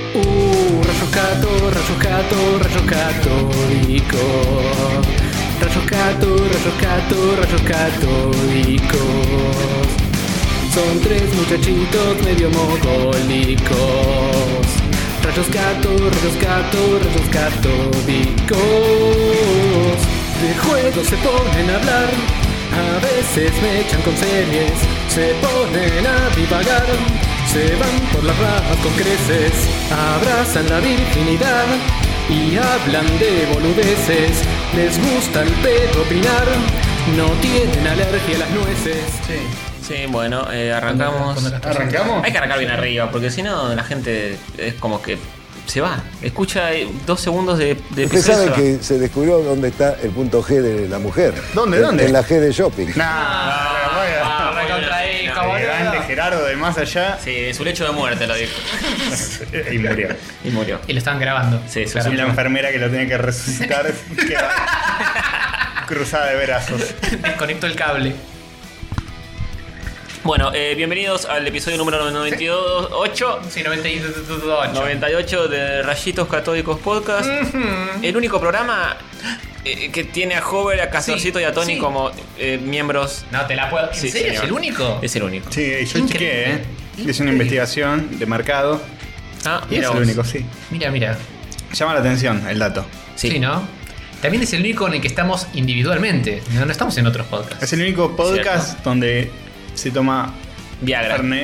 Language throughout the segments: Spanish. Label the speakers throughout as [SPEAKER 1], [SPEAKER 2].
[SPEAKER 1] Rayos católicos. Rayos católicos. Son tres muchachitos medio mogólicos. Rayos católicos. De juegos se ponen a hablar. A veces me echan con series. Se ponen a divagar. Se van por las ramas con creces. Abrazan la virginidad y hablan de boludeces. Les gusta el pedo opinar. No tienen alergia a las nueces.
[SPEAKER 2] Sí, bueno, arrancamos.
[SPEAKER 3] ¿Arrancamos?
[SPEAKER 2] Hay que arrancar bien arriba, porque si no la gente es como que se va. Escucha 2 segundos de
[SPEAKER 4] Usted
[SPEAKER 2] episodio.
[SPEAKER 4] sabe que se descubrió dónde está el punto G de la mujer.
[SPEAKER 3] ¿Dónde?
[SPEAKER 4] En la G de shopping.
[SPEAKER 3] Grande Gerardo de más allá.
[SPEAKER 2] Sí, de su lecho de muerte lo dijo.
[SPEAKER 3] Y murió.
[SPEAKER 2] Y murió.
[SPEAKER 5] Y lo estaban grabando.
[SPEAKER 2] Sí,
[SPEAKER 3] Y la enfermera que lo tiene que resucitar queda cruzada de brazos.
[SPEAKER 5] Desconecto el cable.
[SPEAKER 2] Bueno, bienvenidos al episodio número 98.
[SPEAKER 5] Sí, 98.
[SPEAKER 2] 98 de Rayitos Catódicos Podcast. El único programa que tiene a Hover, a Castorcito y a Tony como miembros.
[SPEAKER 5] No, te la puedo. ¿En
[SPEAKER 2] Sí,
[SPEAKER 5] serio?
[SPEAKER 2] señor.
[SPEAKER 5] ¿Es el único?
[SPEAKER 2] Es el único.
[SPEAKER 3] Sí, yo
[SPEAKER 5] Increíble.
[SPEAKER 3] chequeé, hice una investigación de mercado.
[SPEAKER 2] Ah,
[SPEAKER 3] Y es
[SPEAKER 2] mira
[SPEAKER 3] el
[SPEAKER 2] vos.
[SPEAKER 3] único, sí.
[SPEAKER 5] Mira.
[SPEAKER 3] Llama la atención el dato.
[SPEAKER 5] Sí, ¿no? También es el único en el que estamos individualmente. No estamos en otros podcasts.
[SPEAKER 3] Es el único podcast donde se toma
[SPEAKER 2] Viagra.
[SPEAKER 3] carne.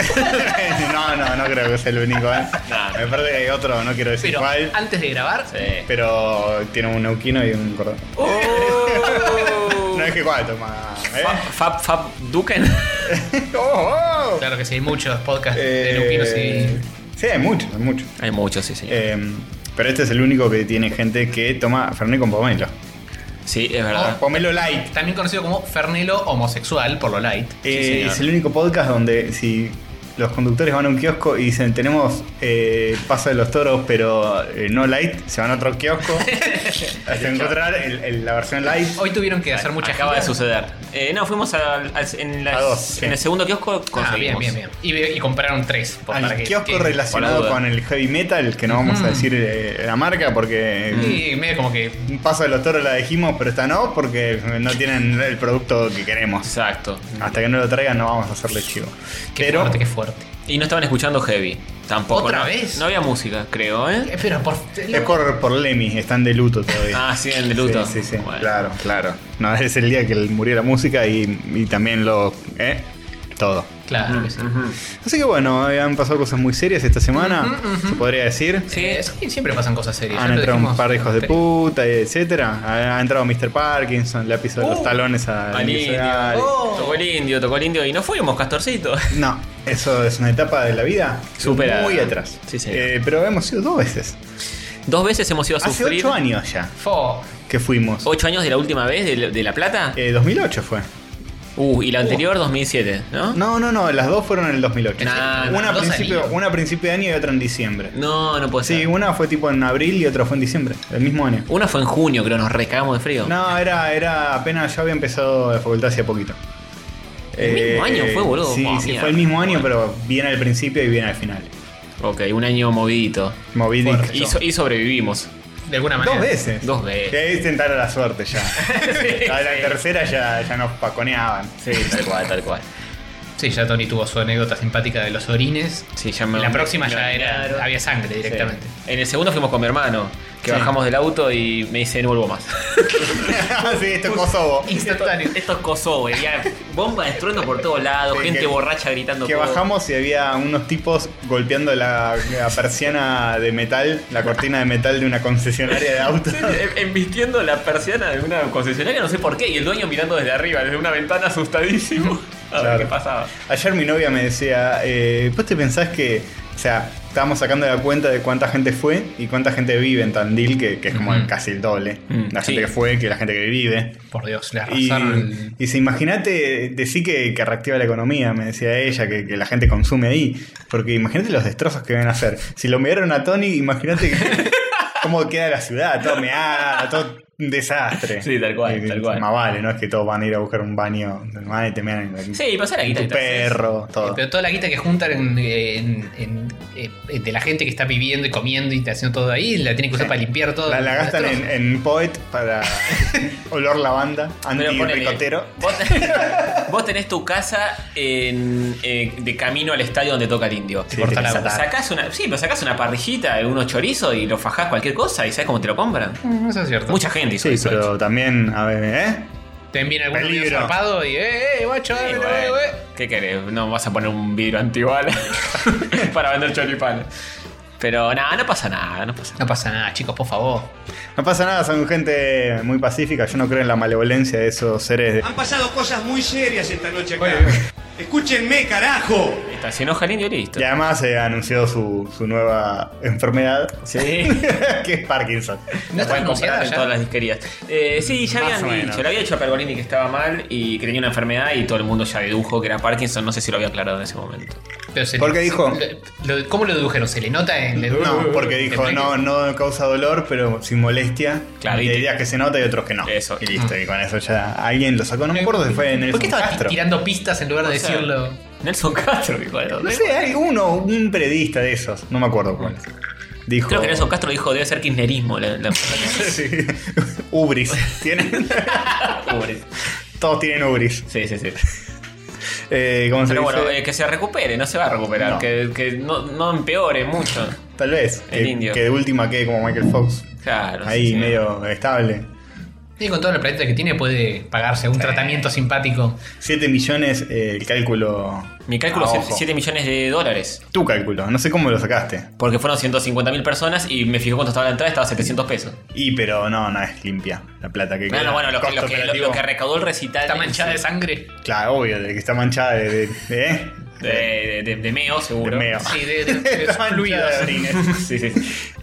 [SPEAKER 3] No creo que sea el único.
[SPEAKER 2] No.
[SPEAKER 3] Me parece que hay otro, no quiero decir
[SPEAKER 5] Pero
[SPEAKER 3] cuál.
[SPEAKER 5] antes de grabar,
[SPEAKER 2] Sí.
[SPEAKER 3] Pero tiene un neuquino y un cordón.
[SPEAKER 2] Oh.
[SPEAKER 3] No es que cuál toma.
[SPEAKER 2] Fab Duken.
[SPEAKER 5] claro que sí, hay muchos podcasts de neuquinos y.
[SPEAKER 3] Sí, hay muchos.
[SPEAKER 2] Hay muchos, sí, señor.
[SPEAKER 3] Pero este es el único que tiene gente que toma Fernet con pomelo.
[SPEAKER 2] Sí, es verdad.
[SPEAKER 3] Pomelo light.
[SPEAKER 5] También conocido como Fernelo homosexual, por lo light.
[SPEAKER 2] señor.
[SPEAKER 3] Es el único podcast donde si los conductores van a un kiosco y dicen tenemos Paso de los Toros pero no light, se van a otro kiosco hasta encontrar la versión light.
[SPEAKER 5] Hoy tuvieron que hacer mucha
[SPEAKER 2] Acaba de
[SPEAKER 5] gira.
[SPEAKER 2] suceder. No, fuimos en
[SPEAKER 3] A dos, sí.
[SPEAKER 2] el segundo kiosco. Conseguimos.
[SPEAKER 5] Bien. Y compraron 3.
[SPEAKER 3] Al kiosco
[SPEAKER 2] por la
[SPEAKER 3] relacionado
[SPEAKER 2] duda.
[SPEAKER 3] con el heavy metal, que no vamos a decir la marca porque
[SPEAKER 5] Y medio como que.
[SPEAKER 3] Paso de los Toros la dijimos, pero esta no, porque no tienen el producto que queremos.
[SPEAKER 2] Exacto.
[SPEAKER 3] Hasta que no lo traigan no vamos a hacerle chivo.
[SPEAKER 5] Qué fuerte.
[SPEAKER 2] Y no estaban escuchando heavy. Tampoco.
[SPEAKER 5] ¿Otra
[SPEAKER 2] ¿no?
[SPEAKER 5] vez?
[SPEAKER 2] No había música, creo, ¿eh?
[SPEAKER 5] Pero
[SPEAKER 3] Es por Lemmy, están de luto todavía.
[SPEAKER 2] Ah, sí, el de luto.
[SPEAKER 3] Sí.
[SPEAKER 2] Bueno.
[SPEAKER 3] Claro. No, es el día que murió la música y también todo.
[SPEAKER 5] Claro que sí.
[SPEAKER 3] Así que bueno, han pasado cosas muy serias esta semana, se podría decir.
[SPEAKER 5] Sí, siempre pasan cosas serias.
[SPEAKER 3] Han
[SPEAKER 5] Ya lo
[SPEAKER 3] entrado un
[SPEAKER 5] dijimos
[SPEAKER 3] par de hijos de
[SPEAKER 5] anterior.
[SPEAKER 3] puta, etcétera. Ha entrado Mr. Parkinson, le ha pisado los talones al
[SPEAKER 2] Al
[SPEAKER 3] indio.
[SPEAKER 2] indio. Tocó el indio y no fuimos, Castorcito.
[SPEAKER 3] No, eso es una etapa de la vida
[SPEAKER 2] Superada.
[SPEAKER 3] muy atrás.
[SPEAKER 2] Sí, señor.
[SPEAKER 3] Pero hemos ido 2 veces.
[SPEAKER 2] 2 veces hemos ido a
[SPEAKER 3] Hace
[SPEAKER 2] sufrir.
[SPEAKER 3] 8 años ya
[SPEAKER 5] Fo.
[SPEAKER 3] que fuimos.
[SPEAKER 2] 8 años de la última vez de La Plata.
[SPEAKER 3] 2008 fue.
[SPEAKER 2] Y la anterior 2007, ¿no?
[SPEAKER 3] No, las dos fueron en el 2008.
[SPEAKER 2] Nah,
[SPEAKER 3] una, a
[SPEAKER 5] 2
[SPEAKER 3] principio,
[SPEAKER 5] años.
[SPEAKER 3] una a principio de año y otra en diciembre.
[SPEAKER 2] No puede ser.
[SPEAKER 3] Sí, una fue tipo en abril y otra fue en diciembre, el mismo año.
[SPEAKER 2] Una fue en junio, creo, nos recagamos de frío.
[SPEAKER 3] No, era apenas ya había empezado la facultad hacía poquito.
[SPEAKER 2] ¿El mismo año fue, boludo?
[SPEAKER 3] Sí,
[SPEAKER 2] Oh,
[SPEAKER 3] sí,
[SPEAKER 2] mierda.
[SPEAKER 3] fue el mismo año, pero bien al principio y bien al final.
[SPEAKER 2] Ok, un año movidito.
[SPEAKER 3] Movidic.
[SPEAKER 2] Y sobrevivimos.
[SPEAKER 5] De alguna manera.
[SPEAKER 3] 2 veces.
[SPEAKER 2] 2 veces.
[SPEAKER 3] Que ahí tentaron la suerte ya. A la tercera ya nos paconeaban.
[SPEAKER 2] Sí, tal cual.
[SPEAKER 5] Sí, ya Tony tuvo su anécdota simpática de los orines.
[SPEAKER 2] Sí, ya me,
[SPEAKER 5] En la próxima
[SPEAKER 2] me
[SPEAKER 5] ya
[SPEAKER 2] bañaron.
[SPEAKER 5] había sangre directamente.
[SPEAKER 2] Sí. En el segundo fuimos con mi hermano, que
[SPEAKER 3] Sí.
[SPEAKER 2] bajamos del auto y me dice no vuelvo más.
[SPEAKER 3] Sí, esto es Kosovo.
[SPEAKER 5] Instantáneo.
[SPEAKER 2] Esto es Kosovo, había bomba de estruendo por todos lados,
[SPEAKER 3] Sí,
[SPEAKER 2] gente
[SPEAKER 3] que-
[SPEAKER 2] borracha gritando.
[SPEAKER 3] Que
[SPEAKER 2] todo.
[SPEAKER 3] bajamos y había unos tipos golpeando la persiana de metal, la cortina de metal de una concesionaria de autos.
[SPEAKER 2] Embistiendo la persiana de una concesionaria, no sé por qué, y el dueño mirando desde arriba, desde una ventana asustadísimo. A ver
[SPEAKER 3] Claro.
[SPEAKER 2] qué pasaba.
[SPEAKER 3] Ayer mi novia me decía, ¿vos te pensás que, o sea, estábamos sacando la cuenta de cuánta gente fue y cuánta gente vive en Tandil, que es como casi el doble, la
[SPEAKER 2] Sí.
[SPEAKER 3] gente que fue que la gente que vive.
[SPEAKER 5] Por Dios, le
[SPEAKER 3] Y,
[SPEAKER 5] arrasaron el.
[SPEAKER 3] y si imagínate, decí que reactiva la economía, me decía ella, que la gente consume ahí. Porque imagínate los destrozos que van a hacer. Si lo miraron a Tony, imagínate cómo queda la ciudad, todo meada, todo un desastre.
[SPEAKER 2] Sí, tal cual, tal cual.
[SPEAKER 3] Más vale, no es que todos van a ir a buscar un baño, van y te mean en
[SPEAKER 2] Sí, pasa la guita
[SPEAKER 3] tu
[SPEAKER 2] que te haces.
[SPEAKER 3] perro, todo.
[SPEAKER 5] Pero toda la guita que juntan de la gente que está viviendo y comiendo y haciendo todo ahí, la tienen que usar para limpiar todo.
[SPEAKER 3] La gastan
[SPEAKER 5] Destrozo.
[SPEAKER 3] en Poet para olor lavanda,
[SPEAKER 2] Pero ponele,
[SPEAKER 3] anti-ricotero.
[SPEAKER 2] vos tenés tu casa de camino al estadio donde toca el Indio.
[SPEAKER 3] Sí,
[SPEAKER 5] Corta
[SPEAKER 3] tenés
[SPEAKER 5] la
[SPEAKER 3] esa-
[SPEAKER 2] Sacás una parrillita, unos chorizos y lo fajás cualquier cosa y sabés cómo te lo compran.
[SPEAKER 5] Eso es cierto.
[SPEAKER 2] Mucha gente hizo
[SPEAKER 3] Sí,
[SPEAKER 2] eso.
[SPEAKER 3] pero también, a ver,
[SPEAKER 5] Te envían algún
[SPEAKER 3] Peligro.
[SPEAKER 5] video zarpado y guacho,
[SPEAKER 2] Sí,
[SPEAKER 5] dale,
[SPEAKER 2] bueno.
[SPEAKER 5] güey.
[SPEAKER 2] ¿Qué querés? No vas a poner un vidrio antibala para vender choripanes. Pero nada, no pasa nada, no pasa nada.
[SPEAKER 5] No pasa nada, chicos, por favor.
[SPEAKER 3] no pasa nada, son gente muy pacífica. Yo no creo en la malevolencia de esos seres.
[SPEAKER 6] Han pasado cosas muy serias esta noche acá. Escúchenme, carajo.
[SPEAKER 2] Está, se enoja el indio y listo.
[SPEAKER 3] Y además anunció su nueva enfermedad,
[SPEAKER 2] Sí.
[SPEAKER 3] que es Parkinson.
[SPEAKER 5] ¿No
[SPEAKER 2] La
[SPEAKER 5] está
[SPEAKER 2] pueden
[SPEAKER 5] anunciada
[SPEAKER 2] comprar en
[SPEAKER 5] ya?
[SPEAKER 2] todas las disquerías. Sí, ya
[SPEAKER 3] Más
[SPEAKER 2] habían
[SPEAKER 3] o
[SPEAKER 2] dicho.
[SPEAKER 3] menos.
[SPEAKER 2] Le había dicho a Pergolini que estaba mal y que tenía una enfermedad y todo el mundo ya dedujo que era Parkinson. No sé si lo había aclarado en ese momento.
[SPEAKER 5] Pero
[SPEAKER 3] ¿Por qué dijo?
[SPEAKER 5] ¿Cómo lo dedujeron? ¿Se le nota en el.?
[SPEAKER 3] No, porque dijo no causa dolor, pero sin molestia.
[SPEAKER 2] Claro,
[SPEAKER 3] y
[SPEAKER 2] y
[SPEAKER 3] hay
[SPEAKER 2] te-
[SPEAKER 3] días que se nota y otros que no.
[SPEAKER 2] Eso.
[SPEAKER 3] Y listo, y con eso ya alguien lo sacó. No me acuerdo si fue en el
[SPEAKER 5] ¿Por qué estaba
[SPEAKER 3] Castro.
[SPEAKER 5] tirando pistas en lugar de
[SPEAKER 2] O sea,
[SPEAKER 5] decirlo?
[SPEAKER 2] Nelson Castro, dijo.
[SPEAKER 3] No sé, hay un periodista de esos, no me acuerdo cuál. Dijo.
[SPEAKER 2] Creo que Nelson Castro dijo debe ser kirchnerismo.
[SPEAKER 3] Sí. Ubris. ¿Tienen?
[SPEAKER 2] Pobre.
[SPEAKER 3] Todos tienen Ubris.
[SPEAKER 2] Sí, sí, sí.
[SPEAKER 3] ¿Cómo se
[SPEAKER 2] Pero bueno,
[SPEAKER 3] dice?
[SPEAKER 2] que se recupere, no se va a recuperar.
[SPEAKER 3] No.
[SPEAKER 2] Que no empeore mucho.
[SPEAKER 3] Tal vez.
[SPEAKER 2] el indio.
[SPEAKER 3] Que de última quede como Michael Fox.
[SPEAKER 2] Claro.
[SPEAKER 3] Ahí
[SPEAKER 2] sí, sí.
[SPEAKER 3] medio estable.
[SPEAKER 5] Y con todo el planeta que tiene puede pagarse un tratamiento simpático.
[SPEAKER 3] 7 millones el cálculo.
[SPEAKER 2] Mi cálculo
[SPEAKER 3] a
[SPEAKER 2] es
[SPEAKER 3] ojo.
[SPEAKER 2] 7 millones de dólares.
[SPEAKER 3] Tu cálculo, no sé cómo lo sacaste.
[SPEAKER 2] Porque fueron 150.000 personas y me fijó cuánto estaba la entrada, estaba a 700 pesos.
[SPEAKER 3] Pero no es limpia la plata que queda.
[SPEAKER 2] Bueno, lo
[SPEAKER 3] Costo operativo.
[SPEAKER 2] que recaudó el recital.
[SPEAKER 5] Está manchada de sangre.
[SPEAKER 3] Claro, obvio, de que está manchada de
[SPEAKER 2] De meo, seguro.
[SPEAKER 3] de meo.
[SPEAKER 5] Sí, de
[SPEAKER 3] Está manchada
[SPEAKER 5] fluidos.
[SPEAKER 3] de orines.
[SPEAKER 2] Sí, sí.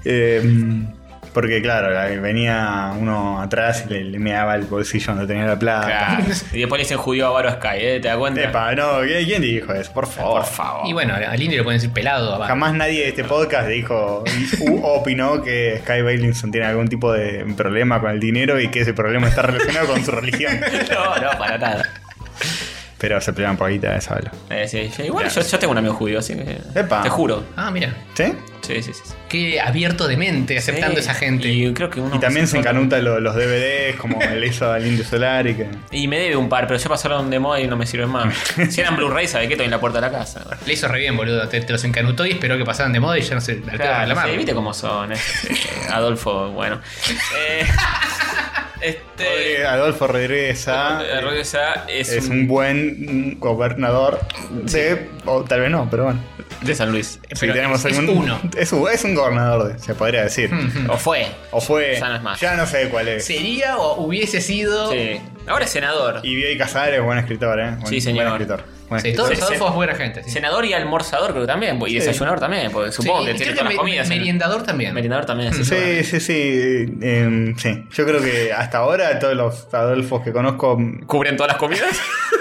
[SPEAKER 3] Porque claro, venía uno atrás y le meaba el bolsillo donde tenía la plata.
[SPEAKER 2] Claro. Y después le dicen judío a Varo Sky, ¿te das cuenta?
[SPEAKER 3] Epa, no, ¿quién dijo eso? Por favor.
[SPEAKER 2] Por favor.
[SPEAKER 5] Y bueno, al indio le pueden decir pelado abajo.
[SPEAKER 3] Jamás nadie de este podcast dijo o opinó que Sky Bailinson tiene algún tipo de problema con el dinero y que ese problema está relacionado con su religión.
[SPEAKER 2] No, para nada.
[SPEAKER 3] Pero se pelean por guita, eso hablo.
[SPEAKER 2] Sí. Igual yo tengo un amigo judío, así que.
[SPEAKER 3] Epa.
[SPEAKER 2] Te juro.
[SPEAKER 5] Ah, mira.
[SPEAKER 3] ¿Sí?
[SPEAKER 2] Sí.
[SPEAKER 5] Qué abierto de mente aceptando
[SPEAKER 2] Sí,
[SPEAKER 5] a esa gente.
[SPEAKER 2] Y creo que uno
[SPEAKER 3] Y también se encanuta los DVDs, como le hizo al Indio Solar y que.
[SPEAKER 2] Y me debe un par, pero ya pasaron de moda y no me sirven más. Si eran Blu-ray, ¿sabes qué? Estoy en la puerta de la casa.
[SPEAKER 5] Le hizo re bien, boludo. Te los encanutó y esperó que pasaran de moda y ya no se al pedo
[SPEAKER 2] Claro,
[SPEAKER 5] reclamaron.
[SPEAKER 2] sí, viste cómo son. Adolfo, bueno.
[SPEAKER 3] Adolfo Rodríguez Sá
[SPEAKER 2] Rodríguez
[SPEAKER 3] es un buen gobernador de. O tal vez no, pero bueno.
[SPEAKER 2] de San Luis.
[SPEAKER 3] Si
[SPEAKER 5] Pero
[SPEAKER 3] tenemos
[SPEAKER 5] es
[SPEAKER 3] algún.
[SPEAKER 5] uno.
[SPEAKER 3] Es un gobernador, se podría decir.
[SPEAKER 2] O fue.
[SPEAKER 3] O fue.
[SPEAKER 2] Ya no es más.
[SPEAKER 3] Ya no sé cuál es.
[SPEAKER 5] ¿Sería o hubiese sido?
[SPEAKER 2] Sí. Ahora es senador.
[SPEAKER 3] Y Bioy Casares, buen escritor, ¿eh?
[SPEAKER 2] Sí, señor.
[SPEAKER 3] Buen escritor. Buen
[SPEAKER 5] Sí,
[SPEAKER 3] escritor.
[SPEAKER 5] todos los
[SPEAKER 2] Sí,
[SPEAKER 5] Adolfos buena gente. Sí.
[SPEAKER 2] Senador y almorzador creo que también. Y
[SPEAKER 3] Sí.
[SPEAKER 2] desayunador también. Porque supongo
[SPEAKER 5] Sí,
[SPEAKER 2] que
[SPEAKER 5] y
[SPEAKER 2] tiene
[SPEAKER 5] creo
[SPEAKER 2] todas las
[SPEAKER 5] que
[SPEAKER 2] comidas.
[SPEAKER 5] meriendador también.
[SPEAKER 2] Merendador también. Sí.
[SPEAKER 3] Sí. Sí. Yo creo que hasta ahora todos los Adolfos que conozco
[SPEAKER 2] ¿Cubren todas las comidas?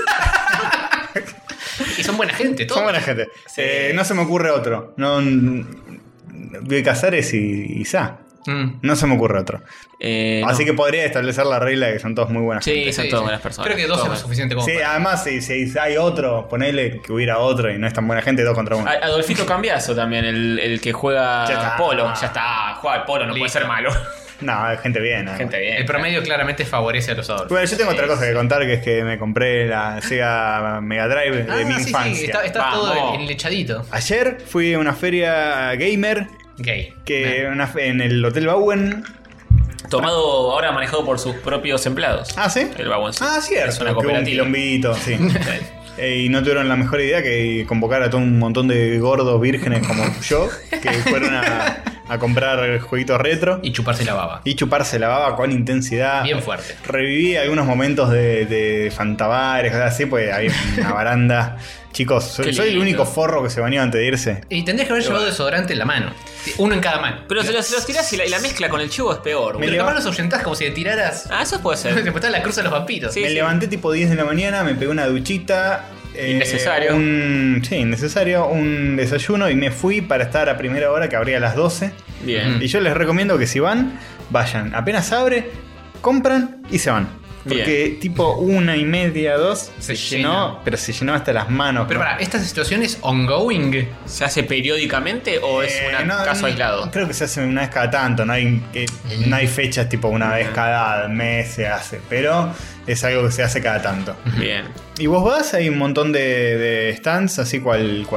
[SPEAKER 5] Y son buena gente, todos.
[SPEAKER 3] son buena gente.
[SPEAKER 2] Sí.
[SPEAKER 3] No se me ocurre otro. No, Bioy Casares y Sá. No se me ocurre otro. Así
[SPEAKER 2] no.
[SPEAKER 3] que podría establecer la regla de que son todos muy buenas
[SPEAKER 2] Sí,
[SPEAKER 3] gente.
[SPEAKER 2] son todas buenas personas.
[SPEAKER 5] Creo que dos es lo
[SPEAKER 2] Todas.
[SPEAKER 5] suficiente como
[SPEAKER 3] Sí,
[SPEAKER 5] para-
[SPEAKER 3] además, si hay otro, ponele que hubiera otro y no es tan buena gente, 2 contra 1.
[SPEAKER 2] Adolfito Cambiaso también, el que juega
[SPEAKER 3] Ya está.
[SPEAKER 2] polo. Ya está, juega al polo, no puede
[SPEAKER 5] Listo.
[SPEAKER 2] ser malo.
[SPEAKER 3] No, es gente bien. además.
[SPEAKER 2] Gente bien.
[SPEAKER 5] El promedio claramente favorece a los Adolfos.
[SPEAKER 3] Bueno, yo tengo otra cosa que contar, que es que me compré la Sega Mega Drive de mi
[SPEAKER 5] sí,
[SPEAKER 3] infancia.
[SPEAKER 5] está
[SPEAKER 2] Vamos.
[SPEAKER 5] todo enlechadito.
[SPEAKER 3] Ayer fui a una feria gamer
[SPEAKER 5] Gay.
[SPEAKER 3] que en el Hotel Bowen.
[SPEAKER 2] Tomado, ahora manejado por sus propios empleados.
[SPEAKER 3] Ah, ¿sí?
[SPEAKER 2] El Bowen, sí.
[SPEAKER 3] Ah, cierto.
[SPEAKER 2] Es una
[SPEAKER 3] que hubo un
[SPEAKER 2] cooperativa.
[SPEAKER 3] quilombito, sí. Y no tuvieron la mejor idea que convocar a todo un montón de gordos vírgenes como yo, que fueron a comprar jueguitos retro
[SPEAKER 5] Y chuparse la baba.
[SPEAKER 3] y chuparse la baba con intensidad.
[SPEAKER 5] Bien fuerte.
[SPEAKER 3] Reviví algunos momentos de Fantabares, cosas así, pues había una baranda. Chicos, soy
[SPEAKER 2] Qué
[SPEAKER 3] el
[SPEAKER 2] lindo.
[SPEAKER 3] único forro que se bañó antes de irse.
[SPEAKER 5] Y tendrías que haber llevado desodorante en la mano. Uno en cada mano.
[SPEAKER 2] Pero se los tirás y la mezcla con el chivo es peor.
[SPEAKER 3] Me
[SPEAKER 5] Pero
[SPEAKER 2] boludo.
[SPEAKER 5] capaz los ahuyentás como si le tiraras.
[SPEAKER 2] Ah, eso puede ser.
[SPEAKER 5] Te puesta la cruz a los vampiros.
[SPEAKER 2] Sí.
[SPEAKER 3] Me levanté tipo 10 de la mañana, me pegué una duchita.
[SPEAKER 2] Innecesario.
[SPEAKER 3] Sí, innecesario. Un desayuno y me fui para estar a primera hora, que abría a las 12.
[SPEAKER 2] Bien.
[SPEAKER 3] Y yo les recomiendo que si van, vayan. Apenas abre, compran y se van. Porque tipo 1:30, 2
[SPEAKER 5] Se
[SPEAKER 3] llenó,
[SPEAKER 5] llena.
[SPEAKER 3] pero se llenó hasta las manos.
[SPEAKER 5] Pero para, ¿esta situación es ongoing?
[SPEAKER 2] ¿Se hace periódicamente o es un caso aislado?
[SPEAKER 3] Creo que se hace una vez cada tanto, no hay fechas tipo una vez cada mes se hace, pero es algo que se hace cada tanto.
[SPEAKER 2] Bien.
[SPEAKER 3] Y vos vas, hay un montón de stands, así cual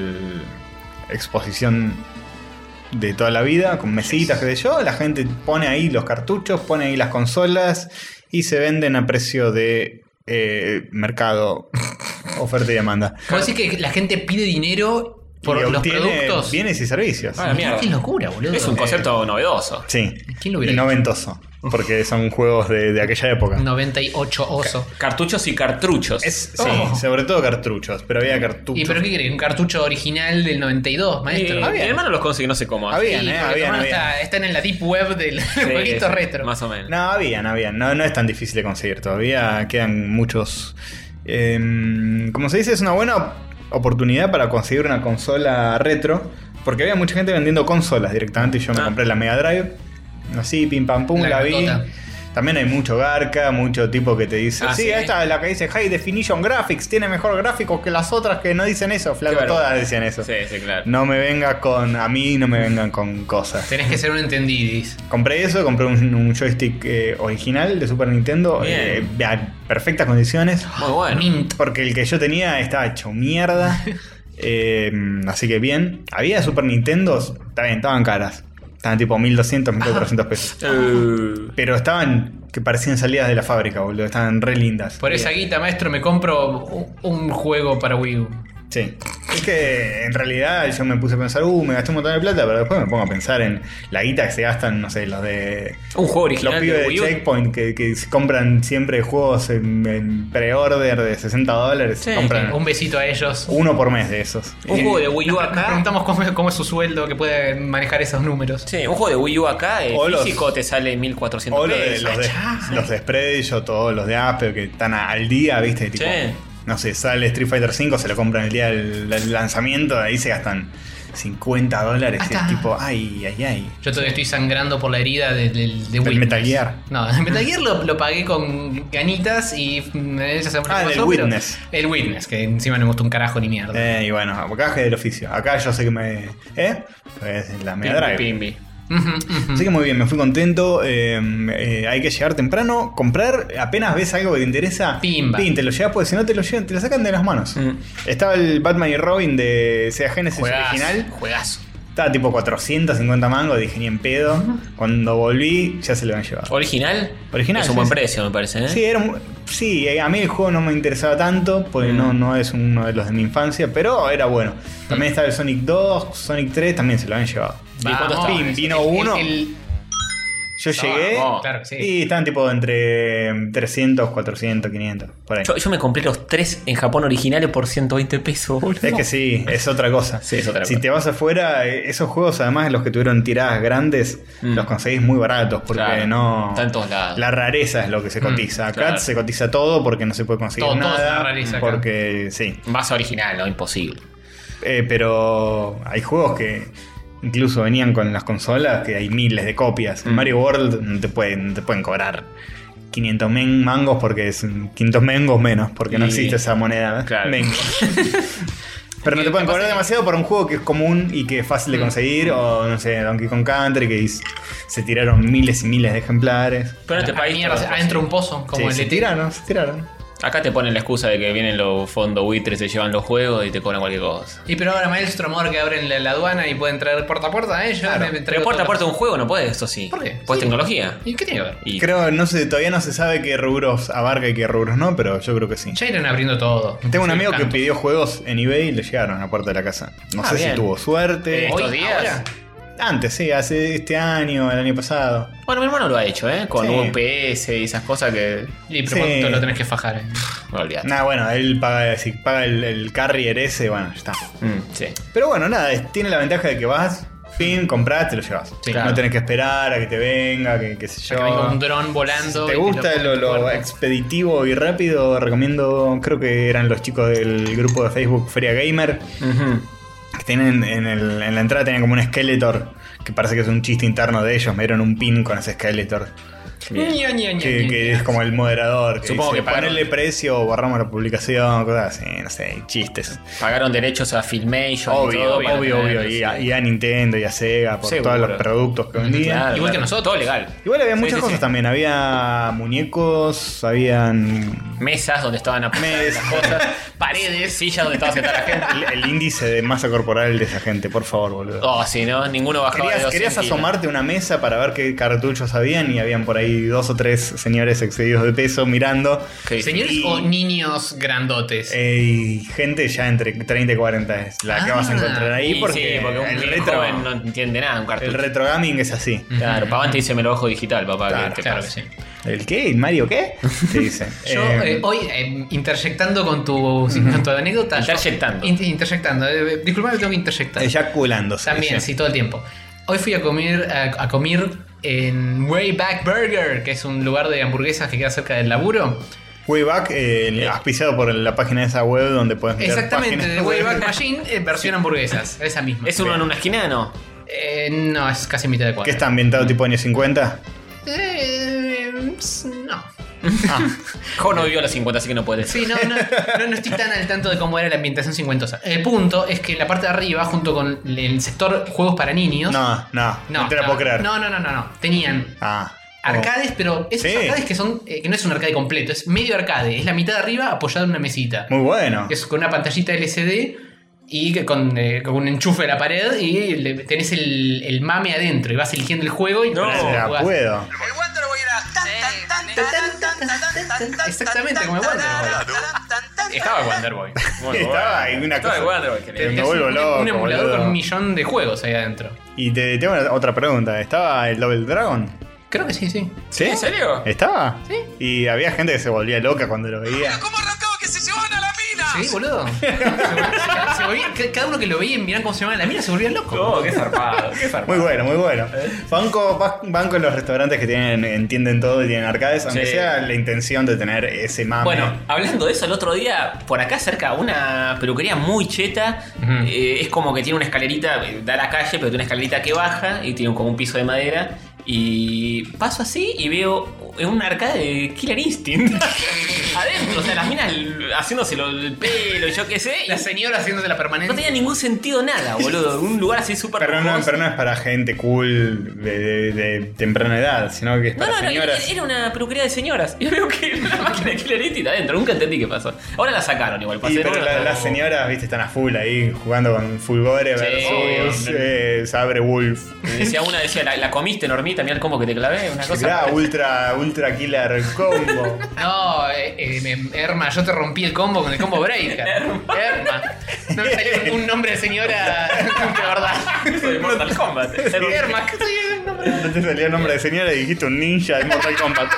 [SPEAKER 3] exposición de toda la vida, con mesitas, qué sé yo. La gente pone ahí los cartuchos, pone ahí las consolas y se venden a precio de mercado, oferta y demanda.
[SPEAKER 5] ¿Puedo decir que la gente pide dinero por
[SPEAKER 3] Y
[SPEAKER 5] los
[SPEAKER 3] obtiene
[SPEAKER 5] productos?
[SPEAKER 3] bienes y servicios.
[SPEAKER 2] Ah, la mierda.
[SPEAKER 5] Qué locura, boludo.
[SPEAKER 2] Es un concepto novedoso.
[SPEAKER 3] Sí.
[SPEAKER 5] ¿Quién lo hubiera
[SPEAKER 3] Y
[SPEAKER 5] dicho?
[SPEAKER 3] noventoso. Porque son juegos de aquella época.
[SPEAKER 5] 98 oso.
[SPEAKER 2] Cartuchos y cartruchos.
[SPEAKER 3] Sí,
[SPEAKER 5] Oh.
[SPEAKER 3] sobre todo cartuchos, pero había cartuchos.
[SPEAKER 5] ¿Y pero qué crees? ¿Un cartucho original del 92, maestro?
[SPEAKER 2] Mi hermano los consigue, no sé cómo.
[SPEAKER 3] Había.
[SPEAKER 5] Sí, porque tu hermano están en la deep web del jueguito retro.
[SPEAKER 2] Más o menos.
[SPEAKER 3] No, habían. No es tan difícil de conseguir todavía. Quedan muchos. Como se dice, es una buena oportunidad para conseguir una consola retro. Porque había mucha gente vendiendo consolas directamente. Y yo me compré la Mega Drive. Así, pim pam pum, la vi.
[SPEAKER 5] grandota.
[SPEAKER 3] También hay mucho garca, mucho tipo que te dice:
[SPEAKER 2] Ah,
[SPEAKER 3] sí,
[SPEAKER 2] ¿sí?
[SPEAKER 3] esta es la que dice High Definition Graphics, tiene mejor gráficos que las otras que no dicen eso. Flaco,
[SPEAKER 2] Claro.
[SPEAKER 3] todas decían eso.
[SPEAKER 2] Sí, claro.
[SPEAKER 3] No me vengas con. A mí no me vengan con cosas.
[SPEAKER 5] Tenés que ser un entendidis.
[SPEAKER 3] Compré eso, compré un joystick original de Super Nintendo,
[SPEAKER 2] Bien.
[SPEAKER 3] a perfectas condiciones,
[SPEAKER 2] Muy bueno.
[SPEAKER 5] Mint.
[SPEAKER 3] porque el que yo tenía estaba hecho mierda. Así que bien. Había Super Nintendos, también estaban caras. Estaban tipo 1.200, 1.400 pesos. Pero estaban que parecían salidas de la fábrica, boludo. Estaban re lindas.
[SPEAKER 5] Por esa guita, maestro, me compro un juego para Wii U.
[SPEAKER 3] Sí. Es que en realidad yo me puse a pensar, me gasté un montón de plata, pero después me pongo a pensar en la guita que se gastan, no sé, los de.
[SPEAKER 2] Un juego original
[SPEAKER 3] Los pibes
[SPEAKER 2] de
[SPEAKER 3] de
[SPEAKER 2] Wii U.
[SPEAKER 3] Checkpoint que se compran siempre juegos en pre-order de $60.
[SPEAKER 2] Sí,
[SPEAKER 3] compran
[SPEAKER 5] Un besito a ellos.
[SPEAKER 3] uno por mes de esos.
[SPEAKER 2] Un juego de Wii U
[SPEAKER 5] Nos
[SPEAKER 2] acá.
[SPEAKER 5] preguntamos cómo es su sueldo que puede manejar esos números.
[SPEAKER 2] Sí, un juego de Wii U acá,
[SPEAKER 3] O los-
[SPEAKER 2] físico te sale 1.400
[SPEAKER 3] O
[SPEAKER 2] pesos.
[SPEAKER 3] los de Spreadshot o los de Apple que están al día, ¿viste? Tipo,
[SPEAKER 2] Sí.
[SPEAKER 3] no sé, sale Street Fighter V, se lo compran el día del lanzamiento, ahí se gastan $50. Y
[SPEAKER 5] Hasta-
[SPEAKER 3] es tipo, ay.
[SPEAKER 5] Yo todavía estoy sangrando por la herida de Witness.
[SPEAKER 3] Metal Gear.
[SPEAKER 5] No, el Metal Gear lo pagué con ganitas y ya sabemos
[SPEAKER 3] Ah,
[SPEAKER 5] qué
[SPEAKER 3] del
[SPEAKER 5] pasó, pero-
[SPEAKER 3] Witness.
[SPEAKER 5] El Witness, que encima no me gustó un carajo ni mierda.
[SPEAKER 3] Y bueno, acá es del oficio. Acá yo sé que me. Pues la Mega Drive.
[SPEAKER 2] Pimbi.
[SPEAKER 3] Así que muy bien, me fui contento. Hay que llegar temprano, comprar. Apenas ves algo que te interesa,
[SPEAKER 5] Pimba.
[SPEAKER 3] te lo llevas, porque si no te lo llevan, te lo sacan de las manos.
[SPEAKER 2] Mm.
[SPEAKER 3] Estaba el Batman y Robin de Sega Genesis original.
[SPEAKER 5] Juegazo.
[SPEAKER 3] Estaba tipo 450 mangos, dije ni en pedo. Cuando volví, ya se lo habían llevado.
[SPEAKER 2] ¿Original?
[SPEAKER 3] Original,
[SPEAKER 2] Es un
[SPEAKER 3] sí,
[SPEAKER 2] buen
[SPEAKER 3] sí.
[SPEAKER 2] precio, me parece, ¿eh?
[SPEAKER 3] Sí, a mí el juego no me interesaba tanto, porque no es uno de los de mi infancia, pero era bueno. También estaba el Sonic 2, Sonic 3, también se lo habían llevado.
[SPEAKER 2] ¿Y cuánto
[SPEAKER 5] Vamos.
[SPEAKER 2] estaba?
[SPEAKER 3] Vino uno. Yo llegué
[SPEAKER 2] Vamos.
[SPEAKER 5] Claro que sí.
[SPEAKER 3] y estaban tipo entre 300, 400, 500, por ahí.
[SPEAKER 2] Yo me compré los 3 en Japón originales por 120 pesos, boludo.
[SPEAKER 3] Es que sí, es otra cosa.
[SPEAKER 2] Sí, es otra
[SPEAKER 3] Si
[SPEAKER 2] cosa.
[SPEAKER 3] te vas afuera, esos juegos, además los que tuvieron tiradas grandes, los conseguís muy baratos porque
[SPEAKER 2] Claro,
[SPEAKER 3] no.
[SPEAKER 2] está en todos lados.
[SPEAKER 3] La rareza es lo que se cotiza. Acá
[SPEAKER 2] claro.
[SPEAKER 3] se cotiza todo porque no se puede conseguir
[SPEAKER 5] Todo es
[SPEAKER 3] nada.
[SPEAKER 5] una rareza acá.
[SPEAKER 3] Porque sí.
[SPEAKER 2] Más original, no, imposible.
[SPEAKER 3] Pero hay juegos que incluso venían con las consolas que hay miles de copias. En Mario World no te pueden cobrar 500 mangos porque es 500 mengos menos, porque no
[SPEAKER 2] Y-
[SPEAKER 3] existe esa moneda.
[SPEAKER 2] Claro.
[SPEAKER 3] Mengos. Pero no te pueden cobrar demasiado por un juego que es común y que es fácil de conseguir. O no sé, Donkey Kong Country, que se tiraron miles y miles de ejemplares.
[SPEAKER 2] Pero en este
[SPEAKER 5] Ah,
[SPEAKER 2] país.
[SPEAKER 5] mierda,
[SPEAKER 2] todo es
[SPEAKER 5] adentro un pozo, como
[SPEAKER 3] Sí,
[SPEAKER 5] el
[SPEAKER 3] se
[SPEAKER 5] ET.
[SPEAKER 3] tiraron.
[SPEAKER 2] Acá te ponen la excusa de que vienen los fondos buitres, se llevan los juegos y te cobran cualquier cosa.
[SPEAKER 5] Y pero ahora maestro amor que abren la aduana y pueden traer puerta a puerta, yo me
[SPEAKER 2] Pero
[SPEAKER 5] traigo
[SPEAKER 2] puerta a
[SPEAKER 5] todas
[SPEAKER 2] puerta de un juego no puedes, eso sí.
[SPEAKER 5] ¿Por qué?
[SPEAKER 2] Pues
[SPEAKER 5] Sí.
[SPEAKER 2] tecnología.
[SPEAKER 5] ¿Y qué tiene que ver?
[SPEAKER 2] Y
[SPEAKER 3] Creo, todavía no se sabe qué rubros abarca y qué rubros no, pero yo creo que sí.
[SPEAKER 5] Ya irán abriendo todo.
[SPEAKER 3] Tengo un
[SPEAKER 5] Sí,
[SPEAKER 3] amigo que
[SPEAKER 5] canto.
[SPEAKER 3] pidió juegos en eBay y le llegaron a la puerta de la casa. No
[SPEAKER 2] Ah,
[SPEAKER 3] sé
[SPEAKER 2] bien.
[SPEAKER 3] si tuvo suerte.
[SPEAKER 2] ¿Estos
[SPEAKER 5] Hoy,
[SPEAKER 2] días?
[SPEAKER 5] ahora.
[SPEAKER 3] Antes, sí, hace este año, el año pasado.
[SPEAKER 2] Bueno, mi hermano lo ha hecho, ¿eh? Con
[SPEAKER 3] Sí.
[SPEAKER 2] UPS y esas cosas que.
[SPEAKER 5] Y pero
[SPEAKER 3] Sí.
[SPEAKER 5] ¿cuánto lo tenés que fajar?
[SPEAKER 2] No olvidate.
[SPEAKER 3] Nada, bueno, él paga, si paga el carrier ese, bueno, ya está.
[SPEAKER 2] Sí.
[SPEAKER 3] Pero bueno, nada, tiene la ventaja de que vas, fin, compras, te lo llevas.
[SPEAKER 5] Sí,
[SPEAKER 2] claro.
[SPEAKER 3] No tenés que esperar a que te venga, que qué sé yo.
[SPEAKER 5] Que venga un dron
[SPEAKER 3] Si
[SPEAKER 5] volando.
[SPEAKER 3] te
[SPEAKER 5] y
[SPEAKER 3] gusta
[SPEAKER 5] lo pone en tu
[SPEAKER 3] lo
[SPEAKER 5] cuerpo.
[SPEAKER 3] expeditivo y rápido, recomiendo, creo que eran los chicos del grupo de Facebook Feria Gamer, que tienen en la entrada tenían como un Skeletor, que parece que es un chiste interno de ellos, me dieron un pin con ese Skeletor. que es como el moderador. Que
[SPEAKER 2] Supongo
[SPEAKER 3] dice,
[SPEAKER 2] que pagaron.
[SPEAKER 3] ponerle precio o borramos la publicación, cosas así, no sé, chistes.
[SPEAKER 2] Pagaron derechos a Filmation y todo para
[SPEAKER 3] Obvio.
[SPEAKER 2] tener,
[SPEAKER 3] Y a Nintendo y a Sega por
[SPEAKER 2] Seguro.
[SPEAKER 3] todos los productos que vendían.
[SPEAKER 2] Claro,
[SPEAKER 5] Igual que
[SPEAKER 2] claro.
[SPEAKER 5] nosotros.
[SPEAKER 2] Todo legal.
[SPEAKER 3] Igual había muchas
[SPEAKER 2] Sí,
[SPEAKER 3] cosas
[SPEAKER 2] sí.
[SPEAKER 3] también. Había muñecos, habían
[SPEAKER 2] Mesas donde estaban apoyadas las cosas, paredes, sillas donde estaba sentada la gente.
[SPEAKER 3] el índice de masa corporal de esa gente, por favor, boludo.
[SPEAKER 2] Oh, sí, ¿no? Ninguno bajaba de 2
[SPEAKER 3] Querías
[SPEAKER 2] centímetros.
[SPEAKER 3] asomarte a una mesa para ver qué cartuchos habían y habían por ahí 2 o 3 señores excedidos de peso mirando.
[SPEAKER 2] Qué difícil.
[SPEAKER 5] ¿Señores o niños grandotes?
[SPEAKER 3] Y gente ya entre 30 y 40 es la que vas a encontrar ahí
[SPEAKER 2] Y
[SPEAKER 3] porque,
[SPEAKER 2] sí, porque un
[SPEAKER 3] el
[SPEAKER 2] bien
[SPEAKER 3] retro
[SPEAKER 2] joven no entiende nada, un cartucho.
[SPEAKER 3] el retro gaming es así.
[SPEAKER 2] Claro, papá te dice me lo bajo digital, papá.
[SPEAKER 3] Claro,
[SPEAKER 2] ¿qué te
[SPEAKER 5] Claro que
[SPEAKER 2] pasa?
[SPEAKER 5] sí.
[SPEAKER 3] ¿El qué? ¿El Mario qué? Te dice.
[SPEAKER 5] Yo hoy, interjectando con tu anécdota.
[SPEAKER 2] Interjectando.
[SPEAKER 5] Interjectando. Disculpame, tengo que interjectar.
[SPEAKER 3] Eyaculándose.
[SPEAKER 5] También,
[SPEAKER 3] dice.
[SPEAKER 5] sí, todo el tiempo. Hoy fui a comer en Wayback Burger, que es un lugar de hamburguesas que queda cerca del laburo.
[SPEAKER 3] Wayback, auspiciado por la página de esa web donde puedes ver
[SPEAKER 5] Exactamente,
[SPEAKER 3] páginas
[SPEAKER 5] de
[SPEAKER 3] web.
[SPEAKER 5] Wayback Machine, versión hamburguesas. Esa misma.
[SPEAKER 2] ¿Es uno en una esquina no?
[SPEAKER 5] No, es casi mitad de
[SPEAKER 3] ¿Qué
[SPEAKER 5] cuadra.
[SPEAKER 3] está ambientado tipo años 50?
[SPEAKER 5] No.
[SPEAKER 2] Jo no vivió a los 50, así que no puede ser.
[SPEAKER 5] Sí, no estoy tan al tanto de cómo era la ambientación cincuentosa. El punto es que en la parte de arriba, junto con el sector juegos para niños.
[SPEAKER 3] No te la puedo creer.
[SPEAKER 5] No. Tenían arcades, pero esos
[SPEAKER 3] Sí.
[SPEAKER 5] arcades que son que no es un arcade completo, es medio arcade, es la mitad de arriba apoyado en una mesita.
[SPEAKER 3] Muy bueno.
[SPEAKER 5] Es con una pantallita LCD y con un enchufe de la pared y tenés el mame adentro y vas eligiendo el juego y
[SPEAKER 2] No,
[SPEAKER 5] con eso
[SPEAKER 3] Ya
[SPEAKER 5] jugás.
[SPEAKER 3] puedo.
[SPEAKER 5] Exactamente como el Wonderboy.
[SPEAKER 2] Estaba el Wonderboy.
[SPEAKER 3] Estaba ahí una
[SPEAKER 2] Estaba el
[SPEAKER 3] cosa.
[SPEAKER 2] Wonderboy, querido.
[SPEAKER 3] Me vuelvo loco,
[SPEAKER 5] un emulador
[SPEAKER 3] boludo.
[SPEAKER 5] con un millón de juegos ahí adentro.
[SPEAKER 3] Y te tengo otra pregunta. ¿Estaba el Double Dragon?
[SPEAKER 5] Creo que sí.
[SPEAKER 3] ¿Sí?
[SPEAKER 2] ¿En serio?
[SPEAKER 3] ¿Estaba?
[SPEAKER 5] Sí.
[SPEAKER 3] Y había gente que se volvía loca cuando lo veía.
[SPEAKER 6] ¿Cómo arrancaba que se llevaban a la mina?
[SPEAKER 5] Sí, boludo. Cada uno que lo veía y miraban cómo se llamaba la mina se volvía loco.
[SPEAKER 2] Oh, qué zarpado, qué zarpado.
[SPEAKER 3] Muy bueno. Banco en los restaurantes que entienden todo y tienen arcades, aunque
[SPEAKER 2] Sí.
[SPEAKER 3] sea la intención de tener ese mame.
[SPEAKER 2] Bueno, hablando de eso, el otro día, por acá cerca, una peluquería muy cheta. Es como que tiene una escalerita, da a la calle, pero tiene una escalerita que baja y tiene como un piso de madera. Y paso así y veo un arcade de Killer Instinct adentro. O sea, las minas haciéndoselo el pelo y yo qué sé. y
[SPEAKER 5] La señora haciéndose la permanente.
[SPEAKER 2] no tenía ningún sentido nada, boludo. Un lugar así súper
[SPEAKER 3] pero no
[SPEAKER 2] lujoso.
[SPEAKER 3] es para gente cool de temprana edad, sino que es para
[SPEAKER 2] No,
[SPEAKER 3] señoras.
[SPEAKER 2] era una peluquería de señoras. Y veo que la máquina de Killer Instinct adentro. Nunca entendí qué pasó. Ahora la sacaron igual.
[SPEAKER 3] Y, pero las señoras, viste, están a full ahí jugando con Fulgore versus Sabre Wolf.
[SPEAKER 2] Decía una, la comiste, Normita, mira el combo que te clavé. Una cosa.
[SPEAKER 3] Mirá, ultra killer combo.
[SPEAKER 5] No, Erma, yo te rompí el combo con el combo breaker. Erma. No me salió un nombre de señora de verdad.
[SPEAKER 2] Eso de Mortal Kombat.
[SPEAKER 5] Erma, ¿qué soy el nombre?
[SPEAKER 3] No te salió el nombre de señora y dijiste un ninja de Mortal Kombat.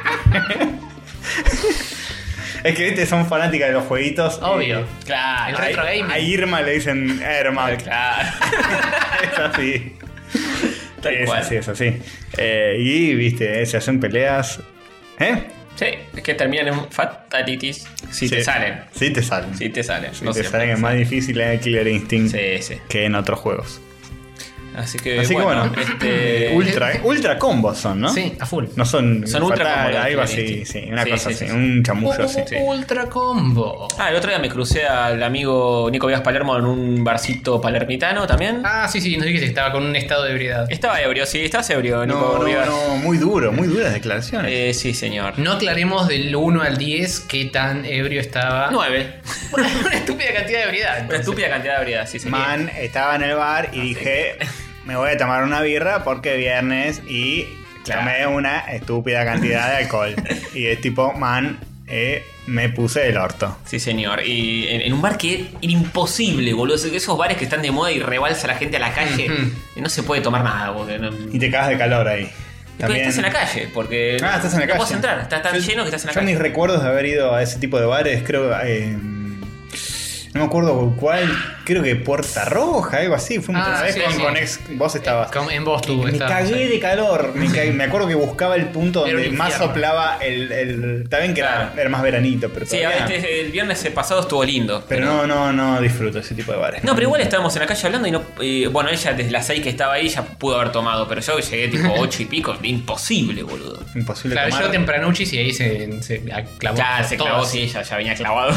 [SPEAKER 3] Es que viste, son fanáticas de los jueguitos.
[SPEAKER 5] Obvio.
[SPEAKER 2] Claro.
[SPEAKER 5] El retro gaming.
[SPEAKER 3] A Irma le dicen Irma.
[SPEAKER 2] Claro.
[SPEAKER 3] Es así.
[SPEAKER 2] Tal
[SPEAKER 3] Es
[SPEAKER 2] cual.
[SPEAKER 3] así, es así. Y viste, se hacen peleas.
[SPEAKER 2] Sí, es que terminan en fatalities. Si te salen.
[SPEAKER 3] Sí te salen.
[SPEAKER 2] Si te salen.
[SPEAKER 3] Sí
[SPEAKER 2] no
[SPEAKER 3] te
[SPEAKER 2] siempre.
[SPEAKER 3] salen, es más difícil en Killer Instinct
[SPEAKER 2] Sí.
[SPEAKER 3] que en otros juegos.
[SPEAKER 2] Así que
[SPEAKER 3] Así que bueno, ultra combos son, ¿no?
[SPEAKER 5] Sí, a full.
[SPEAKER 3] No son,
[SPEAKER 2] Son ultra
[SPEAKER 3] fatal,
[SPEAKER 2] combos,
[SPEAKER 3] algo
[SPEAKER 2] Killer
[SPEAKER 3] así,
[SPEAKER 2] Instinct.
[SPEAKER 3] sí, una
[SPEAKER 2] Sí,
[SPEAKER 3] cosa
[SPEAKER 2] sí,
[SPEAKER 3] así,
[SPEAKER 2] sí.
[SPEAKER 3] un chamullo así.
[SPEAKER 5] Ultra combo.
[SPEAKER 2] El otro día me crucé al amigo Nico Vías Palermo en un barcito palermitano también.
[SPEAKER 5] Ah, sí, nos dijiste que estaba con un estado de ebriedad.
[SPEAKER 2] Estaba ebrio, sí, estabas ebrio, Nico Vías.
[SPEAKER 3] Muy duras declaraciones.
[SPEAKER 2] Sí, señor.
[SPEAKER 5] No aclaremos del 1 al 10 qué tan ebrio estaba.
[SPEAKER 2] 9.
[SPEAKER 5] Una estúpida cantidad de ebriedad.
[SPEAKER 2] Una
[SPEAKER 5] entonces.
[SPEAKER 2] estúpida cantidad de ebriedad, sí, señor.
[SPEAKER 3] Man, estaba en el bar y dije, me voy a tomar una birra porque es viernes y tomé una estúpida cantidad de alcohol. Y es tipo, man, me puse el orto.
[SPEAKER 2] Sí, señor. Y en un bar que era imposible, boludo. Esos bares que están de moda y rebalsa la gente a la calle. Y no se puede tomar nada, boludo.
[SPEAKER 3] Y te cagas de calor ahí.
[SPEAKER 2] Pero estás en la calle, porque
[SPEAKER 3] estás en la
[SPEAKER 2] no
[SPEAKER 3] calle.
[SPEAKER 2] puedes entrar. Estás tan lleno que estás en la
[SPEAKER 3] Yo
[SPEAKER 2] calle.
[SPEAKER 3] mis recuerdos de haber ido a ese tipo de bares, creo... No me acuerdo cuál, creo que Puerta Roja, algo así. Fuimos una vez
[SPEAKER 5] sí,
[SPEAKER 3] con,
[SPEAKER 5] sí.
[SPEAKER 3] con ex. Vos estabas.
[SPEAKER 5] En vos tú
[SPEAKER 3] Me
[SPEAKER 5] estabas,
[SPEAKER 3] cagué
[SPEAKER 5] sí.
[SPEAKER 3] de calor. Me acuerdo que buscaba el punto
[SPEAKER 5] Era
[SPEAKER 3] donde
[SPEAKER 5] un
[SPEAKER 3] más
[SPEAKER 5] infierno.
[SPEAKER 3] soplaba el. Está bien que
[SPEAKER 2] Claro.
[SPEAKER 3] era más veranito, pero
[SPEAKER 2] Sí,
[SPEAKER 3] todavía.
[SPEAKER 2] el viernes pasado estuvo lindo.
[SPEAKER 3] Pero no disfruto ese tipo de bares.
[SPEAKER 2] No, pero igual estábamos en la calle hablando y no. Bueno, ella desde las 6 que estaba ahí ya pudo haber tomado, pero yo llegué tipo 8 y pico. Imposible, boludo.
[SPEAKER 3] Imposible
[SPEAKER 5] Claro,
[SPEAKER 3] tomar.
[SPEAKER 5] yo tempranuchis y ahí se clavó.
[SPEAKER 2] Ya se clavó,
[SPEAKER 5] todas.
[SPEAKER 2] sí, ella ya venía clavado.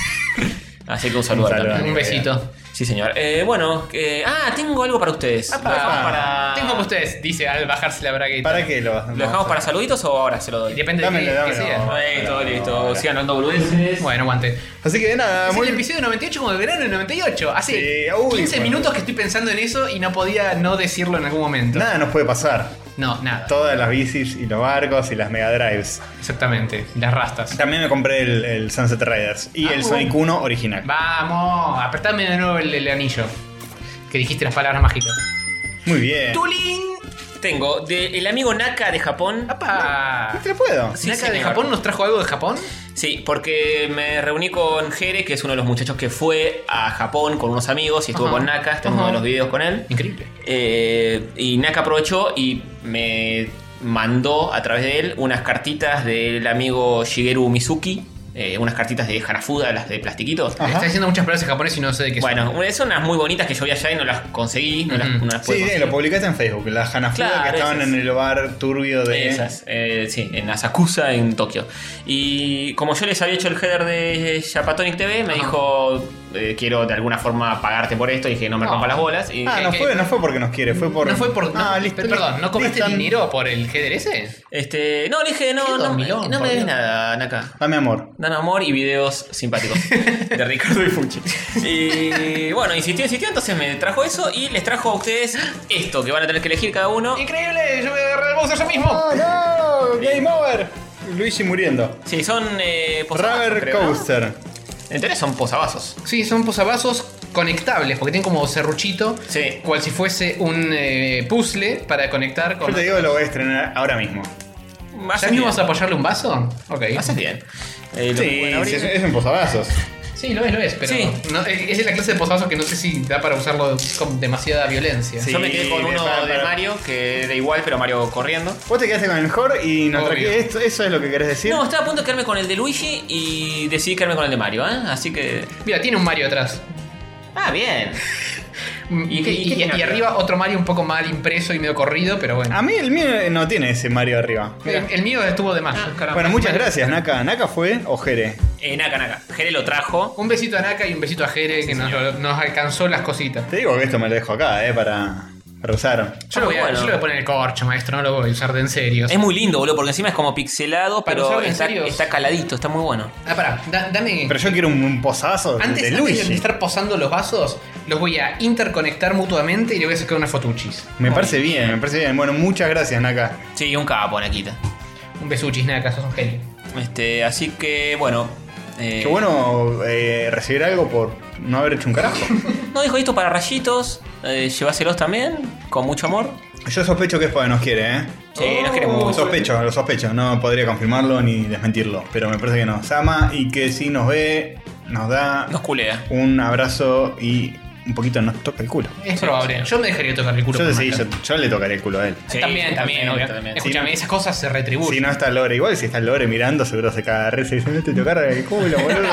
[SPEAKER 2] Así que un saludo
[SPEAKER 3] Un saludo.
[SPEAKER 2] también.
[SPEAKER 5] Un besito.
[SPEAKER 2] Sí, señor. Bueno, tengo algo para ustedes.
[SPEAKER 5] Apa,
[SPEAKER 2] Lo dejamos para.
[SPEAKER 5] Tengo para ustedes, dice al bajarse la bragueta.
[SPEAKER 3] ¿Para qué lo vas a
[SPEAKER 2] ¿Lo dejamos para saluditos o ahora se lo doy?
[SPEAKER 5] Depende
[SPEAKER 3] Dámelo,
[SPEAKER 5] de qué
[SPEAKER 3] dámelo.
[SPEAKER 5] sea.
[SPEAKER 2] Listo, listo.
[SPEAKER 3] Ahora.
[SPEAKER 2] Sigan hablando boludeces.
[SPEAKER 5] Bueno, aguante.
[SPEAKER 3] Así que nada,
[SPEAKER 5] Es
[SPEAKER 3] muy
[SPEAKER 5] el episodio 98 como de verano del 98. Hace
[SPEAKER 3] Sí, uy,
[SPEAKER 5] 15
[SPEAKER 3] bueno.
[SPEAKER 5] minutos que estoy pensando en eso y no podía no decirlo en algún momento.
[SPEAKER 3] Nada nos puede pasar.
[SPEAKER 5] No, nada.
[SPEAKER 3] Todas las bicis y los barcos y las Mega Drives.
[SPEAKER 5] Exactamente. Las rastas.
[SPEAKER 3] También me compré el Sunset Riders y el
[SPEAKER 5] muy
[SPEAKER 3] Sonic
[SPEAKER 5] bueno.
[SPEAKER 3] 1 original.
[SPEAKER 5] Vamos, apretame de nuevo el anillo. Que dijiste las palabras mágicas.
[SPEAKER 3] Muy bien.
[SPEAKER 5] ¡Tulín!
[SPEAKER 2] Tengo del amigo Naka de Japón.
[SPEAKER 5] ¡Apa!
[SPEAKER 3] ¿Te lo puedo?
[SPEAKER 2] Sí,
[SPEAKER 5] ¿Naka de
[SPEAKER 2] señor.
[SPEAKER 5] Japón nos trajo algo de Japón?
[SPEAKER 2] Sí, porque me reuní con Jere, que es uno de los muchachos que fue a Japón con unos amigos y estuvo
[SPEAKER 5] Ajá.
[SPEAKER 2] con Naka. Está en uno
[SPEAKER 5] Ajá.
[SPEAKER 2] de los videos con él.
[SPEAKER 5] Increíble.
[SPEAKER 2] Y Naka aprovechó y me mandó a través de él unas cartitas del amigo Shigeru Mizuki. Unas cartitas de Hanafuda, las de plastiquito.
[SPEAKER 3] Ajá.
[SPEAKER 5] Está diciendo muchas palabras en japonés y no sé de qué
[SPEAKER 2] Bueno, son unas muy bonitas que yo vi allá y no las conseguí. No las, no las pude
[SPEAKER 3] Sí,
[SPEAKER 2] conseguir.
[SPEAKER 3] lo publicaste en Facebook. Las Hanafuda
[SPEAKER 2] Claro,
[SPEAKER 3] que estaban
[SPEAKER 2] esas.
[SPEAKER 3] en el bar turbio de.
[SPEAKER 2] Esas, sí, en Asakusa, en Tokio. Y como yo les había hecho el header de Japatonic TV, me dijo, quiero de alguna forma pagarte por esto. Y dije, no me
[SPEAKER 5] No.
[SPEAKER 2] rompa las bolas. Y
[SPEAKER 3] Ah,
[SPEAKER 2] dije,
[SPEAKER 3] no fue porque nos quiere, fue por.
[SPEAKER 5] No fue por.
[SPEAKER 3] Ah,
[SPEAKER 5] no,
[SPEAKER 3] listo.
[SPEAKER 5] Perdón, ¿no cobraste
[SPEAKER 3] Listo.
[SPEAKER 5] dinero por el GDRS?
[SPEAKER 2] no, le dije,
[SPEAKER 5] Qué
[SPEAKER 2] no
[SPEAKER 5] dormilón,
[SPEAKER 2] me
[SPEAKER 5] por
[SPEAKER 2] debes
[SPEAKER 5] Dios.
[SPEAKER 2] nada, Naka.
[SPEAKER 3] Dame amor.
[SPEAKER 2] Dan amor y videos simpáticos de Ricardo y Fuchi. Y bueno, insistió, entonces me trajo eso y les trajo a ustedes esto que van a tener que elegir cada uno.
[SPEAKER 5] ¡Increíble! Yo voy a agarrar el Bowser yo mismo.
[SPEAKER 3] ¡Oh, no! ¡Game over! Luigi muriendo.
[SPEAKER 2] Sí, son posavasos,
[SPEAKER 3] Rubber
[SPEAKER 2] creo, ¿no?
[SPEAKER 3] Coaster.
[SPEAKER 2] En teoría son posavasos.
[SPEAKER 5] Sí, son posavasos conectables porque tienen como serruchito.
[SPEAKER 2] Sí.
[SPEAKER 5] Cual si fuese un puzzle para conectar con.
[SPEAKER 3] Yo te digo, lo voy a estrenar ahora mismo.
[SPEAKER 5] ¿Ya
[SPEAKER 2] Haces
[SPEAKER 5] mismo
[SPEAKER 2] bien.
[SPEAKER 5] vas a apoyarle un vaso? Ok.
[SPEAKER 2] Haces bien. Lo
[SPEAKER 3] Sí,
[SPEAKER 2] pueden abrir.
[SPEAKER 3] es un posavasos.
[SPEAKER 5] Sí, lo es, pero.
[SPEAKER 2] Sí.
[SPEAKER 5] No, es la clase de posavasos que no sé si da para usarlo con demasiada violencia.
[SPEAKER 3] Sí.
[SPEAKER 2] Yo me quedé con uno
[SPEAKER 3] para-
[SPEAKER 2] de Mario, que da igual, pero Mario corriendo.
[SPEAKER 3] Vos te quedaste con el mejor y nos
[SPEAKER 5] Obvio.
[SPEAKER 3] trajiste esto. ¿Eso es lo que querés decir?
[SPEAKER 2] No, estaba a punto de quedarme con el de Luigi y decidí quedarme con el de Mario, ¿eh? Así que.
[SPEAKER 5] Mira, tiene un Mario atrás.
[SPEAKER 2] Ah, bien.
[SPEAKER 5] Y,
[SPEAKER 2] qué
[SPEAKER 5] y
[SPEAKER 2] tiene
[SPEAKER 5] arriba otro Mario un poco mal impreso y medio corrido, pero bueno.
[SPEAKER 3] A mí el mío no tiene ese Mario arriba.
[SPEAKER 5] El mío estuvo de más.
[SPEAKER 3] Bueno, muchas gracias, Naka. ¿Naka fue o Jere?
[SPEAKER 2] Naka. Jere lo trajo.
[SPEAKER 5] Un besito a Naka y un besito a Jere que nos alcanzó las cositas.
[SPEAKER 3] Te digo que esto me lo dejo acá, para usar.
[SPEAKER 5] Yo lo voy a,
[SPEAKER 2] bueno.
[SPEAKER 5] yo le voy a poner el corcho, maestro, no lo voy a usar de en serio.
[SPEAKER 2] Es muy lindo, boludo, porque encima es como pixelado,
[SPEAKER 5] Para
[SPEAKER 2] pero
[SPEAKER 5] usarlo en serio.
[SPEAKER 2] está caladito, está muy bueno.
[SPEAKER 5] Ah, pará, dame.
[SPEAKER 3] Pero yo quiero un posazo
[SPEAKER 5] Antes
[SPEAKER 3] de
[SPEAKER 5] de
[SPEAKER 3] Luigi.
[SPEAKER 5] estar posando los vasos, los voy a interconectar mutuamente y le voy a sacar una fotuchis.
[SPEAKER 3] Me parece bien, me parece bien. Bueno, muchas gracias, Naka.
[SPEAKER 2] Sí, un capo, Nakita.
[SPEAKER 5] Un besuchis, Naka, sos un genio.
[SPEAKER 2] Así que, bueno.
[SPEAKER 3] Qué bueno recibir algo por no haber hecho un carajo.
[SPEAKER 2] No, dijo esto para rayitos. Lleváselos también, con mucho amor.
[SPEAKER 3] Yo sospecho que es porque nos quiere, ¿eh?
[SPEAKER 2] Sí, nos quiere mucho.
[SPEAKER 3] Lo sospecho. No podría confirmarlo ni desmentirlo. Pero me parece que nos ama y que si nos ve, nos da
[SPEAKER 2] Nos culea.
[SPEAKER 3] un abrazo y un poquito nos toca el culo.
[SPEAKER 5] Es probable. Yo me dejaría tocar el culo.
[SPEAKER 3] Yo,
[SPEAKER 5] por
[SPEAKER 3] sí,
[SPEAKER 5] Naka.
[SPEAKER 3] yo le tocaré el culo a él.
[SPEAKER 2] Sí,
[SPEAKER 5] También, obvio.
[SPEAKER 2] también.
[SPEAKER 5] Escúchame, esas cosas se retribuyen.
[SPEAKER 3] Si no está Lore, igual si está Lore mirando, seguro se caga de risa y dice, no te tocaron el culo, boludo.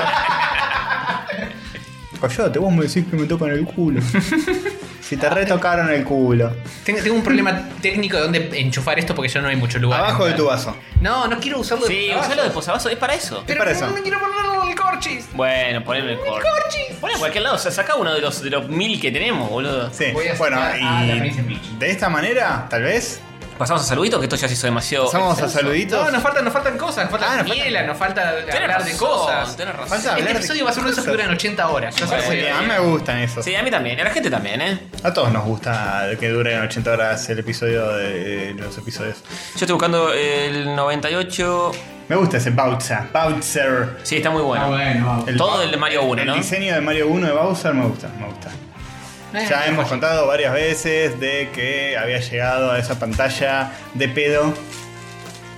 [SPEAKER 3] Coyote, vos me decís que me tocan el culo. Si te retocaron el culo.
[SPEAKER 5] Tengo un problema técnico de dónde enchufar esto porque ya no hay mucho lugar.
[SPEAKER 3] Abajo de tu vaso.
[SPEAKER 5] No, no quiero usarlo de
[SPEAKER 2] Sí,
[SPEAKER 5] posavasos.
[SPEAKER 2] usalo de posavasos, es para eso.
[SPEAKER 5] Pero
[SPEAKER 3] para eso.
[SPEAKER 5] no me quiero ponerlo en el corchis.
[SPEAKER 2] Bueno, ponle el corte. Ponle a cualquier lado, o sea, saca uno de los 1000 que tenemos, boludo.
[SPEAKER 3] Sí,
[SPEAKER 5] Voy a
[SPEAKER 3] bueno,
[SPEAKER 5] sacar a la
[SPEAKER 3] y
[SPEAKER 5] Prince Peach.
[SPEAKER 3] de esta manera, tal vez,
[SPEAKER 2] Pasamos a saluditos, que esto ya se hizo demasiado.
[SPEAKER 3] pasamos a
[SPEAKER 2] extenso.
[SPEAKER 3] saluditos.
[SPEAKER 5] No, nos faltan cosas, nos falta
[SPEAKER 3] nos
[SPEAKER 5] miela, nos falta hablar de
[SPEAKER 2] razón,
[SPEAKER 5] cosas.
[SPEAKER 2] tenés razón.
[SPEAKER 3] Falta
[SPEAKER 5] Este
[SPEAKER 3] hablar de
[SPEAKER 5] episodio va a ser uno de esos que
[SPEAKER 3] cosas.
[SPEAKER 5] duran 80 horas. Ya
[SPEAKER 2] Bueno,
[SPEAKER 5] se puede.
[SPEAKER 3] Sí, a mí me gustan esos.
[SPEAKER 2] Sí, a mí también, a la gente también, ¿eh?
[SPEAKER 3] A todos nos gusta que duren 80 horas el episodio de los episodios.
[SPEAKER 2] Yo estoy buscando el 98.
[SPEAKER 3] Me gusta ese Bowser.
[SPEAKER 2] Sí, está muy bueno.
[SPEAKER 5] bueno.
[SPEAKER 2] Todo el de Mario 1, ¿no?
[SPEAKER 3] El diseño de Mario 1 de Bowser me gusta. Ya hemos contado varias veces de que había llegado a esa pantalla de pedo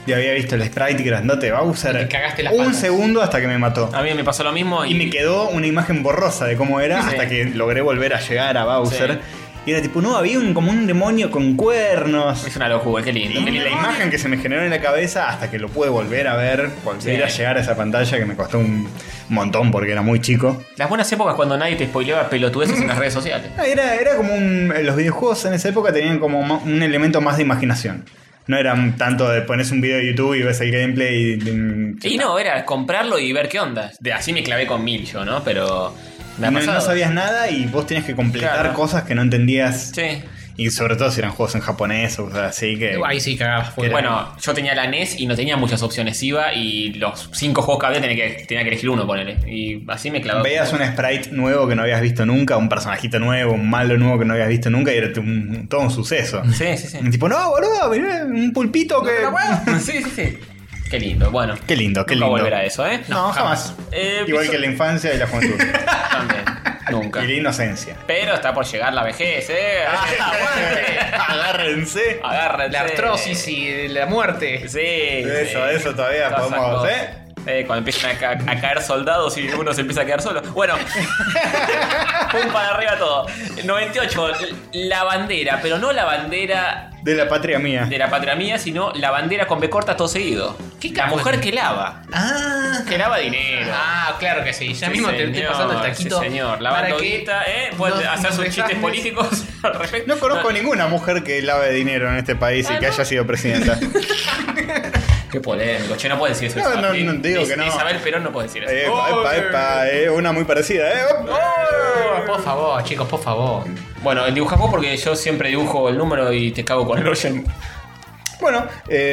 [SPEAKER 3] y había visto el sprite grandote de Bowser.
[SPEAKER 5] Te cagaste las
[SPEAKER 3] un
[SPEAKER 5] patas.
[SPEAKER 3] segundo hasta que me mató.
[SPEAKER 2] A mí me pasó lo mismo
[SPEAKER 3] Y me quedó una imagen borrosa de cómo era hasta que logré volver a llegar a Bowser.
[SPEAKER 2] Sí.
[SPEAKER 3] Y era tipo, no, había como un demonio con cuernos.
[SPEAKER 2] Es una locura, qué lindo.
[SPEAKER 3] Y
[SPEAKER 2] qué lindo.
[SPEAKER 3] la imagen que se me generó en la cabeza hasta que lo pude volver a ver, volver a llegar a esa pantalla que me costó un montón porque era muy chico.
[SPEAKER 2] Las buenas épocas cuando nadie te spoileaba pelotudeces en las redes sociales.
[SPEAKER 3] Era como los videojuegos en esa época tenían como un elemento más de imaginación. No era tanto de pones un video de YouTube y ves el gameplay
[SPEAKER 2] Y no, era comprarlo y ver qué onda. Así me clavé con 1000 yo, ¿no? Pero me ha
[SPEAKER 3] no
[SPEAKER 2] pasado.
[SPEAKER 3] sabías nada y vos tenías que completar
[SPEAKER 2] Claro.
[SPEAKER 3] cosas que no entendías.
[SPEAKER 2] Sí.
[SPEAKER 3] Y sobre todo si eran juegos en japonés o cosas así que...
[SPEAKER 5] Ahí sí cagabas fuera.
[SPEAKER 2] Bueno, yo tenía la NES y no tenía muchas opciones. Iba y los 5 juegos que había tenía que elegir uno, ponele. Y así me clavaba.
[SPEAKER 3] Veías un sprite nuevo que no habías visto nunca, un personajito nuevo, un malo nuevo que no habías visto nunca y era todo un suceso.
[SPEAKER 2] Sí, sí, sí.
[SPEAKER 3] Y tipo, no, boludo, mirá, un pulpito que...
[SPEAKER 2] Sí, sí, sí. Qué lindo, bueno.
[SPEAKER 3] Qué lindo, qué
[SPEAKER 2] Nunca
[SPEAKER 3] lindo.
[SPEAKER 2] volverá a eso, ¿eh?
[SPEAKER 3] No, jamás. Igual que la infancia y la juventud.
[SPEAKER 2] También. Nunca.
[SPEAKER 3] Y la inocencia.
[SPEAKER 2] Pero está por llegar la vejez, ¿eh? ¡Aguante!
[SPEAKER 3] Agárrense.
[SPEAKER 2] Agárrense.
[SPEAKER 5] La artrosis y la muerte.
[SPEAKER 2] Sí.
[SPEAKER 3] Eso todavía
[SPEAKER 2] Todas esas
[SPEAKER 3] podemos,
[SPEAKER 2] cosas. Cuando empiezan a caer soldados y uno se empieza a quedar solo. Bueno, pum para arriba todo. 98, la bandera, pero no la bandera
[SPEAKER 3] De la patria mía.
[SPEAKER 2] de la patria mía, sino la bandera con B corta todo seguido.
[SPEAKER 5] ¿Qué
[SPEAKER 2] La
[SPEAKER 5] carajo
[SPEAKER 2] mujer
[SPEAKER 5] es?
[SPEAKER 2] que lava.
[SPEAKER 5] Que
[SPEAKER 2] lava dinero.
[SPEAKER 5] Ah, claro que sí. Ya
[SPEAKER 2] Sí,
[SPEAKER 5] mismo te estoy
[SPEAKER 2] señor,
[SPEAKER 5] pasando el taquito.
[SPEAKER 2] Sí, señor.
[SPEAKER 5] para
[SPEAKER 2] Lavando
[SPEAKER 5] que
[SPEAKER 2] guita, puede hacer sus chistes
[SPEAKER 5] desasnes.
[SPEAKER 2] políticos al respecto.
[SPEAKER 3] No conozco ninguna mujer que lave dinero en este país y que haya sido presidenta.
[SPEAKER 2] Qué polémico. Che, no puede decir eso.
[SPEAKER 3] No, no, digo que no.
[SPEAKER 2] Isabel Perón no puede decir eso.
[SPEAKER 3] Epa, una muy parecida,
[SPEAKER 5] Por favor, chicos, por favor.
[SPEAKER 2] Bueno, dibujas vos porque yo siempre dibujo el número y te cago con el hoyo.
[SPEAKER 3] Bueno,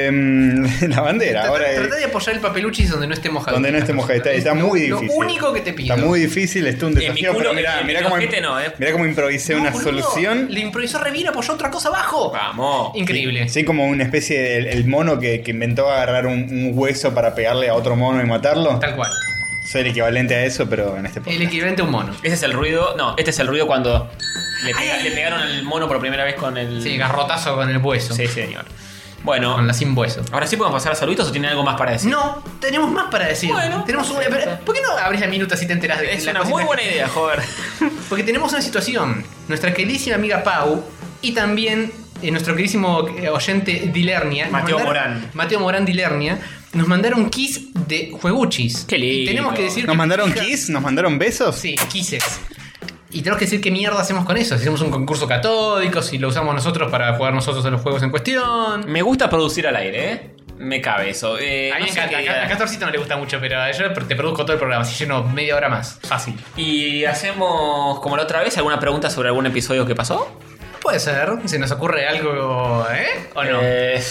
[SPEAKER 3] la bandera. Ahora
[SPEAKER 5] Tratá de apoyar el papeluchis donde no esté mojado.
[SPEAKER 3] donde no esté mojado. Está
[SPEAKER 5] Lo-
[SPEAKER 3] muy
[SPEAKER 5] lo
[SPEAKER 3] difícil.
[SPEAKER 5] único que te pido.
[SPEAKER 3] Está muy difícil, está un
[SPEAKER 2] En mi
[SPEAKER 3] desafío.
[SPEAKER 2] culo,
[SPEAKER 3] Pero mirá,
[SPEAKER 2] en
[SPEAKER 3] mirá
[SPEAKER 2] mi
[SPEAKER 3] cómo,
[SPEAKER 2] ojete no,
[SPEAKER 3] mirá cómo improvisé una
[SPEAKER 5] Boludo,
[SPEAKER 3] solución.
[SPEAKER 5] Le improvisó re bien, apoyó otra cosa abajo.
[SPEAKER 2] Vamos.
[SPEAKER 5] Increíble.
[SPEAKER 3] Sí, como una especie de el mono que inventó agarrar un hueso para pegarle a otro mono y matarlo.
[SPEAKER 5] Tal cual.
[SPEAKER 3] Soy el equivalente a eso, pero en este
[SPEAKER 5] El equivalente a un mono.
[SPEAKER 2] Ese es el ruido. No, este es el ruido cuando le pegaron al mono por primera vez con el.
[SPEAKER 5] Sí, garrotazo con el hueso.
[SPEAKER 2] Sí, señor. Bueno,
[SPEAKER 5] Con la sin hueso.
[SPEAKER 2] ahora sí podemos pasar a saluditos o tienen algo más para decir.
[SPEAKER 5] No, tenemos más para decir.
[SPEAKER 2] Bueno,
[SPEAKER 5] tenemos una.
[SPEAKER 2] perfecto.
[SPEAKER 5] ¿Por qué no abrís la minuta si te enterás de
[SPEAKER 2] Es
[SPEAKER 5] la
[SPEAKER 2] una
[SPEAKER 5] cosita
[SPEAKER 2] muy
[SPEAKER 5] que-
[SPEAKER 2] buena idea, joder.
[SPEAKER 5] Porque tenemos una situación. Nuestra queridísima amiga Pau y también nuestro queridísimo oyente Dilernia. nos
[SPEAKER 2] Mateo
[SPEAKER 5] mandaron-
[SPEAKER 2] Morán.
[SPEAKER 5] Mateo Morán Dilernia. Nos mandaron kiss de jueguchis.
[SPEAKER 2] Qué lindo.
[SPEAKER 5] Y tenemos que decir.
[SPEAKER 3] ¿Nos
[SPEAKER 5] que-
[SPEAKER 3] mandaron kiss? ¿Nos mandaron besos?
[SPEAKER 5] Sí, kisses. Y tenemos que decir qué mierda hacemos con eso. Si hacemos un concurso catódico, si lo usamos nosotros para jugar nosotros a los juegos en cuestión.
[SPEAKER 2] Me gusta producir al aire, ¿eh? Me cabe eso.
[SPEAKER 5] A mí me
[SPEAKER 2] no sé
[SPEAKER 5] encanta.
[SPEAKER 2] qué-
[SPEAKER 5] A Castorcito no le gusta mucho, pero yo te produzco todo el programa. Si lleno media hora más. Fácil.
[SPEAKER 2] Y hacemos como la otra vez alguna pregunta sobre algún episodio que pasó.
[SPEAKER 5] Puede ser. ¿Se nos ocurre algo, ¿O no?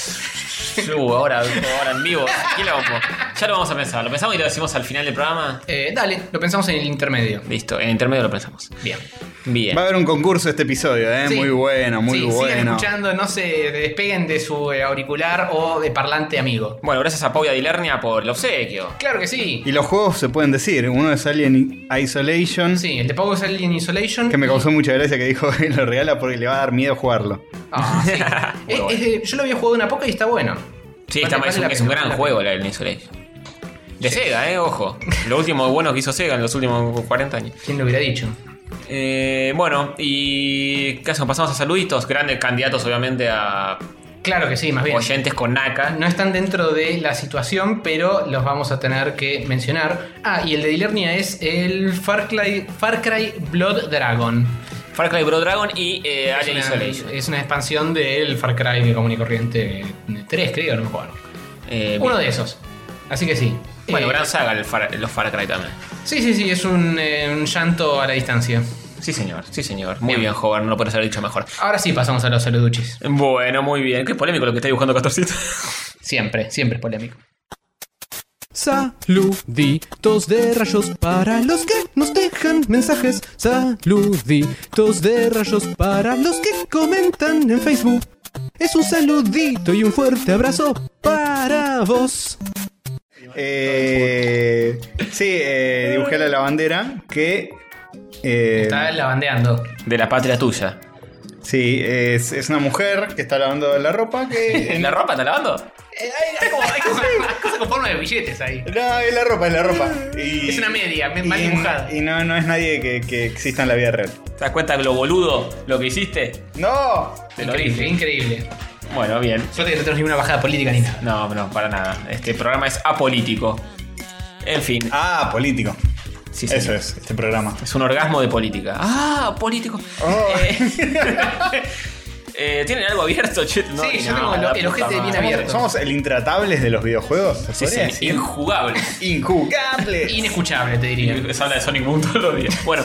[SPEAKER 2] Ahora en vivo. ¿Qué lo vamos? Ya lo vamos a pensar. ¿Lo pensamos y lo decimos al final del programa?
[SPEAKER 5] Dale, lo pensamos en el intermedio.
[SPEAKER 2] Listo, en el intermedio lo pensamos.
[SPEAKER 5] Bien.
[SPEAKER 2] Bien.
[SPEAKER 3] Va a haber un concurso este episodio, ¿eh?
[SPEAKER 5] Sí.
[SPEAKER 3] Muy bueno, muy
[SPEAKER 5] Sí, sigan
[SPEAKER 3] bueno.
[SPEAKER 5] escuchando, no se despeguen de su auricular o de parlante amigo.
[SPEAKER 2] Bueno, gracias a Pau y a Dilernia por el obsequio.
[SPEAKER 5] Claro que sí.
[SPEAKER 3] Y los juegos se pueden decir. Uno es Alien Isolation.
[SPEAKER 5] Sí, el de Pau es Alien Isolation.
[SPEAKER 3] Que me causó mucha gracia que dijo que lo regala porque le va a dar miedo jugarlo.
[SPEAKER 5] Ah, sí. Yo lo había jugado una poca y está bueno.
[SPEAKER 2] Sí,
[SPEAKER 5] Vale,
[SPEAKER 2] es
[SPEAKER 5] vale
[SPEAKER 2] un
[SPEAKER 5] la
[SPEAKER 2] gran
[SPEAKER 5] pena.
[SPEAKER 2] juego el Isolation. De Sega, ojo. Lo último bueno que hizo Sega en los últimos 40 años.
[SPEAKER 5] ¿Quién lo hubiera dicho?
[SPEAKER 2] Bueno, y ¿qué hacemos? Pasamos a saluditos. Grandes candidatos, obviamente, a
[SPEAKER 5] Claro que sí, más bien.
[SPEAKER 2] oyentes con Naka.
[SPEAKER 5] No están dentro de la situación, pero los vamos a tener que mencionar. Ah, y el de Dilernia es el Far Cry Blood Dragon.
[SPEAKER 2] Far Cry Blood Dragon y Alien Isolation.
[SPEAKER 5] Es una expansión del Far Cry común y corriente 3, creo, no me acuerdo. Uno de esos. Así que sí.
[SPEAKER 2] Bueno, gran saga los Far Cry también.
[SPEAKER 5] Sí, es un llanto a la distancia.
[SPEAKER 2] Sí, señor, sí, señor. Muy
[SPEAKER 5] Bien.
[SPEAKER 2] bien, joven, no lo puedes haber dicho mejor.
[SPEAKER 5] Ahora sí pasamos a los saluduchis.
[SPEAKER 2] Bueno, muy bien. Qué polémico lo que está dibujando Castorcito.
[SPEAKER 5] Siempre es polémico.
[SPEAKER 1] Saluditos de rayos para los que nos dejan mensajes. Saluditos de rayos para los que comentan en Facebook. Es un saludito y un fuerte abrazo para vos.
[SPEAKER 3] Dibujé la lavandera que...
[SPEAKER 5] Está lavandeando.
[SPEAKER 2] De la patria tuya.
[SPEAKER 3] Sí, es una mujer que está lavando la ropa que...
[SPEAKER 2] ¿La ropa está lavando?
[SPEAKER 5] Hay cosas con forma de billetes ahí.
[SPEAKER 3] No, es la ropa, es la ropa.
[SPEAKER 5] Es una media, mal dibujada.
[SPEAKER 3] Y no es nadie que exista en la vida real.
[SPEAKER 2] ¿Te das cuenta de lo boludo lo que hiciste?
[SPEAKER 3] ¡No!
[SPEAKER 2] Te lo
[SPEAKER 5] Increíble,
[SPEAKER 2] dije.
[SPEAKER 5] increíble.
[SPEAKER 2] Bueno, bien.
[SPEAKER 5] Suerte que no tenemos ninguna bajada política ni nada.
[SPEAKER 2] No, para nada. Este programa es apolítico. En fin.
[SPEAKER 3] Ah, político.
[SPEAKER 2] Sí,
[SPEAKER 3] Eso
[SPEAKER 2] señor.
[SPEAKER 3] es, este programa.
[SPEAKER 2] Es un orgasmo de política. Ah, político.
[SPEAKER 3] Oh.
[SPEAKER 2] ¿Tienen algo abierto, che? No,
[SPEAKER 5] Sí, yo tengo
[SPEAKER 2] la
[SPEAKER 5] el ojete
[SPEAKER 2] puta
[SPEAKER 5] bien
[SPEAKER 2] madre.
[SPEAKER 5] abierto.
[SPEAKER 3] Somos el intratables de los videojuegos. ¿Se
[SPEAKER 2] Sí,
[SPEAKER 3] podría
[SPEAKER 2] sí,
[SPEAKER 3] decir?
[SPEAKER 2] injugable.
[SPEAKER 3] Injugables.
[SPEAKER 5] Inescuchable, te diría.
[SPEAKER 2] Se habla de Sonic Boom todos los días. Bueno,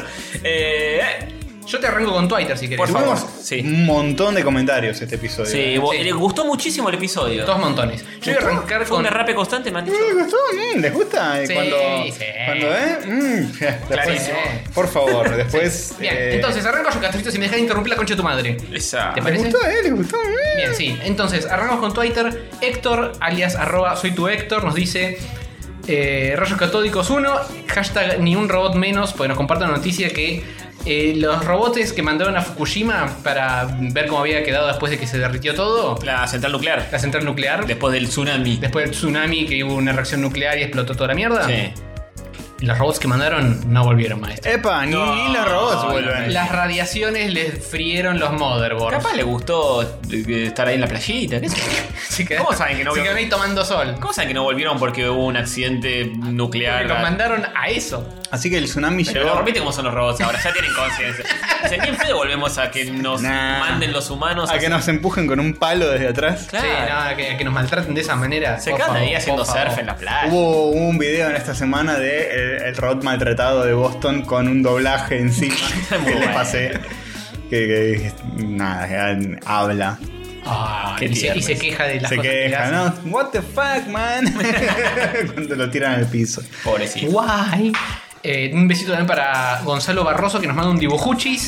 [SPEAKER 5] Yo te arranco con Twitter si querés.
[SPEAKER 2] Por favor.
[SPEAKER 3] Tuvimos
[SPEAKER 2] Sí.
[SPEAKER 3] un montón de comentarios este episodio.
[SPEAKER 2] sí,
[SPEAKER 5] Sí.
[SPEAKER 2] les gustó muchísimo el episodio.
[SPEAKER 5] Dos montones. Yo voy a arrancar
[SPEAKER 2] Fue
[SPEAKER 5] con.
[SPEAKER 2] un derrape constante, me han dicho.
[SPEAKER 3] ¿Les gustó? ¿Les gusta?
[SPEAKER 5] Sí,
[SPEAKER 3] Cuando,
[SPEAKER 5] sí.
[SPEAKER 3] después,
[SPEAKER 2] Clarísimo.
[SPEAKER 3] por favor, después.
[SPEAKER 5] Bien, entonces arranco yo, Castrito, si me dejas interrumpir la concha de tu madre.
[SPEAKER 2] Esa.
[SPEAKER 5] ¿Te
[SPEAKER 3] ¿Les
[SPEAKER 5] parece?
[SPEAKER 3] gustó? ¿Les gustó?
[SPEAKER 5] Bien, sí. Entonces, arrancamos con Twitter. Héctor, alias @soy tu Héctor, nos dice: Rayos Catódicos 1, hashtag ni un robot menos, porque nos comparte una noticia que los robots que mandaron a Fukushima para ver cómo había quedado después de que se derritió todo,
[SPEAKER 2] La central nuclear.
[SPEAKER 5] la central nuclear,
[SPEAKER 2] Después del tsunami.
[SPEAKER 5] después del tsunami que hubo una reacción nuclear y explotó toda la mierda,
[SPEAKER 2] Sí.
[SPEAKER 5] los robots que mandaron no volvieron, maestro.
[SPEAKER 3] Epa, ni los robots vuelven.
[SPEAKER 5] Las radiaciones les frieron los motherboards.
[SPEAKER 2] Capaz le gustó estar ahí en la playita. ¿Qué sé yo?
[SPEAKER 5] Se quedaron,
[SPEAKER 2] ¿Cómo saben que no
[SPEAKER 5] se
[SPEAKER 2] vio-
[SPEAKER 5] quedaron ahí tomando sol.
[SPEAKER 2] ¿Cómo saben que no volvieron porque hubo un accidente nuclear?
[SPEAKER 5] Los mandaron a eso.
[SPEAKER 3] Así que el tsunami
[SPEAKER 2] Pero
[SPEAKER 3] llegó.
[SPEAKER 2] repite cómo son los robots ahora, ya tienen conciencia. Dicen, ¿quién fue? Volvemos a que nos
[SPEAKER 3] Nah.
[SPEAKER 2] manden los humanos.
[SPEAKER 3] A que nos empujen con un palo desde atrás.
[SPEAKER 2] Claro.
[SPEAKER 5] Sí, no, que nos maltraten de esa manera.
[SPEAKER 2] Se
[SPEAKER 5] por
[SPEAKER 2] quedan ahí
[SPEAKER 5] favor,
[SPEAKER 2] haciendo
[SPEAKER 5] por favor.
[SPEAKER 2] surf en la playa.
[SPEAKER 3] Hubo un video en esta semana de el robot maltratado de Boston con un doblaje encima
[SPEAKER 2] Muy
[SPEAKER 3] que les
[SPEAKER 2] bueno.
[SPEAKER 3] pasé. Que nada, habla.
[SPEAKER 5] Ah,
[SPEAKER 2] Qué
[SPEAKER 5] y se
[SPEAKER 2] tierno.
[SPEAKER 5] queja de las
[SPEAKER 3] Se
[SPEAKER 5] cosas que
[SPEAKER 3] queja,
[SPEAKER 5] hacen.
[SPEAKER 3] ¿no? What the fuck, man. Cuando lo tiran al piso.
[SPEAKER 2] Pobrecito.
[SPEAKER 5] Guay. Un besito también para Gonzalo Barroso que nos manda un dibujuchis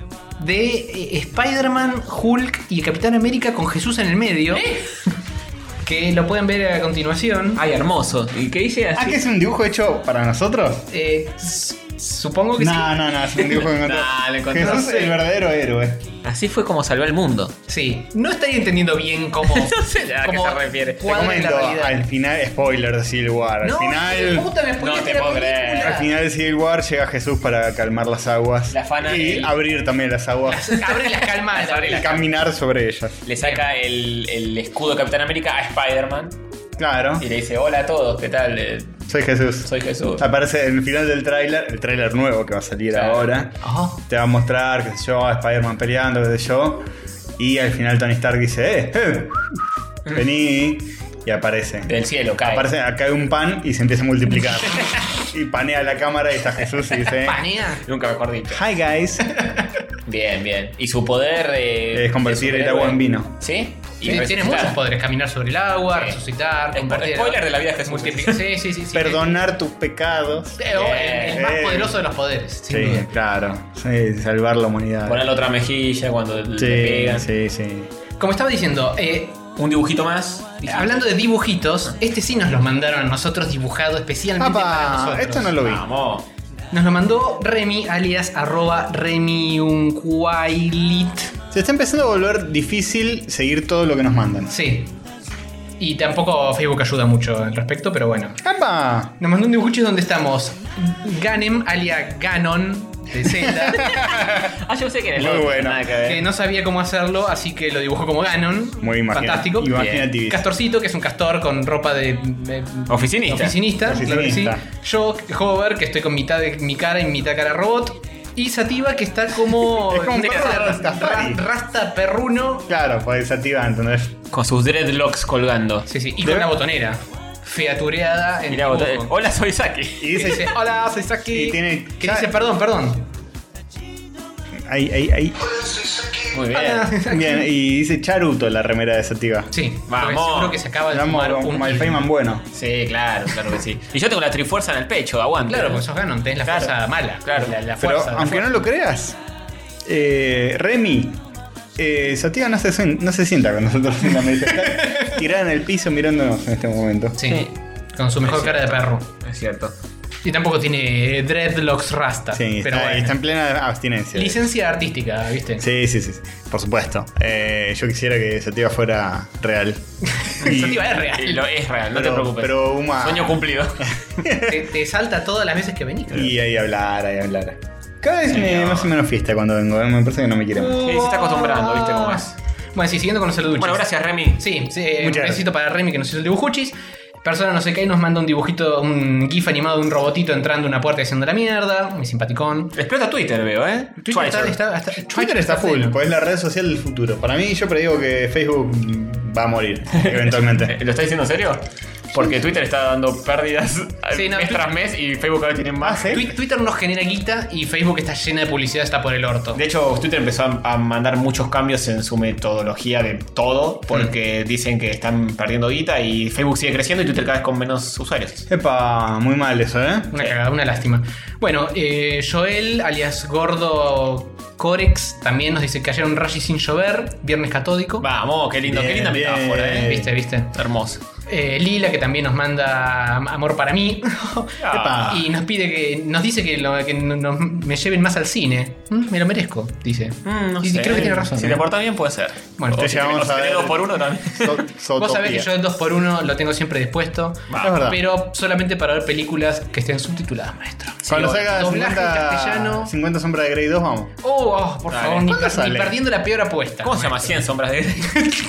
[SPEAKER 5] de Spider-Man, Hulk y el Capitán América con Jesús en el medio. Que lo pueden ver a continuación.
[SPEAKER 2] Ay, hermoso. ¿Y qué dice así?
[SPEAKER 3] Ah, ¿que es un dibujo hecho para nosotros?
[SPEAKER 5] Supongo que sí.
[SPEAKER 3] No, es un dibujo que encontré.
[SPEAKER 2] Nah, lo encontré.
[SPEAKER 3] Jesús,
[SPEAKER 5] No sé.
[SPEAKER 3] el verdadero héroe.
[SPEAKER 2] Así fue como salvó al mundo.
[SPEAKER 5] Sí. No estaría entendiendo bien cómo.
[SPEAKER 2] No sé a qué
[SPEAKER 5] cómo
[SPEAKER 2] se refiere.
[SPEAKER 3] Te
[SPEAKER 5] cuadra en la
[SPEAKER 3] comento,
[SPEAKER 5] realidad.
[SPEAKER 3] al final, spoiler de Civil War. Al
[SPEAKER 5] No,
[SPEAKER 3] final.
[SPEAKER 5] puta, me
[SPEAKER 2] No
[SPEAKER 5] spoileaste
[SPEAKER 2] te
[SPEAKER 5] la
[SPEAKER 2] puedo
[SPEAKER 5] película.
[SPEAKER 2] creer.
[SPEAKER 3] Al final de Civil War llega Jesús para calmar las aguas.
[SPEAKER 2] La fana-
[SPEAKER 3] y
[SPEAKER 2] el-
[SPEAKER 3] abrir también las aguas.
[SPEAKER 5] Abre las calmas.
[SPEAKER 3] y caminar sobre ellas.
[SPEAKER 2] Le saca el escudo de Capitán América a Spider-Man
[SPEAKER 3] Claro.
[SPEAKER 2] y le dice, hola a todos, ¿qué tal?
[SPEAKER 3] Soy Jesús.
[SPEAKER 2] Soy Jesús.
[SPEAKER 3] Aparece en el final del tráiler, el tráiler nuevo que va a salir
[SPEAKER 2] Claro.
[SPEAKER 3] ahora.
[SPEAKER 5] Oh.
[SPEAKER 3] Te va a mostrar, qué sé yo, a Spider-Man peleando, qué sé yo. Y al final Tony Stark dice, vení. Y aparece.
[SPEAKER 2] Del cielo cae.
[SPEAKER 3] Aparece, acá hay un pan y se empieza a multiplicar. Y panea la cámara y está Jesús y dice,
[SPEAKER 5] Panea.
[SPEAKER 2] Nunca mejor dicho.
[SPEAKER 3] hi guys.
[SPEAKER 2] Bien, bien. Y su poder
[SPEAKER 3] Es convertir
[SPEAKER 2] de
[SPEAKER 3] el
[SPEAKER 2] superhéroe-
[SPEAKER 3] agua en vino.
[SPEAKER 2] ¿Sí? Y
[SPEAKER 5] Tiene
[SPEAKER 2] resucitar.
[SPEAKER 5] muchos poderes: caminar sobre el agua,
[SPEAKER 2] Sí.
[SPEAKER 5] resucitar,
[SPEAKER 2] Spoiler de la vida de Jesús.
[SPEAKER 5] multiplicar. Sí.
[SPEAKER 3] Perdonar tus pecados.
[SPEAKER 5] Pero el más poderoso de los poderes, sin
[SPEAKER 3] Sí,
[SPEAKER 5] duda.
[SPEAKER 3] claro. Sí, salvar la humanidad.
[SPEAKER 2] Poner la otra mejilla cuando le
[SPEAKER 3] Sí,
[SPEAKER 2] pegan.
[SPEAKER 3] sí.
[SPEAKER 5] Como estaba diciendo,
[SPEAKER 2] Un dibujito más.
[SPEAKER 5] hablando de dibujitos, este sí nos lo mandaron a nosotros dibujado especialmente para
[SPEAKER 3] Papá,
[SPEAKER 5] nosotros.
[SPEAKER 3] esto no lo vi.
[SPEAKER 2] Vamos.
[SPEAKER 5] Nos lo mandó Remy, alias @RemyUnquailit.
[SPEAKER 3] Se está empezando a volver difícil seguir todo lo que nos mandan.
[SPEAKER 5] Sí. Y tampoco Facebook ayuda mucho al respecto, pero bueno.
[SPEAKER 3] ¡Apa!
[SPEAKER 5] Nos mandó un dibujo donde estamos Ganem, alias Ganon, de Zelda,
[SPEAKER 2] Ah, yo sé que era el
[SPEAKER 3] Muy
[SPEAKER 2] otro,
[SPEAKER 3] bueno.
[SPEAKER 2] nada que ver.
[SPEAKER 5] que no sabía cómo hacerlo, así que lo dibujó como Ganon.
[SPEAKER 3] Muy
[SPEAKER 5] fantástico.
[SPEAKER 3] imaginativo.
[SPEAKER 5] Castorcito, que es un castor con ropa de
[SPEAKER 2] Oficinista.
[SPEAKER 5] oficinista, claro que sí.
[SPEAKER 3] Oficinista.
[SPEAKER 5] Yo, Hover, que estoy con mitad de mi cara y mitad cara robot. Y Sativa, que está como.
[SPEAKER 3] Es como un
[SPEAKER 5] de-
[SPEAKER 3] perro Rastafari.
[SPEAKER 5] Rasta perruno.
[SPEAKER 3] Claro, pues desativa, ¿entendés?
[SPEAKER 2] Con sus dreadlocks colgando.
[SPEAKER 5] Sí, y con una botonera. Featureada en
[SPEAKER 2] Mirá,
[SPEAKER 5] dibujo.
[SPEAKER 2] hola, soy Saki.
[SPEAKER 3] Y
[SPEAKER 5] Y
[SPEAKER 3] dice,
[SPEAKER 5] dice, hola, soy Saki.
[SPEAKER 3] Y tiene-
[SPEAKER 5] Que dice, perdón.
[SPEAKER 3] ahí.
[SPEAKER 2] Muy bien.
[SPEAKER 5] Hola.
[SPEAKER 3] Bien, y dice Charuto la remera desativa.
[SPEAKER 5] Sí,
[SPEAKER 2] Vamos.
[SPEAKER 5] porque seguro que se acaba de
[SPEAKER 3] Vamos
[SPEAKER 5] fumar
[SPEAKER 3] como el Feynman bueno.
[SPEAKER 2] Sí, claro que sí. Y yo tengo la trifuerza en el pecho, aguante.
[SPEAKER 5] Claro, porque sos Ganon, tenés la
[SPEAKER 2] Claro.
[SPEAKER 5] fuerza mala.
[SPEAKER 2] Claro.
[SPEAKER 5] La
[SPEAKER 3] Pero
[SPEAKER 5] fuerza.
[SPEAKER 3] aunque no lo creas, Remy, Sativa no se sienta con nosotros en la mesa. Está tirada en el piso mirándonos en este momento.
[SPEAKER 5] Sí, con su mejor cara de perro.
[SPEAKER 2] Es cierto.
[SPEAKER 5] Y tampoco tiene dreadlocks rasta.
[SPEAKER 3] Sí,
[SPEAKER 5] pero
[SPEAKER 3] está,
[SPEAKER 5] bueno.
[SPEAKER 3] está en plena abstinencia.
[SPEAKER 5] Licencia artística, ¿viste?
[SPEAKER 3] Sí, por supuesto. Yo quisiera que Sativa fuera real.
[SPEAKER 5] Sativa es real.
[SPEAKER 2] Es real, no te preocupes.
[SPEAKER 3] Pero Uma...
[SPEAKER 2] Sueño cumplido.
[SPEAKER 5] Te salta todas las veces que venís. creo.
[SPEAKER 3] Y ahí hablar. Cada vez me hace menos fiesta cuando vengo. Me parece que no me quiere mucho.
[SPEAKER 2] Sí, se está acostumbrando, ¿viste cómo es?
[SPEAKER 5] Bueno, sí, siguiendo con los saluduchis.
[SPEAKER 2] Bueno, gracias, Remy.
[SPEAKER 5] Sí,
[SPEAKER 3] Muchas
[SPEAKER 5] necesito
[SPEAKER 3] gracias.
[SPEAKER 5] para Remy que nos hizo el dibujuchis. Persona no sé qué nos manda un dibujito, un gif animado de un robotito entrando a una puerta y haciendo la mierda. Muy simpaticón.
[SPEAKER 2] Explota Twitter, veo, ¿eh?
[SPEAKER 5] Twitter
[SPEAKER 2] Twitter.
[SPEAKER 3] Twitter está full,
[SPEAKER 5] lleno.
[SPEAKER 3] pues es la red social del futuro. Para mí, yo predigo que Facebook va a morir eventualmente.
[SPEAKER 2] ¿Lo está diciendo en serio? Porque Twitter está dando pérdidas
[SPEAKER 5] Sí, no,
[SPEAKER 2] mes tras mes y Facebook cada vez tiene más.
[SPEAKER 3] ¿sí?
[SPEAKER 5] Twitter nos genera guita y Facebook está llena de publicidad, está por el orto.
[SPEAKER 2] De hecho, Twitter empezó a mandar muchos cambios en su metodología de todo porque dicen que están perdiendo guita y Facebook sigue creciendo y Twitter cada vez con menos usuarios.
[SPEAKER 3] Epa, muy mal eso, ¿eh?
[SPEAKER 5] Una cagada, una lástima. Bueno, Joel, alias Gordo Corex, también nos dice que ayer un Rashi sin llover, viernes catódico.
[SPEAKER 2] Vamos, qué lindo, qué
[SPEAKER 3] Bien,
[SPEAKER 2] linda
[SPEAKER 3] bien.
[SPEAKER 2] metáfora, ¿eh?
[SPEAKER 5] ¿Viste?
[SPEAKER 2] Hermoso.
[SPEAKER 5] Lila, que también nos manda amor para mí.
[SPEAKER 3] Epa.
[SPEAKER 5] Y nos pide nos dice que me lleven más al cine. Me lo merezco, dice.
[SPEAKER 2] No
[SPEAKER 5] y
[SPEAKER 2] sé.
[SPEAKER 5] creo que tiene razón.
[SPEAKER 2] Si te portas bien, puede ser.
[SPEAKER 5] Bueno,
[SPEAKER 2] o
[SPEAKER 3] te
[SPEAKER 2] si
[SPEAKER 3] llevamos a
[SPEAKER 2] tenés
[SPEAKER 3] ver-
[SPEAKER 2] 2x1 también.
[SPEAKER 5] Vos sabés que yo el 2x1 lo tengo siempre dispuesto.
[SPEAKER 3] Es verdad.
[SPEAKER 5] Pero solamente para ver películas que estén subtituladas, maestro.
[SPEAKER 3] Cuando
[SPEAKER 2] Sí,
[SPEAKER 3] salga
[SPEAKER 5] doblaje en castellano.
[SPEAKER 3] 50 sombras de Grey 2, vamos.
[SPEAKER 5] Por
[SPEAKER 2] Dale.
[SPEAKER 5] favor, ni
[SPEAKER 3] ¿Cuándo sale?
[SPEAKER 5] perdiendo la peor apuesta.
[SPEAKER 2] ¿Cómo se llama? 100 sombras de Grey.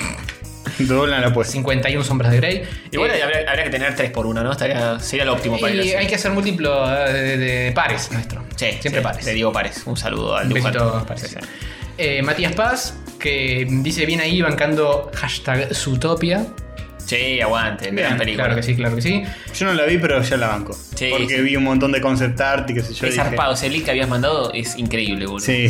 [SPEAKER 3] Doblan la apuesta.
[SPEAKER 5] 51 sombras de Grey.
[SPEAKER 2] Igual habría que tener 3x1, ¿no? Sería lo óptimo para ir al
[SPEAKER 5] Y
[SPEAKER 2] cine.
[SPEAKER 5] hay que hacer múltiplo de pares, maestro.
[SPEAKER 2] Sí,
[SPEAKER 5] Siempre
[SPEAKER 2] sí,
[SPEAKER 5] pares.
[SPEAKER 2] Te digo pares. Un saludo al
[SPEAKER 5] Un besito,
[SPEAKER 2] dibujante.
[SPEAKER 5] pares.
[SPEAKER 2] Sí, sí.
[SPEAKER 5] Matías Paz, que dice bien ahí bancando hashtag Zootopia.
[SPEAKER 2] Sí, aguante.
[SPEAKER 5] Bien,
[SPEAKER 2] Gran película.
[SPEAKER 5] Claro que sí.
[SPEAKER 3] Yo no la vi, pero ya la banco.
[SPEAKER 2] Sí,
[SPEAKER 3] porque
[SPEAKER 2] sí.
[SPEAKER 3] vi un montón de concept art y qué sé yo.
[SPEAKER 2] Es
[SPEAKER 3] y dije,
[SPEAKER 2] zarpado. Ese link que habías mandado es increíble, boludo.
[SPEAKER 3] Sí.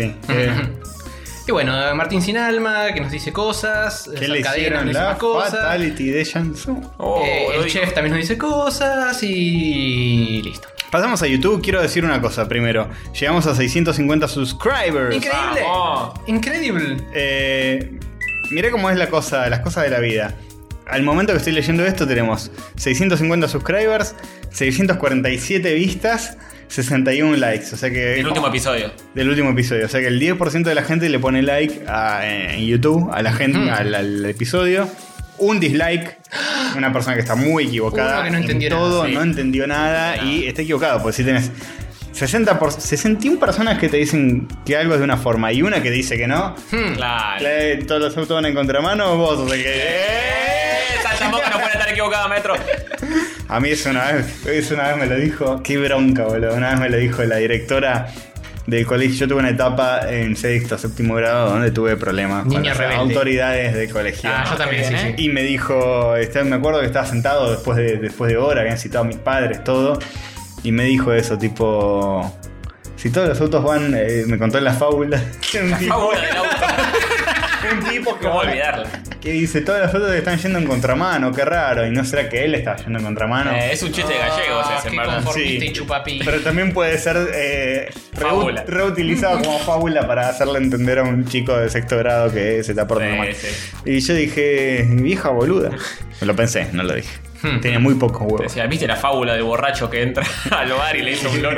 [SPEAKER 5] Y bueno, Martín Sin Alma, que nos dice cosas.
[SPEAKER 3] ¿Qué le
[SPEAKER 5] Cadena
[SPEAKER 3] hicieron
[SPEAKER 5] nos dice
[SPEAKER 3] la
[SPEAKER 5] más cosas.
[SPEAKER 3] Fatality de Jansu?
[SPEAKER 2] Oh, lo
[SPEAKER 5] El
[SPEAKER 2] dijo.
[SPEAKER 5] chef también nos dice cosas y listo.
[SPEAKER 3] Pasamos a YouTube. Quiero decir una cosa primero. Llegamos a 650 subscribers.
[SPEAKER 5] Increíble.
[SPEAKER 2] Vamos.
[SPEAKER 5] Increíble.
[SPEAKER 3] Mirá cómo es las cosas de la vida. Al momento que estoy leyendo esto tenemos 650 subscribers, 647 vistas, 61 likes. O sea que
[SPEAKER 2] El último episodio.
[SPEAKER 3] del último episodio. O sea que el 10% de la gente le pone like en YouTube a la gente, al episodio. Un dislike. Una persona que está muy equivocada.
[SPEAKER 5] Uno que no entendió
[SPEAKER 3] en todo,
[SPEAKER 5] nada, sí.
[SPEAKER 3] no entendió nada y está equivocado. Porque si tenés 61 personas que te dicen que algo es de una forma y una que dice que no,
[SPEAKER 2] Claro.
[SPEAKER 3] todos los autos van en contramano, vos sos el que...
[SPEAKER 2] Santa Moca no puede estar equivocada, maestro.
[SPEAKER 3] A mí eso una vez me lo dijo. Qué bronca, boludo. Una vez me lo dijo la directora del colegio. Yo tuve una etapa en sexto, séptimo grado donde tuve problemas con
[SPEAKER 5] Niña
[SPEAKER 3] las
[SPEAKER 5] rebelde.
[SPEAKER 3] autoridades del colegio.
[SPEAKER 5] Yo también,
[SPEAKER 2] bien,
[SPEAKER 5] sí,
[SPEAKER 2] ¿eh?
[SPEAKER 5] sí.
[SPEAKER 3] Y me dijo, me acuerdo que estaba sentado después de hora, habían citado a mis padres, todo. Y me dijo eso, tipo... Si todos los autos van... me contó la fábula.
[SPEAKER 2] Fábula del auto.
[SPEAKER 3] Un tipo que
[SPEAKER 2] ¿Cómo
[SPEAKER 3] va-
[SPEAKER 2] olvidarla?
[SPEAKER 3] que dice, todos los autos están yendo en contramano, qué raro. Y no será que él está yendo en contramano.
[SPEAKER 2] Es un chiste de gallegos ese, en
[SPEAKER 5] Qué
[SPEAKER 2] verdad.
[SPEAKER 5] conformista
[SPEAKER 3] Sí.
[SPEAKER 5] y chupapi.
[SPEAKER 3] Pero también puede ser
[SPEAKER 2] Fábula.
[SPEAKER 3] reutilizado como fábula para hacerle entender a un chico de sexto grado que se está portando mal.
[SPEAKER 2] Sí.
[SPEAKER 3] Y yo dije, vieja boluda. Me lo pensé, no lo dije. Tenía muy pocos
[SPEAKER 2] Te
[SPEAKER 3] huevos.
[SPEAKER 2] decía, ¿viste la fábula del borracho que entra al bar y le hizo un loro?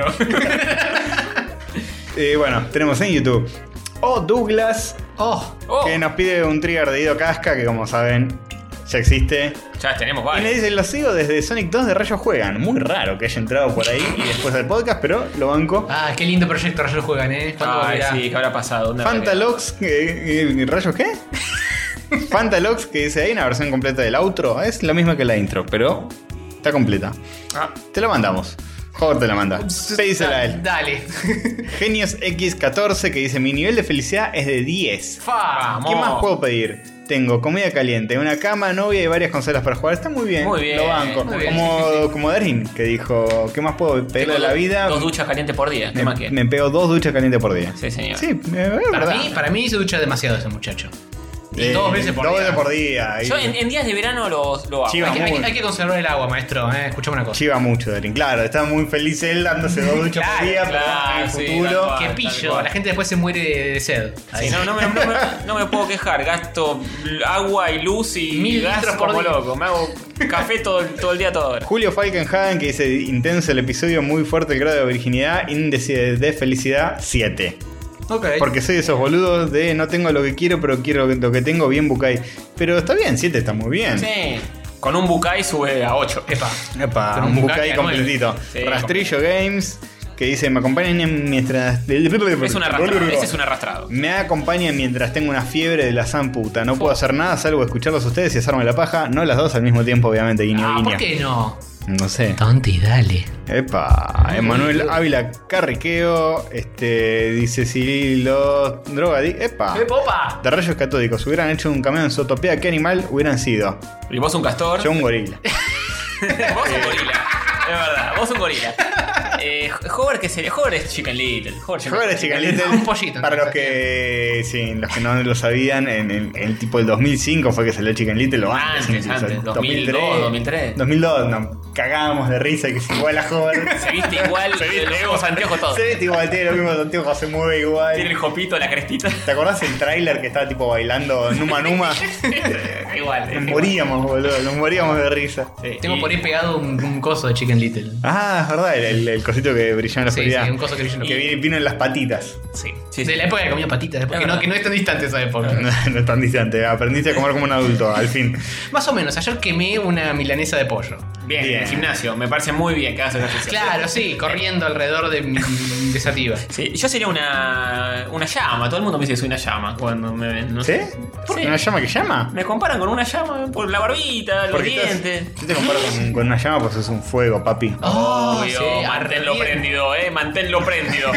[SPEAKER 3] Bueno, tenemos en YouTube Douglas,
[SPEAKER 5] Oh,
[SPEAKER 3] que nos pide un trigger de Ido Casca, que como saben, ya existe.
[SPEAKER 2] Ya tenemos
[SPEAKER 3] Y me
[SPEAKER 2] varios.
[SPEAKER 3] dice, lo sigo desde Sonic 2 de Rayos Juegan. Muy raro que haya entrado por ahí y después del podcast, pero lo banco.
[SPEAKER 5] qué lindo proyecto Rayos juegan, ¿Cuándo
[SPEAKER 2] Ay,
[SPEAKER 5] volverá?
[SPEAKER 2] sí, ¿qué habrá pasado? ¿Dónde habrá
[SPEAKER 3] Fantalox, ¿Rayos qué? Fantalox, que dice, hay una versión completa del outro. Es la misma que la intro, pero está completa.
[SPEAKER 2] quedado?
[SPEAKER 3] Te la mandamos. Jorge te la manda. Pedísela a él.
[SPEAKER 5] Dale.
[SPEAKER 3] Genios X14, que dice, mi nivel de felicidad es de 10.
[SPEAKER 2] Vamos.
[SPEAKER 3] ¿Qué más puedo pedir? Tengo comida caliente, una cama, novia y varias consolas para jugar. Está muy bien.
[SPEAKER 2] Muy bien,
[SPEAKER 3] Lo banco.
[SPEAKER 2] muy bien,
[SPEAKER 3] Como Darín, que dijo, ¿qué más puedo pedirle a la vida?
[SPEAKER 2] 2 duchas calientes por día. ¿Qué más quieres?
[SPEAKER 3] Me pego 2 duchas calientes por día.
[SPEAKER 2] Sí, señor.
[SPEAKER 3] Sí, es verdad.
[SPEAKER 5] Para mí se ducha demasiado ese muchacho. Y 2 veces por
[SPEAKER 3] 2
[SPEAKER 5] día.
[SPEAKER 3] veces por día.
[SPEAKER 2] Yo en días de verano lo hago.
[SPEAKER 3] Chiva.
[SPEAKER 5] Hay que conservar el agua, maestro. Escuchame una cosa.
[SPEAKER 3] Chiva mucho, Darín. Claro, está muy feliz él dándose 2 duchas
[SPEAKER 5] Claro,
[SPEAKER 3] por día, pero
[SPEAKER 2] claro,
[SPEAKER 3] en el
[SPEAKER 2] sí,
[SPEAKER 3] futuro.
[SPEAKER 2] tal cual.
[SPEAKER 5] Qué
[SPEAKER 2] tal
[SPEAKER 5] pillo.
[SPEAKER 2] cual.
[SPEAKER 5] La gente después se muere de sed.
[SPEAKER 2] Sí, no me puedo quejar. Gasto agua y luz y
[SPEAKER 5] 1000
[SPEAKER 2] gas
[SPEAKER 5] litros por
[SPEAKER 2] como
[SPEAKER 5] día.
[SPEAKER 2] loco. Me hago Café todo el día, toda hora.
[SPEAKER 3] Julio Falkenhagen, que dice: intenso el episodio, muy fuerte el grado de virginidad, índice de felicidad 7.
[SPEAKER 5] Ok.
[SPEAKER 3] Porque soy de esos boludos de no tengo lo que quiero, pero quiero lo que tengo, bien Bukai. Pero está bien, 7 está muy bien.
[SPEAKER 2] Sí. Con un Bukai sube a 8.
[SPEAKER 3] Epa,
[SPEAKER 5] Con
[SPEAKER 3] un
[SPEAKER 5] un
[SPEAKER 3] Bukai
[SPEAKER 5] Bukai
[SPEAKER 3] completito.
[SPEAKER 2] Sí,
[SPEAKER 3] Rastrillo Games, que dice: me acompañan mientras.
[SPEAKER 2] Es un arrastrado. Ese es un arrastrado.
[SPEAKER 3] Me acompañan mientras tengo una fiebre de la san puta. No puedo hacer nada salvo escucharlos a ustedes y hacerme la paja. No las dos al mismo tiempo, obviamente, guiño, guiño.
[SPEAKER 5] ¿Por qué no?
[SPEAKER 3] No sé.
[SPEAKER 5] Tonti, dale.
[SPEAKER 3] Epa, Emanuel Ávila Carriqueo, dice: si los drogadictos. Epa.
[SPEAKER 5] ¡Popa!
[SPEAKER 3] De rayos catódicos hubieran hecho un cameo en Zootopia, ¿qué animal hubieran sido?
[SPEAKER 2] Y vos un castor.
[SPEAKER 3] Yo un gorila.
[SPEAKER 2] Vos un gorila. Es verdad, vos un gorila. Hover, ¿qué sería? Hover es Chicken Little.
[SPEAKER 3] Hover es Chicken Little.
[SPEAKER 5] Un pollito,
[SPEAKER 3] Para los
[SPEAKER 5] entonces.
[SPEAKER 3] que los que no lo sabían, en el tipo del 2005 fue que salió Chicken Little. O
[SPEAKER 2] Antes,
[SPEAKER 3] incluso,
[SPEAKER 2] 2002, 2003.
[SPEAKER 3] 2002, nos cagábamos de risa que es igual a Hover.
[SPEAKER 2] Se viste igual, los mismos anteojos todos.
[SPEAKER 3] Se viste igual, tiene los mismos anteojos, se mueve igual.
[SPEAKER 2] Tiene el jopito, la crestita.
[SPEAKER 3] ¿Te acordás el tráiler que estaba tipo bailando Numa Numa?
[SPEAKER 2] Igual.
[SPEAKER 3] Nos moríamos, boludo, nos moríamos de risa.
[SPEAKER 5] Tengo por ahí pegado un coso de Chicken Little.
[SPEAKER 3] Ah, es verdad, el cosito que brilló en la
[SPEAKER 5] Sí,
[SPEAKER 3] oscuridad.
[SPEAKER 5] sí, un coso que brilló en la
[SPEAKER 3] Que vino en las patitas.
[SPEAKER 5] Sí.
[SPEAKER 2] Sí,
[SPEAKER 5] De
[SPEAKER 2] sí.
[SPEAKER 5] la época que comía patitas, después que no es tan distante esa época.
[SPEAKER 3] No es tan distante, aprendiste a comer como un adulto, al fin.
[SPEAKER 5] Más o menos, ayer quemé una milanesa de pollo.
[SPEAKER 2] Bien,
[SPEAKER 3] Bien.
[SPEAKER 2] en el gimnasio. Me parece muy bien que hagas ejercicio.
[SPEAKER 5] Claro, sí, corriendo alrededor de Sativa.
[SPEAKER 2] Sí, yo sería una llama. Todo el mundo me dice que soy una llama cuando me ven. No
[SPEAKER 3] ¿Sí?
[SPEAKER 2] sé.
[SPEAKER 3] ¿Por
[SPEAKER 2] Sí.
[SPEAKER 3] ¿Una llama que llama?
[SPEAKER 2] Me comparan con una llama por la barbita, los
[SPEAKER 3] Porque
[SPEAKER 2] dientes.
[SPEAKER 3] yo te comparo con una llama, pues es un fuego, papi.
[SPEAKER 2] Obvio,
[SPEAKER 5] sí,
[SPEAKER 2] manténlo
[SPEAKER 5] ardiente.
[SPEAKER 2] prendido, manténlo prendido.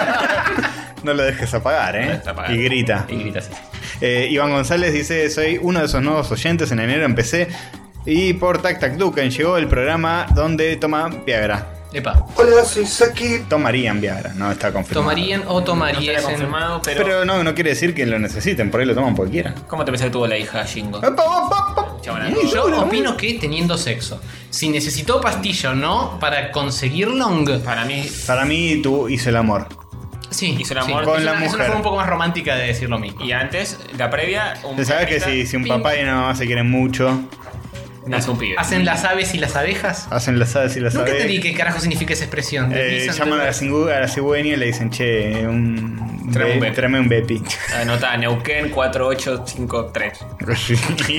[SPEAKER 3] No lo dejes apagar,
[SPEAKER 2] Está apagado.
[SPEAKER 3] Y grita.
[SPEAKER 2] Y grita así.
[SPEAKER 3] Iván González dice: soy uno de esos nuevos oyentes. En enero empecé. Y por Tac Tac Duken llegó el programa donde toman Viagra.
[SPEAKER 5] Epa.
[SPEAKER 4] Hola, soy Saki.
[SPEAKER 3] Tomarían Viagra, no está confirmado.
[SPEAKER 5] Tomarían o
[SPEAKER 2] No estaría
[SPEAKER 5] tomarían.
[SPEAKER 2] confirmado, pero.
[SPEAKER 3] Pero no quiere decir que lo necesiten, por ahí lo toman porque quieran.
[SPEAKER 2] ¿Cómo te pensás que tuvo la hija Jingo?
[SPEAKER 3] ¡Opa, opa, opa!
[SPEAKER 2] Chabona.
[SPEAKER 5] Yo opino que teniendo sexo, si necesitó pastilla o no para conseguir long.
[SPEAKER 2] Para mí.
[SPEAKER 3] Para mí, tú hizo el amor.
[SPEAKER 5] Sí,
[SPEAKER 2] Hizo el amor
[SPEAKER 3] con
[SPEAKER 5] es
[SPEAKER 3] la
[SPEAKER 5] una, es una
[SPEAKER 3] mujer.
[SPEAKER 5] forma un poco más romántica de decir lo mismo.
[SPEAKER 2] Y antes, la previa, un
[SPEAKER 3] ¿Sabes que si un papá y una mamá se quieren mucho,
[SPEAKER 2] nace un pibe.
[SPEAKER 5] ¿Hacen las aves y las abejas?
[SPEAKER 3] hacen las aves y las
[SPEAKER 5] Nunca
[SPEAKER 3] aves?
[SPEAKER 5] entendí qué carajo significa esa expresión.
[SPEAKER 3] Llaman a la cigüeña y le dicen: che,
[SPEAKER 2] Tráeme un bepi.
[SPEAKER 3] tráeme un bepi.
[SPEAKER 2] Anotá, Neuquén 4853.
[SPEAKER 3] Así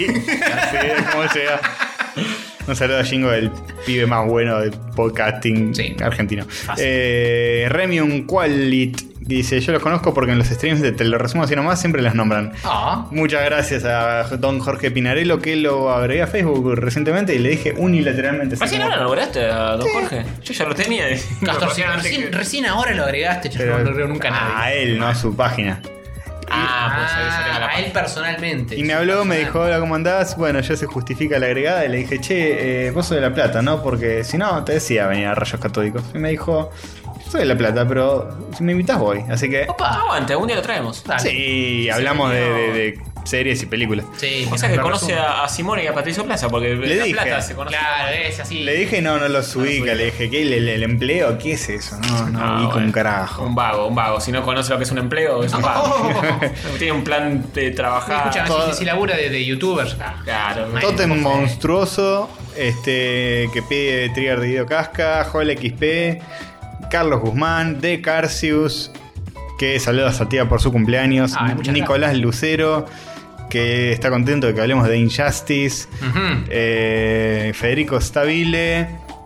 [SPEAKER 3] es como llega. Un saludo a Jingo, el pibe más bueno del podcasting
[SPEAKER 5] Sí.
[SPEAKER 3] argentino.
[SPEAKER 5] Fácil.
[SPEAKER 3] Remium Qualit dice: yo los conozco porque en los streams de Te lo resumo así nomás siempre las nombran.
[SPEAKER 5] Ah,
[SPEAKER 3] Muchas gracias a don Jorge Pinarello, que lo agregué a Facebook recientemente y le dije unilateralmente.
[SPEAKER 2] ¿Recién ahora lo lograste a don Jorge? Yo ya lo tenía.
[SPEAKER 5] Castorcito,
[SPEAKER 2] Antes que-
[SPEAKER 5] recién ahora lo agregaste, yo no lo agrego nunca a nadie.
[SPEAKER 3] A él, no a su página.
[SPEAKER 2] Pues ahí salió la
[SPEAKER 5] a él personalmente.
[SPEAKER 3] Y me habló, me dijo: hola, ¿cómo andás? Bueno, ya se justifica la agregada. Y le dije: che, vos sos de La Plata, ¿no? Porque si no, te decía venir a Rayos Catódicos. Y me dijo: soy de La Plata, pero si me invitas voy. Así que
[SPEAKER 5] Opa.
[SPEAKER 2] Aguante, algún día lo traemos.
[SPEAKER 5] Dale.
[SPEAKER 3] sí, hablamos de series y películas.
[SPEAKER 5] Sí,
[SPEAKER 2] O sea que
[SPEAKER 5] lo
[SPEAKER 2] conoce
[SPEAKER 5] resumo.
[SPEAKER 2] a Simone y a Patricio Plaza, porque
[SPEAKER 3] Le
[SPEAKER 2] La
[SPEAKER 3] dije.
[SPEAKER 2] Plata se conoce.
[SPEAKER 5] Claro, es así.
[SPEAKER 3] Le dije: no los ubica. Le dije: ¿qué? ¿El empleo? ¿Qué es eso? No ubico
[SPEAKER 2] bueno.
[SPEAKER 3] un carajo.
[SPEAKER 2] Un vago. Si no conoce lo que es un empleo, es un vago. Tiene un plan de trabajar.
[SPEAKER 5] Escucha, si labura de youtubers.
[SPEAKER 2] Claro.
[SPEAKER 3] Totem monstruoso, que pide trigger de Guido Casca, Joel XP, Carlos Guzmán, De Carcius, que saluda a Sativa por su cumpleaños,
[SPEAKER 5] Ay, muchas
[SPEAKER 3] Nicolás Lucero, que está contento de que hablemos de Injustice,
[SPEAKER 5] Ujú.
[SPEAKER 3] Federico Stabile,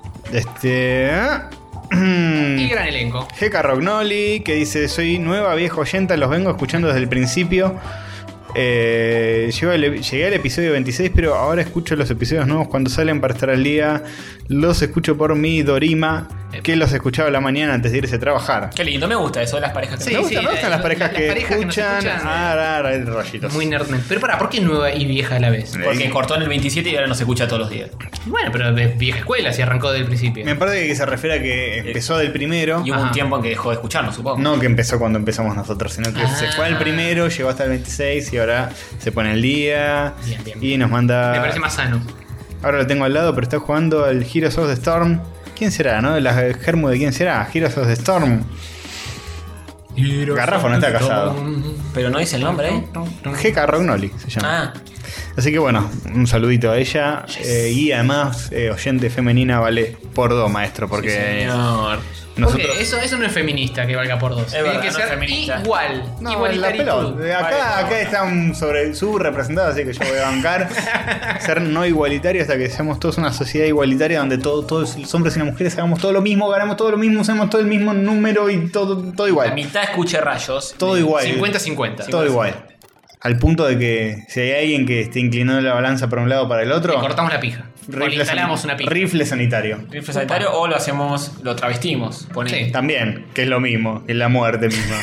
[SPEAKER 5] Y gran elenco.
[SPEAKER 3] G.K. Rognoli, que dice: soy nueva vieja oyenta, los vengo escuchando desde el principio. Llegué al episodio 26, pero ahora escucho los episodios nuevos cuando salen para estar al día. Los escucho por mi Dorima, que los escuchaba a la mañana antes de irse a trabajar.
[SPEAKER 2] Qué lindo, me gusta eso de las parejas que
[SPEAKER 5] Sí,
[SPEAKER 3] me
[SPEAKER 2] nos-
[SPEAKER 3] gustan las parejas
[SPEAKER 5] las
[SPEAKER 3] que
[SPEAKER 5] parejas que nos
[SPEAKER 3] escuchan.
[SPEAKER 5] escuchan,
[SPEAKER 3] Rollitos.
[SPEAKER 5] Muy nerdnet. Pero pará, ¿por qué nueva y vieja a la vez?
[SPEAKER 2] Porque cortó en el 27 y ahora no se escucha todos los días.
[SPEAKER 5] Bueno, pero de vieja escuela, si arrancó desde el principio.
[SPEAKER 3] Me parece que se refiere a que empezó del primero.
[SPEAKER 2] Y hubo un
[SPEAKER 5] Ajá.
[SPEAKER 2] tiempo en que dejó de escucharnos, supongo.
[SPEAKER 3] No que empezó cuando empezamos nosotros, sino que se fue al primero, llegó hasta el 26 y ahora se pone al día.
[SPEAKER 5] Bien, bien.
[SPEAKER 3] Y nos manda.
[SPEAKER 5] Me parece más sano.
[SPEAKER 3] Ahora lo tengo al lado, pero está jugando al Heroes of the Storm. ¿Quién será, no? La Germu de quién será. Heroes of the Storm. Garrafo no está casado.
[SPEAKER 2] Pero no dice el nombre, ¿eh?
[SPEAKER 3] G.K. Rognoli se llama.
[SPEAKER 2] Ah,
[SPEAKER 3] Así que bueno, un saludito a ella. Y además, oyente femenina vale por 2, maestro. Porque
[SPEAKER 2] señor.
[SPEAKER 3] nosotros.
[SPEAKER 5] Porque eso no es feminista que valga por 2. Tiene
[SPEAKER 2] verdad,
[SPEAKER 5] que
[SPEAKER 2] no es
[SPEAKER 5] ser
[SPEAKER 2] feminista.
[SPEAKER 5] igual.
[SPEAKER 3] No, la
[SPEAKER 5] igualitaritud.
[SPEAKER 3] pelota. Acá están subrepresentados, así que yo voy a bancar ser no igualitario hasta que seamos todos una sociedad igualitaria donde todos los hombres y las mujeres hagamos todo lo mismo, ganamos todo lo mismo, usemos todo el mismo número y todo
[SPEAKER 2] La
[SPEAKER 3] igual.
[SPEAKER 2] mitad escuche rayos.
[SPEAKER 3] Todo igual.
[SPEAKER 5] 50-50.
[SPEAKER 3] Todo igual. Al punto de que si hay alguien que esté inclinando la balanza para un lado o para el otro,
[SPEAKER 5] Le cortamos la pija. O le instalamos una pija.
[SPEAKER 3] Rifle sanitario.
[SPEAKER 2] Rifle sanitario o lo travestimos.
[SPEAKER 5] Sí.
[SPEAKER 3] También, que es lo mismo, es la muerte misma.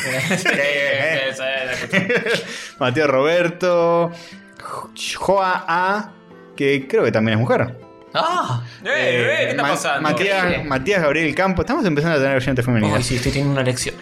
[SPEAKER 3] Mateo Roberto, Joa A, que creo que también es mujer.
[SPEAKER 5] ¡Ah!
[SPEAKER 2] ¿Qué está pasando?
[SPEAKER 3] Matías Gabriel Campos. Estamos empezando a tener oyentes femeninas.
[SPEAKER 2] Ay, sí, estoy teniendo una elección.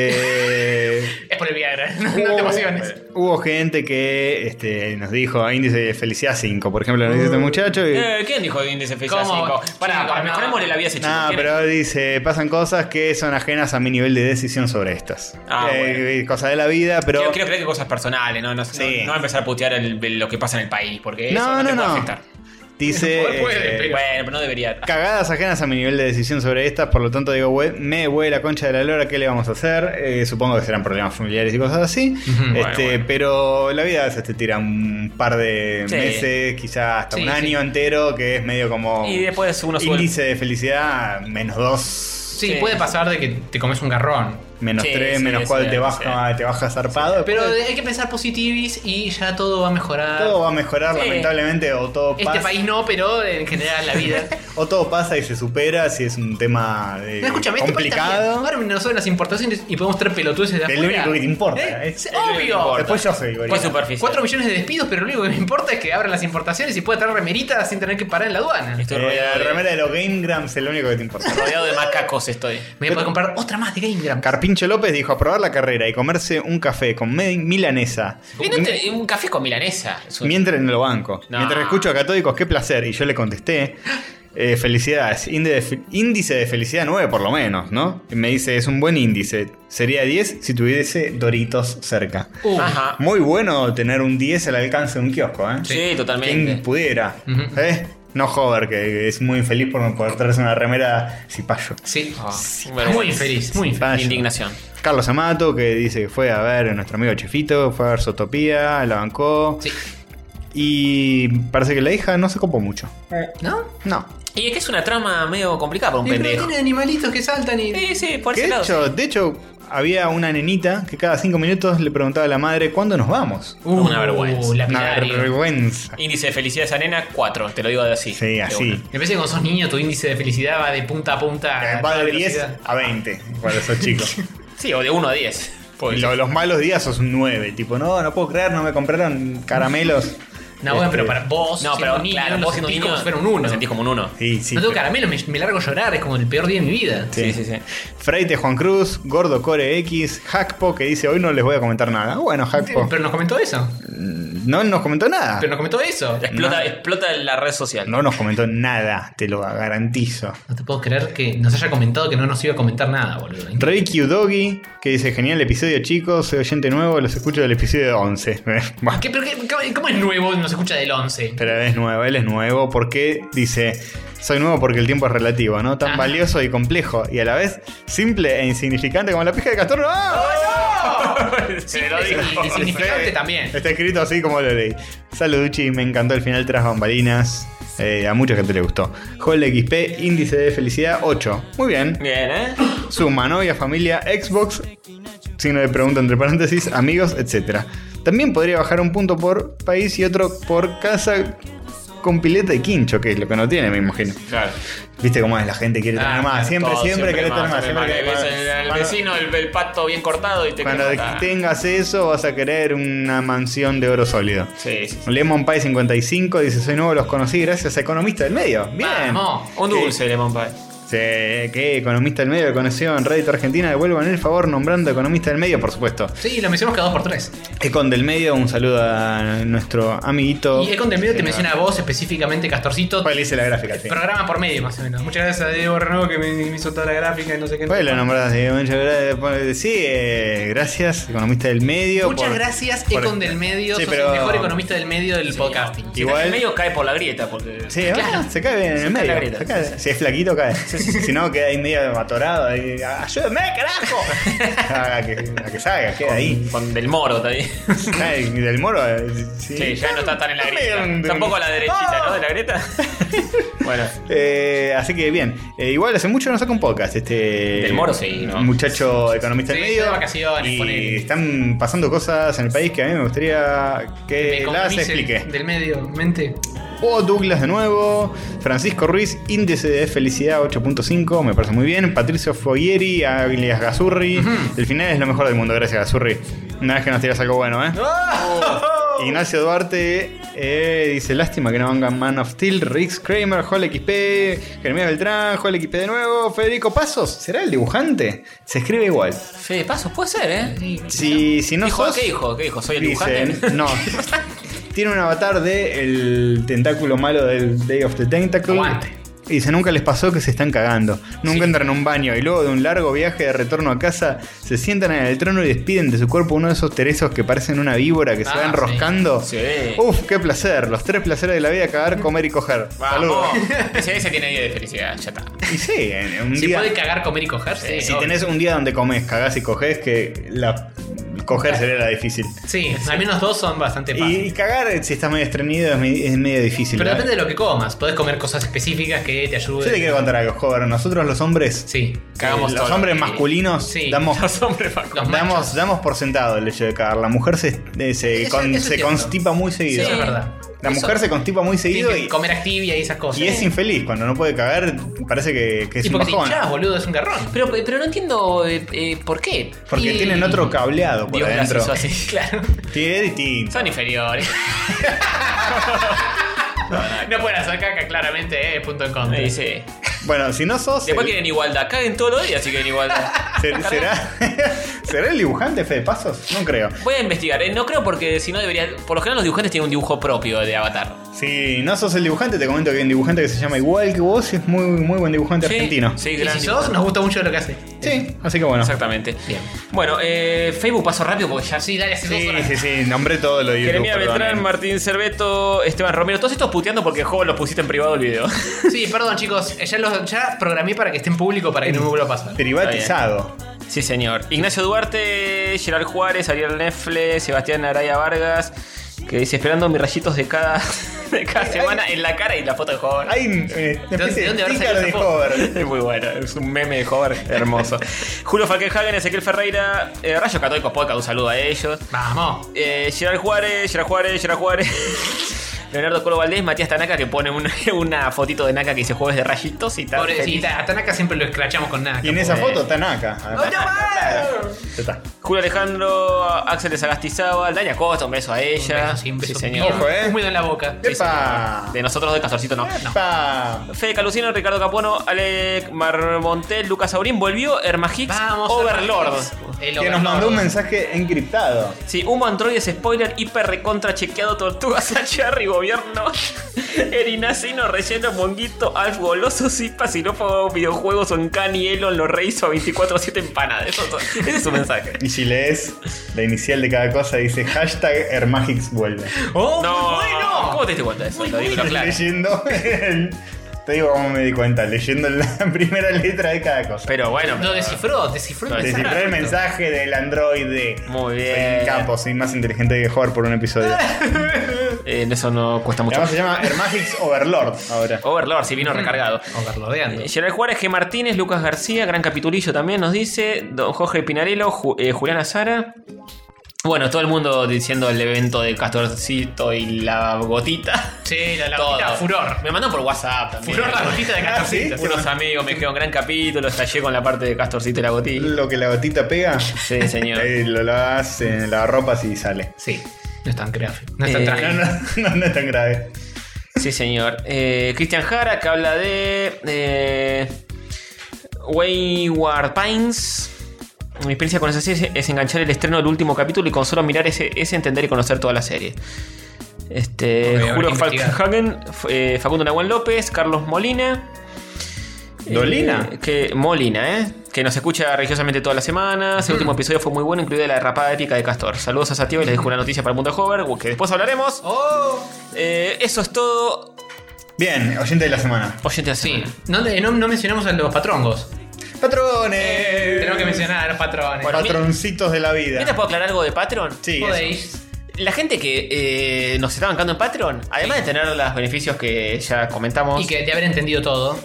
[SPEAKER 5] Es por el Viagra. No te emociones.
[SPEAKER 3] Hubo gente que nos dijo índice de felicidad 5, por ejemplo, nos dice este muchacho. Y,
[SPEAKER 2] ¿Quién dijo índice de felicidad
[SPEAKER 5] ¿Cómo?
[SPEAKER 2] 5? Para
[SPEAKER 5] Chicos,
[SPEAKER 2] mejorémosle la vida a ese chico.
[SPEAKER 3] no,
[SPEAKER 2] ¿Quién
[SPEAKER 3] pero dice, pasan cosas que son ajenas a mi nivel de decisión sobre estas.
[SPEAKER 2] Bueno.
[SPEAKER 3] Cosas de la vida, pero...
[SPEAKER 2] Quiero creer que cosas personales, no
[SPEAKER 3] Sí.
[SPEAKER 2] va a empezar a putear lo que pasa en el país, porque
[SPEAKER 3] No,
[SPEAKER 2] eso no te
[SPEAKER 3] no,
[SPEAKER 2] puede
[SPEAKER 3] no.
[SPEAKER 2] afectar.
[SPEAKER 3] Dice...
[SPEAKER 5] Puede, pero-
[SPEAKER 2] Bueno, pero no debería.
[SPEAKER 3] Cagadas ajenas a mi nivel de decisión sobre estas, por lo tanto digo, me huele la concha de la lora, ¿qué le vamos a hacer? Supongo que serán problemas familiares y cosas así.
[SPEAKER 2] Bueno.
[SPEAKER 3] Pero la vida a veces te tira un par de
[SPEAKER 2] Sí.
[SPEAKER 3] meses, quizás hasta
[SPEAKER 5] Sí,
[SPEAKER 3] un
[SPEAKER 5] sí.
[SPEAKER 3] año entero, que es medio como
[SPEAKER 2] Y después uno sube.
[SPEAKER 3] índice de felicidad -2,
[SPEAKER 5] Sí,
[SPEAKER 2] Sí.
[SPEAKER 5] puede pasar de que te comes un garrón.
[SPEAKER 3] -3,
[SPEAKER 2] Sí, sí,
[SPEAKER 3] -4
[SPEAKER 2] sí,
[SPEAKER 3] te baja zarpado.
[SPEAKER 5] Pero
[SPEAKER 3] Después
[SPEAKER 5] hay que pensar positivis y ya todo va a mejorar.
[SPEAKER 3] todo va a mejorar,
[SPEAKER 2] Sí.
[SPEAKER 3] lamentablemente, o todo
[SPEAKER 5] Este
[SPEAKER 3] pasa.
[SPEAKER 5] país no, pero en general la vida.
[SPEAKER 3] O todo pasa y se supera si es un tema
[SPEAKER 5] No, escúchame, este país también.
[SPEAKER 3] complicado.
[SPEAKER 5] Ahora nos suben las importaciones y podemos traer pelotudes de
[SPEAKER 3] Es
[SPEAKER 5] afuera.
[SPEAKER 3] lo único que te importa.
[SPEAKER 5] Es
[SPEAKER 3] Es-
[SPEAKER 5] obvio.
[SPEAKER 3] Después yo soy,
[SPEAKER 2] Fue superficial.
[SPEAKER 5] 4 millones de despidos, pero lo único que me importa es que abran las importaciones y pueda traer remeritas sin tener que parar en la aduana.
[SPEAKER 2] Estoy
[SPEAKER 3] La
[SPEAKER 2] rodeado,
[SPEAKER 3] remera de los Game Grams es lo único que te importa.
[SPEAKER 2] rodeado de macacos estoy.
[SPEAKER 5] Me voy a poder comprar otra más de Game Grumps.
[SPEAKER 3] Carpincho López dijo aprobar la carrera y comerse un café con milanesa.
[SPEAKER 2] Un café con milanesa. Es un-
[SPEAKER 3] Mientras no lo banco.
[SPEAKER 2] No.
[SPEAKER 3] Mientras escucho a Catódicos, qué placer. Y yo le contesté, felicidades. Índice de felicidad 9 por lo menos, ¿no? Y me dice, es un buen índice. Sería 10 si tuviese Doritos cerca.
[SPEAKER 2] Ajá.
[SPEAKER 3] Muy bueno tener un 10 al alcance de un kiosco, ¿eh?
[SPEAKER 2] Sí, totalmente.
[SPEAKER 3] Quien pudiera.
[SPEAKER 5] Ujú.
[SPEAKER 3] No Hover, que es muy infeliz por no poder traerse una remera cipayo.
[SPEAKER 5] Sí.
[SPEAKER 2] Bueno,
[SPEAKER 5] Muy infeliz, muy infeliz.
[SPEAKER 3] Cipayo.
[SPEAKER 2] Indignación.
[SPEAKER 3] Carlos Amato, que dice que fue a ver a nuestro amigo Chefito, fue a ver Zootopía, la bancó.
[SPEAKER 5] Sí.
[SPEAKER 3] Y parece que la hija no se copó mucho.
[SPEAKER 5] ¿No?
[SPEAKER 3] No.
[SPEAKER 2] Y es que es una trama medio complicada para un
[SPEAKER 5] Pero
[SPEAKER 2] pendejo.
[SPEAKER 5] tiene animalitos que saltan y.
[SPEAKER 2] Sí, sí, por
[SPEAKER 3] Que
[SPEAKER 2] ese lado.
[SPEAKER 3] de hecho, había una nenita que cada 5 minutos le preguntaba a la madre ¿cuándo nos vamos?
[SPEAKER 2] Una vergüenza.
[SPEAKER 3] Una
[SPEAKER 5] Lapidario.
[SPEAKER 3] vergüenza.
[SPEAKER 2] Índice de felicidad de esa nena, 4. Te lo digo así.
[SPEAKER 3] Sí,
[SPEAKER 2] de
[SPEAKER 3] así.
[SPEAKER 2] una.
[SPEAKER 5] Me parece que cuando sos niño tu índice de felicidad va de punta a punta. a
[SPEAKER 3] Va
[SPEAKER 5] toda
[SPEAKER 3] de 10
[SPEAKER 5] velocidad.
[SPEAKER 3] a 20 cuando sos chico.
[SPEAKER 2] Sí, o de 1 a 10.
[SPEAKER 3] Y los malos días sos un 9. Tipo, no puedo creer, no me compraron caramelos.
[SPEAKER 5] No, bueno, pero para vos,
[SPEAKER 2] No,
[SPEAKER 5] siendo
[SPEAKER 2] pero
[SPEAKER 5] un niño,
[SPEAKER 2] claro,
[SPEAKER 5] lo
[SPEAKER 2] vos siendo
[SPEAKER 5] sentís
[SPEAKER 2] niño
[SPEAKER 5] como si fuera un 1.
[SPEAKER 2] lo sentís como un 1.
[SPEAKER 3] Sí, sí.
[SPEAKER 5] No tengo
[SPEAKER 3] pero-
[SPEAKER 5] caramelo, me largo a llorar, es como el peor día de mi vida.
[SPEAKER 2] Sí, sí, sí.
[SPEAKER 3] Freite Juan Cruz, Gordo Core X, Hackpo, que dice hoy no les voy a comentar nada. Bueno, Hackpo.
[SPEAKER 5] Pero nos comentó eso.
[SPEAKER 3] No nos comentó nada.
[SPEAKER 5] Pero nos comentó eso.
[SPEAKER 2] Explota la red social.
[SPEAKER 3] No nos comentó nada, te lo garantizo.
[SPEAKER 5] No te puedo creer que nos haya comentado que no nos iba a comentar nada, boludo.
[SPEAKER 3] Rey Q Doggy, que dice genial episodio chicos, soy oyente nuevo, los escucho del episodio 11. Bueno,
[SPEAKER 5] ¿Cómo es nuevo y nos escucha del 11?
[SPEAKER 3] pero es nuevo, él es nuevo porque dice, soy nuevo porque el tiempo es relativo, ¿no? Tan
[SPEAKER 5] Ajá.
[SPEAKER 3] valioso y complejo y a la vez simple e insignificante como la pija de Castor.
[SPEAKER 2] Se lo digo.
[SPEAKER 5] Insignificante también.
[SPEAKER 3] Está escrito así como lo leí. Saluduchi, me encantó el final tras bambalinas. A mucha gente le gustó. Joel XP, índice de felicidad 8. Muy bien.
[SPEAKER 2] Bien, ¿eh?
[SPEAKER 3] Suma, novia, familia, Xbox, signo de pregunta entre paréntesis, amigos, etc. También podría bajar un punto por país y otro por casa con pileta y quincho, que es lo que no tiene, me imagino.
[SPEAKER 2] Claro.
[SPEAKER 3] Viste cómo es, la gente quiere tener más. Siempre
[SPEAKER 2] Todo,
[SPEAKER 3] querés tener más.
[SPEAKER 2] siempre
[SPEAKER 3] Siempre
[SPEAKER 2] ves
[SPEAKER 3] querés
[SPEAKER 2] al
[SPEAKER 3] cuando-
[SPEAKER 2] vecino el pato bien cortado y te
[SPEAKER 3] Cuando
[SPEAKER 2] querés matar.
[SPEAKER 3] tengas eso, vas a querer una mansión de oro sólido.
[SPEAKER 2] Sí, sí.
[SPEAKER 3] Lemon Pie 55 dice: soy nuevo, los conocí gracias a Economista del Medio. Bien.
[SPEAKER 5] Vamos.
[SPEAKER 2] Un dulce, Lemon Pie.
[SPEAKER 3] Sí, que economista del medio conoció en Reddit Argentina. Devuelvan el favor nombrando economista del medio, por supuesto.
[SPEAKER 5] Sí, lo mencionamos cada 2x3.
[SPEAKER 3] Econ del medio, un saludo a nuestro amiguito.
[SPEAKER 5] Y Econ del medio te menciona a vos específicamente, Castorcito.
[SPEAKER 3] ¿Cuál hice la gráfica? Sí.
[SPEAKER 5] Programa por medio, más o menos. Muchas gracias a Diego Renuevo que me hizo toda la gráfica y no sé qué.
[SPEAKER 3] ¿Cuál la nombrás? Sí, gracias, economista del medio.
[SPEAKER 5] Muchas gracias, Econ del medio.
[SPEAKER 3] Sí,
[SPEAKER 5] sos
[SPEAKER 3] pero...
[SPEAKER 5] el mejor economista del medio del podcasting.
[SPEAKER 3] Igual...
[SPEAKER 2] El medio cae por la grieta. Porque...
[SPEAKER 3] Sí,
[SPEAKER 5] Claro.
[SPEAKER 3] se cae bien en el medio.
[SPEAKER 2] la grieta,
[SPEAKER 3] Se cae.
[SPEAKER 2] sí.
[SPEAKER 3] Si es flaquito, cae. Si no, queda ahí medio atorado. Ahí, ¡ayúdame, carajo! a que salga, queda ahí.
[SPEAKER 2] Con Del Moro también.
[SPEAKER 3] Ay, del Moro.
[SPEAKER 2] Sí, ya no está tan en la grieta.
[SPEAKER 3] Medio-
[SPEAKER 2] Tampoco a la derechita, ¿no? De la grieta. Bueno.
[SPEAKER 3] Así que bien. Igual hace mucho no saca un podcast.
[SPEAKER 2] Del Moro, sí, ¿no?
[SPEAKER 3] Muchacho economista del
[SPEAKER 5] Sí,
[SPEAKER 3] medio.
[SPEAKER 5] está de vacaciones,
[SPEAKER 3] y
[SPEAKER 5] ponele.
[SPEAKER 3] están pasando cosas en el país que a mí me gustaría que las
[SPEAKER 5] Economice
[SPEAKER 3] explique.
[SPEAKER 5] del medio, mente.
[SPEAKER 3] O Douglas de nuevo, Francisco Ruiz, índice de felicidad 8.5, me parece muy bien. Patricio Foglieri, Alias Gazurri. El final es lo mejor del mundo, gracias Gazurri. Una vez que nos tiras algo bueno, Ignacio Duarte dice: lástima que no vengan Man of Steel, Rix Kramer, Hall XP, Jeremías Beltrán, Hall XP de nuevo. Federico Pasos, ¿será el dibujante? Se escribe igual.
[SPEAKER 2] Fede Pasos, puede ser, ¿eh?
[SPEAKER 3] Si no
[SPEAKER 2] Dijo,
[SPEAKER 3] sos,
[SPEAKER 2] ¿Qué dijo? ¿Qué dijo? ¿Soy el
[SPEAKER 3] dice,
[SPEAKER 2] dibujante?
[SPEAKER 3] no. Tiene un avatar de el tentáculo malo del Day of the Tentacle.
[SPEAKER 5] Aguante.
[SPEAKER 3] Y dice: nunca les pasó que se están cagando. Nunca entran en un baño y luego de un largo viaje de retorno a casa se sientan en el trono y despiden de su cuerpo uno de esos teresos que parecen una víbora que se va enroscando.
[SPEAKER 2] Sí.
[SPEAKER 3] Uf, qué placer. Los 3 placeres de la vida: cagar, comer y coger. Saludos.
[SPEAKER 2] Vamos. Ese tiene día de felicidad, ya está.
[SPEAKER 3] Y sí, en un
[SPEAKER 5] ¿Se
[SPEAKER 3] día.
[SPEAKER 5] puede cagar, comer y coger? Sí,
[SPEAKER 3] Si
[SPEAKER 5] obvio.
[SPEAKER 3] tenés un día donde comes, cagás y coges, que coger sería la difícil.
[SPEAKER 5] Sí, al menos 2 son bastante
[SPEAKER 3] Y
[SPEAKER 5] fáciles.
[SPEAKER 3] cagar, si estás medio estreñido, es medio difícil.
[SPEAKER 5] Pero
[SPEAKER 3] ¿verdad?
[SPEAKER 5] depende de lo que comas. Podés comer cosas específicas que te
[SPEAKER 3] Yo
[SPEAKER 5] ayuden.
[SPEAKER 3] te quiero contar algo, joven. Nosotros los hombres,
[SPEAKER 5] Sí.
[SPEAKER 2] Cagamos
[SPEAKER 3] los
[SPEAKER 2] todo.
[SPEAKER 3] hombres masculinos,
[SPEAKER 5] Sí.
[SPEAKER 3] damos,
[SPEAKER 2] Los hombres
[SPEAKER 5] Los machos.
[SPEAKER 3] damos por sentado el hecho de cagar. La mujer se
[SPEAKER 5] Eso es cierto.
[SPEAKER 3] constipa muy
[SPEAKER 5] Sí,
[SPEAKER 3] seguido.
[SPEAKER 5] eso es verdad.
[SPEAKER 3] La mujer se constipa muy seguido
[SPEAKER 5] Tiene que
[SPEAKER 3] y,
[SPEAKER 5] comer Activia y esas cosas.
[SPEAKER 3] y es infeliz. Cuando no puede cagar, parece que es
[SPEAKER 5] Y
[SPEAKER 3] un
[SPEAKER 5] porque te
[SPEAKER 3] bajón.
[SPEAKER 5] hinchás, boludo, es un garrón.
[SPEAKER 2] Pero no entiendo por qué.
[SPEAKER 3] Porque
[SPEAKER 5] Y-
[SPEAKER 3] tienen otro cableado por
[SPEAKER 2] Dios las
[SPEAKER 3] adentro.
[SPEAKER 2] hizo así.
[SPEAKER 5] Claro.
[SPEAKER 3] Sí, es distinto.
[SPEAKER 2] Son inferiores.
[SPEAKER 5] No pueden hacer caca, claramente, punto en contra.
[SPEAKER 2] Me dice.
[SPEAKER 3] Bueno, si no sos.
[SPEAKER 2] Después quieren igualdad. Caguen todos los días si quieren igualdad.
[SPEAKER 3] ¿Será el dibujante Fede Pasos? No creo.
[SPEAKER 2] Voy a investigar. No creo porque si no debería. Por lo general los dibujantes tienen un dibujo propio de Avatar.
[SPEAKER 3] Si no sos el dibujante, te comento que hay un dibujante que se llama igual que vos y es muy, muy buen dibujante argentino.
[SPEAKER 2] Sí,
[SPEAKER 5] Y
[SPEAKER 2] gran
[SPEAKER 5] si sos, nos gusta mucho lo que hace.
[SPEAKER 3] Sí, así que bueno.
[SPEAKER 2] Exactamente.
[SPEAKER 5] Bien.
[SPEAKER 2] Bueno, Facebook pasó rápido porque ya.
[SPEAKER 5] Sí, dale, hace 2
[SPEAKER 3] Sí,
[SPEAKER 5] horas.
[SPEAKER 3] sí, sí, nombré todo lo de YouTube.
[SPEAKER 2] Jeremías
[SPEAKER 3] perdón.
[SPEAKER 2] Beltrán, Martín Cerveto, Esteban Romero, todos estos puteando porque el juego lo pusiste en privado el video.
[SPEAKER 5] Sí, perdón, chicos. Ya programé para que esté en público para que no me vuelva a pasar.
[SPEAKER 3] Privatizado.
[SPEAKER 2] Sí, señor. Ignacio Duarte, Gerard Juárez, Ariel Nefle, Sebastián Araya Vargas, que dice: esperando mis rayitos de cada semana en la cara y la foto de Hover.
[SPEAKER 3] Hay una especie
[SPEAKER 5] ¿De dónde habrá
[SPEAKER 3] sticker
[SPEAKER 5] salido
[SPEAKER 3] de
[SPEAKER 5] esa foto?
[SPEAKER 3] hover.
[SPEAKER 2] Es muy bueno, es un meme de Hover hermoso. Julio Falkenhagen, Ezequiel Ferreira, Rayos Católicos Podcast, un saludo a ellos.
[SPEAKER 5] Vamos.
[SPEAKER 2] Gerard Juárez. Leonardo Colo Valdés, Matías Tanaka, que pone una fotito de Naka que dice jueves de rayitos y tal.
[SPEAKER 5] Pobrecita, a Tanaka siempre lo escrachamos con nada.
[SPEAKER 3] Y en esa foto Tanaka.
[SPEAKER 5] ¡No,
[SPEAKER 3] Ya está.
[SPEAKER 2] Julio Alejandro, Axel de Sagastizábal, Daña Costa, un beso a ella.
[SPEAKER 5] Sí, un beso
[SPEAKER 2] señor.
[SPEAKER 3] Ojo,
[SPEAKER 5] húmedo en la boca.
[SPEAKER 3] ¡Epa!
[SPEAKER 2] De nosotros de Castorcito no.
[SPEAKER 3] ¡Epa!
[SPEAKER 2] Fede Calucino, Ricardo Capuano, Alec Marmontel, Lucas Aurín, volvió Hermagix
[SPEAKER 5] Vamos,
[SPEAKER 2] Overlord.
[SPEAKER 5] El
[SPEAKER 3] Que nos mandó un
[SPEAKER 5] Overlord.
[SPEAKER 3] mensaje encriptado.
[SPEAKER 2] Sí, humo androides, spoiler, hiper recontra chequeado, tortugas a Cherry, gobierno, Erinacino, relleno, monguito, Alf, goloso, Zipa, sinófago, videojuegos, Oncani, Elon, los Reyes o 24/7 empanadas. Ese es su mensaje.
[SPEAKER 3] Y si lees la inicial de cada cosa, dice hashtag Hermagix vuelve.
[SPEAKER 5] ¡Oh,
[SPEAKER 2] No,
[SPEAKER 5] muy bueno!
[SPEAKER 2] ¿cómo te diste cuenta de eso? Lo digo claro.
[SPEAKER 3] Leyendo te digo cómo me di cuenta, leyendo la primera letra de cada cosa.
[SPEAKER 2] Pero bueno.
[SPEAKER 5] Lo descifró el
[SPEAKER 3] Descifré el mensaje del androide.
[SPEAKER 2] Muy
[SPEAKER 3] Soy
[SPEAKER 2] bien.
[SPEAKER 3] un capo, soy más inteligente que Hover por un episodio.
[SPEAKER 2] Eso no cuesta mucho.
[SPEAKER 3] Además se llama Hermagix Overlord ahora.
[SPEAKER 2] Overlord, si vino recargado.
[SPEAKER 5] Overlordeando.
[SPEAKER 2] Gerard Juárez, G. Martínez, Lucas García, gran capitulillo también nos dice. Don Jorge Pinarello, Juliana Sara. Bueno, todo el mundo diciendo el evento de Castorcito y la gotita.
[SPEAKER 5] Sí, la
[SPEAKER 2] Todo.
[SPEAKER 5] gotita, furor.
[SPEAKER 2] Me mandan por WhatsApp también.
[SPEAKER 5] Furor la gotita de Castorcito.
[SPEAKER 3] ¿sí?
[SPEAKER 2] Unos amigos me dijeron gran capítulo, estallé con la parte de Castorcito y la gotita.
[SPEAKER 3] Lo que la gotita pega,
[SPEAKER 2] Sí, señor.
[SPEAKER 3] ahí lo lavas en lavarropas y sale.
[SPEAKER 5] Sí, no es tan gráfico. No es tan trágico.
[SPEAKER 3] No es tan grave.
[SPEAKER 2] Sí, señor. Cristian Jara, que habla de Wayward Pines. Mi experiencia con esa serie es enganchar el estreno del último capítulo y con solo mirar ese entender y conocer toda la serie. Julio Falkhagen, Facundo Nahuel López, Carlos Molina.
[SPEAKER 3] ¿Dolina?
[SPEAKER 2] Molina, que nos escucha religiosamente todas las semanas. El último episodio fue muy bueno, incluida la derrapada épica de Castor. Saludos a Sativa y les dejo una noticia para el mundo de Hover, que después hablaremos. Eso es todo.
[SPEAKER 3] Bien, oyente de la semana.
[SPEAKER 2] Oyente de la semana.
[SPEAKER 5] No mencionamos a los patrongos.
[SPEAKER 3] ¡Patrones!
[SPEAKER 5] Tenemos que mencionar a los patrones.
[SPEAKER 3] Bueno, patroncitos de la vida.
[SPEAKER 2] ¿Te puedo aclarar algo de Patreon?
[SPEAKER 3] Sí,
[SPEAKER 5] Podéis.
[SPEAKER 2] La gente que nos está bancando en Patreon, además de tener los beneficios que ya comentamos
[SPEAKER 5] Y que de haber entendido todo.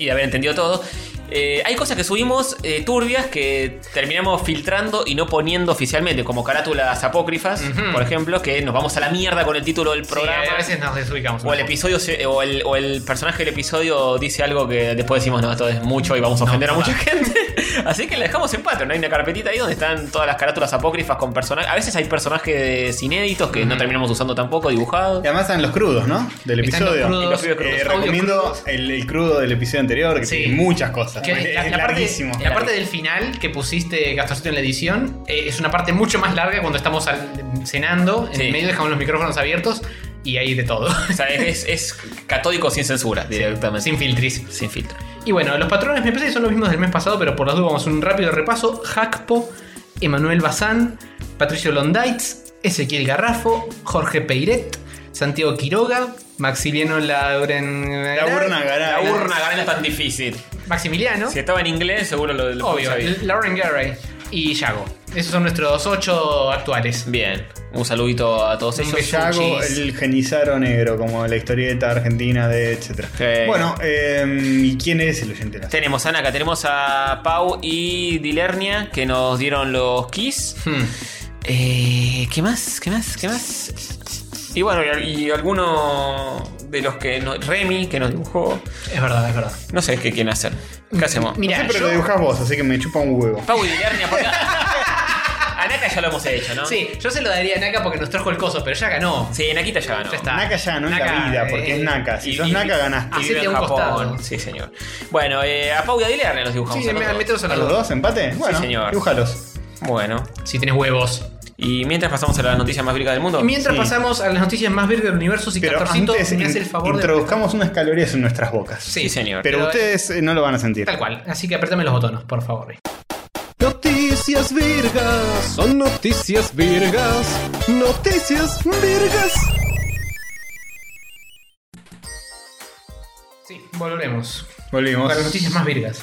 [SPEAKER 2] hay cosas que subimos turbias que terminamos filtrando y no poniendo oficialmente, como carátulas apócrifas, por ejemplo, que nos vamos a la mierda con el título del programa.
[SPEAKER 5] Sí, a veces nos desubicamos.
[SPEAKER 2] O el episodio o el personaje del episodio dice algo que después decimos, no, esto es mucho y vamos a ofender a mucha gente. Así que la dejamos en Patreon. Hay una carpetita ahí donde están todas las carátulas apócrifas con personajes. A veces hay personajes inéditos que no terminamos usando tampoco, dibujados.
[SPEAKER 3] Y además están los crudos, ¿no? Del
[SPEAKER 5] Están
[SPEAKER 3] episodio.
[SPEAKER 5] los crudos,
[SPEAKER 3] Recomiendo el crudo del episodio anterior, que tiene muchas cosas.
[SPEAKER 5] Que
[SPEAKER 3] Es
[SPEAKER 5] la
[SPEAKER 3] larguísimo.
[SPEAKER 5] parte del final que pusiste, Gastorcito, en la edición, es una parte mucho más larga cuando estamos cenando. En el medio dejamos los micrófonos abiertos y hay de todo.
[SPEAKER 2] O sea, es catódico sin censura, directamente.
[SPEAKER 5] Sin filtris.
[SPEAKER 2] Sin filtro.
[SPEAKER 5] Y bueno, los patrones me parece que son los mismos del mes pasado, pero por las dudas vamos a un rápido repaso. Hackpo, Emanuel Bazán, Patricio Londaitz, Ezequiel Garrafo, Jorge Peiret, Santiago Quiroga, Maximiliano
[SPEAKER 3] La urna Garay.
[SPEAKER 2] La urna Garay no es tan difícil.
[SPEAKER 5] Maximiliano.
[SPEAKER 2] Si estaba en inglés, seguro lo
[SPEAKER 5] Obvio,
[SPEAKER 2] sabía.
[SPEAKER 5] Lauren Garay y Yago. Esos son nuestros 8 actuales.
[SPEAKER 2] Bien, un saludito a todos ellos.
[SPEAKER 3] Yago, el Genizaro negro, como la historieta argentina de etcétera.
[SPEAKER 2] Sí.
[SPEAKER 3] Bueno, ¿y quién es el oyente?
[SPEAKER 2] Tenemos a Naka, tenemos a Pau y Dilernia que nos dieron los keys. ¿Qué más? Y bueno, y alguno de los que Remy, que nos dibujó.
[SPEAKER 5] Es verdad.
[SPEAKER 2] No sé qué quieren hacer. ¿Qué hacemos?
[SPEAKER 5] Mira,
[SPEAKER 3] No sé, pero lo dibujás vos, así que me chupa un huevo.
[SPEAKER 2] Pau y Dilernia, porque a Naka ya lo hemos hecho, ¿no?
[SPEAKER 5] Sí, yo se lo daría a Naka porque nos trajo el coso, pero ya ganó.
[SPEAKER 2] Sí, Nakita ya ganó.
[SPEAKER 5] Ya está.
[SPEAKER 3] Naka ya ganó en
[SPEAKER 5] Naka,
[SPEAKER 3] la vida, porque es Naka. Si sos Naka, ganaste.
[SPEAKER 2] Y
[SPEAKER 5] Hacete
[SPEAKER 2] vive en
[SPEAKER 5] un costado.
[SPEAKER 2] Japón. Sí, señor. Bueno, a Pau y a Dilernia los dibujamos.
[SPEAKER 5] Sí,
[SPEAKER 2] a los dos.
[SPEAKER 5] mételos a
[SPEAKER 3] ¿A
[SPEAKER 5] los
[SPEAKER 3] los
[SPEAKER 5] dos.
[SPEAKER 3] dos empate? Bueno,
[SPEAKER 2] señor.
[SPEAKER 3] dibújalos.
[SPEAKER 2] Bueno.
[SPEAKER 5] Si tenés huevos.
[SPEAKER 2] Y mientras pasamos a las noticias más virgas del mundo.
[SPEAKER 5] Y mientras
[SPEAKER 3] Sí.
[SPEAKER 5] pasamos a las noticias más verdes del universo, si
[SPEAKER 3] Pero
[SPEAKER 5] Castorcito
[SPEAKER 3] antes
[SPEAKER 5] me hace el favor
[SPEAKER 3] introduzcamos unas calorías en nuestras bocas.
[SPEAKER 2] Sí, señor.
[SPEAKER 3] Pero ustedes no lo van a sentir.
[SPEAKER 5] Tal cual. Así que apretame los botones, por favor.
[SPEAKER 1] Noticias virgas, son noticias virgas, noticias virgas.
[SPEAKER 5] Sí, volvemos.
[SPEAKER 3] Volvimos.
[SPEAKER 5] Para las noticias más virgas.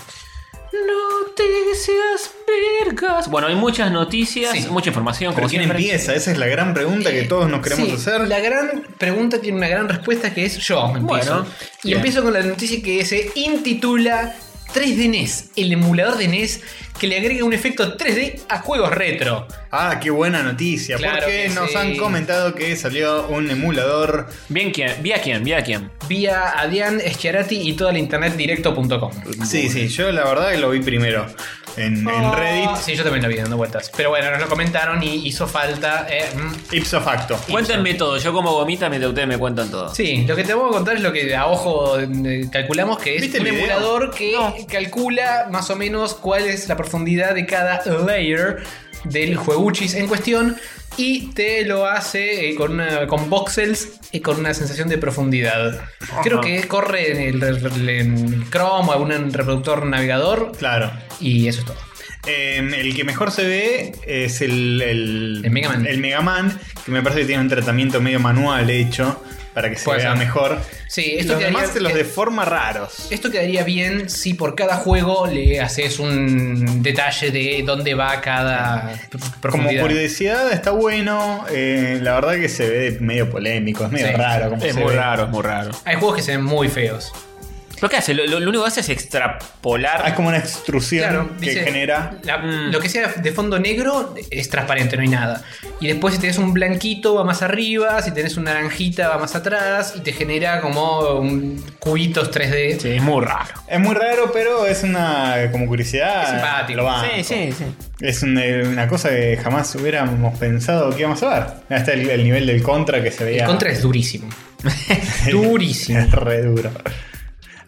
[SPEAKER 2] Noticias virgas. Bueno, hay muchas noticias,
[SPEAKER 5] Sí.
[SPEAKER 2] mucha información.
[SPEAKER 3] ¿Pero
[SPEAKER 2] Como
[SPEAKER 3] quién
[SPEAKER 2] siempre.
[SPEAKER 3] empieza? Esa es la gran pregunta que todos nos queremos
[SPEAKER 5] Sí,
[SPEAKER 3] hacer.
[SPEAKER 5] La gran pregunta tiene una gran respuesta que es yo. Empiezo.
[SPEAKER 2] Bueno,
[SPEAKER 5] y
[SPEAKER 2] bien.
[SPEAKER 5] empiezo con la noticia que se intitula 3D NES, el emulador de NES que le agrega un efecto 3D a juegos retro.
[SPEAKER 3] Ah, qué buena noticia.
[SPEAKER 5] Claro
[SPEAKER 3] porque
[SPEAKER 5] que
[SPEAKER 3] nos
[SPEAKER 5] sí.
[SPEAKER 3] han comentado que salió un emulador.
[SPEAKER 2] Bien, ¿quién? ¿Vi a quién?
[SPEAKER 5] Vía Adrián Schiarati y toda la internet directo.com.
[SPEAKER 3] Sí, yo la verdad que lo vi primero en Reddit.
[SPEAKER 5] Sí, yo también lo vi dando vueltas. Pero bueno, nos lo comentaron y hizo falta.
[SPEAKER 3] Ipso facto.
[SPEAKER 2] Cuéntenme todo. Yo como gomita, mientras ustedes me cuentan todo.
[SPEAKER 5] Sí, lo que te voy a contar es lo que a ojo calculamos que es
[SPEAKER 3] ¿Viste
[SPEAKER 5] un
[SPEAKER 3] el video?
[SPEAKER 5] emulador que calcula más o menos cuál es la profundidad de cada layer del jueguchis en cuestión y te lo hace con voxels y con una sensación de profundidad. Creo que corre en Chrome o algún reproductor navegador
[SPEAKER 3] Claro.
[SPEAKER 5] y eso es todo.
[SPEAKER 3] El que mejor se ve es el
[SPEAKER 5] Mega Man.
[SPEAKER 3] El Mega Man, que me parece que tiene un tratamiento medio manual hecho para que se
[SPEAKER 5] Puede
[SPEAKER 3] vea
[SPEAKER 5] ser.
[SPEAKER 3] mor.
[SPEAKER 5] Sí, esto
[SPEAKER 3] Los demás
[SPEAKER 5] quedaría-
[SPEAKER 3] los deforma raros.
[SPEAKER 5] Esto quedaría bien si por cada juego le haces un detalle de dónde va cada
[SPEAKER 3] Como
[SPEAKER 5] profundidad.
[SPEAKER 3] curiosidad está bueno. La verdad que se ve medio polémico, es medio
[SPEAKER 5] Sí.
[SPEAKER 3] raro. Como
[SPEAKER 2] Es
[SPEAKER 3] se
[SPEAKER 2] muy
[SPEAKER 3] ve.
[SPEAKER 2] raro, es muy raro.
[SPEAKER 5] Hay juegos que se ven muy feos.
[SPEAKER 2] ¿Lo que hace? Lo único que hace es extrapolar.
[SPEAKER 3] Es como una extrusión
[SPEAKER 5] Claro,
[SPEAKER 3] que
[SPEAKER 5] dice,
[SPEAKER 3] genera.
[SPEAKER 5] Lo que sea de fondo negro es transparente, no hay nada. Y después si tenés un blanquito va más arriba, si tenés un naranjita va más atrás y te genera como cubitos 3D.
[SPEAKER 2] Sí, es muy raro.
[SPEAKER 3] Es muy raro, pero es una como curiosidad.
[SPEAKER 5] Es simpático.
[SPEAKER 3] Lo banco.
[SPEAKER 2] Sí.
[SPEAKER 3] Es una cosa que jamás hubiéramos pensado que íbamos a ver. Ahí está el nivel del Contra que se veía.
[SPEAKER 5] El contra es durísimo. Durísimo.
[SPEAKER 3] Es re duro.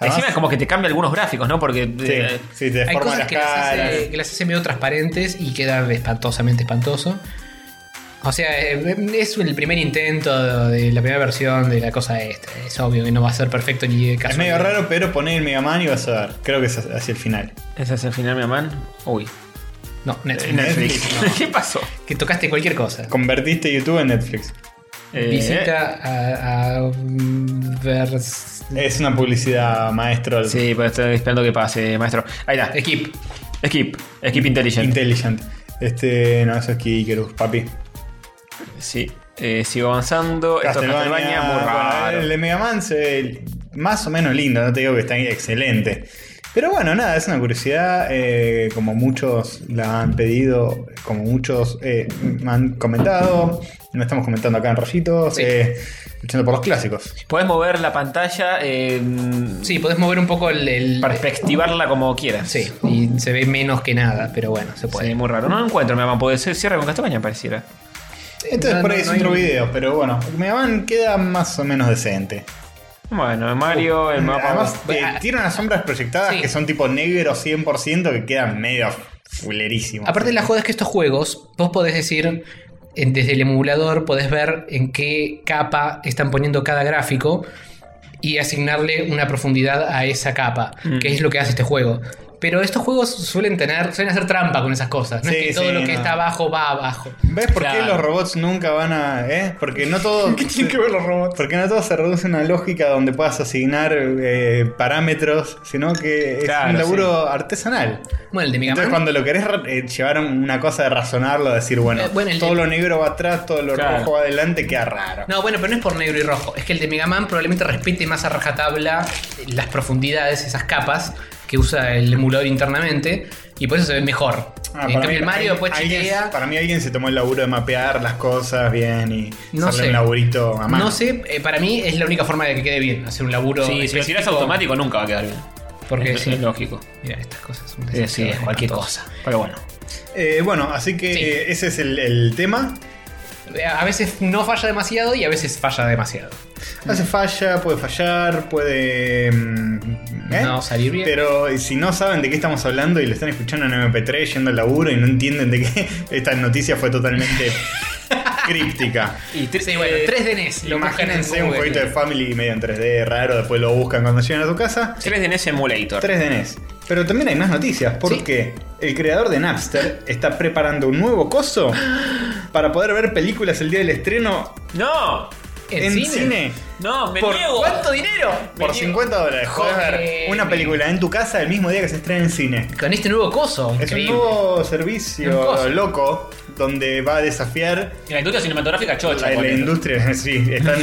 [SPEAKER 3] Además,
[SPEAKER 2] Encima es como que te cambia algunos gráficos, ¿no? Porque
[SPEAKER 3] sí, te
[SPEAKER 5] Hay
[SPEAKER 3] deforma
[SPEAKER 5] cosas
[SPEAKER 3] las
[SPEAKER 5] que las,
[SPEAKER 3] caras.
[SPEAKER 5] que las hace medio transparentes y queda espantosamente espantoso. O sea, es el primer intento de la primera versión de la cosa esta. Es obvio que no va a ser perfecto ni de
[SPEAKER 3] Es
[SPEAKER 5] casualidad.
[SPEAKER 3] medio raro, pero poner el Mega Man y vas a ver. Creo que es hacia el final.
[SPEAKER 2] ¿Ese es el final, mi man? Uy.
[SPEAKER 5] No, Netflix.
[SPEAKER 3] Netflix.
[SPEAKER 2] ¿Qué pasó?
[SPEAKER 5] Que tocaste cualquier cosa.
[SPEAKER 3] Convertiste YouTube en Netflix.
[SPEAKER 5] Visita a
[SPEAKER 3] Es una publicidad, maestro.
[SPEAKER 2] Sí, pues estoy esperando que pase, maestro. Ahí está. Skip Intelligent.
[SPEAKER 3] Intelligent. No, eso es Kikerus, papi.
[SPEAKER 2] Sí. Sigo avanzando. Esto es Castlevania, muy raro.
[SPEAKER 3] Bueno, el de Mega Man se ve más o menos lindo, no te digo que está excelente. Pero bueno, nada, es una curiosidad. Como muchos la han pedido, como muchos han comentado. No estamos comentando acá en rollitos.
[SPEAKER 5] Sí.
[SPEAKER 3] Luchando por los clásicos.
[SPEAKER 2] Puedes mover la pantalla.
[SPEAKER 5] Sí, podés mover un poco el
[SPEAKER 2] Perspectivarla como quieras.
[SPEAKER 5] Sí, y se ve menos que nada, pero bueno, se puede.
[SPEAKER 2] Sí, muy raro. No lo encuentro, Mega Man. Puede ser cierre con Castlevania, pareciera.
[SPEAKER 3] Entonces por ahí es
[SPEAKER 5] hay
[SPEAKER 3] otro
[SPEAKER 5] un-
[SPEAKER 3] video, pero bueno, Mega Man queda más o menos decente.
[SPEAKER 2] Bueno, Mario, el mapa.
[SPEAKER 3] Además, tiene unas sombras proyectadas
[SPEAKER 5] Sí.
[SPEAKER 3] que son tipo negro 100% que quedan medio fulerísimos.
[SPEAKER 5] Aparte, la joda es que estos juegos, vos podés decir, desde el emulador, podés ver en qué capa están poniendo cada gráfico y asignarle una profundidad a esa capa, que es lo que hace este juego. Pero estos juegos suelen hacer trampa con esas cosas. No
[SPEAKER 3] Sí,
[SPEAKER 5] es que todo
[SPEAKER 3] sí,
[SPEAKER 5] lo que
[SPEAKER 3] no.
[SPEAKER 5] está abajo va abajo.
[SPEAKER 3] ¿Ves por qué
[SPEAKER 2] Claro.
[SPEAKER 3] los robots nunca van a...? Porque no todo... ¿Qué tienen que ver los robots? Porque no todo se reduce a una lógica donde puedas asignar parámetros, sino que es
[SPEAKER 2] Claro,
[SPEAKER 3] un laburo artesanal.
[SPEAKER 5] Bueno, el de Mega
[SPEAKER 3] Entonces
[SPEAKER 5] Man.
[SPEAKER 3] cuando lo querés llevar a una cosa de razonarlo, decir, bueno,
[SPEAKER 5] Bueno, el
[SPEAKER 3] todo
[SPEAKER 5] de-
[SPEAKER 3] lo negro va atrás, todo lo
[SPEAKER 2] Claro.
[SPEAKER 3] rojo va adelante, queda raro.
[SPEAKER 5] No, bueno, pero no es por negro y rojo. Es que el de Mega Man probablemente respete más a rajatabla las profundidades, esas capas que usa el emulador internamente. Y por eso se ve mejor.
[SPEAKER 3] Ah,
[SPEAKER 5] En cambio, el Mario después
[SPEAKER 3] alguien-
[SPEAKER 5] chiquea.
[SPEAKER 3] Para mí alguien se tomó el laburo de mapear las cosas bien y
[SPEAKER 5] No
[SPEAKER 3] hacerle
[SPEAKER 5] sé.
[SPEAKER 3] un laburito a mano.
[SPEAKER 5] No sé, para mí es la única forma de que quede bien. Hacer un laburo.
[SPEAKER 2] Sí, si lo tiras
[SPEAKER 5] específico,
[SPEAKER 2] automático nunca va a quedar bien.
[SPEAKER 5] Porque
[SPEAKER 2] es
[SPEAKER 5] sí.
[SPEAKER 2] lógico.
[SPEAKER 5] Mira, estas cosas. Un
[SPEAKER 2] Sí,
[SPEAKER 5] desastre,
[SPEAKER 2] es cualquier
[SPEAKER 5] espantoso.
[SPEAKER 2] cosa. Pero bueno.
[SPEAKER 3] Bueno, así que
[SPEAKER 5] Sí.
[SPEAKER 3] ese es el tema.
[SPEAKER 5] A veces no falla demasiado y a veces falla demasiado.
[SPEAKER 3] Hace falla, puede fallar, puede...
[SPEAKER 5] No salir bien.
[SPEAKER 3] Pero si no saben de qué estamos hablando y lo están escuchando en MP3 yendo al laburo y no entienden de qué, esta noticia fue totalmente críptica.
[SPEAKER 2] Y
[SPEAKER 5] Sí, bueno, 3D NES. Lo buscan en
[SPEAKER 3] Imagínense un
[SPEAKER 5] Google.
[SPEAKER 3] jueguito de Family medio en 3D raro, después lo buscan cuando lleguen a su casa.
[SPEAKER 2] 3D NES Emulator.
[SPEAKER 3] 3D NES. Pero también hay más noticias, porque el creador de Napster está preparando un nuevo coso para poder ver películas el día del estreno
[SPEAKER 2] ¡No!
[SPEAKER 3] en cine.
[SPEAKER 2] ¡No! ¡Me
[SPEAKER 3] ¿Por
[SPEAKER 2] niego!
[SPEAKER 5] ¿Cuánto dinero?
[SPEAKER 3] Por $50. Podés ver
[SPEAKER 5] Joder.
[SPEAKER 3] una película en tu casa el mismo día que se estrena en cine.
[SPEAKER 5] Con este nuevo coso.
[SPEAKER 3] Es un
[SPEAKER 5] Increíble.
[SPEAKER 3] nuevo
[SPEAKER 5] Un
[SPEAKER 3] servicio
[SPEAKER 5] coso.
[SPEAKER 3] loco donde va a desafiar
[SPEAKER 2] Y la industria cinematográfica chocha.
[SPEAKER 3] la
[SPEAKER 2] porque-
[SPEAKER 3] industria. Sí, están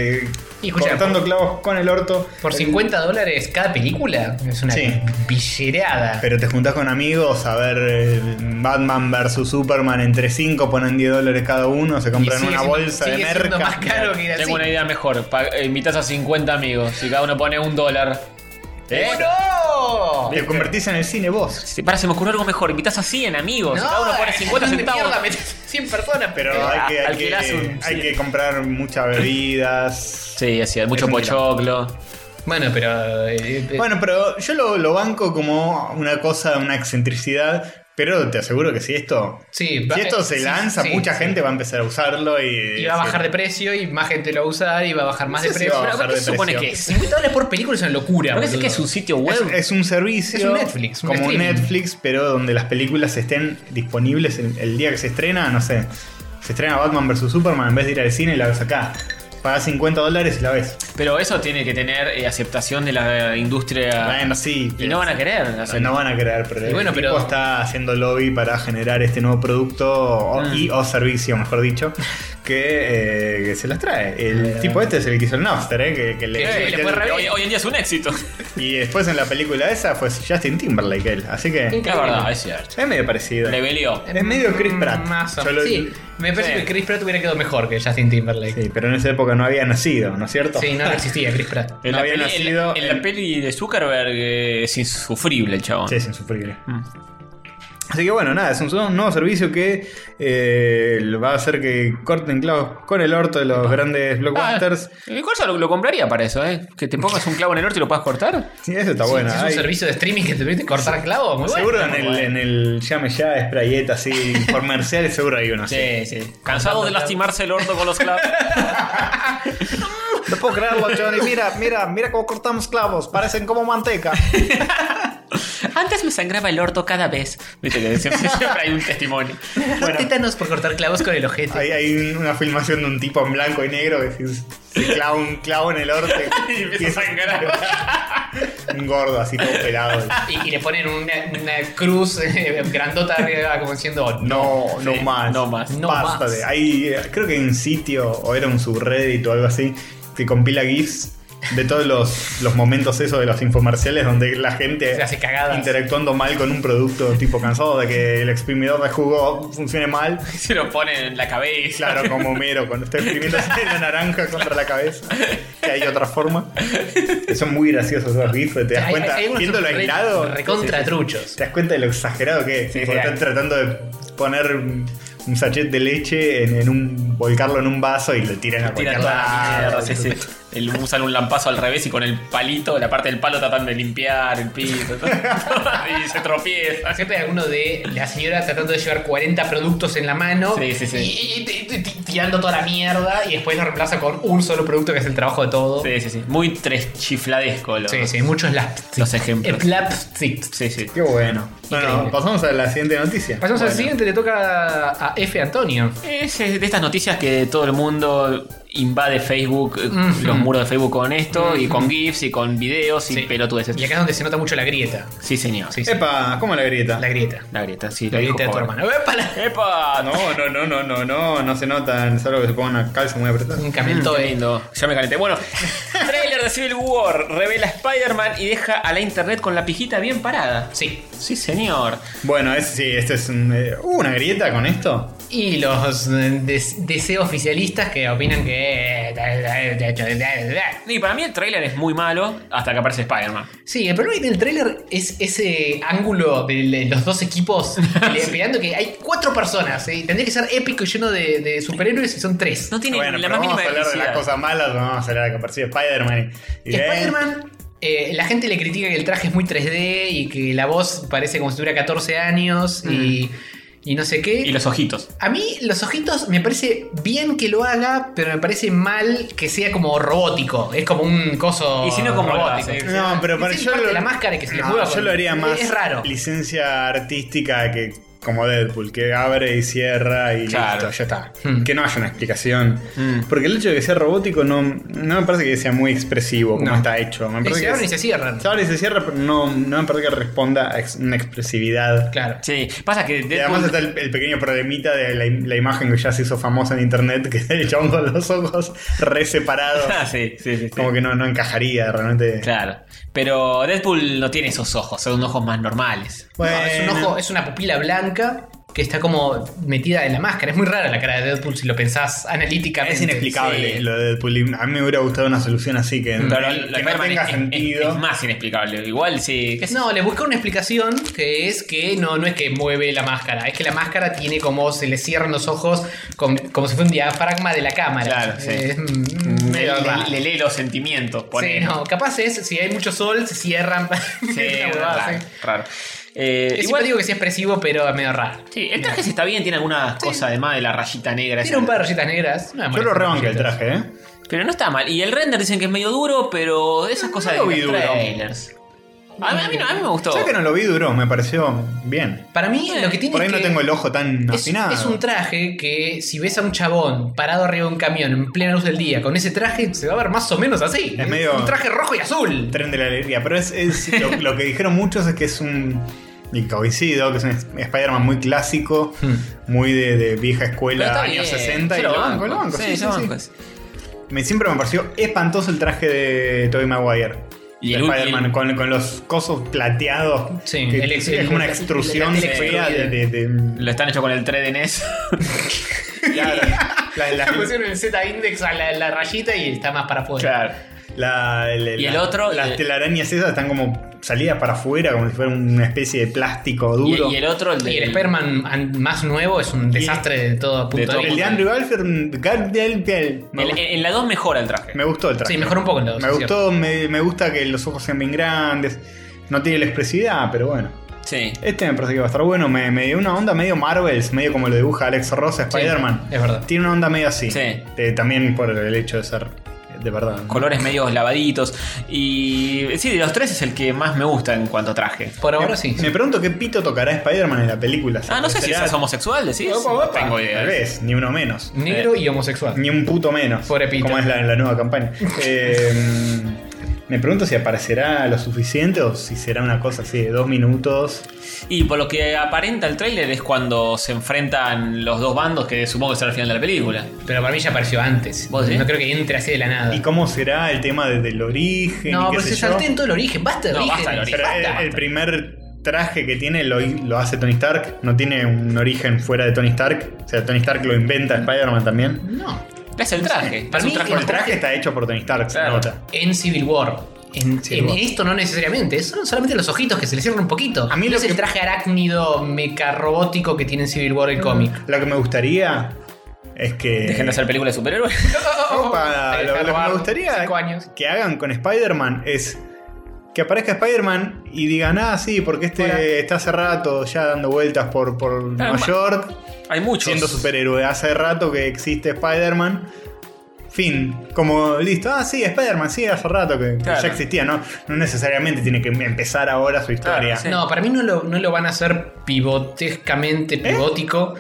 [SPEAKER 5] Y escucha,
[SPEAKER 3] cortando clavos con el orto.
[SPEAKER 5] Por $50 cada película. Es una
[SPEAKER 3] Sí.
[SPEAKER 5] billereada.
[SPEAKER 3] Pero te juntás con amigos a ver Batman vs Superman entre 5, ponen $10 cada uno, se compran
[SPEAKER 5] sigue
[SPEAKER 3] una
[SPEAKER 5] siendo-
[SPEAKER 3] bolsa de
[SPEAKER 5] sigue siendo
[SPEAKER 3] merca.
[SPEAKER 5] más caro que ir al
[SPEAKER 2] Tengo
[SPEAKER 5] cine.
[SPEAKER 2] una idea mejor. Invitas a 50 amigos y cada uno pone $1. ¿Eh?
[SPEAKER 5] ¡No!
[SPEAKER 3] Te convertís en el cine vos.
[SPEAKER 2] Se me ocurrió algo mejor. Invitas a 100 amigos. y cada uno pone 50
[SPEAKER 5] ¿dónde
[SPEAKER 2] centavos.
[SPEAKER 5] mierda metes 100 personas?
[SPEAKER 3] Pero hay
[SPEAKER 2] alquilás un
[SPEAKER 3] hay
[SPEAKER 2] cine.
[SPEAKER 3] que comprar muchas bebidas.
[SPEAKER 2] Sí, así, mucho
[SPEAKER 3] Es un
[SPEAKER 2] pochoclo.
[SPEAKER 5] Bueno, pero.
[SPEAKER 3] Bueno, pero yo lo banco como una cosa, una excentricidad. Pero te aseguro que si esto
[SPEAKER 5] sí,
[SPEAKER 3] si esto se
[SPEAKER 5] sí,
[SPEAKER 3] lanza,
[SPEAKER 5] sí,
[SPEAKER 3] mucha
[SPEAKER 5] sí.
[SPEAKER 3] gente va a empezar a usarlo y
[SPEAKER 5] va a bajar de precio y más gente lo va a usar y va a bajar más
[SPEAKER 3] No
[SPEAKER 5] de
[SPEAKER 3] sé si
[SPEAKER 5] precio.
[SPEAKER 3] va a
[SPEAKER 5] Pero
[SPEAKER 3] bajar
[SPEAKER 5] ¿qué
[SPEAKER 3] de
[SPEAKER 5] se supone
[SPEAKER 3] precio.
[SPEAKER 5] que es? $50 por película es una locura.
[SPEAKER 2] ¿Parece
[SPEAKER 5] boludo.
[SPEAKER 2] que es un sitio web?
[SPEAKER 3] Es un servicio.
[SPEAKER 5] Es un Netflix, un
[SPEAKER 3] como
[SPEAKER 5] streaming.
[SPEAKER 3] Netflix, pero donde las películas estén disponibles el día que se estrena, no sé. Se estrena Batman vs Superman, en vez de ir al cine la ves acá. Pagás $50 y la ves.
[SPEAKER 2] Pero eso tiene que tener aceptación de la industria.
[SPEAKER 3] Bueno, sí.
[SPEAKER 2] Y no van a querer hacer.
[SPEAKER 3] No van a querer, pero
[SPEAKER 5] Y bueno,
[SPEAKER 3] el tipo
[SPEAKER 5] pero-
[SPEAKER 3] está haciendo lobby para generar este nuevo producto o servicio, mejor dicho, que se las trae. El tipo este es el que hizo el Napster, que le
[SPEAKER 5] le fue re bien.
[SPEAKER 2] Hoy en día es un éxito.
[SPEAKER 3] y después en la película esa fue Justin Timberlake él. Así que
[SPEAKER 2] Es verdad, es cierto.
[SPEAKER 3] es medio parecido.
[SPEAKER 2] Le velió.
[SPEAKER 3] Es medio Chris Pratt.
[SPEAKER 5] Más o
[SPEAKER 3] Yo lo-
[SPEAKER 5] Sí, me parece
[SPEAKER 2] Sí.
[SPEAKER 5] que Chris Pratt hubiera quedado mejor que Justin Timberlake.
[SPEAKER 3] Sí, pero en esa época no había nacido, ¿no es cierto?
[SPEAKER 5] Sí, no existía Chris Pratt.
[SPEAKER 2] En,
[SPEAKER 3] No
[SPEAKER 2] la
[SPEAKER 3] había
[SPEAKER 2] peli,
[SPEAKER 3] nacido
[SPEAKER 2] en la
[SPEAKER 3] en-
[SPEAKER 2] peli de Zuckerberg es insufrible el chabón.
[SPEAKER 3] Sí, es insufrible. Así que bueno, nada, es un nuevo servicio que va a hacer que corten clavos con el orto de los grandes blockbusters.
[SPEAKER 2] Cosa lo compraría para eso, ¿eh? Que te pongas un clavo en el orto y lo puedas cortar.
[SPEAKER 3] Sí, eso está bueno.
[SPEAKER 5] Si es un servicio de streaming que te permite cortar clavos, muy
[SPEAKER 3] Seguro
[SPEAKER 5] bueno.
[SPEAKER 3] en el llame ya, sprayeta así, comerciales, seguro hay uno así.
[SPEAKER 2] Sí. Cansado de lastimarse el orto con los clavos.
[SPEAKER 3] No puedo creerlo, Johnny. Mira cómo cortamos clavos. Parecen como manteca.
[SPEAKER 2] Antes me sangraba el orto cada vez. Viste que siempre hay un testimonio.
[SPEAKER 5] Bueno, tétanos por cortar clavos con el ojete.
[SPEAKER 3] Hay una filmación de un tipo en blanco y negro que se clava un clavo en el orto
[SPEAKER 2] Y empieza a sangrar.
[SPEAKER 3] Un gordo así todo pelado.
[SPEAKER 5] Y le ponen una cruz grandota arriba como diciendo
[SPEAKER 3] No más.
[SPEAKER 2] No más.
[SPEAKER 5] No
[SPEAKER 3] Basta
[SPEAKER 5] más.
[SPEAKER 3] de. Hay, creo que hay un sitio, o era un subreddit o algo así, que compila GIFs de todos los momentos esos de los infomerciales donde la gente
[SPEAKER 5] Se hace cagadas.
[SPEAKER 3] interactuando mal con un producto, tipo cansado de que el exprimidor de jugo funcione mal.
[SPEAKER 2] Se lo ponen en la cabeza.
[SPEAKER 3] Claro, como Homero cuando está exprimiéndose la naranja contra la cabeza. Que hay otra forma. Que son muy graciosos esos GIFs. Te das cuenta,
[SPEAKER 5] unos
[SPEAKER 3] viéndolo aislado,
[SPEAKER 5] recontra truchos.
[SPEAKER 3] te das cuenta de lo exagerado que es.
[SPEAKER 2] Sí,
[SPEAKER 3] Tipo,
[SPEAKER 2] sí,
[SPEAKER 3] están tratando de poner un sachet de leche volcarlo en un vaso y lo tiran a
[SPEAKER 2] Tira
[SPEAKER 3] cualquier
[SPEAKER 2] toda la
[SPEAKER 3] lado.
[SPEAKER 2] mierda. Sí. Usan un lampazo al revés y con el palito, la parte del palo tratan de limpiar el piso. Y se tropieza.
[SPEAKER 5] Siempre hay alguno de la señora tratando de llevar 40 productos en la mano
[SPEAKER 2] Sí.
[SPEAKER 5] y tirando toda la mierda y después lo reemplaza con un solo producto que es el trabajo de todo.
[SPEAKER 2] Sí. Muy tres chifladesco.
[SPEAKER 5] Sí, muchos
[SPEAKER 2] los ejemplos.
[SPEAKER 5] slapsticks.
[SPEAKER 2] Sí.
[SPEAKER 3] Qué bueno. Bueno,
[SPEAKER 5] Increíble.
[SPEAKER 3] pasamos a la siguiente noticia.
[SPEAKER 5] Pasamos al
[SPEAKER 3] Bueno.
[SPEAKER 5] siguiente, le toca a F. Antonio.
[SPEAKER 2] Es de estas noticias que todo el mundo invade Facebook, los muros de Facebook con esto, y con GIFs, y con videos, y
[SPEAKER 5] Sí.
[SPEAKER 2] pelotudeces.
[SPEAKER 5] Y acá es donde se nota mucho la grieta.
[SPEAKER 2] Sí, señor.
[SPEAKER 5] Sí.
[SPEAKER 3] Epa, ¿cómo la grieta?
[SPEAKER 5] La grieta.
[SPEAKER 2] La grieta, sí.
[SPEAKER 5] La
[SPEAKER 2] lo dijo
[SPEAKER 5] grieta de tu
[SPEAKER 2] Jorge.
[SPEAKER 5] hermano. ¡Épala!
[SPEAKER 2] ¡Epa!
[SPEAKER 3] No se nota, solo que se ponga una calza muy apretada.
[SPEAKER 5] Un camento
[SPEAKER 2] Qué lindo. Ya me calenté. Bueno, trailer de Civil War revela a Spider-Man y deja a la internet con la pijita bien parada.
[SPEAKER 5] Sí.
[SPEAKER 2] Sí, señor.
[SPEAKER 3] Bueno, este es una grieta con esto.
[SPEAKER 5] Y los DC oficialistas que opinan que...
[SPEAKER 2] Y para mí el trailer es muy malo hasta que aparece Spider-Man.
[SPEAKER 5] Sí, el problema del tráiler es ese ángulo de los dos equipos peleando, que hay 4 personas. Tendría que ser épico y lleno de superhéroes y son 3.
[SPEAKER 2] No tiene
[SPEAKER 3] Bueno,
[SPEAKER 2] la
[SPEAKER 3] pero
[SPEAKER 2] más
[SPEAKER 3] vamos
[SPEAKER 2] mínima
[SPEAKER 3] a hablar de las
[SPEAKER 2] epicidad.
[SPEAKER 3] cosas malas, vamos a hablar de que apareció Spider-Man. Y
[SPEAKER 5] Spider-Man, la gente le critica que el traje es muy 3D y que la voz parece como si tuviera 14 años y no sé qué.
[SPEAKER 2] Y los ojitos.
[SPEAKER 5] A mí los ojitos me parece bien que lo haga, pero me parece mal que sea como robótico. Es como un coso
[SPEAKER 2] Y si no, como lo
[SPEAKER 5] robótico.
[SPEAKER 2] hace.
[SPEAKER 3] No, pero para
[SPEAKER 5] Sí,
[SPEAKER 3] yo
[SPEAKER 5] parte de la máscara que se le mueva
[SPEAKER 3] yo
[SPEAKER 5] con-
[SPEAKER 3] lo haría más
[SPEAKER 5] es raro.
[SPEAKER 3] licencia artística que como Deadpool, que abre y cierra y
[SPEAKER 2] Claro.
[SPEAKER 3] listo, ya está.
[SPEAKER 5] Hmm.
[SPEAKER 3] Que no haya una explicación. Porque el hecho de que sea robótico no me parece que sea muy expresivo como
[SPEAKER 5] No.
[SPEAKER 3] está hecho. Me parece
[SPEAKER 5] Se
[SPEAKER 3] que
[SPEAKER 5] abren y se cierran.
[SPEAKER 3] se abre y se cierra, pero no me parece que responda a una expresividad.
[SPEAKER 5] Claro.
[SPEAKER 2] Sí, pasa que
[SPEAKER 3] Y además está el pequeño problemita de la imagen que ya se hizo famosa en internet, que es el chabón con los ojos re separados.
[SPEAKER 2] Ah, sí.
[SPEAKER 3] Como que no encajaría realmente.
[SPEAKER 2] Claro. Pero Deadpool no tiene esos ojos, son ojos más normales.
[SPEAKER 5] No, es un ojo, es una pupila blanca que está como metida en la máscara. Es muy rara la cara de Deadpool si lo pensás analíticamente.
[SPEAKER 3] Es inexplicable
[SPEAKER 2] Sí.
[SPEAKER 3] lo de Deadpool. Y a mí me hubiera gustado una solución así que,
[SPEAKER 2] Pero
[SPEAKER 3] que
[SPEAKER 2] lo de
[SPEAKER 3] no
[SPEAKER 2] Spider-Man
[SPEAKER 3] tenga sentido.
[SPEAKER 2] es más inexplicable. Igual sí. ¿qué sé?
[SPEAKER 5] No, le busca una explicación que es que no es que mueve la máscara, es que la máscara tiene como se le cierran los ojos como si fuera un diafragma de la cámara.
[SPEAKER 2] Claro, sí.
[SPEAKER 5] Es
[SPEAKER 2] Le,
[SPEAKER 5] medio raro.
[SPEAKER 2] le lee los sentimientos.
[SPEAKER 5] Sí,
[SPEAKER 2] Pone.
[SPEAKER 5] no, capaz es, si hay mucho sol, se cierran.
[SPEAKER 2] Sí,
[SPEAKER 5] Una huevada,
[SPEAKER 2] raro.
[SPEAKER 5] sí.
[SPEAKER 2] raro.
[SPEAKER 5] Yo siempre digo que sí es expresivo, pero es medio raro.
[SPEAKER 2] Sí, el traje sí está bien, tiene algunas cosas además de la rayita negra.
[SPEAKER 5] Tiene
[SPEAKER 2] esa.
[SPEAKER 5] un par de rayitas negras. No me
[SPEAKER 3] Yo
[SPEAKER 5] molestan
[SPEAKER 3] lo rebanco
[SPEAKER 5] las
[SPEAKER 3] el
[SPEAKER 5] rayitas.
[SPEAKER 3] traje,
[SPEAKER 2] Pero no está mal. Y el render dicen que es medio duro, pero esas cosas de
[SPEAKER 3] lo vi
[SPEAKER 2] los
[SPEAKER 3] duro.
[SPEAKER 2] trailers. A mí me gustó.
[SPEAKER 3] Ya que no lo vi duro, me pareció bien.
[SPEAKER 5] Para mí, lo que tiene
[SPEAKER 3] Por ahí
[SPEAKER 5] es
[SPEAKER 3] no
[SPEAKER 5] que
[SPEAKER 3] tengo el ojo tan
[SPEAKER 5] es
[SPEAKER 3] afinado.
[SPEAKER 5] un traje que si ves a un chabón parado arriba de un camión en plena luz del día con ese traje, se va a ver más o menos así.
[SPEAKER 3] Es medio-
[SPEAKER 5] un traje rojo y azul.
[SPEAKER 3] Tren de la alegría. Pero lo que dijeron muchos es que es un. Y coincido, que es un Spider-Man muy clásico, muy de vieja
[SPEAKER 2] Pero
[SPEAKER 3] escuela,
[SPEAKER 2] está
[SPEAKER 3] años
[SPEAKER 2] bien.
[SPEAKER 3] 60.
[SPEAKER 2] Yo
[SPEAKER 3] Y
[SPEAKER 2] lo
[SPEAKER 3] lo
[SPEAKER 2] banco.
[SPEAKER 3] banco, sí,
[SPEAKER 2] yo banco.
[SPEAKER 3] Siempre me pareció espantoso el traje de Tobey Maguire.
[SPEAKER 2] Y
[SPEAKER 3] de
[SPEAKER 2] el-
[SPEAKER 3] Spider-Man,
[SPEAKER 2] y el-
[SPEAKER 3] con los cosos plateados.
[SPEAKER 5] Sí,
[SPEAKER 3] que
[SPEAKER 5] es
[SPEAKER 3] es como una extrusión
[SPEAKER 5] la
[SPEAKER 3] fea de
[SPEAKER 2] Lo están hecho con el 3D NES.
[SPEAKER 3] claro,
[SPEAKER 5] Le pusieron el Z-index a la rayita y está más para afuera.
[SPEAKER 2] Claro. Y el otro,
[SPEAKER 3] las telarañas esas están como salidas para afuera, como si fuera una especie de plástico duro.
[SPEAKER 2] Y el otro,
[SPEAKER 5] Y el Spider-Man más nuevo es un desastre de todo punto de
[SPEAKER 3] El
[SPEAKER 5] vista.
[SPEAKER 3] de Andrew Garfield,
[SPEAKER 2] en la 2 mejora el traje.
[SPEAKER 3] me gustó el traje.
[SPEAKER 5] Sí, mejor un poco en la dos,
[SPEAKER 3] Me
[SPEAKER 5] es
[SPEAKER 3] gustó, me gusta que los ojos sean bien grandes. No tiene la expresividad, pero bueno.
[SPEAKER 2] Sí.
[SPEAKER 3] Este me parece que va a estar bueno. Me dio una onda medio Marvels, medio como lo dibuja Alex Ross Spider-Man.
[SPEAKER 5] es verdad.
[SPEAKER 3] Tiene una onda medio así.
[SPEAKER 2] Sí.
[SPEAKER 3] También por el hecho de ser de verdad, ¿no?
[SPEAKER 2] Colores medios lavaditos. Y sí, de los tres es el que más me gusta en cuanto a traje.
[SPEAKER 5] Por ahora sí.
[SPEAKER 3] Me pregunto qué pito tocará Spider-Man en la película.
[SPEAKER 2] No sé si
[SPEAKER 3] ¿Será-
[SPEAKER 2] es homosexual, decís.
[SPEAKER 3] Opa,
[SPEAKER 2] No
[SPEAKER 3] opa.
[SPEAKER 2] tengo idea.
[SPEAKER 3] Tal vez, ni uno menos.
[SPEAKER 5] Negro y homosexual.
[SPEAKER 3] Ni un puto menos.
[SPEAKER 5] Pobre pito.
[SPEAKER 3] Como es la nueva campaña. Me pregunto si aparecerá lo suficiente o si será una cosa así de 2 minutos.
[SPEAKER 2] Y por lo que aparenta el tráiler es cuando se enfrentan los dos bandos, que supongo que será al final de la película.
[SPEAKER 5] Pero para mí ya apareció antes.
[SPEAKER 2] ¿Vos decís?
[SPEAKER 5] No creo que entre así de la nada.
[SPEAKER 3] ¿Y cómo será el tema del origen?
[SPEAKER 5] No,
[SPEAKER 3] y qué
[SPEAKER 5] pero
[SPEAKER 3] sé
[SPEAKER 5] se
[SPEAKER 3] yo?
[SPEAKER 5] salté en todo el origen. Basta de
[SPEAKER 2] No,
[SPEAKER 5] origen.
[SPEAKER 2] basta del origen.
[SPEAKER 3] Pero
[SPEAKER 5] Basta.
[SPEAKER 3] el primer traje que tiene lo hace Tony Stark. No tiene un origen fuera de Tony Stark. O sea, Tony Stark lo inventa Spider-Man también.
[SPEAKER 5] No.
[SPEAKER 2] Es el traje.
[SPEAKER 5] Para
[SPEAKER 2] Es un
[SPEAKER 5] mí,
[SPEAKER 2] traje.
[SPEAKER 3] El traje está hecho por Tony Stark, se
[SPEAKER 2] Claro.
[SPEAKER 3] nota.
[SPEAKER 5] En Civil War. En esto no necesariamente. Son solamente los ojitos que se le cierran un poquito.
[SPEAKER 3] A mí
[SPEAKER 5] no
[SPEAKER 3] lo
[SPEAKER 5] es el
[SPEAKER 3] que-
[SPEAKER 5] traje arácnido meca robótico que tiene en Civil War el cómic.
[SPEAKER 3] Lo que me gustaría es que.
[SPEAKER 2] Dejen de hacer películas de superhéroes.
[SPEAKER 3] Opa,
[SPEAKER 5] Te
[SPEAKER 3] lo
[SPEAKER 5] deja
[SPEAKER 3] que
[SPEAKER 5] robar
[SPEAKER 3] me gustaría
[SPEAKER 5] 5 años.
[SPEAKER 3] que hagan con Spider-Man es que aparezca Spider-Man y digan, sí, porque
[SPEAKER 5] Hola.
[SPEAKER 3] está hace rato ya dando vueltas por Nueva York,
[SPEAKER 2] Hay muchos.
[SPEAKER 3] siendo superhéroe. Hace rato que existe Spider-Man. Fin, como listo, sí, Spider-Man, sí, hace rato que
[SPEAKER 2] Claro.
[SPEAKER 3] ya existía, no necesariamente tiene que empezar ahora su historia.
[SPEAKER 2] Claro, sí.
[SPEAKER 5] No, para mí no lo van a hacer pivotescamente pivótico.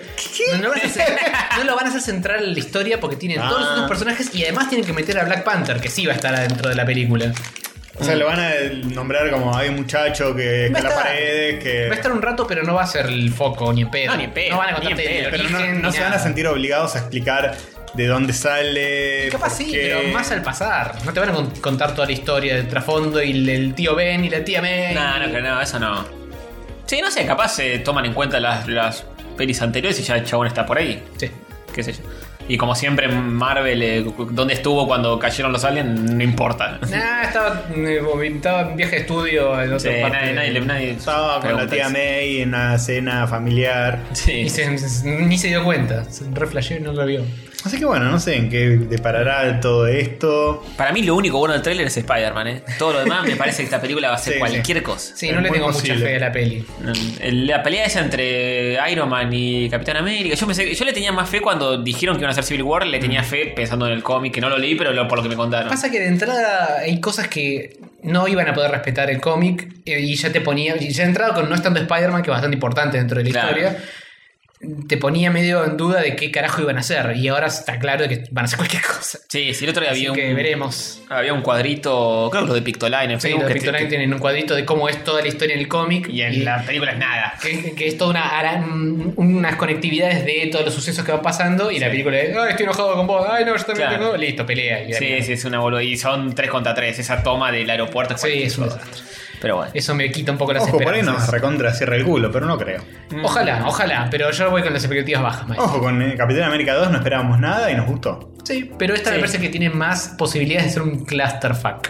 [SPEAKER 5] No lo van a hacer central en la historia porque tienen todos los otros personajes y además tienen que meter a Black Panther, que sí va a estar adentro de la película.
[SPEAKER 3] O sea, lo van a nombrar como hay un muchacho que
[SPEAKER 5] Va a
[SPEAKER 3] escala
[SPEAKER 5] estar-
[SPEAKER 3] paredes, que...
[SPEAKER 5] Va a estar un rato, pero no va a ser el foco ni en pedo.
[SPEAKER 2] No, ni en pedo,
[SPEAKER 5] No van a
[SPEAKER 2] ni en
[SPEAKER 5] contarte
[SPEAKER 2] pedo,
[SPEAKER 5] el
[SPEAKER 3] Pero
[SPEAKER 5] origen.
[SPEAKER 3] no
[SPEAKER 5] ni
[SPEAKER 3] se van a
[SPEAKER 5] nada.
[SPEAKER 3] sentir obligados a explicar de dónde sale.
[SPEAKER 5] Capaz
[SPEAKER 3] por
[SPEAKER 5] sí,
[SPEAKER 3] qué.
[SPEAKER 5] pero más al pasar. No te van a contar toda la historia del trasfondo y el tío Ben y la tía May.
[SPEAKER 2] No, eso no. Sí, no sé, capaz se toman en cuenta las pelis anteriores y ya el chabón está por ahí.
[SPEAKER 5] Sí.
[SPEAKER 2] Qué sé yo. Y como siempre, Marvel, ¿dónde estuvo cuando cayeron los aliens? No importa.
[SPEAKER 5] Estaba en viaje de estudio en
[SPEAKER 2] Sí,
[SPEAKER 5] otra parte.
[SPEAKER 2] nadie
[SPEAKER 3] Estaba con la
[SPEAKER 2] pregunta
[SPEAKER 3] tía
[SPEAKER 2] eso.
[SPEAKER 3] May en una cena familiar.
[SPEAKER 2] Sí.
[SPEAKER 5] Y ni se dio cuenta. Se reflasheó y no lo vio.
[SPEAKER 3] Así que bueno, no sé en qué deparará todo esto.
[SPEAKER 2] Para mí lo único bueno del tráiler es Spider-Man, Todo lo demás me parece que esta película va a ser
[SPEAKER 3] Sí,
[SPEAKER 2] cualquier cosa.
[SPEAKER 5] Sí,
[SPEAKER 3] Es
[SPEAKER 5] no le
[SPEAKER 3] muy
[SPEAKER 5] tengo
[SPEAKER 3] posible.
[SPEAKER 5] mucha fe a la peli.
[SPEAKER 2] La pelea esa entre Iron Man y Capitán América. Yo le tenía más fe cuando dijeron que iban a hacer Civil War. Le tenía fe pensando en el cómic, que no lo leí, pero por lo que me contaron.
[SPEAKER 5] Pasa que de entrada hay cosas que no iban a poder respetar el cómic y ya te ponía. Y ya de entrada con no estando Spider-Man, que es bastante importante dentro de la
[SPEAKER 2] Claro.
[SPEAKER 5] historia, te ponía medio en duda de qué carajo iban a hacer. Y ahora está claro de que van a hacer cualquier cosa.
[SPEAKER 2] Sí, el otro día
[SPEAKER 5] Así
[SPEAKER 2] había
[SPEAKER 5] que veremos.
[SPEAKER 2] había un cuadrito, creo que lo de Pictoline en
[SPEAKER 5] Sí,
[SPEAKER 2] Facebook.
[SPEAKER 5] los de
[SPEAKER 2] que-
[SPEAKER 5] Pictoline tienen un cuadrito de cómo es toda la historia en el cómic.
[SPEAKER 2] y en la película es nada.
[SPEAKER 5] Que es toda unas conectividades de todos los sucesos que van pasando. Y la película es, ay, estoy enojado con vos. Ay, no, yo también
[SPEAKER 2] Claro.
[SPEAKER 5] tengo. Listo, pelea. Y la
[SPEAKER 2] Sí,
[SPEAKER 5] mierda.
[SPEAKER 2] sí, es una boluda. Y son 3 contra 3. Esa toma del aeropuerto es
[SPEAKER 5] Sí,
[SPEAKER 2] cualquier
[SPEAKER 5] es un
[SPEAKER 2] cosa.
[SPEAKER 5] desastre.
[SPEAKER 2] Pero bueno.
[SPEAKER 5] Eso me quita un poco las
[SPEAKER 3] Ojo, por ahí
[SPEAKER 5] esperanzas.
[SPEAKER 3] nos recontra cierra el culo, pero no creo.
[SPEAKER 5] Ojalá, pero yo voy con las expectativas bajas, maestro.
[SPEAKER 3] Ojo, con Capitán América 2 no esperábamos nada y nos gustó.
[SPEAKER 5] Sí, pero esta
[SPEAKER 2] Sí.
[SPEAKER 5] me parece que tiene más posibilidades de ser un clusterfuck.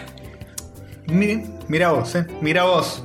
[SPEAKER 3] Mira vos, Mira vos.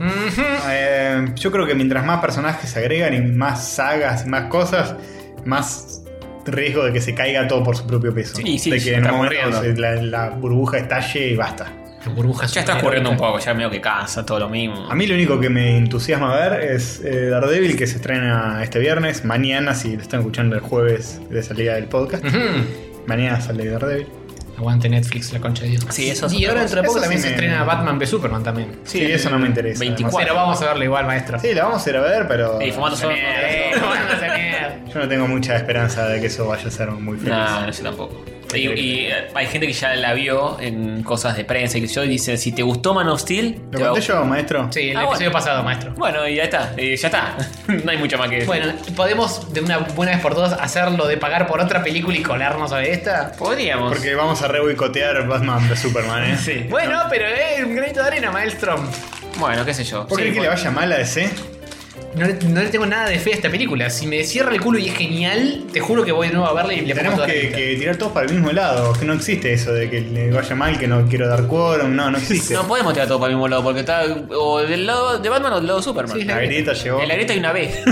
[SPEAKER 3] Yo creo que mientras más personajes se agregan y más sagas y más cosas, más riesgo de que se caiga todo por su propio peso.
[SPEAKER 2] Sí, sí,
[SPEAKER 3] de
[SPEAKER 2] ya
[SPEAKER 3] que en
[SPEAKER 2] está
[SPEAKER 3] un momento
[SPEAKER 2] ocurriendo.
[SPEAKER 3] la burbuja estalle y basta.
[SPEAKER 5] Burbujas
[SPEAKER 2] Ya está ocurriendo un poco, ya medio que cansa, todo lo mismo.
[SPEAKER 3] A mí lo único que me entusiasma ver es Daredevil, que se estrena este viernes. Mañana, si lo están escuchando el jueves de salida del podcast. Mañana sale Daredevil.
[SPEAKER 5] Aguante Netflix, la concha de Dios.
[SPEAKER 2] Sí, eso es
[SPEAKER 5] Y
[SPEAKER 2] otra
[SPEAKER 5] ahora
[SPEAKER 2] cosa.
[SPEAKER 5] dentro de poco
[SPEAKER 3] Eso
[SPEAKER 5] también
[SPEAKER 3] sí
[SPEAKER 5] se
[SPEAKER 3] me-
[SPEAKER 5] estrena Batman v Superman también.
[SPEAKER 3] Sí, eso no me interesa.
[SPEAKER 2] 24.
[SPEAKER 5] Pero vamos a verlo igual, maestro.
[SPEAKER 3] Sí, la vamos a ir a ver, pero
[SPEAKER 2] Y fumando solo.
[SPEAKER 5] Fumándose mierda.
[SPEAKER 3] yo no tengo mucha esperanza de que eso vaya a ser muy feliz.
[SPEAKER 2] No, yo tampoco. Y hay gente que ya la vio en cosas de prensa y que yo dice, si te gustó Man of Steel,
[SPEAKER 3] ¿Lo
[SPEAKER 2] te va a
[SPEAKER 3] conté yo, maestro?
[SPEAKER 5] Sí, el
[SPEAKER 2] Ah,
[SPEAKER 5] episodio
[SPEAKER 2] bueno.
[SPEAKER 5] pasado, maestro.
[SPEAKER 2] Bueno, y ya está, ya está. No hay mucho más que decir.
[SPEAKER 5] Bueno, ¿podemos de una buena vez por todas hacerlo de pagar por otra película y colarnos a esta?
[SPEAKER 2] Podríamos.
[SPEAKER 3] Porque vamos a re-boicotear Batman de Superman,
[SPEAKER 2] Sí.
[SPEAKER 5] Bueno, pero un granito de arena, maestro.
[SPEAKER 2] Bueno, qué sé yo.
[SPEAKER 3] ¿Por qué
[SPEAKER 2] Sí,
[SPEAKER 3] que le vaya mal a DC?
[SPEAKER 5] no le tengo nada de fe a esta película. Si me cierra el culo y es genial, te juro que voy de nuevo a verla y le pongo
[SPEAKER 3] Tenemos
[SPEAKER 5] toda la
[SPEAKER 3] que
[SPEAKER 5] guita.
[SPEAKER 3] tirar todos para el mismo lado. Que no existe eso de que le vaya mal, que no quiero dar quórum. No existe.
[SPEAKER 2] No podemos tirar todo para el mismo lado porque está o del lado de Batman o del lado de Superman.
[SPEAKER 5] Sí,
[SPEAKER 3] La grieta llegó.
[SPEAKER 2] En la grieta hay una B.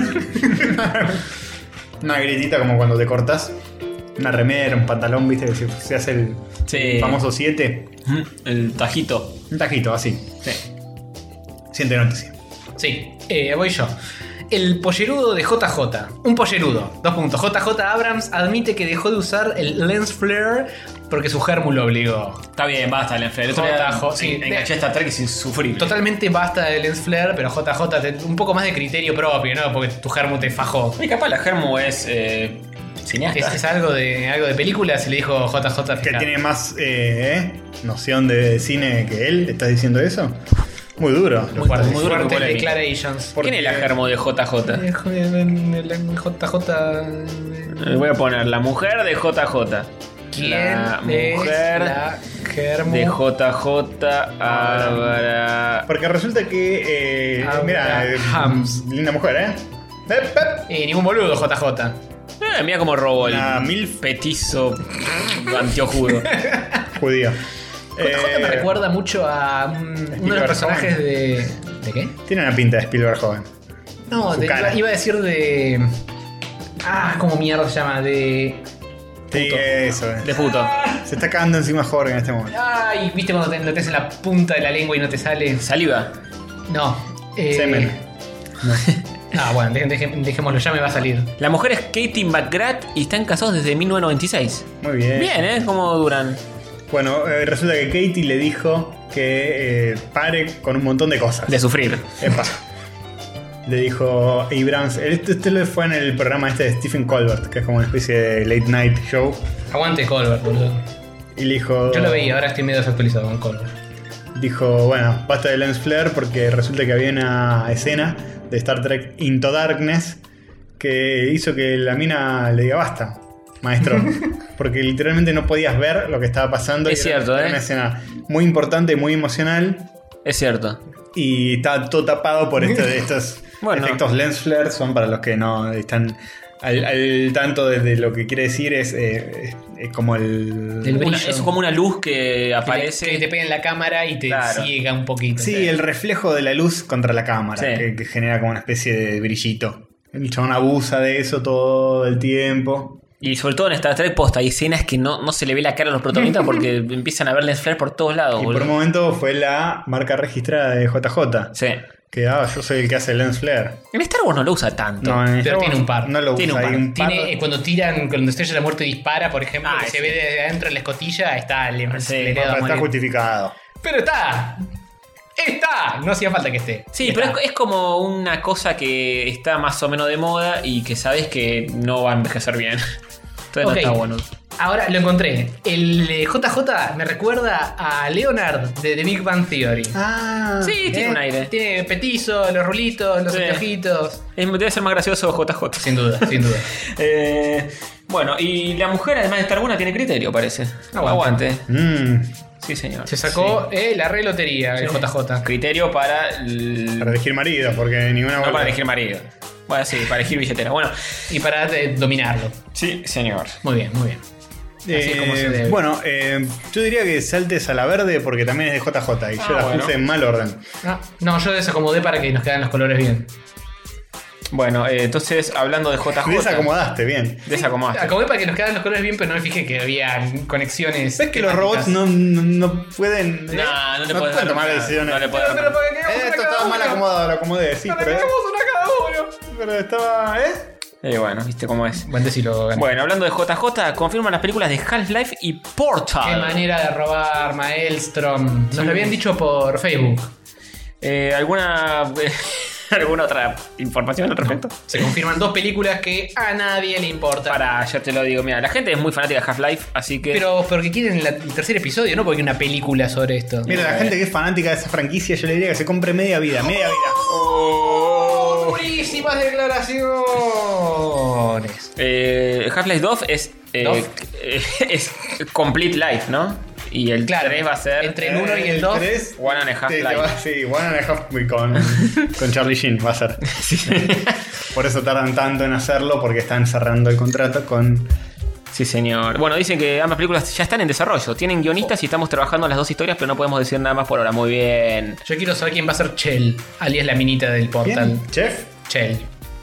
[SPEAKER 3] Una grietita como cuando te cortas una remera, un pantalón, viste, que se hace el
[SPEAKER 2] Sí.
[SPEAKER 3] famoso 7.
[SPEAKER 2] El tajito.
[SPEAKER 3] Un tajito, así.
[SPEAKER 2] Sí.
[SPEAKER 3] Siente noticia.
[SPEAKER 5] Sí, voy yo. El pollerudo de JJ. Un pollerudo. 2 puntos. JJ Abrams admite que dejó de usar el lens flare porque su germu lo obligó.
[SPEAKER 2] Está bien, basta el enfrente. El otro día
[SPEAKER 5] Sí,
[SPEAKER 2] enganché a Star Trek y es insufrible.
[SPEAKER 5] Totalmente basta del lens flare, pero JJ un poco más de criterio propio, ¿no? Porque tu germu te fajó.
[SPEAKER 2] Y capaz la germu es cineasta.
[SPEAKER 5] Es algo de película, se le dijo JJ.
[SPEAKER 3] Que
[SPEAKER 5] fija.
[SPEAKER 3] tiene más noción de cine que él. ¿Estás diciendo eso? Muy duro.
[SPEAKER 5] Muy fuerte,
[SPEAKER 2] muy duro,
[SPEAKER 5] fuertes
[SPEAKER 2] muy polémico.
[SPEAKER 5] declarations.
[SPEAKER 2] ¿Quién es la germu de JJ?
[SPEAKER 5] JJ.
[SPEAKER 2] Voy a poner la mujer de JJ.
[SPEAKER 5] ¿Quién
[SPEAKER 2] La
[SPEAKER 5] es
[SPEAKER 2] mujer
[SPEAKER 5] la germu?
[SPEAKER 2] de JJ habrá.
[SPEAKER 3] Porque resulta que. Mira,
[SPEAKER 5] Abrahams.
[SPEAKER 3] linda mujer, ¿eh?
[SPEAKER 5] Ningún boludo, JJ.
[SPEAKER 2] Mira cómo robó el
[SPEAKER 3] Una milf.
[SPEAKER 2] petizo anteojudo.
[SPEAKER 3] Judío.
[SPEAKER 5] JJ me recuerda mucho a uno de los
[SPEAKER 3] Spielberg
[SPEAKER 5] personajes
[SPEAKER 3] joven.
[SPEAKER 5] ¿De qué?
[SPEAKER 3] Tiene una pinta de Spielberg joven.
[SPEAKER 5] No,
[SPEAKER 3] Su cara.
[SPEAKER 5] iba a decir de. ¿Cómo mierda se llama?
[SPEAKER 3] Sí, eso es.
[SPEAKER 2] De puto.
[SPEAKER 3] Se está cagando encima Jorge en este momento.
[SPEAKER 5] Ay, ¿viste cuando te metes en la punta de la lengua y no te sale?
[SPEAKER 2] Saliva.
[SPEAKER 5] No.
[SPEAKER 3] Semen.
[SPEAKER 5] Bueno, dejémoslo, ya me va a salir.
[SPEAKER 2] La mujer es Katie McGrath y están casados desde 1996.
[SPEAKER 3] Muy bien.
[SPEAKER 2] Bien, ¿Cómo duran?
[SPEAKER 3] Bueno, resulta que Katie le dijo que pare con un montón de cosas.
[SPEAKER 2] De sufrir.
[SPEAKER 3] Epa. Le dijo Abrams. Esto lo fue en el programa este de Stephen Colbert, que es como una especie de late night show.
[SPEAKER 5] Aguante Colbert, boludo.
[SPEAKER 3] Y le dijo.
[SPEAKER 5] Yo lo veía, ahora estoy medio desactualizado con Colbert.
[SPEAKER 3] Dijo, bueno, basta de lens flare porque resulta que había una escena de Star Trek Into Darkness que hizo que la mina le diga basta, maestro. Porque literalmente no podías ver lo que estaba pasando.
[SPEAKER 2] Es
[SPEAKER 3] y era-
[SPEAKER 2] cierto,
[SPEAKER 3] era
[SPEAKER 2] ¿eh?
[SPEAKER 3] una escena muy importante, muy emocional.
[SPEAKER 2] Es cierto.
[SPEAKER 3] Y está todo tapado por estos
[SPEAKER 2] Bueno.
[SPEAKER 3] efectos lens flare. Son para los que no están al tanto de lo que quiere decir. Es como el...
[SPEAKER 5] El brillo.
[SPEAKER 2] Es como una luz que aparece.
[SPEAKER 5] Que te pega en la cámara y te
[SPEAKER 2] Claro.
[SPEAKER 5] ciega un poquito.
[SPEAKER 3] Sí, el reflejo de la luz contra la cámara,
[SPEAKER 2] Sí.
[SPEAKER 3] que genera como una especie de brillito. El chabón abusa de eso todo el tiempo.
[SPEAKER 2] Y sobre todo en Star Trek posta hay escenas que no se le ve la cara a los protagonistas porque empiezan a ver lens flare por todos lados.
[SPEAKER 3] Y por
[SPEAKER 2] boludo.
[SPEAKER 3] un momento fue la marca registrada de JJ.
[SPEAKER 2] Sí.
[SPEAKER 3] Que yo soy el que hace el lens flare.
[SPEAKER 2] En Star Wars no lo usa tanto.
[SPEAKER 3] No, en
[SPEAKER 5] Pero
[SPEAKER 3] Star
[SPEAKER 5] tiene
[SPEAKER 3] Wars
[SPEAKER 5] un par.
[SPEAKER 3] No lo
[SPEAKER 2] Tiene
[SPEAKER 3] usa.
[SPEAKER 2] un
[SPEAKER 3] Hay
[SPEAKER 2] par.
[SPEAKER 3] un par.
[SPEAKER 5] Tiene, cuando tiran, cuando Estrella de la Muerte dispara, por ejemplo, que se
[SPEAKER 2] sí.
[SPEAKER 5] ve de adentro en la escotilla, está, le
[SPEAKER 2] Sí,
[SPEAKER 5] queda muy
[SPEAKER 3] Está
[SPEAKER 5] bien.
[SPEAKER 3] justificado.
[SPEAKER 5] Pero está. No hacía falta que esté.
[SPEAKER 2] Sí,
[SPEAKER 5] Está.
[SPEAKER 2] pero es como una cosa que está más o menos de moda y que sabes que no va a envejecer bien. Entonces
[SPEAKER 5] Ok.
[SPEAKER 2] no está bueno.
[SPEAKER 5] Ahora lo encontré. El JJ me recuerda a Leonard de The Big Bang Theory.
[SPEAKER 3] Ah.
[SPEAKER 2] Sí, tiene un aire.
[SPEAKER 5] Tiene petizo, los rulitos, los
[SPEAKER 2] Sí.
[SPEAKER 5] anteojitos.
[SPEAKER 2] Debe ser más gracioso JJ.
[SPEAKER 5] Sin duda, sin duda.
[SPEAKER 2] Bueno, y la mujer, además de estar buena, tiene criterio, parece.
[SPEAKER 5] Aguante.
[SPEAKER 2] Sí, señor.
[SPEAKER 5] Se sacó la re lotería, el
[SPEAKER 2] Sí.
[SPEAKER 5] JJ.
[SPEAKER 2] Criterio para.
[SPEAKER 3] Para elegir marido, porque ninguna
[SPEAKER 2] No
[SPEAKER 3] bola-
[SPEAKER 2] para elegir marido. Bueno, sí, para elegir billetera. Bueno,
[SPEAKER 5] Y para dominarlo.
[SPEAKER 2] sí, señor.
[SPEAKER 5] Muy bien, muy bien. Así es como se debe.
[SPEAKER 3] Bueno, yo diría que saltes a la verde porque también es de JJ y yo la
[SPEAKER 2] bueno.
[SPEAKER 3] puse en mal orden.
[SPEAKER 5] No, yo desacomodé para que nos quedan los colores bien.
[SPEAKER 2] Bueno, entonces, hablando de JJ.
[SPEAKER 3] Desacomodaste, bien.
[SPEAKER 2] Desacomodaste.
[SPEAKER 5] Acomodé para que nos quedaran los colores bien, pero no me fijé que había conexiones.
[SPEAKER 3] ¿Ves que los
[SPEAKER 5] temáticas.
[SPEAKER 3] robots no pueden.
[SPEAKER 2] No, no le
[SPEAKER 3] no
[SPEAKER 2] puedes
[SPEAKER 3] pueden
[SPEAKER 2] dar
[SPEAKER 3] tomar
[SPEAKER 2] nada.
[SPEAKER 3] decisiones?
[SPEAKER 2] No le puedes dar
[SPEAKER 5] Pero
[SPEAKER 2] nada.
[SPEAKER 5] para que hagamos
[SPEAKER 3] Esto
[SPEAKER 5] una
[SPEAKER 3] estaba
[SPEAKER 5] cada
[SPEAKER 3] mal
[SPEAKER 5] uno.
[SPEAKER 3] acomodado, lo acomodé, sí,
[SPEAKER 5] Para que
[SPEAKER 3] pero.
[SPEAKER 5] hagamos una cada uno.
[SPEAKER 3] Pero estaba.
[SPEAKER 2] Bueno, viste cómo es.
[SPEAKER 5] Buen decirlo, gané.
[SPEAKER 2] Bueno, hablando de JJ, confirman las películas de Half-Life y Portal.
[SPEAKER 5] Qué manera de robar, Maelstrom. Nos lo habían dicho por Facebook.
[SPEAKER 2] ¿Alguna otra información al respecto?
[SPEAKER 5] Se confirman 2 películas que a nadie le importa.
[SPEAKER 2] Para, ya te lo digo, mira, la gente es muy fanática de Half-Life, así que.
[SPEAKER 5] Pero porque quieren el tercer episodio, no porque una película sobre esto.
[SPEAKER 3] Mira, la gente que es fanática de esa franquicia, yo le diría que se compre media vida, media vida.
[SPEAKER 5] ¡Durísimas declaraciones!
[SPEAKER 2] Half-Life 2 es.
[SPEAKER 5] ¿Dove?
[SPEAKER 2] Es Complete Life, ¿no? Y el 3 va a ser
[SPEAKER 5] entre el 1 y el 2.
[SPEAKER 3] 3,
[SPEAKER 2] One and a Half Life.
[SPEAKER 3] Sí, One and a Half con Charlie Sheen va a ser. Por eso tardan tanto en hacerlo, porque están cerrando el contrato con...
[SPEAKER 2] Sí, señor. Bueno, dicen que ambas películas ya están en desarrollo. Tienen guionistas y estamos trabajando en las dos historias, pero no podemos decir nada más por ahora. Muy bien.
[SPEAKER 5] Yo quiero saber quién va a ser Chell, alias la minita del Portal.
[SPEAKER 3] ¿Quién? ¿Chef?
[SPEAKER 5] Chell.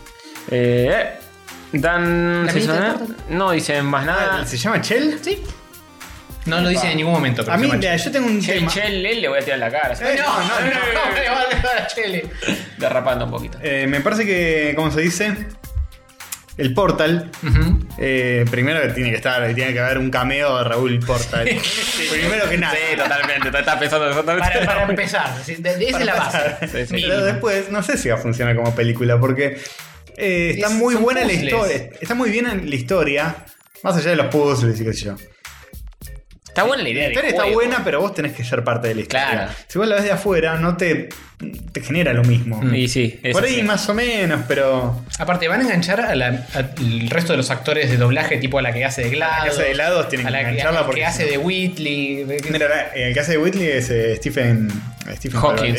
[SPEAKER 2] Dan...
[SPEAKER 5] ¿La minita del Portal?
[SPEAKER 2] No dicen más nada.
[SPEAKER 3] ¿Se llama Chell?
[SPEAKER 5] Sí. No lo dice en ningún momento. Pero
[SPEAKER 3] A mí,
[SPEAKER 5] se llama
[SPEAKER 3] mira, yo tengo un tema.
[SPEAKER 2] Le voy a tirar en la cara.
[SPEAKER 5] Chell. No, me va a dejar a Chell.
[SPEAKER 2] Derrapando un poquito.
[SPEAKER 3] Me parece que, ¿cómo se dice? El Portal. Primero que tiene que haber un cameo de Raúl Portal. Primero que nada.
[SPEAKER 2] Sí, totalmente. Estás pensando
[SPEAKER 5] Para empezar. Esa es la base.
[SPEAKER 2] Sí, sí.
[SPEAKER 3] Pero después, no sé si va a funcionar como película, porque está muy
[SPEAKER 5] son
[SPEAKER 3] buena la
[SPEAKER 5] puzzles.
[SPEAKER 3] historia. Está muy bien en la historia. Más allá de los puzzles y qué sé yo.
[SPEAKER 2] Está buena la idea.
[SPEAKER 3] La historia está buena, pero vos tenés que ser parte de la historia.
[SPEAKER 2] Claro.
[SPEAKER 3] Si vos la ves de afuera, no te genera lo mismo.
[SPEAKER 2] Y sí,
[SPEAKER 3] Por ahí más o menos, pero...
[SPEAKER 5] Aparte, van a enganchar al resto de los actores de doblaje, tipo a la que hace de GLaDOS.
[SPEAKER 3] La que hace de GLaDOS tienen
[SPEAKER 5] a la
[SPEAKER 3] que engancharla
[SPEAKER 5] que
[SPEAKER 3] porque...
[SPEAKER 5] hace de Whitley.
[SPEAKER 3] Mira, el que hace de Whitley es Stephen
[SPEAKER 2] Hawkins.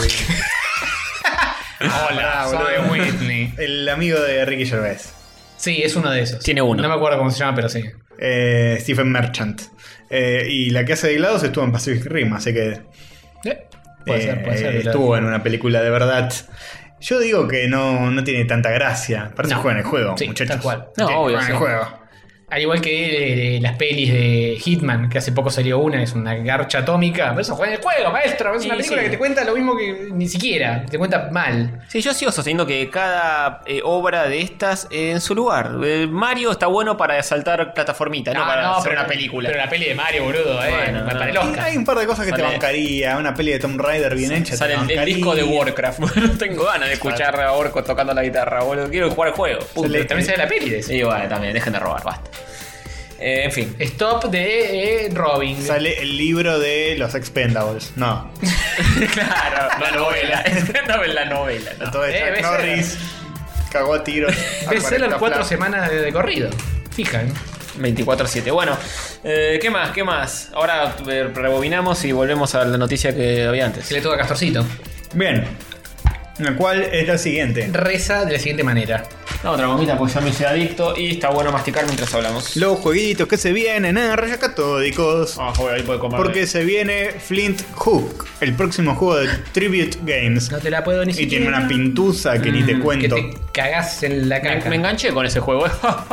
[SPEAKER 5] Hola, soy Whitley.
[SPEAKER 3] El amigo de Ricky Gervais.
[SPEAKER 5] Sí, es uno de esos.
[SPEAKER 2] Tiene uno.
[SPEAKER 5] No me acuerdo cómo se llama, pero sí.
[SPEAKER 3] Stephen Merchant. Y la que hace de GLaDOS estuvo en Pacific Rim, así que...
[SPEAKER 5] Puede ser.
[SPEAKER 3] Estuvo en una película de verdad. Yo digo que no tiene tanta gracia. Parece que juega en el juego,
[SPEAKER 5] Sí,
[SPEAKER 3] muchachos.
[SPEAKER 5] tal cual.
[SPEAKER 2] No, obvio,
[SPEAKER 3] Juega en
[SPEAKER 2] sí.
[SPEAKER 3] el juego.
[SPEAKER 5] Al igual que las pelis de Hitman, que hace poco salió una, es una garcha atómica. Pero eso juega en el juego, maestro. Es una
[SPEAKER 2] Sí,
[SPEAKER 5] película
[SPEAKER 2] sí.
[SPEAKER 5] que te cuenta lo mismo que ni siquiera. Te cuenta mal.
[SPEAKER 2] Sí, yo sigo sosteniendo que cada obra de estas en su lugar. Mario está bueno para saltar plataformita, no para hacer una película.
[SPEAKER 5] Pero la peli de Mario, boludo,
[SPEAKER 2] Bueno,
[SPEAKER 5] para el
[SPEAKER 3] Y
[SPEAKER 5] Oscar.
[SPEAKER 3] hay un par de cosas que te
[SPEAKER 2] Sale-
[SPEAKER 3] bancaría. Una peli de Tomb Raider bien hecha.
[SPEAKER 2] Sale
[SPEAKER 3] te
[SPEAKER 2] el
[SPEAKER 3] bancaría.
[SPEAKER 2] disco de Warcraft. No tengo ganas de escuchar a Orco tocando la guitarra, boludo. Quiero jugar el juego. Punto.
[SPEAKER 3] Sale-
[SPEAKER 5] También sale la peli de eso.
[SPEAKER 2] Y bueno, también, dejen de robar, basta. En fin.
[SPEAKER 5] Stop de Robin.
[SPEAKER 3] Sale el libro de los Expendables. No.
[SPEAKER 2] Claro, la novela. La novela, ¿no?
[SPEAKER 3] Todo esto.
[SPEAKER 5] bestseller.
[SPEAKER 3] Norris cagó a tiros.
[SPEAKER 5] Bestseller 4
[SPEAKER 3] semanas.
[SPEAKER 5] semanas de corrido. Fija, ¿eh?
[SPEAKER 2] 24/7. Bueno, ¿qué más? ¿Qué más? Ahora rebobinamos y volvemos a la noticia que había antes.
[SPEAKER 5] Se le toca a Castorcito.
[SPEAKER 3] Bien. La cual es la siguiente.
[SPEAKER 5] Reza de la siguiente manera.
[SPEAKER 2] No, otra gomita porque ya me hice adicto y está bueno masticar mientras hablamos.
[SPEAKER 3] Los jueguitos que se vienen a Rayos Catódicos.
[SPEAKER 2] Ahí puede comer.
[SPEAKER 3] Porque se viene Flint Hook, el próximo juego de Tribute Games.
[SPEAKER 5] No te la puedo ni
[SPEAKER 3] Y
[SPEAKER 5] siquiera.
[SPEAKER 3] tiene una pintuza que ni te
[SPEAKER 5] Que
[SPEAKER 3] cuento.
[SPEAKER 5] te cagás en la caca.
[SPEAKER 2] Me enganché con ese juego.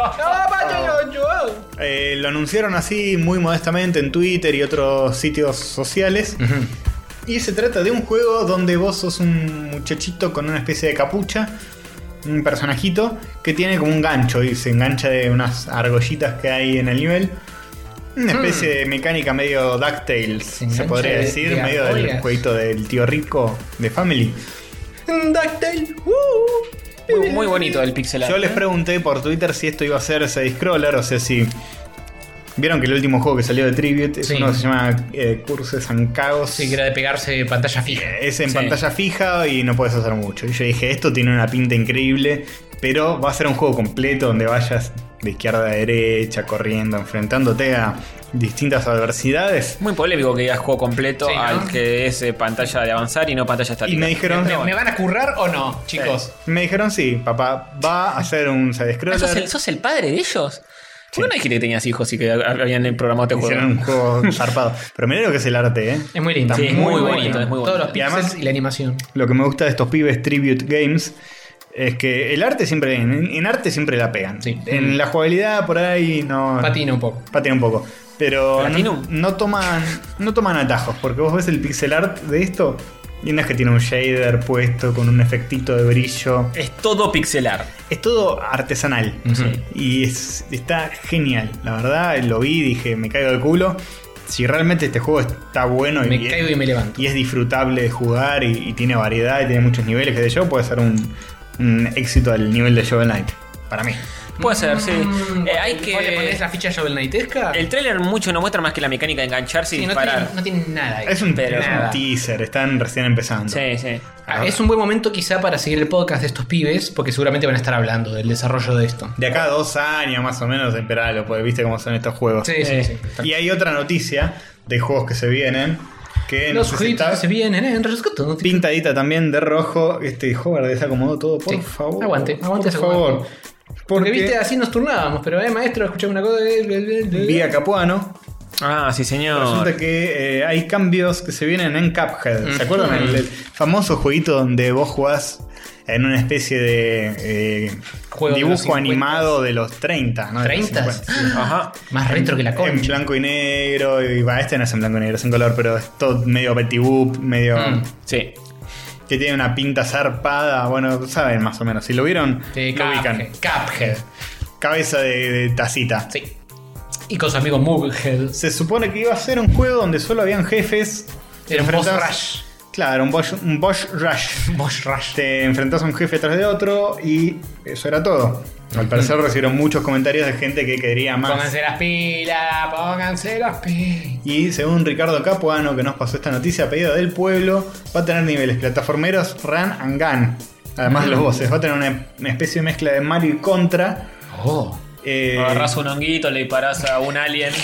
[SPEAKER 3] Lo anunciaron así muy modestamente en Twitter y otros sitios sociales. Y se trata de un juego donde vos sos un muchachito con una especie de capucha, un personajito que tiene como un gancho y se engancha de unas argollitas que hay en el nivel. Una especie de mecánica medio DuckTales, se
[SPEAKER 5] engancha
[SPEAKER 3] podría
[SPEAKER 5] de
[SPEAKER 3] decir, medio del
[SPEAKER 5] argollas.
[SPEAKER 3] jueguito del tío rico de Family.
[SPEAKER 5] DuckTales.
[SPEAKER 2] Muy bonito el pixel art.
[SPEAKER 3] Yo les pregunté por Twitter si esto iba a ser side-scroller, o sea, si... Vieron que el último juego que salió de Tribute es
[SPEAKER 5] Sí.
[SPEAKER 3] uno que se llama Curses and Chaos.
[SPEAKER 5] Sí, que era de pegarse pantalla fija.
[SPEAKER 3] Es en
[SPEAKER 2] Sí.
[SPEAKER 3] pantalla fija y no puedes hacer mucho. Y yo dije, esto tiene una pinta increíble, pero va a ser un juego completo donde vayas de izquierda a derecha, corriendo, enfrentándote a distintas adversidades.
[SPEAKER 2] Muy polémico que digas juego completo
[SPEAKER 5] Sí, ¿no?
[SPEAKER 2] al que es pantalla de avanzar y no pantalla estática.
[SPEAKER 3] Y me dijeron,
[SPEAKER 5] ¿Me van a currar o no, chicos?
[SPEAKER 3] me dijeron sí, papá, va a hacer un side-scroller.
[SPEAKER 2] ¿Sos el padre de ellos? ¿Por qué no dijiste que tenías hijos y que habían programado este juego?
[SPEAKER 3] Hicieron un juego zarpado. Pero mirá lo que es el arte, ¿eh?
[SPEAKER 5] Es muy lindo.
[SPEAKER 2] Sí, es muy bonito, es muy bonito.
[SPEAKER 5] Todos los
[SPEAKER 3] Y además-
[SPEAKER 5] pixels y la animación.
[SPEAKER 3] Lo que me gusta de estos pibes Tribute Games es que el arte siempre, en arte siempre la pegan.
[SPEAKER 5] Sí.
[SPEAKER 3] En la jugabilidad por ahí no...
[SPEAKER 5] Patina un poco.
[SPEAKER 3] Patina un poco. Pero
[SPEAKER 2] ¿Platinum?
[SPEAKER 3] no toman atajos, porque vos ves el pixel art de esto y no es que tiene un shader puesto con un efectito de brillo.
[SPEAKER 2] Es todo pixelar.
[SPEAKER 3] Es todo artesanal.
[SPEAKER 5] Ujú.
[SPEAKER 3] Y está genial. La verdad, lo vi y dije, me caigo de culo. Si realmente este juego está bueno
[SPEAKER 5] Me caigo y me levanto.
[SPEAKER 3] y es disfrutable de jugar y tiene variedad y tiene muchos niveles, que sé yo, puede ser un éxito al nivel de Shovel Knight. Para mí.
[SPEAKER 2] Puede ser, sí. Hay
[SPEAKER 5] ¿Vos le ponés
[SPEAKER 2] que.
[SPEAKER 5] la ficha Shovel Knightesca?
[SPEAKER 2] El trailer mucho no muestra más que la mecánica de engancharse y
[SPEAKER 5] Sí,
[SPEAKER 2] disparar.
[SPEAKER 5] no tiene nada ahí.
[SPEAKER 3] Es un
[SPEAKER 5] Nada.
[SPEAKER 3] teaser, están recién empezando.
[SPEAKER 2] Sí, sí.
[SPEAKER 5] Es un buen momento quizá para seguir el podcast de estos pibes, porque seguramente van a estar hablando del desarrollo de esto.
[SPEAKER 3] De acá a 2 años más o menos, esperalo, porque viste cómo son estos juegos.
[SPEAKER 5] Sí.
[SPEAKER 3] Y hay otra noticia de juegos que se vienen. Que
[SPEAKER 5] Los
[SPEAKER 3] no sé si
[SPEAKER 5] jueguitos
[SPEAKER 3] está
[SPEAKER 5] que se vienen en rescate.
[SPEAKER 3] pintadita también de rojo. Howard desacomodó todo, por
[SPEAKER 5] Sí.
[SPEAKER 3] favor.
[SPEAKER 5] Aguante
[SPEAKER 3] por
[SPEAKER 5] ese
[SPEAKER 3] favor.
[SPEAKER 5] juego. Porque viste, así nos turnábamos, pero maestro, escuchame una cosa.
[SPEAKER 3] Vía Capuano.
[SPEAKER 2] Ah, sí, señor.
[SPEAKER 3] Resulta que hay cambios que se vienen en Cuphead. ¿Se acuerdan? El famoso jueguito donde vos jugás en una especie de
[SPEAKER 5] Juego de los
[SPEAKER 3] dibujo
[SPEAKER 5] 50.
[SPEAKER 3] animado de los 30, ¿no? De los
[SPEAKER 5] 30.
[SPEAKER 3] 50, sí.
[SPEAKER 2] Ajá.
[SPEAKER 5] Más retro que la
[SPEAKER 3] En
[SPEAKER 5] concha.
[SPEAKER 3] blanco y negro. Y este no es en blanco y negro, es en color, pero es todo medio Betty Boop, medio.
[SPEAKER 2] Sí.
[SPEAKER 3] Que tiene una pinta zarpada. Bueno, saben más o menos. Si lo vieron,
[SPEAKER 5] Sí,
[SPEAKER 3] lo ubican.
[SPEAKER 5] Cuphead.
[SPEAKER 3] Cabeza de tacita.
[SPEAKER 5] Sí. Y con su amigo Mughead.
[SPEAKER 3] Se supone que iba a ser un juego donde solo habían jefes. Te
[SPEAKER 5] Era un boss
[SPEAKER 3] enfrentabas-
[SPEAKER 5] rush.
[SPEAKER 3] Claro, un boss rush.
[SPEAKER 5] Boss rush.
[SPEAKER 3] Te enfrentás a un jefe tras de otro y eso era todo. Al parecer recibieron muchos comentarios de gente que quería más.
[SPEAKER 5] Pónganse las pilas.
[SPEAKER 3] Y según Ricardo Capuano, que nos pasó esta noticia a pedido del pueblo, va a tener niveles plataformeros, run and gun. Además de los bosses, va a tener una especie de mezcla de Mario y Contra.
[SPEAKER 5] Oh.
[SPEAKER 2] Agarrás un honguito, le disparás a un alien.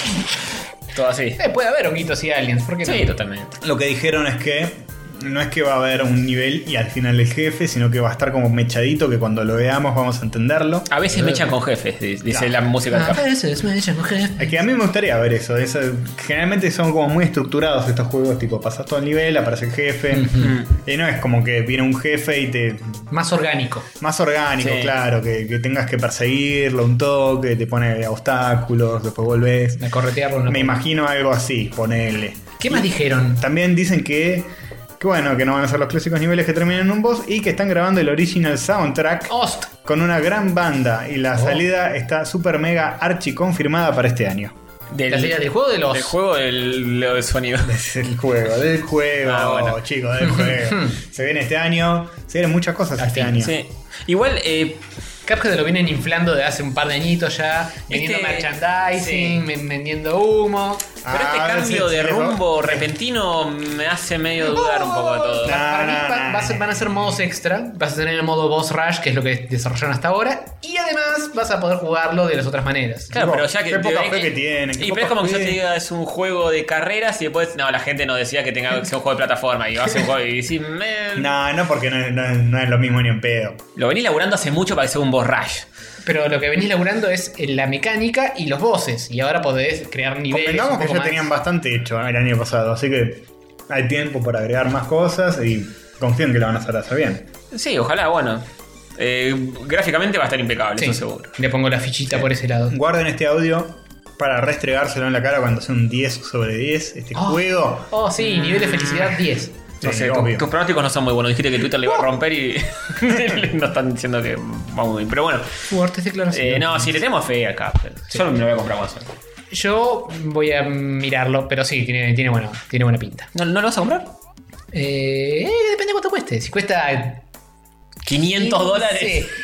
[SPEAKER 2] Todo así.
[SPEAKER 5] Puede haber honguitos y aliens, ¿por qué no?
[SPEAKER 2] Sí, totalmente.
[SPEAKER 3] Lo que dijeron es que no es que va a haber un nivel y al final el jefe, sino que va a estar como mechadito, que cuando lo veamos vamos a entenderlo.
[SPEAKER 2] A veces me echan con jefes, dice
[SPEAKER 3] Claro.
[SPEAKER 2] la música del
[SPEAKER 5] A
[SPEAKER 2] café.
[SPEAKER 5] veces me echan mujer.
[SPEAKER 3] Es que a mí me gustaría ver eso. Generalmente son como muy estructurados estos juegos, tipo pasas todo el nivel, aparece el jefe. Y no es como que viene un jefe y te...
[SPEAKER 5] Más orgánico.
[SPEAKER 3] Más orgánico,
[SPEAKER 2] Sí.
[SPEAKER 3] claro, que tengas que perseguirlo un toque, te pone obstáculos, después volvés.
[SPEAKER 5] A corretearlo.
[SPEAKER 3] Me imagino algo así, ponele.
[SPEAKER 5] ¿Qué más dijeron?
[SPEAKER 3] También dicen que bueno, que no van a ser los clásicos niveles que terminan en un boss y que están grabando el original soundtrack
[SPEAKER 5] Host.
[SPEAKER 3] con una gran banda y la salida está super mega archi confirmada para este año.
[SPEAKER 5] ¿La salida del juego de los...?
[SPEAKER 2] Del juego del sonido.
[SPEAKER 3] Del juego,
[SPEAKER 2] Ah, bueno.
[SPEAKER 3] chicos, del juego. Se viene este año, se vienen muchas cosas este año.
[SPEAKER 2] Sí. Igual,
[SPEAKER 5] Cuphead lo vienen inflando de hace un par de añitos ya, vendiendo merchandising, vendiendo humo.
[SPEAKER 2] pero este cambio de rumbo repentino me hace medio dudar un poco de todo.
[SPEAKER 5] Para mí van a ser modos extra. Vas a tener el modo Boss Rush, que es lo que desarrollaron hasta ahora. Y además vas a poder jugarlo de las otras maneras.
[SPEAKER 2] Claro, pero ya que.
[SPEAKER 3] Qué poca fe que tienen.
[SPEAKER 2] Y pero es como que yo te diga, es un juego de carreras y después. No, la gente no decía que tenga que ser un juego de plataforma. Y va a ser un juego. Y decís,
[SPEAKER 3] No, porque no es lo mismo ni en pedo.
[SPEAKER 2] Lo venís laburando hace mucho para que sea un boss rush.
[SPEAKER 5] Pero lo que venís laburando es la mecánica y los bosses. Y ahora podés crear niveles.
[SPEAKER 3] Convengamos
[SPEAKER 5] un
[SPEAKER 3] que
[SPEAKER 5] poco
[SPEAKER 3] ya
[SPEAKER 5] más.
[SPEAKER 3] tenían bastante hecho el año pasado, así que hay tiempo para agregar más cosas y confío en que lo van a hacer bien.
[SPEAKER 2] Sí, ojalá, bueno. Gráficamente va a estar impecable,
[SPEAKER 5] Sí,
[SPEAKER 2] eso seguro.
[SPEAKER 5] le pongo la fichita por ese lado.
[SPEAKER 3] Guarden este audio para restregárselo en la cara cuando sea un 10 sobre 10 este juego.
[SPEAKER 5] Oh, sí, nivel de felicidad 10.
[SPEAKER 2] No
[SPEAKER 3] Sí,
[SPEAKER 2] sé,
[SPEAKER 3] obvio.
[SPEAKER 2] tus pronósticos no son muy buenos. Dijiste que Twitter le iba a romper y no están diciendo que vamos muy bien. Pero bueno,
[SPEAKER 5] Fuertes declaraciones.
[SPEAKER 2] no, si le tenemos fe acá. Yo me lo voy a comprar cuando salga.
[SPEAKER 5] Yo voy a mirarlo, pero sí, tiene buena pinta.
[SPEAKER 2] ¿No lo vas a comprar?
[SPEAKER 5] Depende de cuánto cueste. Si cuesta
[SPEAKER 2] $500.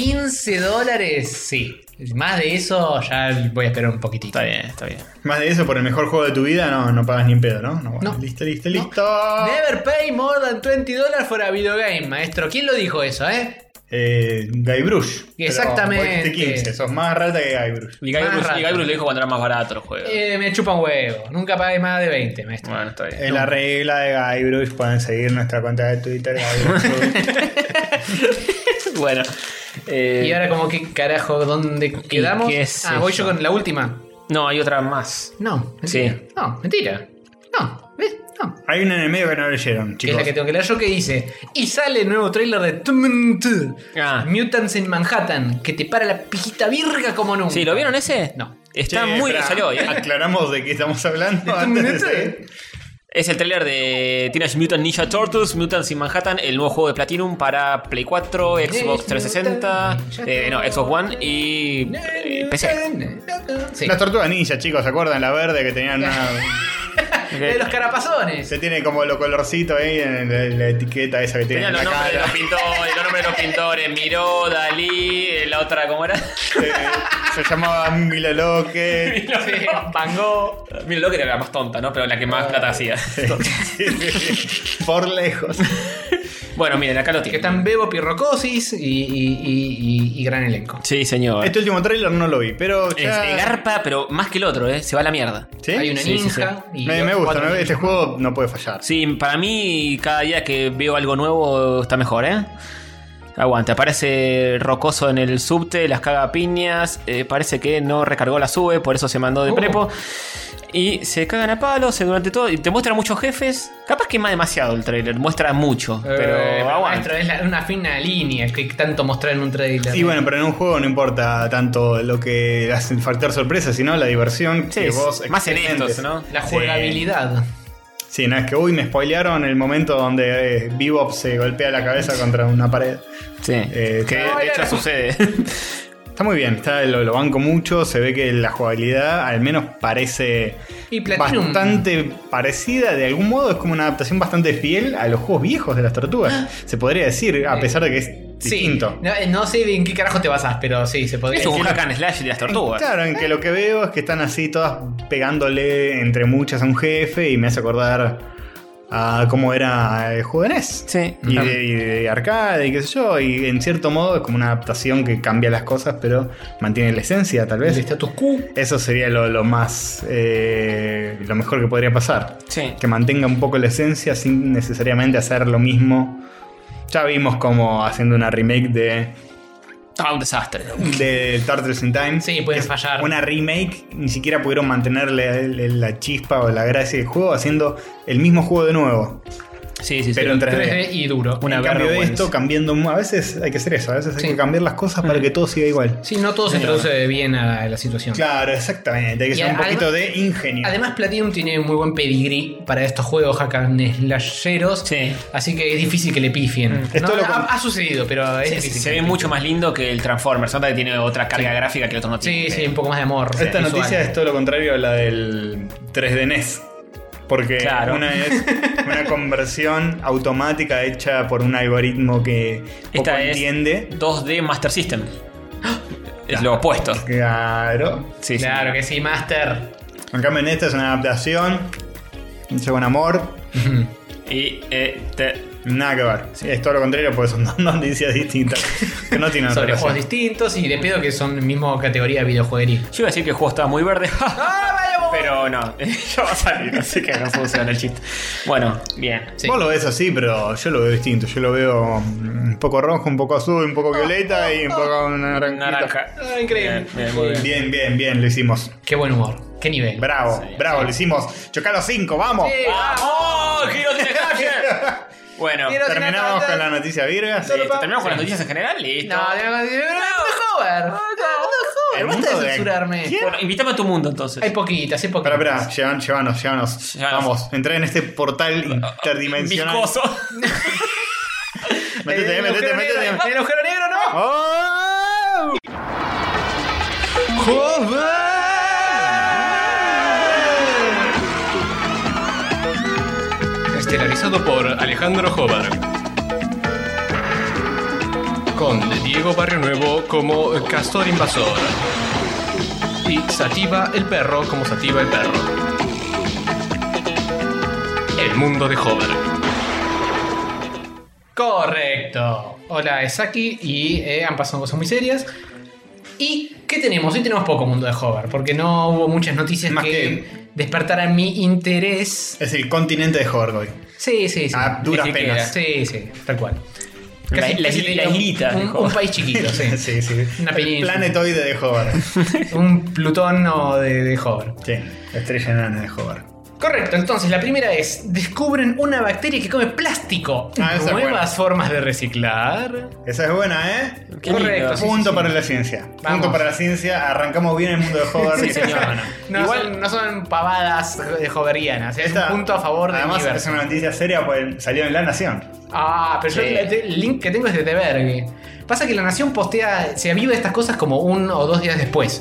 [SPEAKER 5] $15, sí. Más de eso ya voy a esperar un poquitito.
[SPEAKER 2] Está bien, está bien.
[SPEAKER 3] Más de eso, por el mejor juego de tu vida, no pagas ni en pedo, ¿no? Bueno,
[SPEAKER 5] No.
[SPEAKER 3] Listo.
[SPEAKER 5] Never pay more than $20 for a video game, maestro. ¿Quién lo dijo eso,
[SPEAKER 3] Guybrush.
[SPEAKER 5] Exactamente.
[SPEAKER 3] Pero vos dijiste 15, sos más rata que Guybrush.
[SPEAKER 2] Y
[SPEAKER 5] Más
[SPEAKER 2] Guybrush
[SPEAKER 5] rato.
[SPEAKER 2] lo dijo cuando era más barato los juegos.
[SPEAKER 5] Me chupa un huevo. Nunca pagué más de 20, maestro.
[SPEAKER 2] Bueno, está bien.
[SPEAKER 3] Es la regla de Guybrush, pueden seguir nuestra cuenta de Twitter, Guybrush.
[SPEAKER 2] Bueno.
[SPEAKER 5] Y ahora como que carajo, ¿dónde quedamos?
[SPEAKER 2] qué sé
[SPEAKER 5] Voy
[SPEAKER 2] yo.
[SPEAKER 5] yo con la última.
[SPEAKER 2] No, hay otra más.
[SPEAKER 5] No, mentira.
[SPEAKER 2] Sí.
[SPEAKER 5] No, mentira. No, ¿ves? No.
[SPEAKER 3] Hay una en el medio que no leyeron,
[SPEAKER 5] Que es
[SPEAKER 3] chicos.
[SPEAKER 5] la que tengo que leer yo, que dice: y sale el nuevo trailer de Mutants in Manhattan, que te para la pijita virga como nunca.
[SPEAKER 2] Sí, ¿lo vieron ese?
[SPEAKER 5] No.
[SPEAKER 2] Está
[SPEAKER 3] Che,
[SPEAKER 2] muy.
[SPEAKER 3] espera,
[SPEAKER 2] Salió hoy, ¿eh?
[SPEAKER 3] Aclaramos de qué estamos hablando antes de
[SPEAKER 2] Es el trailer de Teenage Mutant Ninja Turtles, Mutants in Manhattan, el nuevo juego de Platinum para Play 4, Xbox 360, Xbox One y PC.
[SPEAKER 5] Sí.
[SPEAKER 3] Las tortugas ninja, chicos, ¿se acuerdan? La verde que tenían una...
[SPEAKER 5] De los carapazones.
[SPEAKER 3] Se tiene como los colorcitos ahí en la etiqueta esa que tiene
[SPEAKER 2] Tenía
[SPEAKER 3] en
[SPEAKER 2] los
[SPEAKER 3] la
[SPEAKER 2] nombres de
[SPEAKER 3] cara.
[SPEAKER 2] los pintores, los nombres de los pintores. Miró, Dalí, la otra, ¿cómo era?
[SPEAKER 3] Se llamaba Mila Loque.
[SPEAKER 5] Sí, Van Gogh.
[SPEAKER 2] Mira, lo que era la más tonta, ¿no? Pero la que más plata hacía.
[SPEAKER 3] Por lejos.
[SPEAKER 2] Bueno, miren, acá lo
[SPEAKER 5] Que
[SPEAKER 2] tienen.
[SPEAKER 5] están Bebo Pirrocosis y gran elenco.
[SPEAKER 2] Sí, señor.
[SPEAKER 3] Este último tráiler no lo vi, pero
[SPEAKER 2] Es
[SPEAKER 3] ya...
[SPEAKER 2] de garpa, pero más que el otro, se va a la mierda.
[SPEAKER 3] ¿Sí?
[SPEAKER 5] Hay una
[SPEAKER 2] Sí, sí,
[SPEAKER 5] ninja. y
[SPEAKER 3] Me gusta,
[SPEAKER 5] cuatro
[SPEAKER 3] ¿no? Este
[SPEAKER 5] ninjas.
[SPEAKER 3] juego no puede fallar.
[SPEAKER 2] Sí, para mí, cada día que veo algo nuevo está mejor, ¿eh? Aguanta, aparece rocoso en el subte, las caga a piñas. Parece que no recargó la sube, por eso se mandó de prepo. Y se cagan a palos durante todo. Y te muestra muchos jefes. Capaz quema demasiado el trailer, muestra mucho. Pero aguanta.
[SPEAKER 5] maestro, es una fina línea que tanto mostrar en un trailer.
[SPEAKER 3] Y bueno, pero en un juego no importa tanto lo que hace el factor sorpresa, sino la diversión
[SPEAKER 2] Sí,
[SPEAKER 3] que vos
[SPEAKER 2] más en
[SPEAKER 3] experimentes.
[SPEAKER 2] estos, ¿no?
[SPEAKER 5] La
[SPEAKER 3] Sí.
[SPEAKER 5] jugabilidad.
[SPEAKER 3] Sí, no es que me spoilearon el momento donde Bebop se golpea la cabeza contra una pared.
[SPEAKER 2] Sí, que de hecho sucede.
[SPEAKER 3] Está muy bien, lo banco mucho, se ve que la jugabilidad al menos parece
[SPEAKER 5] Y Platinum.
[SPEAKER 3] bastante parecida, de algún modo es como una adaptación bastante fiel a los juegos viejos de las tortugas, se podría decir, a pesar de que es distinto.
[SPEAKER 5] Sí, no sé en qué carajo te basás, pero sí, se podría
[SPEAKER 2] Es un
[SPEAKER 5] decir.
[SPEAKER 2] hack and slash de las tortugas.
[SPEAKER 3] Claro, en que lo que veo es que están así todas pegándole entre muchas a un jefe y me hace acordar a cómo era el juego de NES.
[SPEAKER 2] Sí.
[SPEAKER 3] Y de arcade y qué sé yo. Y en cierto modo es como una adaptación que cambia las cosas, pero mantiene la esencia, tal
[SPEAKER 5] El
[SPEAKER 3] vez.
[SPEAKER 5] status quo.
[SPEAKER 3] Eso sería lo más. Lo mejor que podría pasar.
[SPEAKER 2] Sí.
[SPEAKER 3] Que mantenga un poco la esencia sin necesariamente hacer lo mismo. Ya vimos como haciendo una remake de
[SPEAKER 2] Ah, un desastre.
[SPEAKER 3] Turtles in Time.
[SPEAKER 5] Sí, pueden
[SPEAKER 3] que es
[SPEAKER 5] fallar.
[SPEAKER 3] Una remake, ni siquiera pudieron mantenerle la chispa o la gracia del juego haciendo el mismo juego de nuevo.
[SPEAKER 2] Sí, sí,
[SPEAKER 3] Pero en 3D.
[SPEAKER 5] 3D y duro.
[SPEAKER 2] Una
[SPEAKER 3] en cambio de
[SPEAKER 2] vergüenza.
[SPEAKER 3] esto, cambiando. A veces hay que hacer eso, a veces hay
[SPEAKER 5] Sí.
[SPEAKER 3] que cambiar las cosas para que todo siga igual.
[SPEAKER 5] Sí, no todo se traduce bien a la situación.
[SPEAKER 3] Claro, exactamente. Hay que
[SPEAKER 5] Y
[SPEAKER 3] ser un poquito
[SPEAKER 5] además-
[SPEAKER 3] de ingenio.
[SPEAKER 5] Además, Platinum tiene un muy buen pedigrí para estos juegos hack and slasheros.
[SPEAKER 2] Sí.
[SPEAKER 5] Así que es difícil que le pifien.
[SPEAKER 3] Es todo lo con-
[SPEAKER 5] ha sucedido, pero es
[SPEAKER 2] Sí,
[SPEAKER 5] difícil.
[SPEAKER 2] se
[SPEAKER 5] que
[SPEAKER 2] ve
[SPEAKER 5] le
[SPEAKER 2] mucho
[SPEAKER 5] pifien.
[SPEAKER 2] más lindo que el Transformers. Nota que tiene otra carga gráfica que el otro no tiene.
[SPEAKER 5] Sí, sí, un poco más de amor.
[SPEAKER 3] Esta
[SPEAKER 5] visual.
[SPEAKER 3] noticia es todo lo contrario a la del 3D NES. Porque
[SPEAKER 2] Claro.
[SPEAKER 3] una es una conversión automática hecha por un algoritmo que poco
[SPEAKER 2] Esta es
[SPEAKER 3] entiende.
[SPEAKER 2] 2D Master System. Es lo opuesto.
[SPEAKER 3] Claro.
[SPEAKER 2] Sí, sí.
[SPEAKER 5] Claro que sí, Master.
[SPEAKER 3] En cambio, en esta es una adaptación hecha con amor.
[SPEAKER 2] Y
[SPEAKER 3] Nada que ver. Es todo lo contrario, porque son dos noticias distintas. Que no tienen
[SPEAKER 5] Sobre
[SPEAKER 3] relación.
[SPEAKER 5] juegos distintos y de pedo que son misma categoría de videojueguería.
[SPEAKER 2] yo iba a decir que el juego estaba muy verde.
[SPEAKER 5] ¡Ah, vaya vos!
[SPEAKER 2] Pero no, ya va a salir, así que no funciona el chiste. Bueno, bien.
[SPEAKER 5] Sí.
[SPEAKER 3] Vos lo ves así, pero yo lo veo distinto. Yo lo veo un poco rojo, un poco azul, un poco violeta y un poco naranjita.
[SPEAKER 2] Naranja.
[SPEAKER 5] Ah, increíble.
[SPEAKER 2] Bien, muy bien.
[SPEAKER 3] Bien, lo hicimos.
[SPEAKER 5] Qué buen humor. Qué nivel.
[SPEAKER 3] Bravo,
[SPEAKER 2] Sí,
[SPEAKER 3] bravo, lo hicimos. Chocá los 5, vamos.
[SPEAKER 5] Sí,
[SPEAKER 2] ¡Vamos! ¡Giro tiene calle! Bueno,
[SPEAKER 5] Quiero-
[SPEAKER 3] Terminamos con la noticia virgas.
[SPEAKER 2] listo, terminamos con las noticias en general. Listo.
[SPEAKER 5] No, de Hover.
[SPEAKER 3] El
[SPEAKER 5] Basta
[SPEAKER 3] mundo
[SPEAKER 5] de
[SPEAKER 3] de-
[SPEAKER 5] censurarme.
[SPEAKER 3] ¿Quién?
[SPEAKER 2] Bueno, invítame a tu mundo entonces.
[SPEAKER 5] Hay poquitas, hay poquitas.
[SPEAKER 3] Espera, llévanos.
[SPEAKER 2] Llévanos.
[SPEAKER 3] Vamos, entrá en este portal interdimensional.
[SPEAKER 2] Viscoso.
[SPEAKER 3] Métete.
[SPEAKER 5] El agujero negro, ¿no?
[SPEAKER 3] ¡Oh!
[SPEAKER 5] Estelarizado por Alejandro Jobar. Con Diego Barrio Nuevo como Castor Invasor. Y Sativa el Perro como Sativa el Perro. El mundo de Hover. Correcto. Hola, es Saki y han pasado cosas muy serias. ¿Y qué tenemos? Hoy tenemos poco mundo de Hover, porque no hubo muchas noticias
[SPEAKER 3] Más
[SPEAKER 5] que
[SPEAKER 3] que-
[SPEAKER 5] despertaran mi interés.
[SPEAKER 3] Es el continente de Horgoy.
[SPEAKER 5] Sí.
[SPEAKER 3] A duras
[SPEAKER 2] Ni siquiera.
[SPEAKER 3] penas.
[SPEAKER 5] Sí, tal cual.
[SPEAKER 2] La
[SPEAKER 5] te diría
[SPEAKER 2] islita de
[SPEAKER 5] un
[SPEAKER 2] Hover.
[SPEAKER 5] país chiquito, sí.
[SPEAKER 3] Sí.
[SPEAKER 5] Una
[SPEAKER 3] El
[SPEAKER 5] península.
[SPEAKER 3] planetoide de Hover.
[SPEAKER 5] Un Plutón o de Hover.
[SPEAKER 3] Sí, la estrella enana de Hover.
[SPEAKER 5] Correcto, entonces la primera es: descubren una bacteria que come plástico.
[SPEAKER 3] Ah, esa es
[SPEAKER 5] Nuevas
[SPEAKER 3] buena.
[SPEAKER 5] formas de reciclar.
[SPEAKER 3] Esa es buena, ¿eh?
[SPEAKER 2] Qué
[SPEAKER 5] Correcto,
[SPEAKER 2] lindo.
[SPEAKER 5] sí,
[SPEAKER 3] Punto
[SPEAKER 5] sí.
[SPEAKER 3] para la ciencia.
[SPEAKER 5] Vamos.
[SPEAKER 3] Punto para la ciencia. Arrancamos bien el mundo de Hover.
[SPEAKER 2] Sí, señor.
[SPEAKER 5] No,
[SPEAKER 2] Igual-
[SPEAKER 5] no son pavadas hoverianas, es
[SPEAKER 3] Esta-
[SPEAKER 5] un punto a favor del
[SPEAKER 3] Además, es
[SPEAKER 5] universo.
[SPEAKER 3] una noticia seria porque salió en La Nación.
[SPEAKER 5] Ah, pero yo
[SPEAKER 2] Sí.
[SPEAKER 5] el link que tengo es de The Verge. Pasa que La Nación postea, se aviva estas cosas como 1 o 2 días después.
[SPEAKER 3] Sí.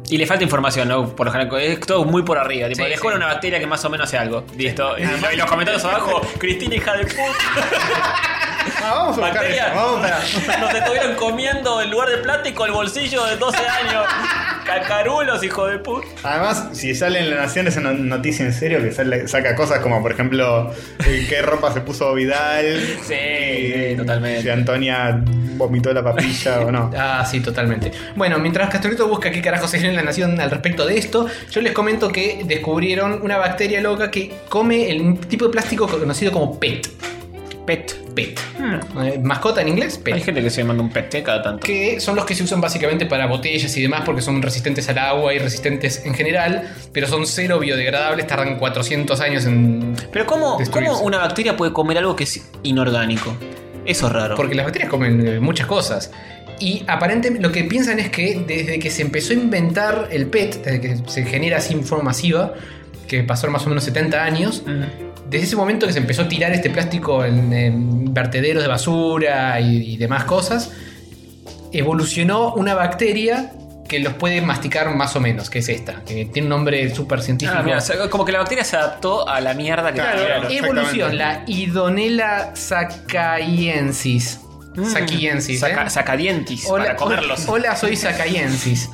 [SPEAKER 2] Y le falta información, ¿no? Por lo general, es todo muy por arriba. Tipo,
[SPEAKER 5] Sí,
[SPEAKER 2] descubre una bacteria que más o menos hace algo. Listo. Y los comentarios abajo, Cristina, hija de puta.
[SPEAKER 3] Vamos a buscar eso.
[SPEAKER 2] Bacteria.
[SPEAKER 3] Vamos para...
[SPEAKER 2] Nos estuvieron comiendo en lugar de plástico el bolsillo de 12 años. Cacarulos, hijo de puta.
[SPEAKER 3] Además, si sale en La Nación es una noticia en serio que saca cosas como, por ejemplo, qué ropa se puso Vidal.
[SPEAKER 2] Sí, totalmente.
[SPEAKER 3] Si Antonia vomitó la papilla o no.
[SPEAKER 5] Ah, sí, totalmente. Bueno, mientras Castorito busca qué carajo se viene en La Nación al respecto de esto, yo les comento que descubrieron una bacteria loca que come el tipo de plástico conocido como PET. PET. Mascota en inglés, PET.
[SPEAKER 2] Hay gente que se manda un pet cada tanto.
[SPEAKER 5] Que son los que se usan básicamente para botellas y demás porque son resistentes al agua y resistentes en general, pero son cero biodegradables, tardan 400 años en
[SPEAKER 2] Pero ¿cómo
[SPEAKER 5] destruirse.
[SPEAKER 2] una bacteria puede comer algo que es inorgánico? Eso es raro.
[SPEAKER 5] Porque las bacterias comen muchas cosas. Y aparentemente lo que piensan es que desde que se empezó a inventar el PET, desde que se genera así en forma masiva, que pasó más o menos 70 años, desde ese momento que se empezó a tirar este plástico en vertederos de basura y demás cosas, evolucionó una bacteria que los puede masticar más o menos, que es esta, que tiene un nombre súper científico.
[SPEAKER 2] Mira, como que la bacteria se adaptó a la mierda que
[SPEAKER 3] Claro.
[SPEAKER 2] tiraron.
[SPEAKER 5] Evolución, la Idonella sacayensis. Sacayensis,
[SPEAKER 2] Sacadientis para comerlos.
[SPEAKER 5] Hola, soy Sacayensis.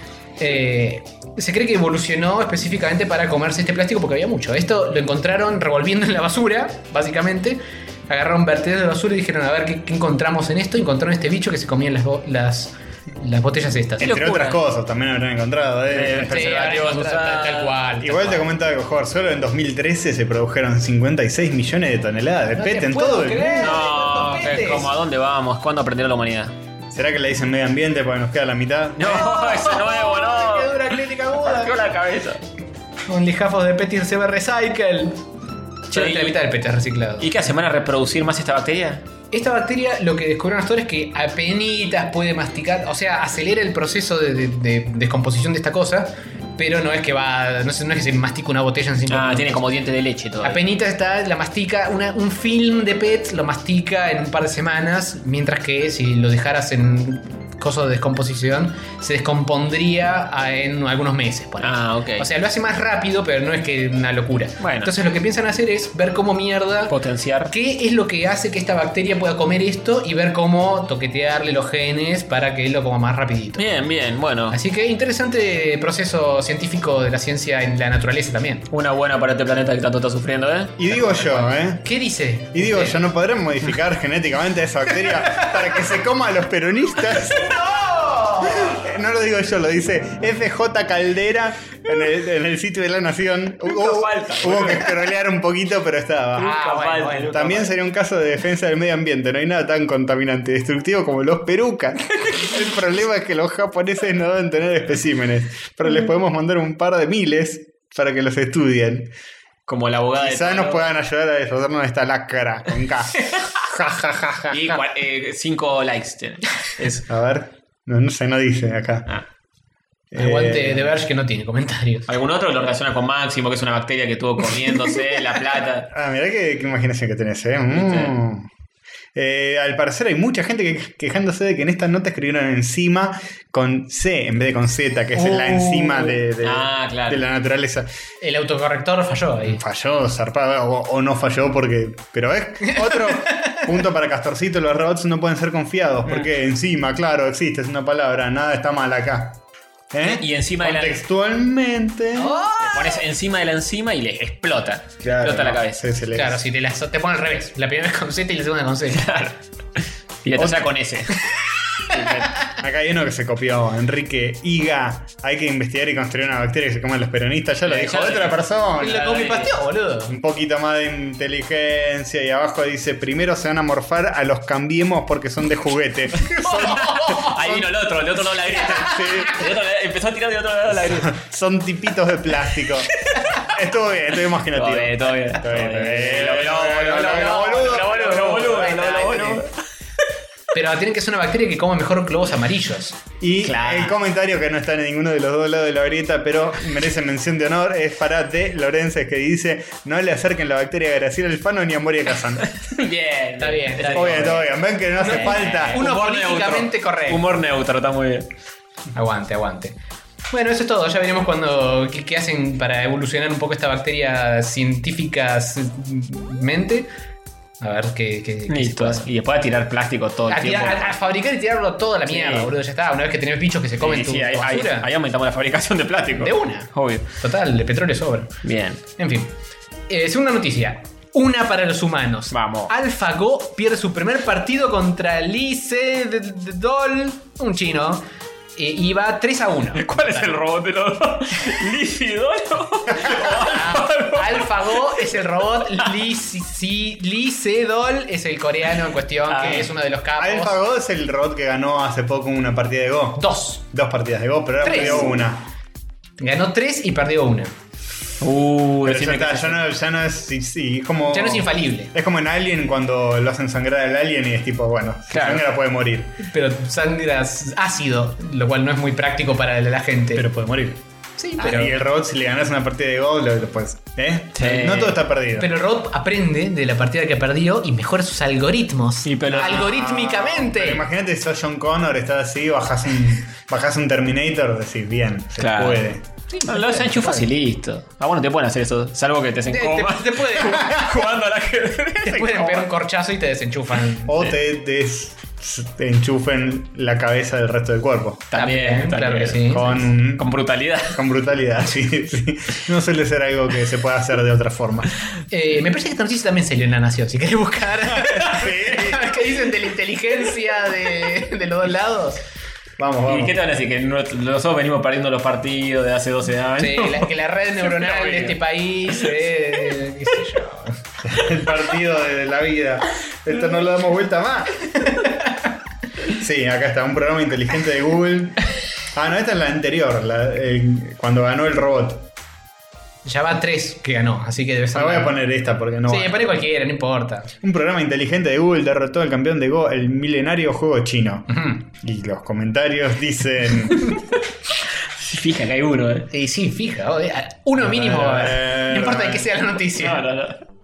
[SPEAKER 5] Se cree que evolucionó específicamente para comerse este plástico porque había mucho. Esto lo encontraron revolviendo en la basura, básicamente. Agarraron vertederos de basura y dijeron, a ver, ¿qué encontramos en esto? Encontraron este bicho que se comía en las botellas estas.
[SPEAKER 2] Qué
[SPEAKER 3] Entre
[SPEAKER 2] locura.
[SPEAKER 3] otras cosas también habrán encontrado.
[SPEAKER 2] Preservativos usados.
[SPEAKER 5] tal cual.
[SPEAKER 3] Igual te comento algo, Jorge. Solo en 2013 se produjeron 56 millones de toneladas de
[SPEAKER 5] No
[SPEAKER 3] PET
[SPEAKER 5] te
[SPEAKER 3] en
[SPEAKER 5] puedo
[SPEAKER 3] todo el
[SPEAKER 5] creer.
[SPEAKER 3] mundo.
[SPEAKER 2] No,
[SPEAKER 5] Tantos petes.
[SPEAKER 2] como ¿a dónde vamos? ¿Cuándo aprenderá la humanidad?
[SPEAKER 3] ¿Será que le dicen medio ambiente porque nos queda la mitad?
[SPEAKER 2] No, ese nuevo, no.
[SPEAKER 5] ¡Qué dura clínica aguda!
[SPEAKER 2] Partió la cabeza.
[SPEAKER 5] Con lijafos de PET y se ve recycle.
[SPEAKER 2] Che,
[SPEAKER 5] La mitad del PET es reciclado.
[SPEAKER 2] ¿Y qué hace? ¿Van a reproducir más esta bacteria?
[SPEAKER 5] Esta bacteria lo que descubrieron hasta ahora es que apenitas puede masticar, o sea, acelera el proceso de descomposición de esta cosa, pero no es que no es que se mastica una botella en 5 minutos.
[SPEAKER 2] Tiene como diente de leche todavía.
[SPEAKER 5] Apenitas la mastica, un film de PET lo mastica en un par de semanas, mientras que si lo dejaras en cosas de descomposición, se descompondría en algunos meses. Por ahí.
[SPEAKER 2] Ok.
[SPEAKER 5] O sea, lo hace más rápido, pero no es que una locura.
[SPEAKER 2] Bueno.
[SPEAKER 5] Entonces lo que piensan hacer es ver cómo mierda
[SPEAKER 2] Potenciar.
[SPEAKER 5] qué es lo que hace que esta bacteria pueda comer esto y ver cómo toquetearle los genes para que él lo coma más rapidito.
[SPEAKER 2] Bien, bien, bueno.
[SPEAKER 5] Así que interesante proceso científico de la ciencia en la naturaleza también.
[SPEAKER 2] Una buena para este planeta que tanto está sufriendo, ¿eh?
[SPEAKER 3] Y digo yo,
[SPEAKER 5] ¿Qué dice?
[SPEAKER 3] Y digo yo, ¿no podrán modificar genéticamente a esa bacteria para que se coma a los peronistas? No lo digo yo, lo dice FJ Caldera en el sitio de La Nación. Hubo que scrollear un poquito, pero estaba.
[SPEAKER 5] Bueno.
[SPEAKER 3] También sería un caso de defensa del medio ambiente. No hay nada tan contaminante y destructivo como los perucas. El problema es que los japoneses no deben tener especímenes, pero les podemos mandar un par de miles para que los estudien.
[SPEAKER 2] Como la abogada
[SPEAKER 3] Quizás
[SPEAKER 2] de
[SPEAKER 3] nos puedan ayudar a deshacernos de esta lacra con K. Ja, ja, ja, ja,
[SPEAKER 2] Y
[SPEAKER 3] ja.
[SPEAKER 2] 5 likes tiene. Eso.
[SPEAKER 3] A ver. No sé, no dice acá.
[SPEAKER 2] Ah.
[SPEAKER 5] Aguante de Verge que no tiene comentarios.
[SPEAKER 2] ¿Algún otro que lo relaciona con Máximo, que es una bacteria que estuvo comiéndose la plata?
[SPEAKER 3] Mirá qué imaginación que tenés, al parecer hay mucha gente quejándose de que en esta nota escribieron enzima con C en vez de con Z, que es la enzima
[SPEAKER 2] claro.
[SPEAKER 3] de la naturaleza.
[SPEAKER 5] El autocorrector falló ahí.
[SPEAKER 3] Falló, zarpado, o no falló porque... Pero es otro punto para Castorcito, los robots no pueden ser confiados, porque enzima, claro, existe, es una palabra, nada está mal acá.
[SPEAKER 2] Y encima de la...
[SPEAKER 3] Contextualmente...
[SPEAKER 2] Le pones encima de la enzima y le explota.
[SPEAKER 3] Claro,
[SPEAKER 2] explota la
[SPEAKER 3] no,
[SPEAKER 2] cabeza.
[SPEAKER 3] se le-
[SPEAKER 5] Claro, si te pone al revés. La primera vez con Z y la segunda con C.
[SPEAKER 2] Claro. Y la tercera con S.
[SPEAKER 3] Acá hay uno que se copió, Enrique Higa. Hay que investigar y construir una bacteria que se coman los peronistas. Ya lo dijo
[SPEAKER 2] ya
[SPEAKER 3] otra
[SPEAKER 2] lo-
[SPEAKER 3] persona.
[SPEAKER 5] Y lo copipasteó, boludo.
[SPEAKER 3] Un poquito más de inteligencia. Y abajo dice: primero se van a morfar a los cambiemos porque son de juguete.
[SPEAKER 2] Ahí vino el otro lado de la grieta.
[SPEAKER 3] Sí.
[SPEAKER 2] Empezó a tirar del otro lado de la grieta.
[SPEAKER 3] Son tipitos de plástico. Estuvo bien, estuvo imaginativo.
[SPEAKER 2] Todo bien, todo bien.
[SPEAKER 3] Todo bien, todo bien.
[SPEAKER 2] Lo boludo.
[SPEAKER 5] Pero tienen que ser una bacteria que come mejor globos amarillos.
[SPEAKER 3] Y
[SPEAKER 2] Claro.
[SPEAKER 3] el comentario que no está en ninguno de los dos lados de la grieta, pero merece mención de honor, es para D. Lorenzo, que dice: no le acerquen la bacteria a Graciela Alfano ni a Moria Kazan.
[SPEAKER 2] Bien,
[SPEAKER 5] Está bien, está
[SPEAKER 3] Todo bien, todo bien. Ven que no hace falta.
[SPEAKER 5] Uno
[SPEAKER 2] Humor
[SPEAKER 5] políticamente
[SPEAKER 2] neutro.
[SPEAKER 5] correcto.
[SPEAKER 2] Humor neutro, está muy bien.
[SPEAKER 5] Aguante. Bueno, eso es todo. Ya veremos cuando qué hacen para evolucionar un poco esta bacteria científicamente. A ver qué
[SPEAKER 2] Listo. Y después a tirar plástico todo el tiempo.
[SPEAKER 5] a fabricar y tirarlo todo a la mierda, boludo. Ya está. Una vez que tenés bichos que se comen tu basura.
[SPEAKER 2] Ahí aumentamos la fabricación de plástico.
[SPEAKER 5] De una.
[SPEAKER 2] Obvio.
[SPEAKER 5] Total, de petróleo sobra.
[SPEAKER 2] Bien.
[SPEAKER 5] En fin. Segunda noticia. Una para los humanos.
[SPEAKER 2] Vamos.
[SPEAKER 5] AlphaGo pierde su primer partido contra Lee Sedol, un chino. Y va 3-1.
[SPEAKER 2] ¿Cuál es el robot de los dos? ¿Lisidolo?
[SPEAKER 5] AlphaGo es el robot. Lee Sedol es el coreano en cuestión, que es uno de los capos.
[SPEAKER 3] AlphaGo es el robot que ganó hace poco una partida de Go.
[SPEAKER 5] Dos
[SPEAKER 3] partidas de Go, pero ahora
[SPEAKER 5] 3.
[SPEAKER 3] perdió una.
[SPEAKER 5] Ganó 3 y perdió 1.
[SPEAKER 3] Pero ya no es como.
[SPEAKER 5] Ya no es infalible.
[SPEAKER 3] Es como en Alien cuando lo hacen sangrar al alien y es tipo, bueno, si sangra puede morir.
[SPEAKER 5] Pero sangras ácido, lo cual no es muy práctico para la gente.
[SPEAKER 3] Pero puede morir.
[SPEAKER 5] Sí, pero.
[SPEAKER 3] Y el robot, si le ganas una partida de Go, lo puedes.
[SPEAKER 2] Sí.
[SPEAKER 3] No todo está perdido.
[SPEAKER 5] Pero el robot aprende de la partida que perdió y mejora sus algoritmos.
[SPEAKER 2] Sí, pero-
[SPEAKER 5] algorítmicamente.
[SPEAKER 3] Pero imagínate si sos John Connor, estás así, bajás un Terminator, decís, bien, se
[SPEAKER 2] Claro.
[SPEAKER 3] puede.
[SPEAKER 2] No, lo desenchufas y listo. Bueno, te pueden hacer eso, salvo que te hacen coma.
[SPEAKER 5] Te pueden,
[SPEAKER 2] Jugando a la ajedrez.
[SPEAKER 5] te pueden pegar un corchazo y te desenchufan.
[SPEAKER 3] O te enchufen la cabeza del resto del cuerpo.
[SPEAKER 2] También,
[SPEAKER 5] claro que sí.
[SPEAKER 3] Con
[SPEAKER 2] brutalidad.
[SPEAKER 3] brutalidad, sí. No suele ser algo que se pueda hacer de otra forma.
[SPEAKER 5] Me parece que esta noticia también salió en La Nación. Si querés buscar a ver qué dicen de la inteligencia de los dos lados.
[SPEAKER 3] Vamos.
[SPEAKER 2] ¿Y qué te van a decir? Que nosotros venimos perdiendo los partidos de hace 12 años.
[SPEAKER 5] Sí, que la red neuronal de este país, qué sé yo.
[SPEAKER 3] El partido de la vida. Esto no lo damos vuelta más. Sí, acá está, un programa inteligente de Google. No, esta es la anterior, cuando ganó el robot.
[SPEAKER 5] Ya va 3 que ganó, así que debe ser.
[SPEAKER 3] Voy a poner esta porque no.
[SPEAKER 5] Sí,
[SPEAKER 3] va.
[SPEAKER 5] pone cualquiera, no importa.
[SPEAKER 3] Un programa inteligente de Google derrotó al campeón de Go, el milenario juego chino.
[SPEAKER 5] Ujú.
[SPEAKER 3] Y los comentarios dicen.
[SPEAKER 2] Fija que hay uno,
[SPEAKER 5] Sí, fija. Uno mínimo va a haber. No importa de qué sea la noticia.
[SPEAKER 2] No.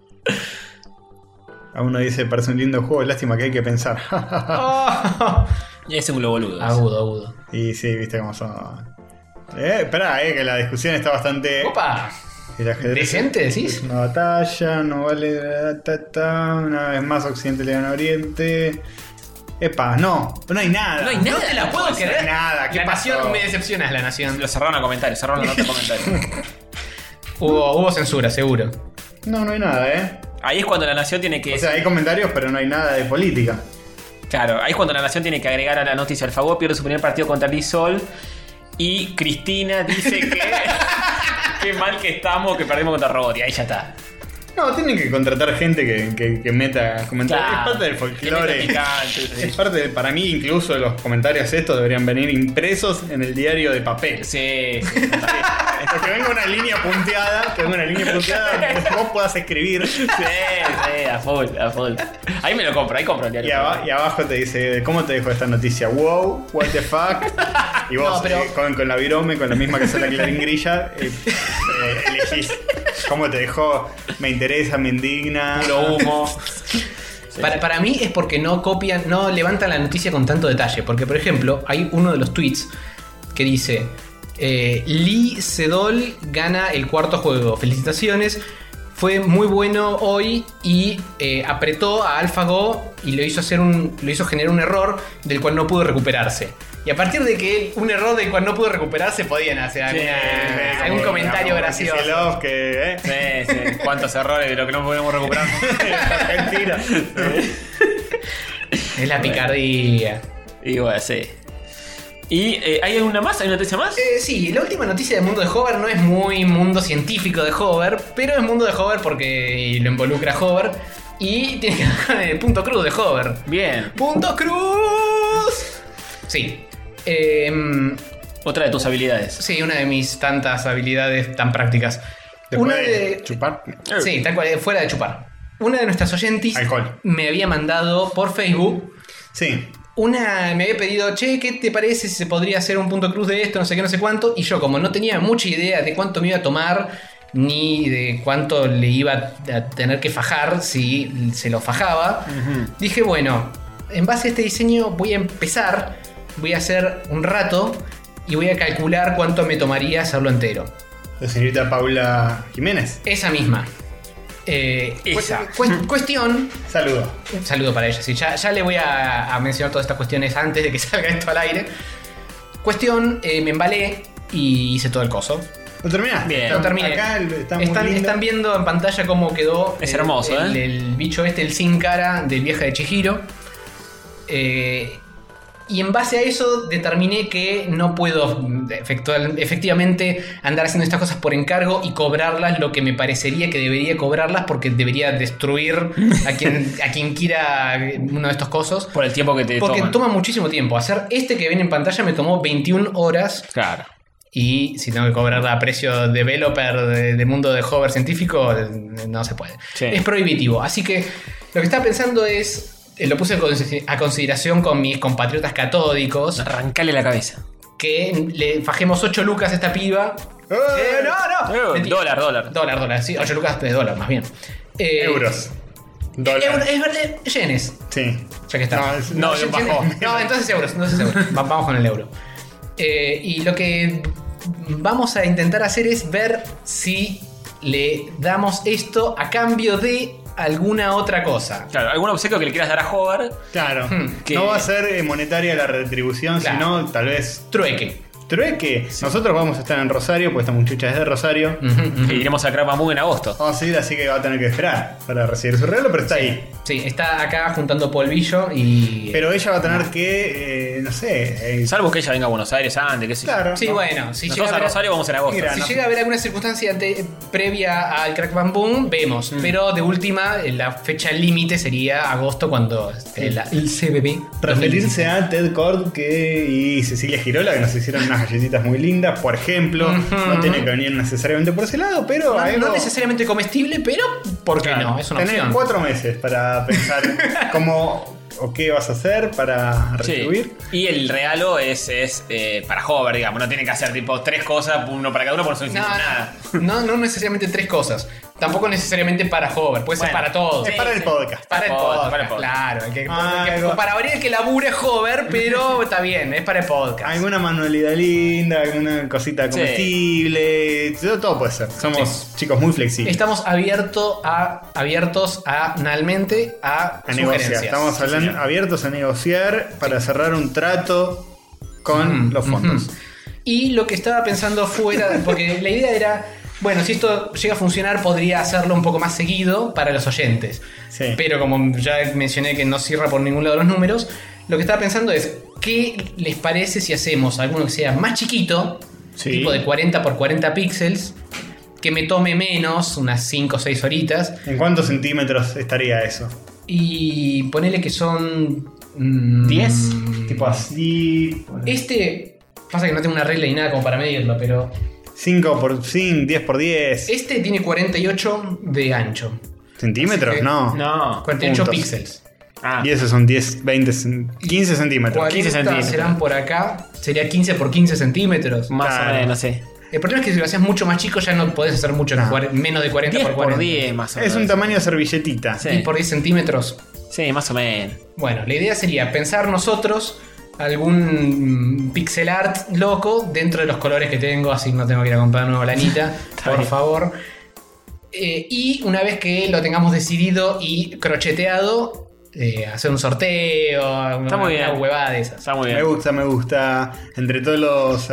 [SPEAKER 3] A uno dice, parece un lindo juego, lástima que hay que pensar.
[SPEAKER 5] Oh.
[SPEAKER 2] Y ese es un boludo.
[SPEAKER 5] Agudo.
[SPEAKER 3] Y sí, viste cómo son. Espera, que la discusión está bastante.
[SPEAKER 5] Opa.
[SPEAKER 3] El ajedrez
[SPEAKER 5] ¿Decente, decís?
[SPEAKER 3] es una batalla, no vale. Una vez más, Occidente le gana a Oriente. Epa, no hay nada.
[SPEAKER 2] No hay nada.
[SPEAKER 5] No te la puedo
[SPEAKER 3] No hay
[SPEAKER 5] creer.
[SPEAKER 3] nada, ¿qué
[SPEAKER 5] La
[SPEAKER 3] pasó?
[SPEAKER 5] Nación, me decepcionas, La Nación.
[SPEAKER 2] Lo cerraron a comentarios, cerraron la nota de comentarios.
[SPEAKER 5] Hubo censura, seguro.
[SPEAKER 3] No hay nada,
[SPEAKER 2] Ahí es cuando la nación tiene que.
[SPEAKER 3] O sea, hay comentarios, pero no hay nada de política.
[SPEAKER 2] Claro, ahí es cuando la nación tiene que agregar a la noticia: AlphaGo pierde su primer partido contra Lisol. Y Cristina dice que. Qué mal que estamos, que perdimos contra Robot. Y ahí ya está.
[SPEAKER 3] No, tienen que contratar gente que meta comentarios.
[SPEAKER 2] Claro.
[SPEAKER 3] Es parte del
[SPEAKER 2] Que
[SPEAKER 3] folclore.
[SPEAKER 2] meta picante, sí.
[SPEAKER 3] Es parte para mí, incluso los comentarios estos deberían venir impresos en el diario de papel.
[SPEAKER 2] Sí.
[SPEAKER 3] Que venga una línea punteada, donde vos puedas escribir.
[SPEAKER 2] Sí, a full. Ahí me lo compro, ahí compro el diario.
[SPEAKER 3] Y abajo te dice, ¿cómo te dejó esta noticia? Wow, what the fuck. Y vos,
[SPEAKER 5] No, pero-
[SPEAKER 3] con la virome, con la misma que sale la Clarín Grilla, elegís cómo te dejó, me interesa, me indigna.
[SPEAKER 2] Puro humo.
[SPEAKER 5] Para mí es porque no copian, no levantan la noticia con tanto detalle. Porque, por ejemplo, hay uno de los tweets que dice: Lee Sedol gana el cuarto juego. Felicitaciones. Fue muy bueno hoy y apretó a AlphaGo y lo hizo generar un error del cual no pudo recuperarse. Y a partir de que un error del cual no pudo recuperarse, podían hacer algún comentario gracioso.
[SPEAKER 3] Kicillof, que,
[SPEAKER 2] Sí. Cuántos errores de lo que no podemos recuperar.
[SPEAKER 3] Argentina.
[SPEAKER 5] Es la picardía.
[SPEAKER 2] Y bueno, sí. ¿Y hay alguna más? ¿Hay una noticia más?
[SPEAKER 5] Sí, la última noticia del mundo de Hover no es muy mundo científico de Hover, pero es mundo de Hover porque lo involucra a Hover y tiene que ver con el punto cruz de Hover.
[SPEAKER 2] Bien.
[SPEAKER 5] ¡Punto cruz! Sí.
[SPEAKER 2] Otra de tus habilidades.
[SPEAKER 5] Sí, una de mis tantas habilidades tan prácticas.
[SPEAKER 3] Después
[SPEAKER 5] Una
[SPEAKER 3] de chupar.
[SPEAKER 5] Sí, tal cual, fuera de chupar. Una de nuestras oyentes
[SPEAKER 3] Alcohol.
[SPEAKER 5] me había mandado por Facebook.
[SPEAKER 3] Sí.
[SPEAKER 5] Me había pedido, che, ¿qué te parece si se podría hacer un punto cruz de esto? No sé qué, no sé cuánto. Y yo, como no tenía mucha idea de cuánto me iba a tomar, ni de cuánto le iba a tener que fajar si se lo fajaba, dije, bueno, en base a este diseño voy a empezar, voy a hacer un rato y voy a calcular cuánto me tomaría hacerlo entero.
[SPEAKER 3] La señorita Paula Jiménez.
[SPEAKER 5] Esa misma.
[SPEAKER 2] Esa.
[SPEAKER 5] Cuestión.
[SPEAKER 3] Saludo.
[SPEAKER 5] Un saludo para ella. Sí, ya le voy a mencionar todas estas cuestiones antes de que salga esto al aire. Cuestión, me embalé y hice todo el coso.
[SPEAKER 3] ¿Lo terminaste?
[SPEAKER 2] Bien.
[SPEAKER 5] Lo terminé.
[SPEAKER 3] Acá está muy lindo.
[SPEAKER 5] Están viendo en pantalla cómo quedó.
[SPEAKER 2] Es hermoso,
[SPEAKER 5] el bicho el sin cara del viaje de Chihiro. Y en base a eso determiné que no puedo efectivamente andar haciendo estas cosas por encargo y cobrarlas lo que me parecería que debería cobrarlas, porque debería destruir a quien quiera uno de estos cosos.
[SPEAKER 2] Por el tiempo que te
[SPEAKER 5] Porque
[SPEAKER 2] toman.
[SPEAKER 5] toma muchísimo tiempo. Hacer que ven en pantalla me tomó 21 horas.
[SPEAKER 2] Claro.
[SPEAKER 5] Y si tengo que cobrar a precio developer de mundo de hover científico, no se puede.
[SPEAKER 2] Sí.
[SPEAKER 5] Es prohibitivo. Así que lo que estaba pensando es... Lo puse a consideración con mis compatriotas catódicos.
[SPEAKER 2] Arrancale la cabeza.
[SPEAKER 5] Que le fajemos 8 lucas a esta piba. No. Mentira.
[SPEAKER 2] Dólar.
[SPEAKER 5] Sí, 8 lucas de dólar, más bien.
[SPEAKER 3] Euros. Dólar.
[SPEAKER 5] Es verdad, yenes.
[SPEAKER 3] Sí.
[SPEAKER 5] Ya que está.
[SPEAKER 2] No,
[SPEAKER 5] yenes.
[SPEAKER 2] bajó.
[SPEAKER 5] No, entonces euros. Vamos con el euro. Y lo que vamos a intentar hacer es ver si le damos esto a cambio de alguna otra cosa.
[SPEAKER 2] Claro, algún obsequio que le quieras dar a Hover.
[SPEAKER 3] Claro.
[SPEAKER 2] Que-
[SPEAKER 3] No va a ser monetaria la retribución,
[SPEAKER 5] Claro.
[SPEAKER 3] sino tal vez
[SPEAKER 5] Trueque.
[SPEAKER 3] trueque. Nosotros vamos a estar en Rosario, pues esta muchacha es de Rosario.
[SPEAKER 2] Que iremos a Crab Bamboo en agosto.
[SPEAKER 3] Vamos a ir, así que va a tener que esperar para recibir su regalo, pero está ahí.
[SPEAKER 5] Sí, está acá juntando polvillo y...
[SPEAKER 3] Pero ella va a tener que, no sé.
[SPEAKER 2] Salvo que ella venga a Buenos Aires antes, qué sé yo.
[SPEAKER 3] Claro.
[SPEAKER 5] Sí,
[SPEAKER 3] ¿no?
[SPEAKER 5] bueno, si
[SPEAKER 2] Nosotros
[SPEAKER 5] llega
[SPEAKER 2] a Rosario vamos en agosto.
[SPEAKER 3] Mira,
[SPEAKER 5] Si
[SPEAKER 3] no.
[SPEAKER 5] llega a haber alguna circunstancia previa al Crack Bam Boom, vemos. Pero de última, la fecha límite sería agosto, cuando el CBB.
[SPEAKER 3] Referirse a Ted Cord y Cecilia Girola, que nos hicieron unas galletitas muy lindas, por ejemplo. No tiene que venir necesariamente por ese lado, pero
[SPEAKER 5] No necesariamente comestible, pero ¿por qué
[SPEAKER 2] Claro.
[SPEAKER 5] no? Es una
[SPEAKER 3] tenés
[SPEAKER 5] opción.
[SPEAKER 3] 4 meses para pensar cómo o qué vas a hacer para
[SPEAKER 2] Sí.
[SPEAKER 3] retribuir.
[SPEAKER 2] Y el regalo es para Hover, digamos. No tiene que hacer tipo 3 cosas, uno para cada uno, porque no
[SPEAKER 5] No,
[SPEAKER 2] hicimos nada.
[SPEAKER 5] no necesariamente 3 cosas. Tampoco necesariamente para Hover, puede ser
[SPEAKER 2] Bueno,
[SPEAKER 5] para todos.
[SPEAKER 3] Es para el podcast.
[SPEAKER 5] Para el
[SPEAKER 2] Para el
[SPEAKER 5] podcast,
[SPEAKER 2] podcast.
[SPEAKER 5] claro.
[SPEAKER 3] Algo.
[SPEAKER 5] Para variar el que labure es Hover, pero está bien, es para el podcast.
[SPEAKER 3] Alguna manualidad linda, alguna cosita
[SPEAKER 2] Sí.
[SPEAKER 3] comestible, todo puede ser. Somos chicos muy flexibles.
[SPEAKER 5] Estamos abiertos analmente a
[SPEAKER 3] A negociar.
[SPEAKER 5] sugerencias.
[SPEAKER 3] Estamos hablando, abiertos a negociar para cerrar un trato con los fondos.
[SPEAKER 5] Y lo que estaba pensando fuera, porque la idea era, bueno, si esto llega a funcionar, podría hacerlo un poco más seguido para los oyentes.
[SPEAKER 3] Sí.
[SPEAKER 5] Pero como ya mencioné que no cierra por ningún lado los números, lo que estaba pensando es, ¿qué les parece si hacemos alguno que sea más chiquito,
[SPEAKER 3] Sí.
[SPEAKER 5] tipo de 40 por 40 píxeles, que me tome menos, unas 5 o 6 horitas,
[SPEAKER 3] ¿En cuántos centímetros estaría eso?
[SPEAKER 5] y ponele que son...
[SPEAKER 2] 10.
[SPEAKER 3] Tipo así.
[SPEAKER 5] Este, pasa que no tengo una regla ni nada como para medirlo, pero
[SPEAKER 3] 5 por 5, 10 por 10.
[SPEAKER 5] este tiene 48 de ancho.
[SPEAKER 3] ¿Centímetros?
[SPEAKER 5] Sí.
[SPEAKER 3] No.
[SPEAKER 2] No.
[SPEAKER 5] 48
[SPEAKER 3] Puntos.
[SPEAKER 5] píxeles.
[SPEAKER 2] Ah.
[SPEAKER 3] Y esos son 10, 20, 15 centímetros.
[SPEAKER 5] 40
[SPEAKER 2] 15 centímetros.
[SPEAKER 5] serán por acá. Sería 15 por 15 centímetros.
[SPEAKER 2] Más
[SPEAKER 3] Claro.
[SPEAKER 2] o menos, no sé.
[SPEAKER 5] El problema es que si lo haces mucho más chico ya no podés hacer mucho,
[SPEAKER 3] No.
[SPEAKER 5] menos de 40
[SPEAKER 2] 10
[SPEAKER 5] por
[SPEAKER 2] por
[SPEAKER 5] 40.
[SPEAKER 2] 10 más o menos.
[SPEAKER 3] Es un tamaño de servilletita.
[SPEAKER 2] Sí.
[SPEAKER 5] 10 por 10 centímetros.
[SPEAKER 2] Sí, más o menos.
[SPEAKER 5] Bueno, la idea sería pensar nosotros algún pixel art loco dentro de los colores que tengo, así no tengo que ir a comprar nueva lanita, por
[SPEAKER 2] bien.
[SPEAKER 5] favor. Y una vez que lo tengamos decidido y crocheteado, hacer un sorteo,
[SPEAKER 2] Está muy bien.
[SPEAKER 5] una huevada de esas.
[SPEAKER 2] Está muy bien.
[SPEAKER 3] Me gusta. Entre todos los.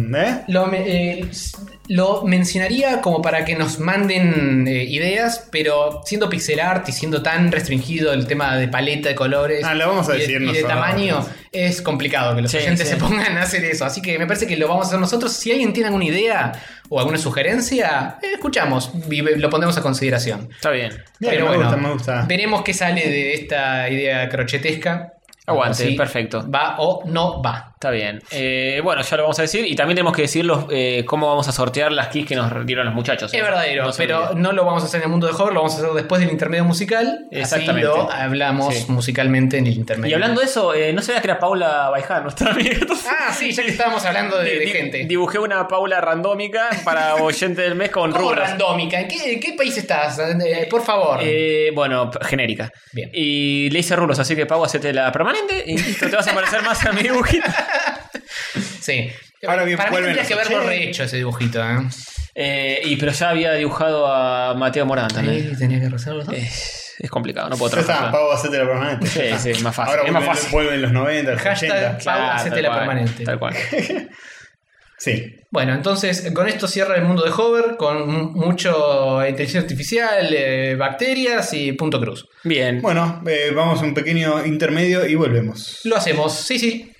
[SPEAKER 5] Lo mencionaría como para que nos manden ideas, pero siendo pixel art y siendo tan restringido el tema de paleta de colores
[SPEAKER 3] Ah, lo vamos a
[SPEAKER 5] y
[SPEAKER 3] decir
[SPEAKER 5] de
[SPEAKER 3] nosotros.
[SPEAKER 5] tamaño, es complicado que los
[SPEAKER 2] Sí,
[SPEAKER 5] oyentes
[SPEAKER 2] sí.
[SPEAKER 5] se pongan a hacer eso. Así que me parece que lo vamos a hacer nosotros. Si alguien tiene alguna idea o alguna sugerencia, escuchamos y lo pondremos a consideración.
[SPEAKER 2] Está bien.
[SPEAKER 3] Bien,
[SPEAKER 5] Pero
[SPEAKER 3] me
[SPEAKER 5] bueno,
[SPEAKER 3] gusta, me gusta.
[SPEAKER 5] veremos qué sale de esta idea crochetesca.
[SPEAKER 2] Aguante,
[SPEAKER 5] Si
[SPEAKER 2] perfecto.
[SPEAKER 5] ¿Va o no va?
[SPEAKER 2] Está bien. Bueno, ya lo vamos a decir. Y también tenemos que decir cómo vamos a sortear las keys que nos dieron los muchachos.
[SPEAKER 5] Es verdadero,
[SPEAKER 2] No se
[SPEAKER 5] pero
[SPEAKER 2] olviden.
[SPEAKER 5] no lo vamos a hacer en el mundo de horror, lo vamos a hacer después del intermedio musical. Así
[SPEAKER 2] Exactamente.
[SPEAKER 5] lo hablamos
[SPEAKER 2] Sí.
[SPEAKER 5] musicalmente en el intermedio.
[SPEAKER 2] Y hablando de eso, no sabías que era Paula Baiján, nuestra amiga.
[SPEAKER 5] Ah, sí, ya que estábamos hablando de gente.
[SPEAKER 2] Dibujé una Paula randómica para oyente del mes con
[SPEAKER 5] ¿Cómo
[SPEAKER 2] rubros.
[SPEAKER 5] randómica? ¿En qué país estás? Por favor.
[SPEAKER 2] Bueno, genérica.
[SPEAKER 5] Bien.
[SPEAKER 2] Y le hice rulos, así que Pau, hacete la permanente y listo, te vas a parecer más a mi dibujito.
[SPEAKER 5] Sí.
[SPEAKER 3] Ahora bien,
[SPEAKER 5] Para mí
[SPEAKER 3] vuelven
[SPEAKER 5] tendrías que
[SPEAKER 3] los
[SPEAKER 5] haberlo
[SPEAKER 3] 80.
[SPEAKER 5] rehecho ese dibujito,
[SPEAKER 2] Pero ya había dibujado a Mateo Morán también.
[SPEAKER 5] Tenía que rezar los dos.
[SPEAKER 2] Es complicado, no puedo
[SPEAKER 3] Ya está,
[SPEAKER 2] trabajar.
[SPEAKER 3] pago hacerte la permanente.
[SPEAKER 2] Sí,
[SPEAKER 3] Ya está.
[SPEAKER 2] sí, más fácil.
[SPEAKER 3] Ahora
[SPEAKER 2] Es más
[SPEAKER 3] vuelven,
[SPEAKER 2] fácil.
[SPEAKER 3] vuelven los 90, los
[SPEAKER 5] Hashtag
[SPEAKER 3] 80.
[SPEAKER 5] Pau, hacete
[SPEAKER 2] tal
[SPEAKER 5] la
[SPEAKER 2] cual,
[SPEAKER 5] permanente.
[SPEAKER 2] Tal cual.
[SPEAKER 3] Sí.
[SPEAKER 5] Bueno, entonces con esto cierra el mundo de Hover con mucho inteligencia artificial, bacterias y punto cruz.
[SPEAKER 2] Bien.
[SPEAKER 3] Bueno, vamos a un pequeño intermedio y volvemos.
[SPEAKER 5] Lo hacemos, sí.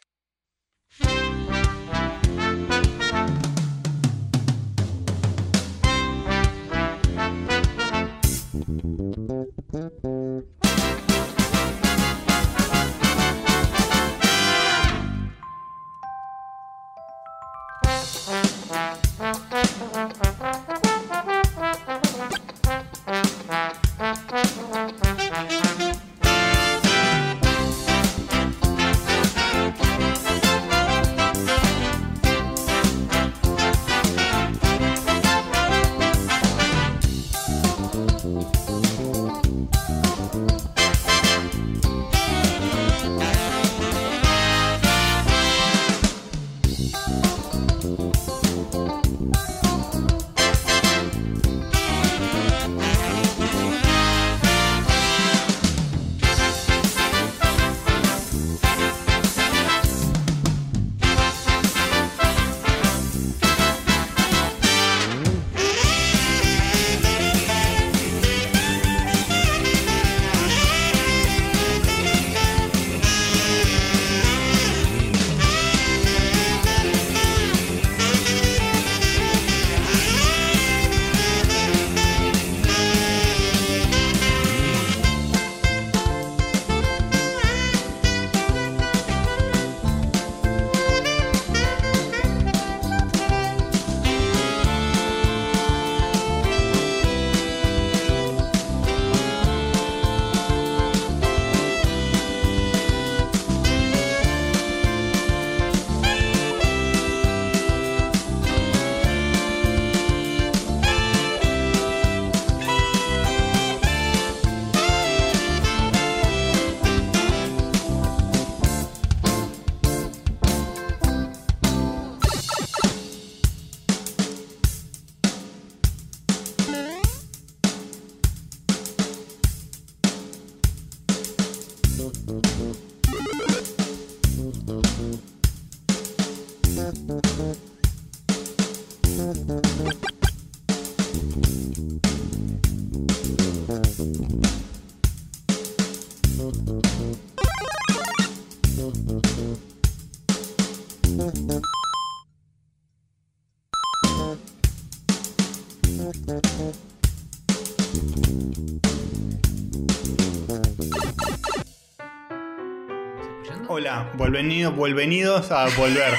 [SPEAKER 3] Hola, volvenidos a volver.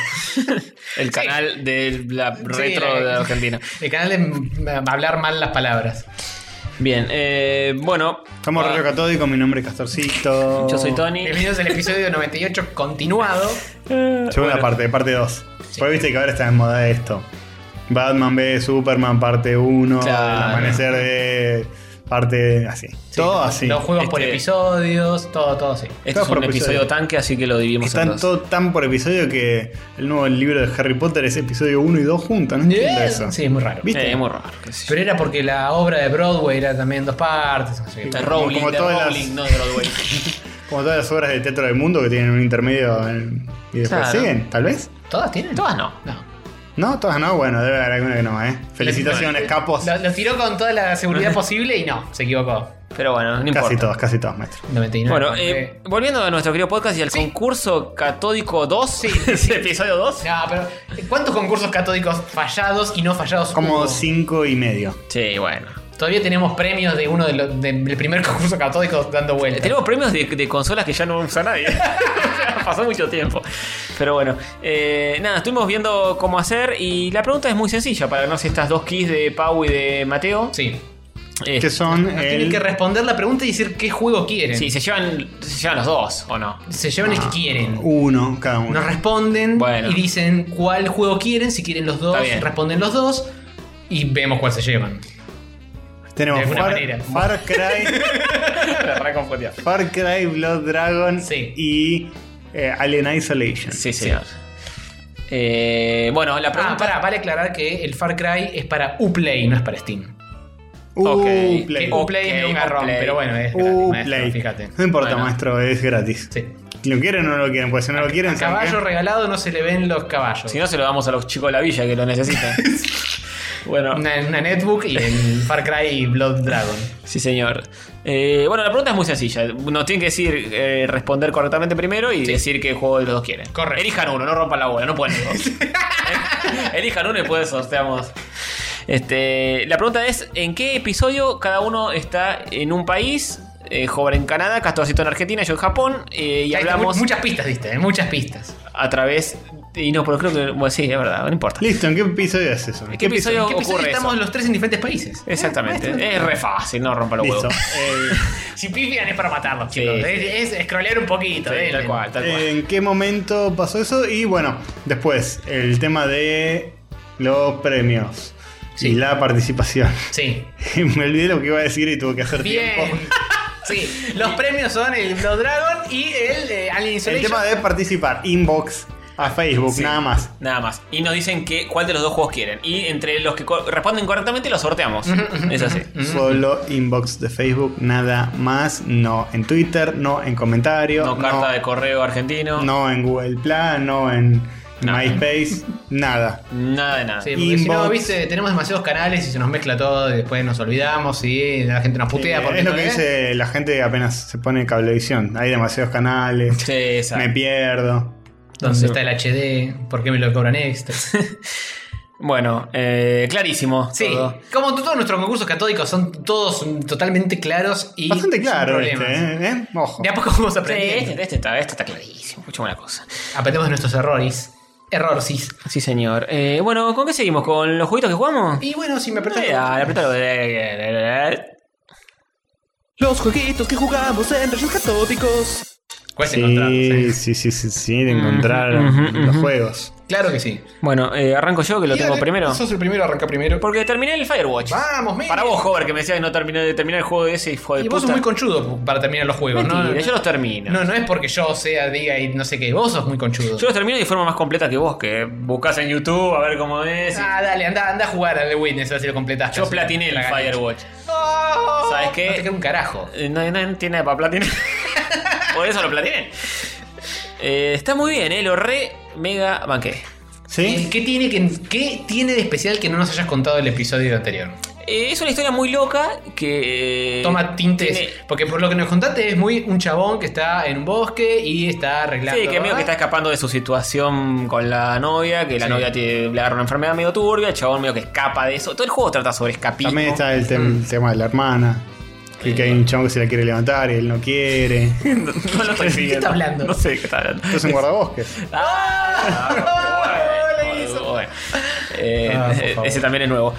[SPEAKER 2] El canal de la retro de Argentina.
[SPEAKER 5] El canal de hablar mal las palabras.
[SPEAKER 2] Bien, bueno.
[SPEAKER 3] Estamos Radio Catódico, mi nombre es Castorcito.
[SPEAKER 2] Yo soy Tony.
[SPEAKER 5] Bienvenidos al episodio 98 continuado.
[SPEAKER 3] Segunda parte 2. Pues viste que ahora está en moda esto. Batman v Superman parte 1,
[SPEAKER 2] Claro.
[SPEAKER 3] el amanecer de parte así.
[SPEAKER 5] Sí,
[SPEAKER 3] todo así.
[SPEAKER 5] Los juegos por episodios, todo así.
[SPEAKER 2] Este
[SPEAKER 3] Todo
[SPEAKER 2] es un
[SPEAKER 3] por
[SPEAKER 2] episodio
[SPEAKER 3] episodio.
[SPEAKER 2] tanque, así que lo dividimos en
[SPEAKER 3] Están
[SPEAKER 2] dos.
[SPEAKER 3] todo tan por episodio que el nuevo libro de Harry Potter es episodio 1 y 2 juntos. No entiendo eso.
[SPEAKER 5] Sí, es muy raro.
[SPEAKER 3] ¿Viste?
[SPEAKER 2] Es muy raro. qué sé yo.
[SPEAKER 5] Pero era porque la obra de Broadway era también en dos partes. No sé.
[SPEAKER 2] De Rowling,
[SPEAKER 3] como
[SPEAKER 2] de
[SPEAKER 3] todas las-
[SPEAKER 2] Rowling, no de Broadway.
[SPEAKER 3] Como todas las obras de teatro del mundo que tienen un intermedio y después
[SPEAKER 2] Claro.
[SPEAKER 3] siguen, tal vez.
[SPEAKER 5] ¿Todas tienen?
[SPEAKER 2] Todas no.
[SPEAKER 5] No.
[SPEAKER 3] No, todas no. Bueno, debe haber alguna que no, Felicitaciones, capos.
[SPEAKER 5] Lo tiró con toda la seguridad posible y no, se equivocó.
[SPEAKER 2] Pero bueno, no importa.
[SPEAKER 3] Casi todos, maestro.
[SPEAKER 5] 99.
[SPEAKER 2] Bueno, volviendo a nuestro querido podcast y al concurso catódico 2,
[SPEAKER 5] Sí.
[SPEAKER 2] episodio 2.
[SPEAKER 5] No, pero ¿cuántos concursos catódicos fallados y no fallados
[SPEAKER 3] Como
[SPEAKER 5] hubo?
[SPEAKER 3] 5 y medio.
[SPEAKER 2] Sí, bueno.
[SPEAKER 5] Todavía tenemos premios de uno del primer concurso catódico dando vueltas.
[SPEAKER 2] Tenemos premios de consolas que ya no usa nadie. Pasó mucho tiempo. Pero bueno, nada, estuvimos viendo cómo hacer y la pregunta es muy sencilla para ganarse estas dos keys de Pau y de Mateo.
[SPEAKER 5] Sí.
[SPEAKER 3] Que son
[SPEAKER 5] Tienen que responder la pregunta y decir qué juego quieren.
[SPEAKER 2] Sí, se llevan los dos, ¿o no?
[SPEAKER 5] Se llevan el que quieren.
[SPEAKER 3] uno cada uno.
[SPEAKER 5] Nos responden
[SPEAKER 2] Bueno.
[SPEAKER 5] y dicen cuál juego quieren. Si quieren los dos,
[SPEAKER 2] Está bien.
[SPEAKER 5] responden los dos y vemos cuál se llevan.
[SPEAKER 3] Tenemos
[SPEAKER 5] de alguna manera.
[SPEAKER 3] Far Cry, Far Cry, Blood Dragon
[SPEAKER 5] Sí.
[SPEAKER 3] y Alien Isolation.
[SPEAKER 2] Sí, señor. Bueno, la pregunta...
[SPEAKER 5] vale aclarar que el Far Cry es para Uplay, no es para Steam.
[SPEAKER 3] Play.
[SPEAKER 5] Que Uplay es de un garrón,
[SPEAKER 2] Uplay.
[SPEAKER 5] pero bueno, es gratis, maestro,
[SPEAKER 3] Play.
[SPEAKER 5] fíjate.
[SPEAKER 3] No importa,
[SPEAKER 2] Bueno.
[SPEAKER 3] maestro, es gratis.
[SPEAKER 5] Sí.
[SPEAKER 3] ¿Lo quieren o no lo quieren? Pues si no lo quieren,
[SPEAKER 5] A
[SPEAKER 3] ¿saben
[SPEAKER 5] caballo
[SPEAKER 3] qué?
[SPEAKER 5] regalado no se le ven los caballos.
[SPEAKER 2] Si no, se lo damos a los chicos de la villa que lo necesitan. Bueno,
[SPEAKER 5] Una netbook y el Far Cry y Blood Dragon.
[SPEAKER 2] sí señor. Bueno, la pregunta es muy sencilla. Nos tienen que decir, responder correctamente primero y decir qué juego de los dos quieren.
[SPEAKER 5] Correcto.
[SPEAKER 2] Elijan uno, no rompan la bola, no pueden los dos. Elijan uno y después sorteamos. La pregunta es: ¿en qué episodio cada uno está en un país? Joven en Canadá, Castorcito en Argentina, yo en Japón. Y hablamos
[SPEAKER 5] Muchas pistas, viste, muchas pistas.
[SPEAKER 2] a través. Y no, pero creo que. Bueno, sí, es verdad, no importa.
[SPEAKER 3] Listo, ¿en qué episodio es eso?
[SPEAKER 2] ¿En qué episodio
[SPEAKER 5] ¿En qué episodio
[SPEAKER 2] ocurre
[SPEAKER 5] estamos
[SPEAKER 2] eso?
[SPEAKER 5] los tres en diferentes países?
[SPEAKER 2] Exactamente. Es re fácil, no rompa los
[SPEAKER 3] Listo.
[SPEAKER 2] huevos.
[SPEAKER 5] Si pifian es para matarlos,
[SPEAKER 2] Sí,
[SPEAKER 5] chicos.
[SPEAKER 2] sí.
[SPEAKER 5] Es scrollear un poquito.
[SPEAKER 2] Sí, tal cual, tal cual.
[SPEAKER 3] ¿En qué momento pasó eso? Y bueno, después, el tema de los premios
[SPEAKER 5] Sí.
[SPEAKER 3] y la participación.
[SPEAKER 5] Sí.
[SPEAKER 3] Me olvidé lo que iba a decir y tuve que hacer
[SPEAKER 5] Bien.
[SPEAKER 3] tiempo.
[SPEAKER 5] Sí, los premios son el Blood Dragon y el Alien
[SPEAKER 3] El
[SPEAKER 5] Isolation.
[SPEAKER 3] tema de participar, inbox a Facebook,
[SPEAKER 2] Sí.
[SPEAKER 3] nada más.
[SPEAKER 2] Nada más. Y nos dicen cuál de los dos juegos quieren. Y entre los que responden correctamente los sorteamos. Es así.
[SPEAKER 3] Solo inbox de Facebook, nada más. No en Twitter, no en comentarios.
[SPEAKER 2] No carta de correo argentino.
[SPEAKER 3] No en Google Plus, no en
[SPEAKER 2] No.
[SPEAKER 3] MySpace, nada.
[SPEAKER 2] Nada de nada.
[SPEAKER 5] Sí, porque si no,
[SPEAKER 3] Inbox.
[SPEAKER 5] viste, tenemos demasiados canales y se nos mezcla todo y después nos olvidamos y la gente nos putea porque
[SPEAKER 3] es lo
[SPEAKER 5] no
[SPEAKER 3] que
[SPEAKER 5] lee.
[SPEAKER 3] dice la gente apenas se pone cablevisión. Hay demasiados canales.
[SPEAKER 2] Sí, exacto.
[SPEAKER 3] Me pierdo.
[SPEAKER 5] ¿Dónde
[SPEAKER 2] Sí.
[SPEAKER 5] está el HD? ¿Por qué me lo cobran extra?
[SPEAKER 2] Bueno, clarísimo.
[SPEAKER 5] Sí,
[SPEAKER 2] todo.
[SPEAKER 5] como todos nuestros concursos catódicos son todos totalmente claros y
[SPEAKER 3] Bastante
[SPEAKER 5] sin
[SPEAKER 3] claro
[SPEAKER 5] problemas.
[SPEAKER 3] Ojo.
[SPEAKER 5] De a poco vamos
[SPEAKER 2] Sí,
[SPEAKER 5] aprendiendo.
[SPEAKER 2] este está clarísimo. Mucha buena cosa.
[SPEAKER 5] Aprendemos de nuestros errores. Errorcis.
[SPEAKER 2] Sí, señor. Bueno, ¿con qué seguimos? ¿Con los jueguitos que jugamos?
[SPEAKER 5] Y bueno, si me apretas.
[SPEAKER 2] Dale, apretalo.
[SPEAKER 1] Los jueguitos que jugamos en Rayos Catódicos.
[SPEAKER 5] Cuesta encontrarlos,
[SPEAKER 3] Sí, de encontrar los juegos.
[SPEAKER 5] Claro que sí.
[SPEAKER 2] Bueno, arranco yo que lo
[SPEAKER 5] Y
[SPEAKER 2] tengo
[SPEAKER 5] dale,
[SPEAKER 2] primero.
[SPEAKER 5] Sos el primero, arranca primero.
[SPEAKER 2] Porque terminé el Firewatch.
[SPEAKER 5] Vamos, men.
[SPEAKER 2] Para vos, Hover, que me decías que no terminé de terminar el juego de ese hijo de
[SPEAKER 5] Y vos sos
[SPEAKER 2] puta.
[SPEAKER 5] muy conchudo para terminar los juegos,
[SPEAKER 2] Mentira,
[SPEAKER 5] ¿no?
[SPEAKER 2] yo los termino.
[SPEAKER 5] No es porque yo diga y no sé qué. Vos sos muy conchudo.
[SPEAKER 2] Yo los termino de forma más completa que vos, que buscas en YouTube a ver cómo es.
[SPEAKER 5] Dale, anda a jugar al The Witness a ver si lo completaste.
[SPEAKER 2] Yo platiné el
[SPEAKER 5] La gané.
[SPEAKER 2] Firewatch.
[SPEAKER 5] ¡No!
[SPEAKER 2] ¿Sabes qué?
[SPEAKER 5] No te queda un carajo.
[SPEAKER 2] No tiene nada para platinar. Por eso lo platiné. Está muy bien, lo mega banqué.
[SPEAKER 3] ¿Sí?
[SPEAKER 5] ¿Qué tiene de especial que no nos hayas contado el episodio anterior?
[SPEAKER 2] Es una historia muy loca que.
[SPEAKER 5] Toma tintes.
[SPEAKER 2] tiene-
[SPEAKER 5] Porque por lo que nos contaste es muy un chabón que está en un bosque y está arreglando.
[SPEAKER 2] Sí, que medio que está escapando de su situación con la novia, que la
[SPEAKER 5] Sí.
[SPEAKER 2] novia le agarra una enfermedad medio turbia, el chabón medio que escapa de eso. Todo el juego trata sobre escapismo.
[SPEAKER 3] También está el tema de la hermana. Que hay un chabón que se la quiere levantar y él no quiere.
[SPEAKER 2] No lo estoy
[SPEAKER 5] ¿De qué
[SPEAKER 2] siguiendo.
[SPEAKER 5] está hablando?
[SPEAKER 2] No sé de qué está hablando.
[SPEAKER 3] Esto es un guardabosques.
[SPEAKER 2] Bueno.
[SPEAKER 5] por favor.
[SPEAKER 2] Ese también es nuevo.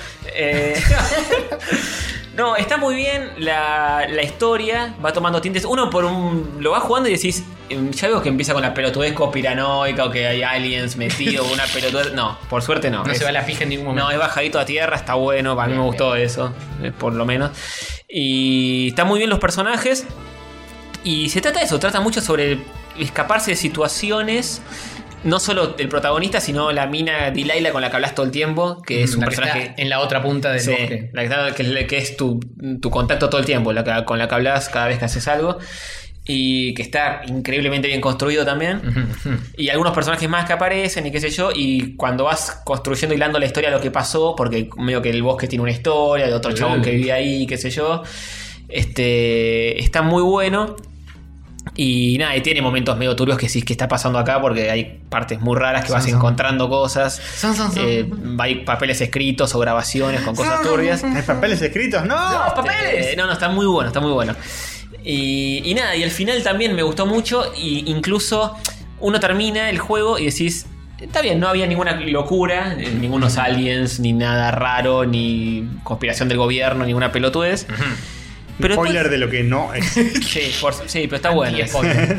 [SPEAKER 2] No, está muy bien la historia, va tomando tintes. Uno lo va jugando y decís, ya veo que empieza con la pelotudez conspiranoica o que hay aliens metidos, una pelotudez. No, por suerte no.
[SPEAKER 5] No se va la pija en ningún momento.
[SPEAKER 2] No, es bajadito a tierra, está bueno, para mí me
[SPEAKER 5] Bien,
[SPEAKER 2] gustó eso, por lo menos. Y está muy bien los personajes. Y se trata de eso, trata mucho sobre escaparse de situaciones. No solo el protagonista, sino la mina Delilah con la que hablas todo el tiempo, que es un
[SPEAKER 5] La que
[SPEAKER 2] personaje.
[SPEAKER 5] está en la otra punta del
[SPEAKER 2] Sí,
[SPEAKER 5] bosque.
[SPEAKER 2] que es tu contacto todo el tiempo, con la que hablas cada vez que haces algo. Y que está increíblemente bien construido también. Y algunos personajes más que aparecen y qué sé yo. Y cuando vas construyendo, hilando la historia de lo que pasó, porque medio que el bosque tiene una historia de otro chabón que vive ahí, qué sé yo. Está muy bueno. Y nada, y tiene momentos medio turbios que sí que está pasando acá, porque hay partes muy raras que vas encontrando cosas. Hay papeles escritos o grabaciones con cosas turbias.
[SPEAKER 3] ¿Hay papeles escritos? ¡No!
[SPEAKER 5] ¡Papeles!
[SPEAKER 2] No, está muy bueno, está muy bueno. Y nada, y el final también me gustó mucho. Y incluso uno termina el juego y decís, está bien, no había ninguna locura, ningunos aliens, ni nada raro, ni conspiración del gobierno, ninguna pelotudez. Pero
[SPEAKER 3] Spoiler de lo que no es.
[SPEAKER 2] sí, pero está bueno.
[SPEAKER 5] Anti-spoiler.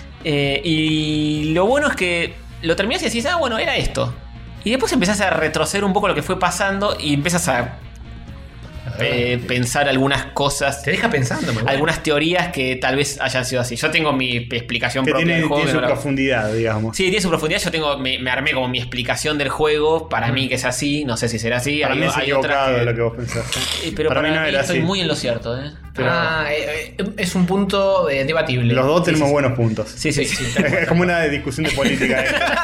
[SPEAKER 2] Y lo bueno es que lo terminás y decís, bueno, era esto. Y después empezás a retroceder un poco lo que fue pasando y empiezas a pensar algunas cosas.
[SPEAKER 5] Te deja pensando, muy bueno.
[SPEAKER 2] Algunas teorías que tal vez hayan sido así. Yo tengo mi explicación
[SPEAKER 3] Que
[SPEAKER 2] propia
[SPEAKER 3] tiene,
[SPEAKER 2] del juego.
[SPEAKER 3] tiene
[SPEAKER 2] que
[SPEAKER 3] su
[SPEAKER 2] no la-
[SPEAKER 3] profundidad, digamos.
[SPEAKER 2] Sí, tiene su profundidad. Yo me armé como mi explicación del juego. Para mí que es así. No sé si será así.
[SPEAKER 3] Para mí es equivocado
[SPEAKER 2] otras
[SPEAKER 3] lo que vos pensaste.
[SPEAKER 2] pero para mí
[SPEAKER 3] no era
[SPEAKER 2] estoy
[SPEAKER 3] así.
[SPEAKER 2] muy en lo cierto.
[SPEAKER 3] Pero-
[SPEAKER 5] Es un punto debatible.
[SPEAKER 3] Los dos tenemos
[SPEAKER 2] sí.
[SPEAKER 3] buenos puntos.
[SPEAKER 2] Sí, sí.
[SPEAKER 3] Es como una discusión de política.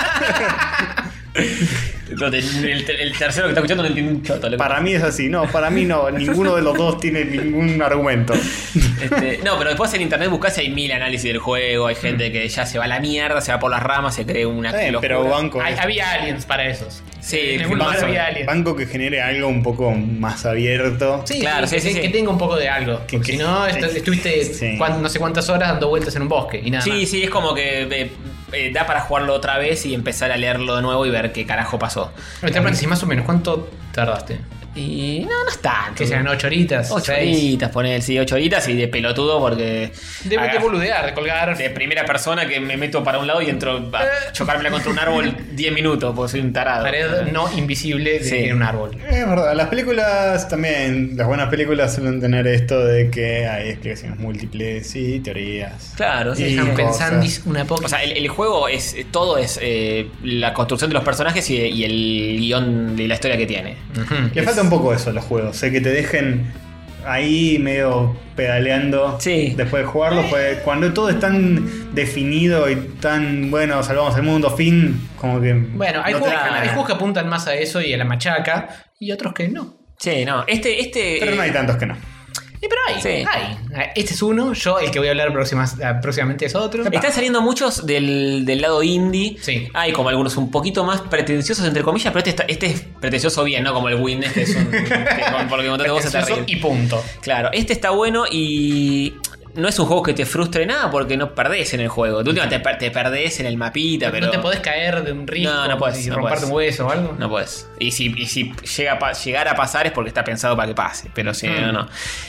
[SPEAKER 2] El tercero que está escuchando no entiende un choto. Lo que
[SPEAKER 3] Para mí es así. No, para mí no. Ninguno de los dos tiene ningún argumento.
[SPEAKER 2] No, pero después en internet buscás y hay 1000 análisis del juego. Hay gente que ya se va a la mierda, se va por las ramas, se cree una
[SPEAKER 3] Está bien,
[SPEAKER 2] locura.
[SPEAKER 3] pero banco.
[SPEAKER 5] Había aliens para esos.
[SPEAKER 2] Sí,
[SPEAKER 5] en
[SPEAKER 2] que
[SPEAKER 5] algún lugar
[SPEAKER 2] pasa.
[SPEAKER 5] había aliens.
[SPEAKER 3] Banco que genere algo un poco más abierto.
[SPEAKER 5] Sí,
[SPEAKER 2] Claro,
[SPEAKER 5] sí,
[SPEAKER 2] sí, sí,
[SPEAKER 5] que
[SPEAKER 2] sí.
[SPEAKER 5] tenga un poco de algo.
[SPEAKER 3] Que-
[SPEAKER 5] Porque
[SPEAKER 3] que-
[SPEAKER 5] si no, estuviste
[SPEAKER 3] sí.
[SPEAKER 5] no sé cuántas horas dando vueltas en un bosque y nada
[SPEAKER 2] Sí,
[SPEAKER 5] más.
[SPEAKER 2] sí, es como que da para jugarlo otra vez y empezar a leerlo de nuevo y ver qué carajo pasó.
[SPEAKER 5] Si más o menos, ¿cuánto tardaste?
[SPEAKER 2] Y no es tanto.
[SPEAKER 5] Que sean 8 horitas.
[SPEAKER 2] 8
[SPEAKER 5] 6.
[SPEAKER 2] horitas, poner, sí, 8 horitas y de pelotudo porque.
[SPEAKER 5] De boludear, de colgar.
[SPEAKER 2] De primera persona que me meto para un lado y entro a chocármela contra un árbol 10 minutos porque soy un tarado.
[SPEAKER 5] Pared no invisible
[SPEAKER 2] Sí.
[SPEAKER 5] de un árbol.
[SPEAKER 3] Es verdad, las películas también, las buenas películas suelen tener esto de que hay explicaciones múltiples y teorías.
[SPEAKER 2] Claro, sí.
[SPEAKER 3] Y
[SPEAKER 5] Dejan
[SPEAKER 3] cosas.
[SPEAKER 5] pensando una poca.
[SPEAKER 2] O sea, el juego es. Todo es la construcción de los personajes y el guión de la historia que tiene.
[SPEAKER 3] Le falta un poco eso a los juegos, sé que te dejen ahí medio pedaleando
[SPEAKER 2] Sí.
[SPEAKER 3] después de jugarlo, pues cuando todo es tan definido y tan bueno, salvamos el mundo, fin, como que
[SPEAKER 5] Bueno, hay,
[SPEAKER 3] no te
[SPEAKER 5] juegos,
[SPEAKER 3] deja
[SPEAKER 5] hay
[SPEAKER 3] nada.
[SPEAKER 5] juegos que apuntan más a eso y a la machaca, y otros que no.
[SPEAKER 2] Sí, no.
[SPEAKER 3] Pero no hay tantos que no.
[SPEAKER 5] Pero hay,
[SPEAKER 2] Sí.
[SPEAKER 5] hay. Este es uno, yo el que voy a hablar próximamente es otro.
[SPEAKER 2] Están saliendo muchos del lado indie.
[SPEAKER 5] Sí.
[SPEAKER 2] Hay como algunos un poquito más pretenciosos, entre comillas, pero este es pretencioso bien, ¿no? Como el Witness, que es un. que por lo que contaste vos es
[SPEAKER 5] Pretencioso
[SPEAKER 2] terrible.
[SPEAKER 5] y punto.
[SPEAKER 2] Claro, este está bueno y. No es un juego que te frustre nada porque no perdés en el juego. De última te perdés en el mapita, pero.
[SPEAKER 5] No te podés caer de un río
[SPEAKER 2] No podés,
[SPEAKER 5] y
[SPEAKER 2] no
[SPEAKER 5] romperte
[SPEAKER 2] podés.
[SPEAKER 5] un hueso o algo.
[SPEAKER 2] No puedes. Y si llegara a pasar es porque está pensado para que pase. Pero si no.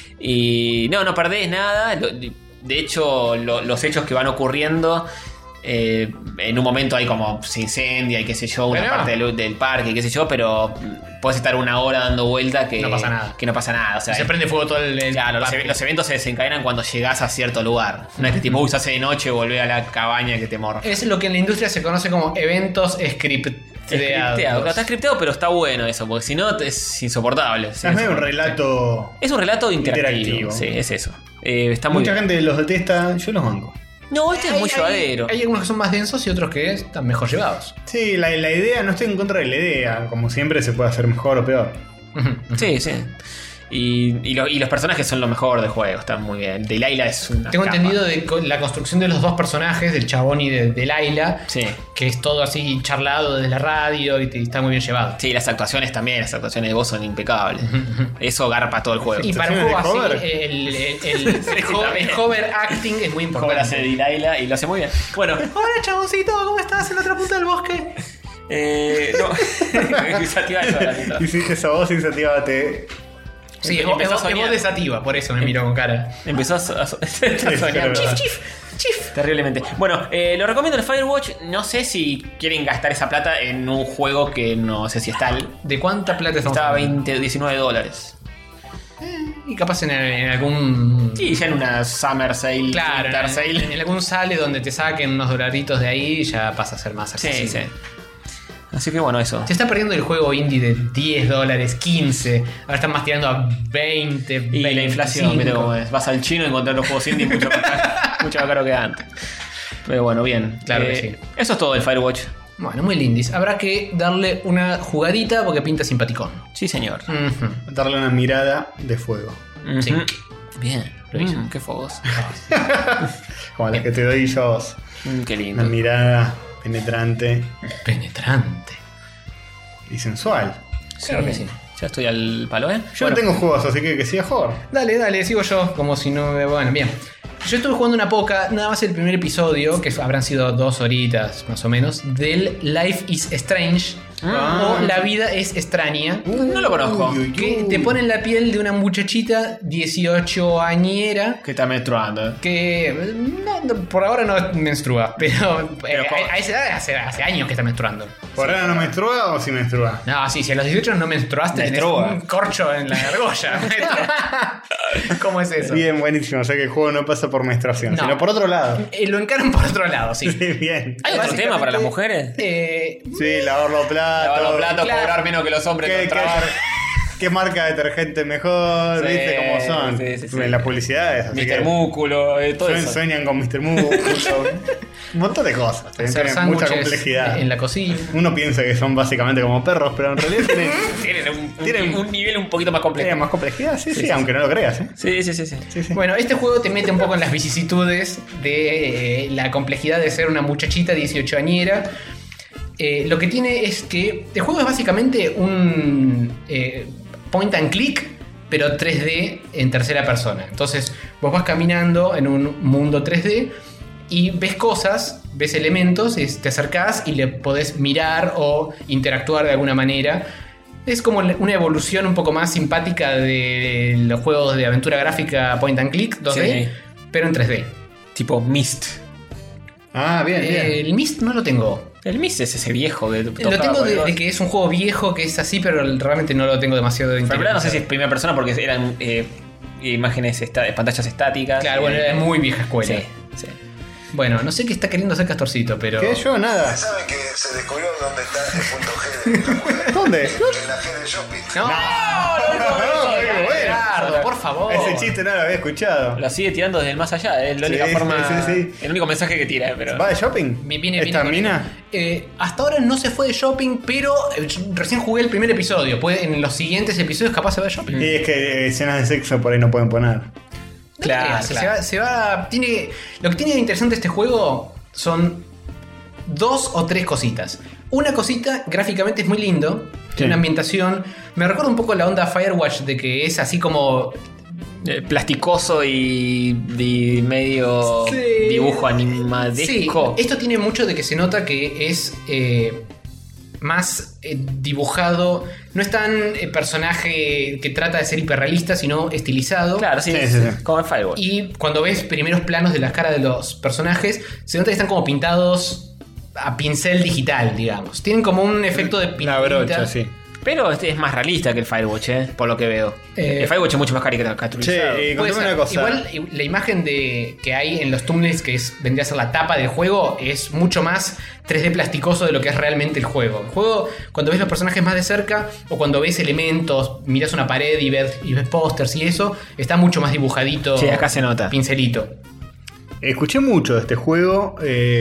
[SPEAKER 2] Y no perdés nada. De hecho, los hechos que van ocurriendo. En un momento hay como se incendia y qué sé yo, una
[SPEAKER 5] Bueno.
[SPEAKER 2] parte del parque, qué sé yo, pero puedes estar una hora dando vuelta que
[SPEAKER 5] No pasa nada.
[SPEAKER 2] Que no pasa nada. O sea,
[SPEAKER 5] Se prende fuego todo el
[SPEAKER 2] claro, los,
[SPEAKER 5] parque.
[SPEAKER 2] los eventos se desencadenan cuando llegás a cierto lugar. No es que tipo, se hace de noche y volvés a la cabaña que te morra.
[SPEAKER 5] Es lo que en la industria se conoce como eventos scripteados.
[SPEAKER 2] Claro, está scripteado, pero está bueno eso, porque si no es insoportable. Sí,
[SPEAKER 3] Es medio un relato.
[SPEAKER 2] Es un relato interactivo.
[SPEAKER 3] Interactivo.
[SPEAKER 2] Sí, es eso. Está muy
[SPEAKER 3] Mucha
[SPEAKER 2] bien.
[SPEAKER 3] gente los detesta, yo los banco.
[SPEAKER 2] No, este es muy llevadero.
[SPEAKER 5] Hay algunos que son más densos y otros que están mejor llevados.
[SPEAKER 3] Sí, la idea, no estoy en contra de la idea. Como siempre se puede hacer mejor o peor.
[SPEAKER 2] Sí, sí. Y los personajes son lo mejor del juego, están muy bien. Delilah es una
[SPEAKER 5] Tengo
[SPEAKER 2] capa.
[SPEAKER 5] entendido de la construcción de los dos personajes, del chabón y de Laila,
[SPEAKER 2] Sí.
[SPEAKER 5] que es todo así charlado desde la radio y está muy bien llevado.
[SPEAKER 2] Sí, las actuaciones también, las actuaciones de voz son impecables. Eso garpa todo el juego.
[SPEAKER 5] Y para un juego así,
[SPEAKER 3] ¿Actuaciones de
[SPEAKER 5] el hover acting es muy
[SPEAKER 2] Cobra hace
[SPEAKER 5] importante.
[SPEAKER 2] Delilah y lo hace muy bien. Bueno,
[SPEAKER 5] Hola chaboncito, ¿cómo estás en la otra punta del bosque?
[SPEAKER 2] no. Desactiva eso, la neta.
[SPEAKER 3] Y si dices esa voz, insatívate.
[SPEAKER 5] Sí, es
[SPEAKER 2] Empezó a
[SPEAKER 5] voz
[SPEAKER 2] soñar.
[SPEAKER 5] desativa, por eso me miro con cara.
[SPEAKER 2] Empezó a soñar.
[SPEAKER 3] pero verdad.
[SPEAKER 5] Chif.
[SPEAKER 2] Terriblemente. Bueno, lo recomiendo el Firewatch. No sé si quieren gastar esa plata en un juego que no sé si está.
[SPEAKER 5] ¿De cuánta plata estamos
[SPEAKER 2] Estaba
[SPEAKER 5] hablando?
[SPEAKER 2] $19.
[SPEAKER 5] Y capaz en algún...
[SPEAKER 2] Sí, ya en una Summer Sale,
[SPEAKER 5] Claro,
[SPEAKER 2] Winter Sale.
[SPEAKER 5] en algún sale donde te saquen unos dolaritos de ahí, ya pasa a ser más
[SPEAKER 2] Sí,
[SPEAKER 5] accesible.
[SPEAKER 2] sí. Así que bueno, eso.
[SPEAKER 5] Se está perdiendo el juego indie de $10, 15. Ahora están más tirando a 20,
[SPEAKER 2] Y
[SPEAKER 5] 25.
[SPEAKER 2] la inflación, mira cómo es. Vas al chino y encontrar los juegos indie mucho más caro que antes. Pero bueno, bien.
[SPEAKER 5] Claro que sí.
[SPEAKER 2] Eso es todo el Firewatch.
[SPEAKER 5] Bueno, muy lindis. Habrá que darle una jugadita porque pinta simpaticón.
[SPEAKER 2] Sí, señor.
[SPEAKER 5] Ujú.
[SPEAKER 3] Darle una mirada de fuego.
[SPEAKER 5] Sí.
[SPEAKER 2] Ujú. Bien.
[SPEAKER 5] Lo hizo.
[SPEAKER 2] Qué fogos.
[SPEAKER 3] Como la que te doy yo a vos.
[SPEAKER 2] Qué lindo.
[SPEAKER 3] Una mirada penetrante
[SPEAKER 5] Penetrante.
[SPEAKER 3] y sensual.
[SPEAKER 5] Claro que sí.
[SPEAKER 2] Ya estoy al palo, ¿eh?
[SPEAKER 3] Yo no tengo juegos, así que siga Jorge.
[SPEAKER 5] Dale, sigo yo, como si no... Bueno, bien. Yo estuve jugando una poca, nada más el primer episodio, que habrán sido 2 horitas más o menos, del Life is Strange O La vida es extraña.
[SPEAKER 2] No lo conozco.
[SPEAKER 5] Que te pone en la piel de una muchachita 18añera
[SPEAKER 2] Que está menstruando.
[SPEAKER 5] que por ahora no menstrua, pero a esa edad hace años que está menstruando.
[SPEAKER 3] ¿Por ahora no menstrua o si menstrua?
[SPEAKER 5] No, sí, si a los 18 no menstruaste, tenés
[SPEAKER 3] Menstrua.
[SPEAKER 5] un corcho en la argolla. ¿Cómo es eso?
[SPEAKER 3] Bien, buenísimo. O sea que el juego no pasa por menstruación,
[SPEAKER 5] No.
[SPEAKER 3] sino por otro lado.
[SPEAKER 5] Lo encaran por otro lado, sí.
[SPEAKER 3] Sí, bien.
[SPEAKER 2] ¿Hay otro tema para las mujeres?
[SPEAKER 3] Sí, lavar los platos.
[SPEAKER 2] Lavar los platos,
[SPEAKER 5] claro.
[SPEAKER 2] cobrar menos que los hombres.
[SPEAKER 3] ¿Qué,
[SPEAKER 2] con trabajo.
[SPEAKER 3] qué marca de detergente mejor?
[SPEAKER 2] Sí,
[SPEAKER 3] ¿Viste cómo son?
[SPEAKER 2] sí.
[SPEAKER 3] En las publicidades. así
[SPEAKER 2] Mr.
[SPEAKER 3] que
[SPEAKER 2] Músculo, todo eso.
[SPEAKER 3] sueñan con Mr. Músculo. Un montón de cosas.
[SPEAKER 5] Hacer
[SPEAKER 3] Tienen mucha
[SPEAKER 5] sándwiches
[SPEAKER 3] complejidad.
[SPEAKER 5] en la cocina.
[SPEAKER 3] Uno piensa que son básicamente como perros, pero en realidad
[SPEAKER 2] Tienen un nivel un poquito más complejo.
[SPEAKER 3] tienen más complejidad. Sí, aunque no lo creas.
[SPEAKER 2] Sí.
[SPEAKER 3] Sí.
[SPEAKER 5] Bueno, este juego te mete un poco en las vicisitudes de la complejidad de ser una muchachita 18añera. Lo que tiene es que el juego es básicamente un point and click, pero 3D en tercera persona. Entonces vos vas caminando en un mundo 3D y ves cosas, ves elementos, te acercás y le podés mirar o interactuar de alguna manera. Es como una evolución un poco más simpática de los juegos de aventura gráfica point and click 2D,
[SPEAKER 2] Sí.
[SPEAKER 5] pero en 3D.
[SPEAKER 2] Tipo Myst.
[SPEAKER 3] Ah, bien.
[SPEAKER 5] El Myst no lo tengo.
[SPEAKER 2] El Myst es ese viejo que
[SPEAKER 5] Lo tengo de que es un juego viejo que es así, pero realmente no lo tengo demasiado
[SPEAKER 2] En
[SPEAKER 5] interesante.
[SPEAKER 2] verdad no sé si es primera persona porque eran imágenes, pantallas estáticas.
[SPEAKER 5] Claro, bueno, era muy vieja escuela.
[SPEAKER 2] Sí.
[SPEAKER 5] Bueno, no sé qué está queriendo hacer Castorcito, pero.
[SPEAKER 3] ¿Qué? Yo nada.
[SPEAKER 4] ¿Saben que se descubrió dónde está el punto G de la escuela?
[SPEAKER 3] ¿Dónde?
[SPEAKER 4] En la G de shopping.
[SPEAKER 5] ¡No!
[SPEAKER 3] qué bueno.
[SPEAKER 5] Gerardo, por favor.
[SPEAKER 3] Ese chiste no lo había escuchado.
[SPEAKER 2] Lo sigue tirando desde el más allá, es la única
[SPEAKER 3] Sí,
[SPEAKER 2] forma.
[SPEAKER 3] sí.
[SPEAKER 2] El único mensaje que tira, pero.
[SPEAKER 3] ¿Va de shopping?
[SPEAKER 5] Viene
[SPEAKER 3] ¿Esta
[SPEAKER 5] con-
[SPEAKER 3] mina?
[SPEAKER 5] Hasta ahora no se fue de shopping, pero recién jugué el primer episodio. En los siguientes episodios capaz se va de shopping.
[SPEAKER 3] Y es que escenas de sexo por ahí no pueden poner.
[SPEAKER 5] Claro. Lo que tiene de interesante este juego son 2 o 3 cositas. Una cosita, gráficamente es muy lindo. Tiene una ambientación. Me recuerda un poco la onda Firewatch, de que es así como.
[SPEAKER 2] Plasticoso y medio
[SPEAKER 5] Sí.
[SPEAKER 2] dibujo
[SPEAKER 5] Sí,
[SPEAKER 2] animadesco.
[SPEAKER 5] esto tiene mucho de que se nota que es más dibujado. No es tan personaje que trata de ser hiperrealista, sino estilizado.
[SPEAKER 2] Claro, sí,
[SPEAKER 3] Sí.
[SPEAKER 2] como en Firewatch.
[SPEAKER 5] Y cuando ves primeros planos de las caras de los personajes, se nota que están como pintados a pincel digital, digamos. Tienen como un efecto de
[SPEAKER 3] La
[SPEAKER 5] pintura.
[SPEAKER 3] brocha, sí.
[SPEAKER 2] Pero este es más realista que el Firewatch, por lo que veo. El Firewatch es mucho más caricaturizado.
[SPEAKER 3] Che,
[SPEAKER 5] Puede
[SPEAKER 3] contame
[SPEAKER 5] ser.
[SPEAKER 3] una cosa.
[SPEAKER 5] Igual la imagen que hay en los thumbnails, que vendría a ser la tapa del juego, es mucho más 3D plasticoso de lo que es realmente el juego. El juego, cuando ves los personajes más de cerca, o cuando ves elementos, miras una pared y ves pósters y eso, está mucho más dibujadito.
[SPEAKER 2] Sí, acá se nota.
[SPEAKER 5] Pincelito.
[SPEAKER 3] Escuché mucho de este juego,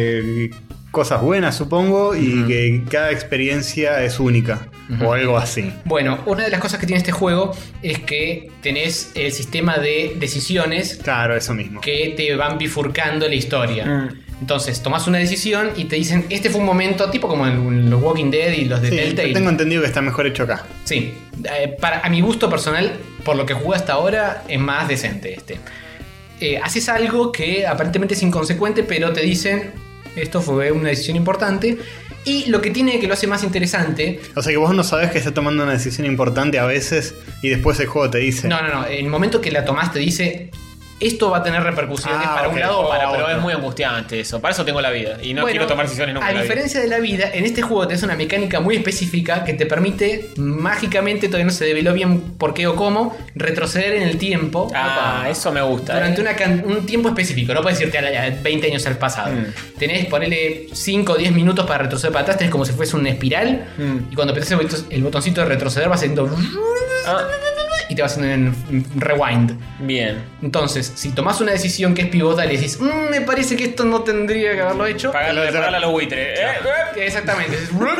[SPEAKER 3] cosas buenas supongo, y que cada experiencia es única, o algo así.
[SPEAKER 5] Bueno, una de las cosas que tiene este juego es que tenés el sistema de decisiones
[SPEAKER 3] Claro, eso mismo.
[SPEAKER 5] que te van bifurcando la historia.
[SPEAKER 2] Mm.
[SPEAKER 5] Entonces, tomás una decisión y te dicen, este fue un momento, tipo como en los Walking Dead y los de
[SPEAKER 3] Sí,
[SPEAKER 5] Telltale.
[SPEAKER 3] tengo entendido que está mejor hecho acá.
[SPEAKER 5] Sí, a mi gusto personal, por lo que jugué hasta ahora, es más decente este. Haces algo que aparentemente es inconsecuente, pero te dicen, esto fue una decisión importante. Y lo que tiene que lo hace más interesante.
[SPEAKER 3] O sea que vos no sabés que está tomando una decisión importante a veces y después el juego te dice.
[SPEAKER 5] No. En el momento que la tomás te dice, esto va a tener repercusiones para
[SPEAKER 3] ok.
[SPEAKER 5] un lado o para
[SPEAKER 2] Pero
[SPEAKER 5] otro.
[SPEAKER 2] es muy angustiante eso. Para eso tengo la vida. Y no
[SPEAKER 5] Bueno,
[SPEAKER 2] quiero tomar decisiones nunca.
[SPEAKER 5] A
[SPEAKER 2] en la vida.
[SPEAKER 5] diferencia de la vida, en este juego tenés una mecánica muy específica que te permite mágicamente, todavía no se develó bien por qué o cómo, retroceder en el tiempo.
[SPEAKER 2] Ah, eso me gusta.
[SPEAKER 5] Durante un tiempo específico, no puedes irte a 20 años al pasado. Tenés, ponele 5 o 10 minutos para retroceder para atrás, tenés como si fuese una espiral. Y cuando apretas el botoncito de retroceder, vas haciendo.
[SPEAKER 2] Ah,
[SPEAKER 5] Y te vas haciendo en rewind.
[SPEAKER 2] bien.
[SPEAKER 5] Entonces, si tomás una decisión que es pivotal y decís, me parece que esto no tendría que haberlo hecho.
[SPEAKER 2] Pagarle a los buitres.
[SPEAKER 5] Exactamente.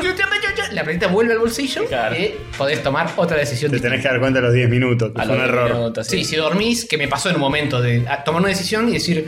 [SPEAKER 5] La platita vuelve al bolsillo
[SPEAKER 2] Claro.
[SPEAKER 5] y podés tomar otra decisión.
[SPEAKER 3] Te tenés que dar cuenta a los 10 minutos, que
[SPEAKER 2] A
[SPEAKER 3] fue
[SPEAKER 2] los
[SPEAKER 3] un error.
[SPEAKER 2] minutos,
[SPEAKER 5] Sí, si dormís, que me pasó en un momento de tomar una decisión y decir,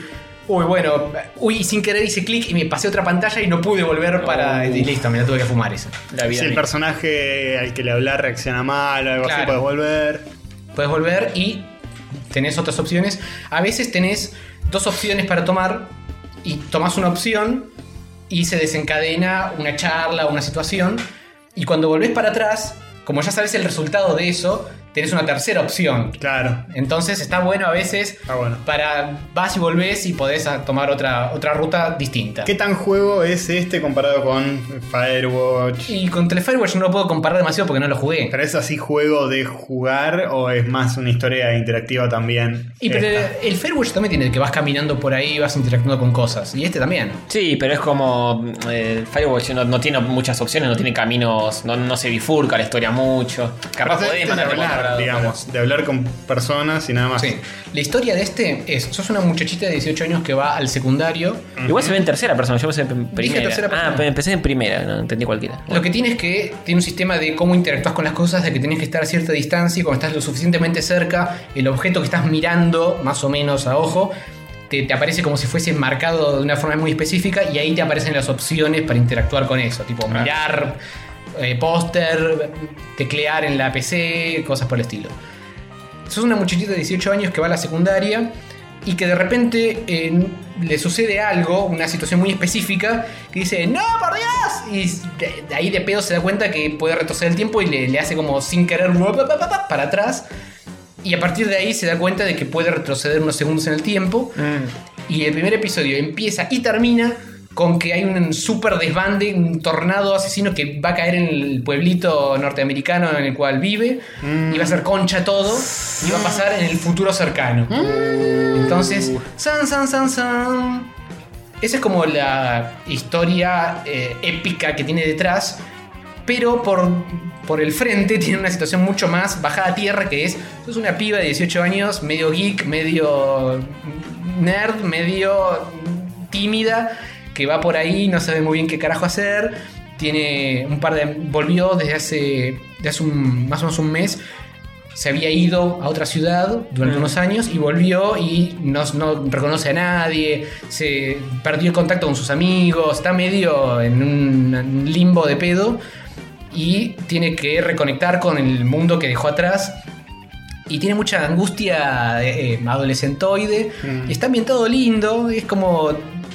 [SPEAKER 5] y sin querer hice clic y me pasé otra pantalla y no pude volver para. Y listo, me la tuve que fumar esa.
[SPEAKER 2] La vida
[SPEAKER 3] Si el
[SPEAKER 2] misma.
[SPEAKER 3] personaje al que le hablas reacciona mal o algo así,
[SPEAKER 5] Claro.
[SPEAKER 3] puedes volver.
[SPEAKER 5] Puedes volver y tenés otras opciones. A veces tenés 2 opciones para tomar y tomás una opción y se desencadena una charla o una situación. Y cuando volvés para atrás, como ya sabes el resultado de eso, tenés una tercera opción.
[SPEAKER 3] Claro.
[SPEAKER 5] Entonces está bueno a veces
[SPEAKER 3] Está bueno.
[SPEAKER 5] para vas y volvés y podés tomar otra ruta distinta.
[SPEAKER 3] ¿Qué tan juego es este comparado con Firewatch?
[SPEAKER 5] Y con el Firewatch no lo puedo comparar demasiado porque no lo jugué.
[SPEAKER 3] ¿Pero es así juego de jugar o es más una historia interactiva también?
[SPEAKER 5] Y pero
[SPEAKER 3] esta?
[SPEAKER 5] el Firewatch también tiene que vas caminando por ahí, vas interactuando con cosas. Y este también.
[SPEAKER 2] Sí, pero es como Firewatch no tiene muchas opciones, no tiene caminos, no se bifurca la historia mucho. Capaz
[SPEAKER 3] Aparte,
[SPEAKER 2] podés
[SPEAKER 3] de
[SPEAKER 2] mandarte por otro
[SPEAKER 3] hablar,
[SPEAKER 2] lado,
[SPEAKER 3] digamos, de hablar con personas y nada más.
[SPEAKER 5] Sí. La historia de este es: sos una muchachita de 18 años que va al secundario.
[SPEAKER 2] pero- Igual se ve en tercera persona, yo pensé en primera.
[SPEAKER 5] tercera persona.
[SPEAKER 2] Empecé en primera, no entendí cualquiera.
[SPEAKER 5] Lo que tiene es que tiene un sistema de cómo interactúas con las cosas, de que tienes que estar a cierta distancia y cuando estás lo suficientemente cerca, el objeto que estás mirando, más o menos a ojo, te aparece como si fuese marcado de una forma muy específica y ahí te aparecen las opciones para interactuar con eso, tipo mirar, póster, teclear en la PC, cosas por el estilo. Sos una muchachita de 18 años que va a la secundaria y que de repente le sucede algo, una situación muy específica, que dice, ¡no, por Dios! Y de ahí de pedo se da cuenta que puede retroceder el tiempo y le hace como sin querer para atrás. Y a partir de ahí se da cuenta de que puede retroceder unos segundos en el tiempo. Y el primer episodio empieza y termina con que hay un super desbande, un tornado asesino que va a caer en el pueblito norteamericano en el cual vive y va a ser concha todo y va a pasar en el futuro cercano. Entonces, san. Esa es como la historia épica que tiene detrás, pero por el frente tiene una situación mucho más bajada a tierra, que es, sos una piba de 18 años, medio geek, medio nerd, medio tímida, que va por ahí, no sabe muy bien qué carajo hacer. Tiene volvió desde hace más o menos un mes. Se había ido a otra ciudad durante unos años y volvió y no reconoce a nadie. Se perdió el contacto con sus amigos. Está medio en un limbo de pedo y tiene que reconectar con el mundo que dejó atrás. Y tiene mucha angustia adolescentoide. Y está ambientado lindo. Es como...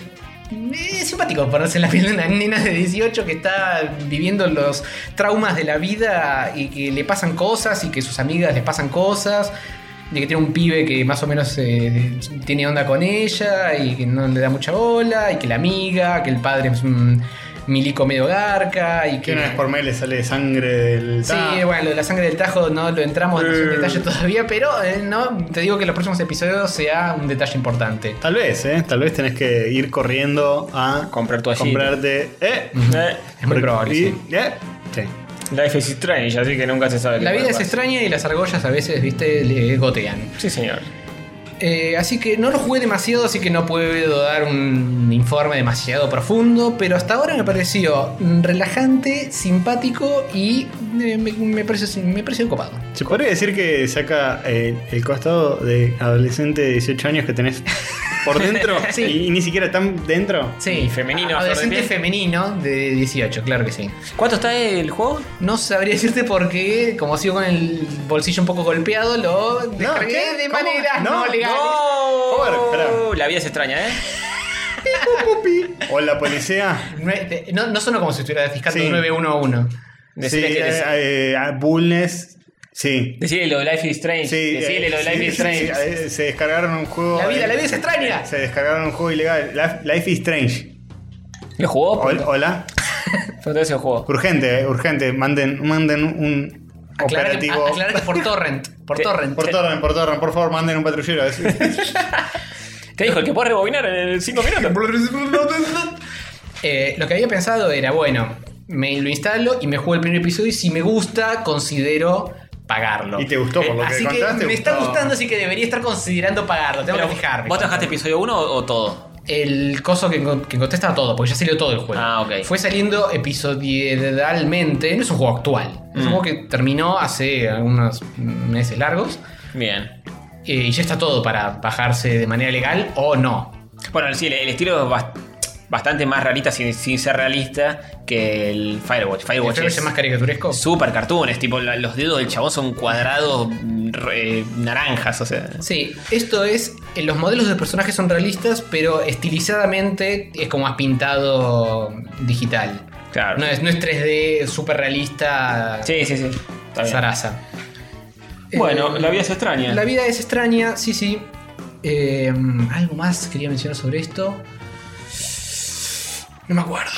[SPEAKER 5] Es simpático ponerse en la piel de una nena de 18 que está viviendo los traumas de la vida y que le pasan cosas y que sus amigas les pasan cosas, de que tiene un pibe que más o menos tiene onda con ella y que no le da mucha bola, y que la amiga, que el padre es un milico medio garca y
[SPEAKER 3] Que una vez por mes le sale sangre del
[SPEAKER 5] Sí, bueno, lo de la sangre del Tajo no lo entramos en detalle todavía, pero no, te digo que en los próximos episodios sea un detalle importante.
[SPEAKER 3] Tal vez tenés que ir corriendo a
[SPEAKER 2] Comprar tu
[SPEAKER 3] comprarte.
[SPEAKER 5] Es muy probable, sí.
[SPEAKER 3] Sí.
[SPEAKER 2] Life is Strange, así que nunca se sabe.
[SPEAKER 5] La
[SPEAKER 2] qué
[SPEAKER 5] vida
[SPEAKER 2] puede
[SPEAKER 5] es
[SPEAKER 2] pasar.
[SPEAKER 5] extraña y las argollas a veces, viste, le gotean.
[SPEAKER 2] Sí, señor.
[SPEAKER 5] Así que no lo jugué demasiado, así que no puedo dar un informe demasiado profundo, pero hasta ahora me pareció relajante, simpático y me pareció copado.
[SPEAKER 3] ¿Se podría decir que saca el costado de adolescente de 18 años que tenés por dentro?
[SPEAKER 5] Sí.
[SPEAKER 3] Y ni siquiera tan dentro.
[SPEAKER 5] Sí,
[SPEAKER 2] Y femenino,
[SPEAKER 5] adolescente
[SPEAKER 2] flor de piel.
[SPEAKER 5] femenino de 18, claro que sí.
[SPEAKER 2] ¿Cuánto está el juego?
[SPEAKER 5] No sabría decirte porque, como sigo con el bolsillo un poco golpeado, lo descargué
[SPEAKER 3] ¿qué?
[SPEAKER 5] de
[SPEAKER 3] ¿Cómo?
[SPEAKER 5] manera
[SPEAKER 3] No,
[SPEAKER 5] no legal.
[SPEAKER 3] Joder, espera.
[SPEAKER 2] La vida es extraña, ¿eh?
[SPEAKER 3] O la policía.
[SPEAKER 5] No sonó como si estuviera fiscal
[SPEAKER 3] Sí.
[SPEAKER 5] 911.
[SPEAKER 2] Decirle
[SPEAKER 3] Sí,
[SPEAKER 2] que
[SPEAKER 3] Bullness. Sí.
[SPEAKER 2] Decirle lo de Life is Strange.
[SPEAKER 3] Sí,
[SPEAKER 2] Decirle lo de Life is Strange.
[SPEAKER 3] se descargaron un juego.
[SPEAKER 5] La vida es extraña.
[SPEAKER 3] Se descargaron un juego ilegal. Life is Strange.
[SPEAKER 2] ¿Lo jugó?
[SPEAKER 3] Hola.
[SPEAKER 2] Entonces se jugó.
[SPEAKER 3] Urgente. Manden un operativo.
[SPEAKER 5] Aclarar que por torrent. Por
[SPEAKER 2] Sí,
[SPEAKER 5] torrent.
[SPEAKER 3] Por torrent, por favor, manden un patrullero.
[SPEAKER 2] Te dijo el que puede rebobinar en 5 minutos.
[SPEAKER 5] Lo que había pensado era, bueno, me lo instalo y me juego el primer episodio y si me gusta, considero pagarlo.
[SPEAKER 3] ¿Y te gustó por lo que
[SPEAKER 5] así que
[SPEAKER 3] contaste?
[SPEAKER 5] me está
[SPEAKER 3] ¿Gustó?
[SPEAKER 5] gustando, así que debería estar considerando pagarlo. Tengo
[SPEAKER 2] Pero,
[SPEAKER 5] que fijarme.
[SPEAKER 2] ¿Vos trabajaste episodio 1 o todo?
[SPEAKER 5] El coso que encontré estaba todo, porque ya salió todo el juego.
[SPEAKER 2] Ah, ok.
[SPEAKER 5] Fue saliendo episodialmente. No es un juego actual. Es un juego que terminó hace algunos meses largos.
[SPEAKER 2] Bien.
[SPEAKER 5] Y ya está todo para bajarse de manera legal o no.
[SPEAKER 2] Bueno, sí, el estilo es bastante más realista sin ser realista que el Firewatch. Firewatch
[SPEAKER 5] ¿Es más caricaturesco?
[SPEAKER 2] super cartoon, es tipo los dedos del chabón son cuadrados naranjas, o sea.
[SPEAKER 5] Sí, esto es. Los modelos de personajes son realistas, pero estilizadamente es como más pintado digital.
[SPEAKER 2] Claro.
[SPEAKER 5] No es 3D súper realista.
[SPEAKER 2] Sí. Está bien.
[SPEAKER 5] Zaraza.
[SPEAKER 2] Bueno, la vida es extraña.
[SPEAKER 5] La vida es extraña, sí. Algo más quería mencionar sobre esto. No me acuerdo.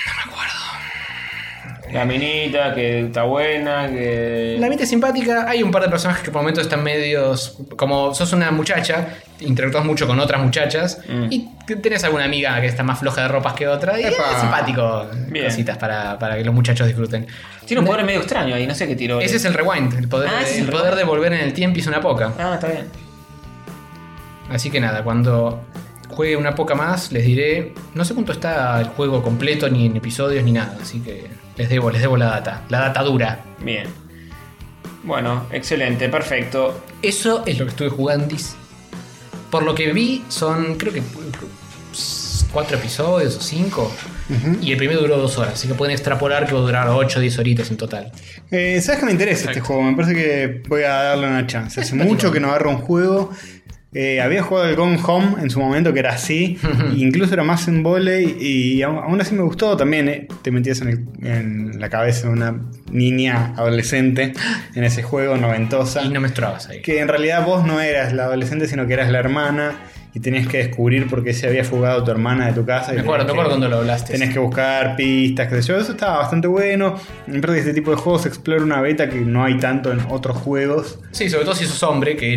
[SPEAKER 2] La minita, que está buena, que...
[SPEAKER 5] La mitad es simpática. Hay un par de personajes que por momentos están medios... Como sos una muchacha, interactúas mucho con otras muchachas y tenés alguna amiga que está más floja de ropas que otra. Y es simpático.
[SPEAKER 2] Bien.
[SPEAKER 5] Cositas para que los muchachos disfruten.
[SPEAKER 2] Tiene un poder medio extraño ahí, no sé qué tiro.
[SPEAKER 5] Ese es el rewind. El poder, el poder de volver en el tiempo es una poca.
[SPEAKER 2] Ah, está bien.
[SPEAKER 5] Así que nada, cuando juegue una poca más, les diré... No sé cuánto está el juego completo, ni en episodios, ni nada. Así que les debo la data. La data dura.
[SPEAKER 2] Bien. Bueno, excelente, perfecto.
[SPEAKER 5] Eso es lo que estuve jugando. Por lo que vi, son creo que 4 episodios o 5. Y el primero duró 2 horas. Así que pueden extrapolar que va a durar 8 o 10 horitas en total.
[SPEAKER 3] ¿Sabes que me interesa este juego? Me parece que voy a darle una chance. Hace mucho que no agarro un juego. Había jugado el Gone Home en su momento, que era así. Incluso era más en volei. Y aún así me gustó también. Te metías en la cabeza de una niña adolescente en ese juego noventosa.
[SPEAKER 5] Y no menstruabas ahí.
[SPEAKER 3] Que en realidad vos no eras la adolescente, sino que eras la hermana. Y tenías que descubrir por qué se había fugado tu hermana de tu casa.
[SPEAKER 5] Me acuerdo cuando lo hablaste.
[SPEAKER 3] Tenés que buscar pistas, qué sé yo. Eso estaba bastante bueno. Me parece que este tipo de juegos explora una beta que no hay tanto en otros juegos.
[SPEAKER 5] Sí, sobre todo si sos hombre, que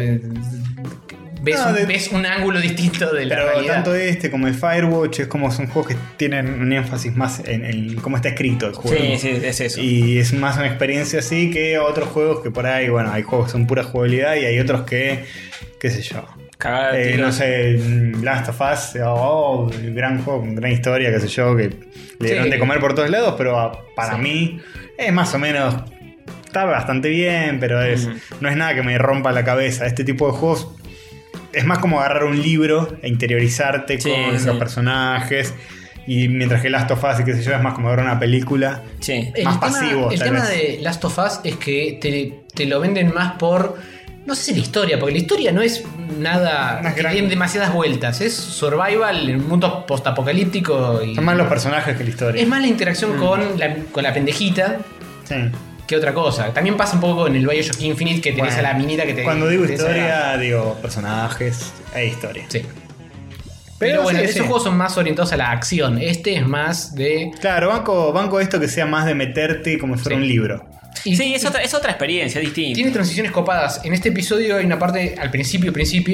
[SPEAKER 5] ves un ángulo distinto de la realidad.
[SPEAKER 3] Pero tanto como el Firewatch es como son juegos que tienen un énfasis más en cómo está escrito el juego.
[SPEAKER 2] Sí, es eso.
[SPEAKER 3] Y es más una experiencia así que otros juegos que por ahí, bueno, hay juegos que son pura jugabilidad y hay otros que, qué sé yo. No sé, Last of Us, gran juego con gran historia, qué sé yo, que le dieron de comer por todos lados, pero para mí es más o menos, está bastante bien, pero no es nada que me rompa la cabeza. Este tipo de juegos es más como agarrar un libro e interiorizarte con los personajes. Y mientras que Last of Us y qué sé yo es más como ver una película. Más pasivo.
[SPEAKER 5] El tema de Last of Us es que te lo venden más por... No sé si la historia, porque la historia no es nada que tiene demasiadas vueltas. Es survival en un mundo postapocalíptico.
[SPEAKER 3] Son más los personajes que la historia.
[SPEAKER 5] Es más la interacción con la pendejita que otra cosa. También pasa un poco en el Bioshock Infinite, que tenés a la minita que te...
[SPEAKER 3] Cuando digo historia, digo personajes e historia.
[SPEAKER 5] Sí. Pero bueno, esos juegos son más orientados a la acción. Este es más de...
[SPEAKER 3] Claro, banco esto que sea más de meterte como si fuera un libro.
[SPEAKER 2] Es otra experiencia distinta.
[SPEAKER 5] Tiene transiciones copadas. En este episodio hay una parte al principio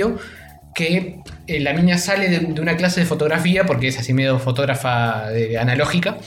[SPEAKER 5] que la niña sale de una clase de fotografía, porque es así medio fotógrafa analógica,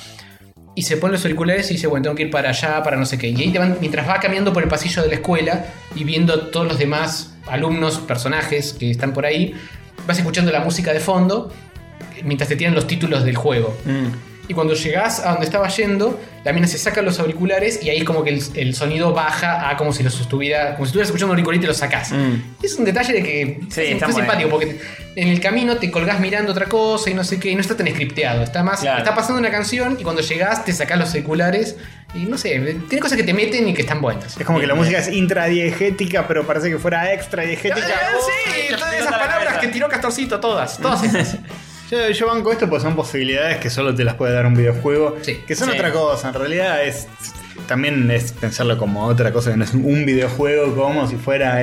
[SPEAKER 5] y se pone los auriculares y dice, bueno, tengo que ir para allá, para no sé qué. Y ahí mientras va caminando por el pasillo de la escuela y viendo todos los demás alumnos, personajes que están por ahí, vas escuchando la música de fondo mientras te tiran los títulos del juego. Y cuando llegás a donde estaba yendo, la mina se saca los auriculares y ahí como que el sonido baja a como si estuvieras escuchando un auricular y te lo sacás. Es un detalle de que está simpático, porque en el camino te colgás mirando otra cosa y no sé qué, y no está tan scripteado. Está pasando una canción y cuando llegás te sacás los auriculares y no sé, tiene cosas que te meten y que están buenas.
[SPEAKER 3] Es como que la música es intradiegética, pero parece que fuera extra diegética.
[SPEAKER 5] Sí, todas esas palabras que tiró Castorcito, todas esas.
[SPEAKER 3] Yo banco esto porque son posibilidades que solo te las puede dar un videojuego. Que son otra cosa. En realidad también es pensarlo como otra cosa, que no es un videojuego como si fuera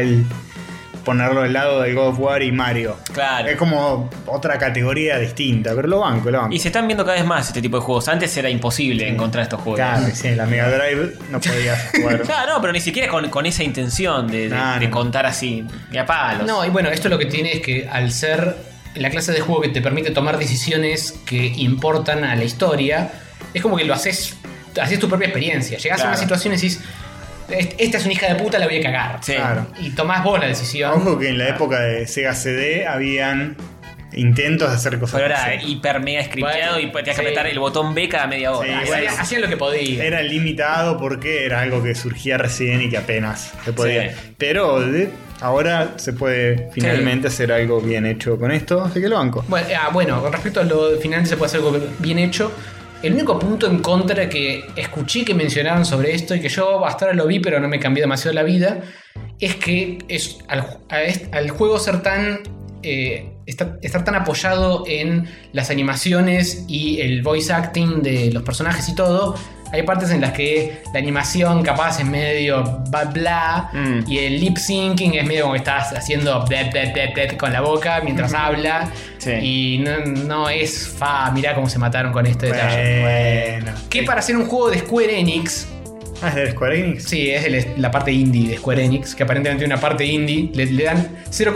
[SPEAKER 3] ponerlo al lado de God of War y Mario.
[SPEAKER 2] Claro.
[SPEAKER 3] Es como otra categoría distinta, pero lo banco.
[SPEAKER 2] Y se están viendo cada vez más este tipo de juegos. Antes era imposible encontrar estos juegos.
[SPEAKER 3] Claro, la Mega Drive no podías jugar.
[SPEAKER 2] Claro, no, pero ni siquiera con esa intención de contar así, ni a palos.
[SPEAKER 5] No, y bueno, esto lo que tiene es que al ser la clase de juego que te permite tomar decisiones que importan a la historia, es como que lo haces tu propia experiencia. Llegás a una situación y decís, esta es una hija de puta, la voy a cagar.
[SPEAKER 3] Claro.
[SPEAKER 5] Y tomás vos la decisión.
[SPEAKER 3] Ojo que en la época de Sega CD habían intentos de hacer cosas.
[SPEAKER 2] Pero era hiper mega scripteado y tenías que apretar el botón B cada media hora.
[SPEAKER 5] Hacían lo que podían.
[SPEAKER 3] Era limitado porque era algo que surgía recién y que apenas se podía. Pero ahora se puede finalmente hacer algo bien hecho con esto, así que lo banco.
[SPEAKER 5] Bueno, con respecto a lo de finalmente se puede hacer algo bien hecho. El único punto en contra que escuché que mencionaban sobre esto y que yo hasta ahora lo vi pero no me cambió demasiado la vida, es que al juego ser tan estar tan apoyado en las animaciones y el voice acting de los personajes y todo. Hay partes en las que la animación capaz es medio bla y el lip syncing es medio como que estás haciendo bla, bla, bla, bla con la boca mientras habla.
[SPEAKER 2] Sí.
[SPEAKER 5] Y no es mirá cómo se mataron con este detalle.
[SPEAKER 3] Bueno.
[SPEAKER 5] Que para hacer un juego de Square Enix.
[SPEAKER 3] Ah, ¿es de Square Enix?
[SPEAKER 5] Sí, es la parte indie de Square Enix, que aparentemente una parte indie le dan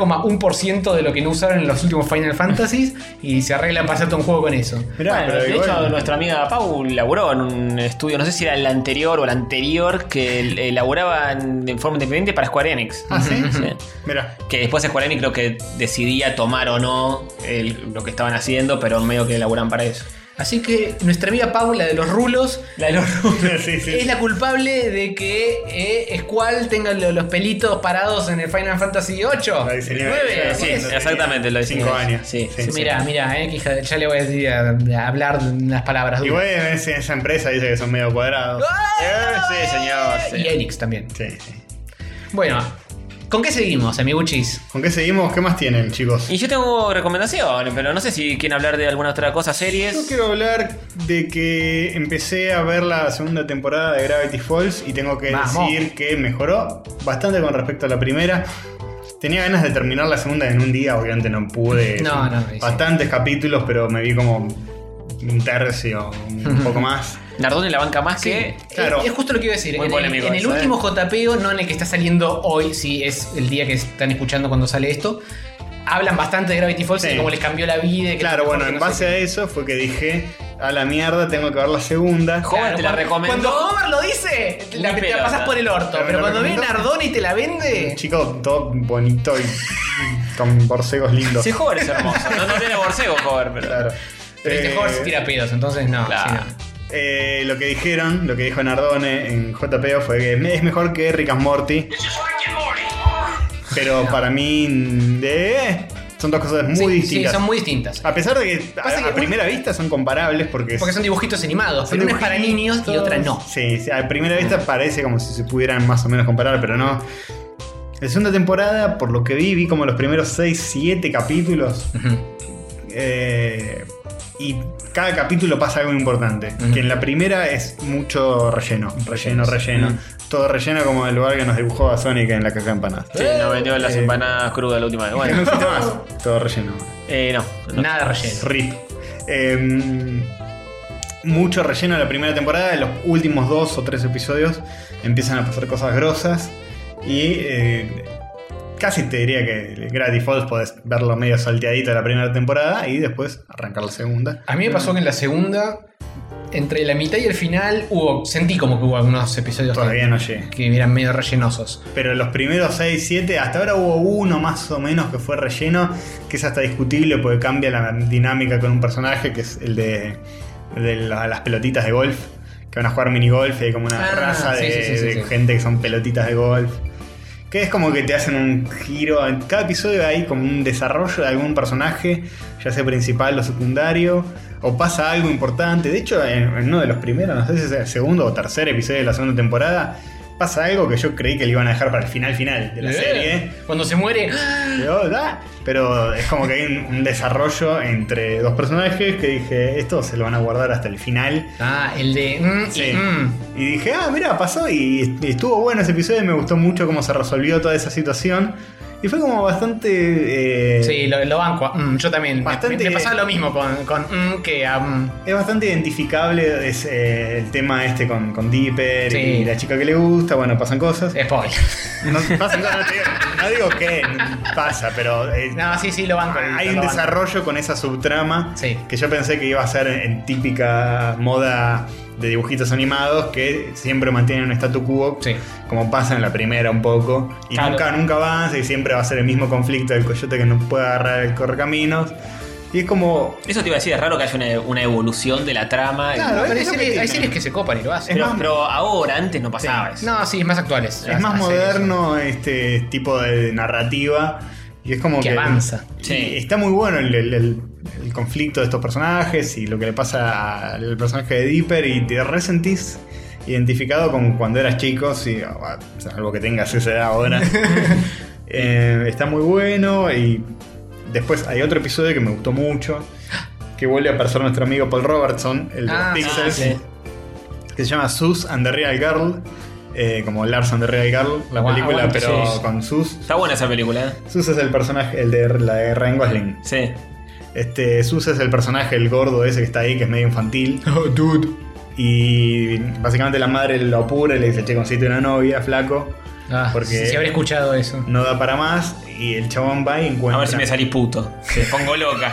[SPEAKER 5] 0,1% de lo que no usaron en los últimos Final Fantasies y se arreglan para hacerte un juego con eso.
[SPEAKER 3] Mirá,
[SPEAKER 2] Bueno,
[SPEAKER 3] pero
[SPEAKER 2] de
[SPEAKER 3] igual-
[SPEAKER 2] hecho, nuestra amiga Pau laburó en un estudio, no sé si era el anterior o el anterior, que laburaba de forma independiente para Square Enix.
[SPEAKER 3] ¿Ah, sí?
[SPEAKER 2] Sí.
[SPEAKER 3] Mirá.
[SPEAKER 2] Que después Square Enix creo que decidía tomar o no lo que estaban haciendo, pero medio que laburan para eso.
[SPEAKER 5] Así que nuestra amiga Paula de los rulos
[SPEAKER 3] Sí, sí.
[SPEAKER 5] es la culpable de que Squall tenga los pelitos parados en el Final Fantasy VIII.
[SPEAKER 3] La diseñó
[SPEAKER 5] 9,
[SPEAKER 3] ella.
[SPEAKER 2] Sí,
[SPEAKER 3] Eso
[SPEAKER 2] exactamente, lo
[SPEAKER 3] sería
[SPEAKER 2] diseñó
[SPEAKER 3] 5
[SPEAKER 2] ella.
[SPEAKER 3] años.
[SPEAKER 2] Sí,
[SPEAKER 3] Sí, sí.
[SPEAKER 5] Mira, que hija ya le voy a decir a hablar unas palabras
[SPEAKER 3] Igual
[SPEAKER 5] duras.
[SPEAKER 3] esa empresa dice que son medio cuadrados.
[SPEAKER 2] Sí, señor.
[SPEAKER 5] Y
[SPEAKER 2] Sí.
[SPEAKER 5] Enix también.
[SPEAKER 3] Sí, sí.
[SPEAKER 5] Bueno, ¿con qué seguimos, amiguchis?
[SPEAKER 3] ¿Con qué seguimos? ¿Qué más tienen, chicos?
[SPEAKER 2] Y yo tengo recomendaciones, pero no sé si quieren hablar de alguna otra cosa,
[SPEAKER 3] Yo
[SPEAKER 2] series.
[SPEAKER 3] quiero hablar de que empecé a ver la segunda temporada de Gravity Falls y tengo que
[SPEAKER 5] Vamos.
[SPEAKER 3] decir que mejoró bastante con respecto a la primera. Tenía ganas de terminar la segunda en un día, obviamente no pude.
[SPEAKER 5] No,
[SPEAKER 3] Son
[SPEAKER 5] no, sí.
[SPEAKER 3] bastantes capítulos, pero me vi como un tercio, un poco más.
[SPEAKER 2] Nardone la banca más que.
[SPEAKER 3] Claro.
[SPEAKER 5] Es justo lo que iba a decir.
[SPEAKER 2] Muy
[SPEAKER 5] En
[SPEAKER 2] polémico
[SPEAKER 5] el
[SPEAKER 2] eso,
[SPEAKER 5] último JPO, no en el que está saliendo hoy, si es el día que están escuchando cuando sale esto, hablan bastante de Gravity Falls
[SPEAKER 3] Sí.
[SPEAKER 5] y cómo les cambió la vida. y que
[SPEAKER 3] Claro,
[SPEAKER 5] es mejor
[SPEAKER 3] bueno,
[SPEAKER 5] que
[SPEAKER 3] en
[SPEAKER 5] no sé
[SPEAKER 3] base
[SPEAKER 5] qué.
[SPEAKER 3] a eso fue que dije, a la mierda, tengo que ver la segunda.
[SPEAKER 2] Homer te la recomendó.
[SPEAKER 5] Cuando Homer lo dice, te la
[SPEAKER 2] pelota.
[SPEAKER 5] pasas por el orto.
[SPEAKER 3] Pero me
[SPEAKER 5] Pero
[SPEAKER 3] lo
[SPEAKER 5] cuando viene
[SPEAKER 3] recomendó.
[SPEAKER 5] Nardone y te la vende.
[SPEAKER 3] Chico, todo bonito y con borcegos lindos.
[SPEAKER 2] Sí, Homer es hermoso. No tiene borcego, Homer, pero.
[SPEAKER 3] Claro.
[SPEAKER 5] Pero este Homer se tira pedos, entonces no.
[SPEAKER 2] Claro.
[SPEAKER 5] sí, no.
[SPEAKER 3] Lo que dijeron, lo que dijo Nardone en JPO fue que es mejor que Rick and Morty. Pero para mí son dos cosas muy
[SPEAKER 5] Sí,
[SPEAKER 3] distintas.
[SPEAKER 5] Sí, son muy distintas.
[SPEAKER 3] A pesar de que
[SPEAKER 5] Pasa que
[SPEAKER 3] a primera vista son comparables porque
[SPEAKER 5] Porque son dibujitos animados,
[SPEAKER 3] son
[SPEAKER 5] pero una es para
[SPEAKER 3] dibujitos.
[SPEAKER 5] niños y otra no.
[SPEAKER 3] Sí, sí, a primera vista parece como si se pudieran más o menos comparar, pero no. La segunda temporada, por lo que vi como los primeros 6-7 capítulos. Y cada capítulo pasa algo importante. Que en la primera es mucho relleno. Relleno. Todo relleno como el lugar que nos dibujó a Sonic en la caja de empanadas.
[SPEAKER 2] Sí, nos vendió las empanadas crudas la última vez.
[SPEAKER 3] Que no
[SPEAKER 2] Bueno,
[SPEAKER 3] existe más. Todo relleno.
[SPEAKER 2] no.
[SPEAKER 5] Nada relleno.
[SPEAKER 3] RIP. Mucho relleno en la primera temporada. En los últimos 2 o 3 episodios empiezan a pasar cosas grosas. Y casi te diría que Gravity Falls podés verlo medio salteadito de la primera temporada y después arrancar la segunda.
[SPEAKER 5] A mí me pasó que en la segunda, entre la mitad y el final, sentí como que hubo algunos episodios
[SPEAKER 3] Todavía no llegué.
[SPEAKER 5] que eran medio rellenosos.
[SPEAKER 3] Pero los primeros 6, 7, hasta ahora hubo uno más o menos que fue relleno, que es hasta discutible porque cambia la dinámica con un personaje, que es el de las pelotitas de golf, que van a jugar minigolf y hay como una raza
[SPEAKER 5] sí,
[SPEAKER 3] de
[SPEAKER 5] sí.
[SPEAKER 3] gente que son pelotitas de golf. Que es como que te hacen un giro. En cada episodio hay como un desarrollo de algún personaje, ya sea principal o secundario, o pasa algo importante. De hecho, en uno de los primeros, no sé si es el segundo o tercer episodio de la segunda temporada, pasa algo que yo creí que le iban a dejar para el final de la serie.
[SPEAKER 5] Cuando se muere.
[SPEAKER 3] Pero es como que hay un desarrollo entre dos personajes que dije, esto se lo van a guardar hasta el final.
[SPEAKER 5] El de.
[SPEAKER 3] Sí. Y dije, mira, pasó y estuvo bueno ese episodio y me gustó mucho cómo se resolvió toda esa situación. Y fue como bastante...
[SPEAKER 5] Sí, lo banco. Yo también.
[SPEAKER 3] Bastante-
[SPEAKER 5] Me pasaba lo mismo con que
[SPEAKER 3] Es bastante identificable el tema este con Dipper
[SPEAKER 5] Sí.
[SPEAKER 3] y la chica que le gusta. Bueno, pasan cosas.
[SPEAKER 5] Spoiler.
[SPEAKER 3] No, pasan cosas, no digo que pasa, pero...
[SPEAKER 5] No, sí, lo banco.
[SPEAKER 3] Hay
[SPEAKER 5] lo
[SPEAKER 3] un
[SPEAKER 5] banco.
[SPEAKER 3] desarrollo con esa subtrama
[SPEAKER 5] Sí.
[SPEAKER 3] que yo pensé que iba a ser en típica moda de dibujitos animados que siempre mantienen un statu quo,
[SPEAKER 5] Sí.
[SPEAKER 3] como pasa en la primera un poco, y
[SPEAKER 5] Claro.
[SPEAKER 3] nunca avanza y siempre va a ser el mismo conflicto del coyote que no puede agarrar el correcaminos. Y es como...
[SPEAKER 2] Eso te iba a decir, es raro que haya una evolución de la trama.
[SPEAKER 3] Claro,
[SPEAKER 5] Pero
[SPEAKER 3] es lo que-
[SPEAKER 5] hay series que se copan y lo hacen.
[SPEAKER 3] Es más-
[SPEAKER 2] Pero ahora, antes no pasaba eso.
[SPEAKER 5] No, sí, es más actuales.
[SPEAKER 3] Es más moderno este tipo de narrativa. Y es como
[SPEAKER 5] Que
[SPEAKER 3] que
[SPEAKER 5] avanza.
[SPEAKER 2] Sí.
[SPEAKER 3] y está muy bueno el conflicto de estos personajes y lo que le pasa al personaje de Dipper. Y te resentís identificado con cuando eras chico, salvo que tengas esa edad ahora. Está muy bueno y Después hay otro episodio que me gustó mucho, que vuelve a aparecer nuestro amigo Paul Robertson, el de los Pixels,
[SPEAKER 2] sí.
[SPEAKER 3] que se llama Sus and the Real Girl, como Lars and the Real Girl, la película,
[SPEAKER 5] bueno,
[SPEAKER 3] pero
[SPEAKER 2] sí.
[SPEAKER 3] con Sus.
[SPEAKER 2] Está buena esa película, ¿eh?
[SPEAKER 3] Sus es el personaje, la de Ryan Gosling.
[SPEAKER 2] Sí.
[SPEAKER 3] Sus es el personaje, el gordo ese que está ahí, que es medio infantil.
[SPEAKER 5] Oh, dude.
[SPEAKER 3] Y básicamente la madre lo apura y le dice, che, consíguete una novia, flaco. Porque
[SPEAKER 5] si habré escuchado eso.
[SPEAKER 3] no da para más. Y el chabón va y encuentra...
[SPEAKER 2] A ver si me salí puto. Te pongo loca.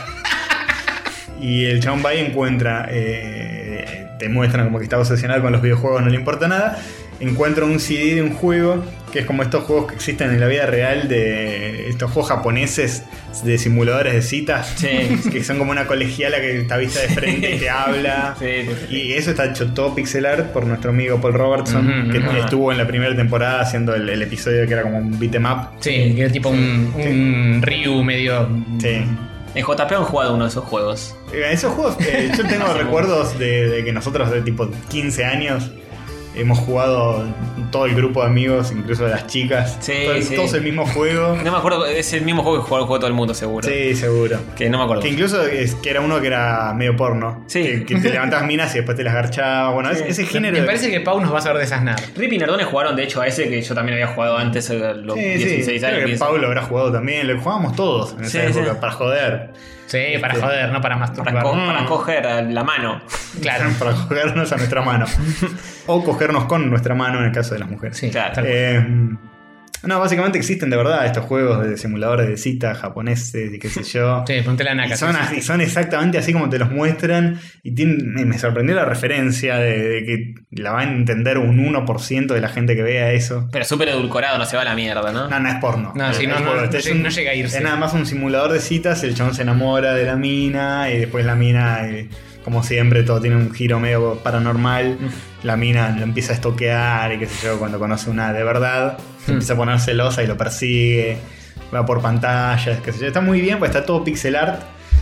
[SPEAKER 3] Y el chabón va y encuentra... te muestran como que está obsesionado con los videojuegos, no le importa nada. Encuentra un CD de un juego que es como estos juegos que existen en la vida real, de estos juegos japoneses de simuladores de citas,
[SPEAKER 2] Sí.
[SPEAKER 3] que son como una colegiala que está vista de frente y te habla.
[SPEAKER 2] Sí.
[SPEAKER 3] Y eso está hecho todo pixel art por nuestro amigo Paul Robertson, que estuvo en la primera temporada haciendo el episodio que era como un beat 'em up.
[SPEAKER 5] Sí, que era tipo un Ryu medio.
[SPEAKER 3] Sí.
[SPEAKER 2] En JP han jugado uno de esos juegos.
[SPEAKER 3] Esos juegos, yo tengo recuerdos de que nosotros de tipo 15 años hemos jugado todo el grupo de amigos, incluso de las chicas.
[SPEAKER 2] Sí,
[SPEAKER 3] Todos el mismo juego.
[SPEAKER 2] No me acuerdo, es el mismo juego que jugó todo el mundo, seguro.
[SPEAKER 3] Sí, seguro.
[SPEAKER 2] Que no me acuerdo.
[SPEAKER 3] Que incluso que era uno que era medio porno.
[SPEAKER 2] Sí.
[SPEAKER 3] Que te levantabas minas y después te las garchabas. Bueno, ese género.
[SPEAKER 5] Me parece que Pau nos va a saber desasnar.
[SPEAKER 2] Rip y Nardone jugaron, de hecho, a ese que yo también había jugado antes, a los 16
[SPEAKER 3] creo
[SPEAKER 2] años.
[SPEAKER 3] que
[SPEAKER 2] 15.
[SPEAKER 3] Pablo habrá jugado también. Lo jugábamos todos en esa época para joder.
[SPEAKER 5] Sí, para joder, no para masturbar.
[SPEAKER 2] Para coger a la mano.
[SPEAKER 5] Claro.
[SPEAKER 3] Para cogernos a nuestra mano. O cogernos con nuestra mano en el caso de las mujeres.
[SPEAKER 5] Sí,
[SPEAKER 2] Claro.
[SPEAKER 5] tal cual.
[SPEAKER 3] No, básicamente existen de verdad estos juegos de simuladores de citas japoneses y qué sé yo.
[SPEAKER 5] Sí, ponte la
[SPEAKER 3] Y
[SPEAKER 5] naca.
[SPEAKER 3] son exactamente así como te los muestran. Y me sorprendió la referencia de que la va a entender un 1% de la gente que vea eso.
[SPEAKER 2] Pero súper edulcorado, no se va a la mierda, ¿no?
[SPEAKER 3] No, no es porno.
[SPEAKER 5] No, sí,
[SPEAKER 3] Es
[SPEAKER 5] no,
[SPEAKER 3] juego.
[SPEAKER 5] no,
[SPEAKER 3] Este
[SPEAKER 5] no llega a irse.
[SPEAKER 3] Es nada más un simulador de citas. El chabón se enamora de la mina. Y después la mina, como siempre, todo tiene un giro medio paranormal. La mina lo empieza a estoquear y qué sé yo, cuando conoce una de verdad. Empieza a poner celosa y lo persigue. Va por pantallas, qué sé yo. Está muy bien, pues está todo pixel art.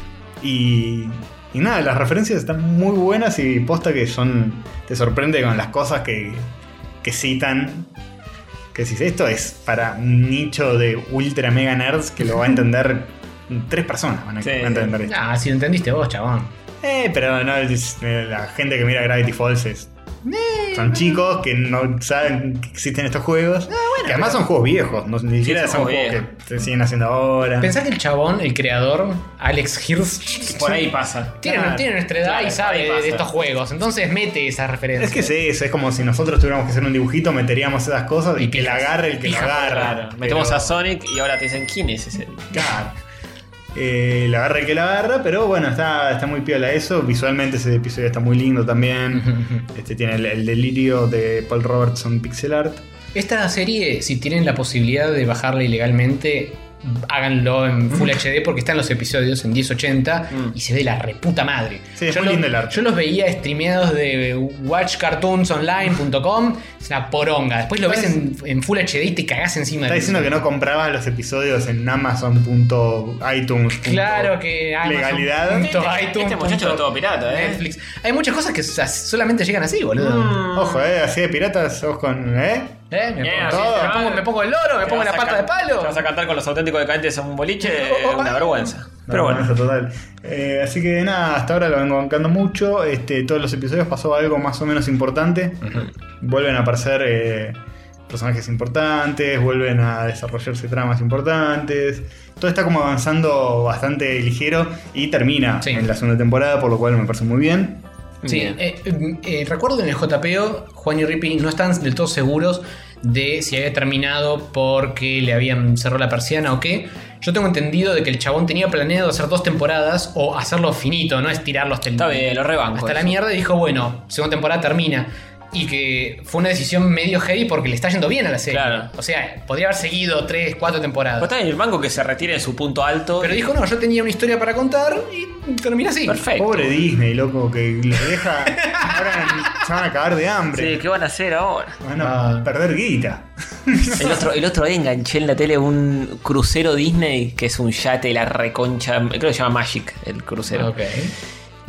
[SPEAKER 3] Y nada, las referencias están muy buenas y posta que te sorprende con las cosas que citan. Que si esto es para un nicho de ultra mega nerds que lo va a entender 3 personas van a entender esto.
[SPEAKER 5] Ah, si lo entendiste vos, chabón.
[SPEAKER 3] Pero no, la gente que mira Gravity Falls son chicos que no saben que existen estos juegos. Que además son juegos viejos, ni siquiera son juegos que se siguen haciendo ahora.
[SPEAKER 5] Pensá que el chabón, el creador, Alex Hirsch,
[SPEAKER 2] Por ahí pasa.
[SPEAKER 5] tiene nuestra edad
[SPEAKER 2] Claro,
[SPEAKER 5] y sabe
[SPEAKER 2] por ahí pasa.
[SPEAKER 5] de estos juegos. Entonces mete esas referencias.
[SPEAKER 3] Es que sí, es como si nosotros tuviéramos que hacer un dibujito, meteríamos esas cosas y que la agarre el que lo
[SPEAKER 5] Pijas,
[SPEAKER 3] agarra.
[SPEAKER 2] Claro. Metemos a Sonic y ahora te dicen quién es ese.
[SPEAKER 3] Claro. La agarra el que la agarra, pero bueno, está muy piola eso. Visualmente ese episodio está muy lindo también. Tiene el delirio de Paul Robertson pixel art.
[SPEAKER 5] Esta serie, si tienen la posibilidad de bajarla ilegalmente, háganlo en Full HD porque están los episodios en 1080 y se ve la reputa madre.
[SPEAKER 3] Sí, es muy lindo el arte.
[SPEAKER 5] Yo los veía streameados de watchcartoonsonline.com, es una poronga. Después lo ves en Full HD y te cagás encima.
[SPEAKER 3] Está diciendo que no comprabas los episodios en Amazon.iTunes.
[SPEAKER 5] Claro que Amazon,
[SPEAKER 3] legalidad.
[SPEAKER 2] Este muchacho lo todo pirata,
[SPEAKER 5] Netflix. Hay muchas cosas que solamente llegan así, boludo.
[SPEAKER 3] Ojo, así de piratas, sos con.
[SPEAKER 5] Me pongo el loro, me pongo la pata de palo.
[SPEAKER 2] Te vas a cantar con los auténticos decadentes a un boliche, es una vergüenza. Pero bueno.
[SPEAKER 3] Total. Así que nada, hasta ahora lo vengo bancando mucho. Todos los episodios pasó algo más o menos importante. Vuelven a aparecer personajes importantes, vuelven a desarrollarse tramas importantes. Todo está como avanzando bastante ligero y termina en la segunda temporada, por lo cual me parece muy bien.
[SPEAKER 5] Sí, recuerdo en el JPO, Juan y Rippy no están del todo seguros de si había terminado porque le habían cerrado la persiana o qué. Yo tengo entendido de que el chabón tenía planeado hacer 2 temporadas o hacerlo finito, no estirarlo
[SPEAKER 2] Está bien, lo rebanco.
[SPEAKER 5] hasta la mierda, y dijo, bueno, segunda temporada termina. Y que fue una decisión medio heavy porque le está yendo bien a la serie.
[SPEAKER 2] Claro.
[SPEAKER 5] O sea, podría haber seguido 3, 4 temporadas.
[SPEAKER 2] Pues está en el banco que se retire en su punto alto.
[SPEAKER 5] Pero dijo, no, yo tenía una historia para contar y termina así.
[SPEAKER 2] Perfecto.
[SPEAKER 3] Pobre Disney, loco, que los deja. Ahora se van a cagar de hambre.
[SPEAKER 2] Sí, ¿qué van a hacer ahora?
[SPEAKER 3] Van a perder guita.
[SPEAKER 2] El otro día enganché en la tele un crucero Disney, que es un yate, la reconcha. Creo que se llama Magic, el crucero.
[SPEAKER 5] Ok.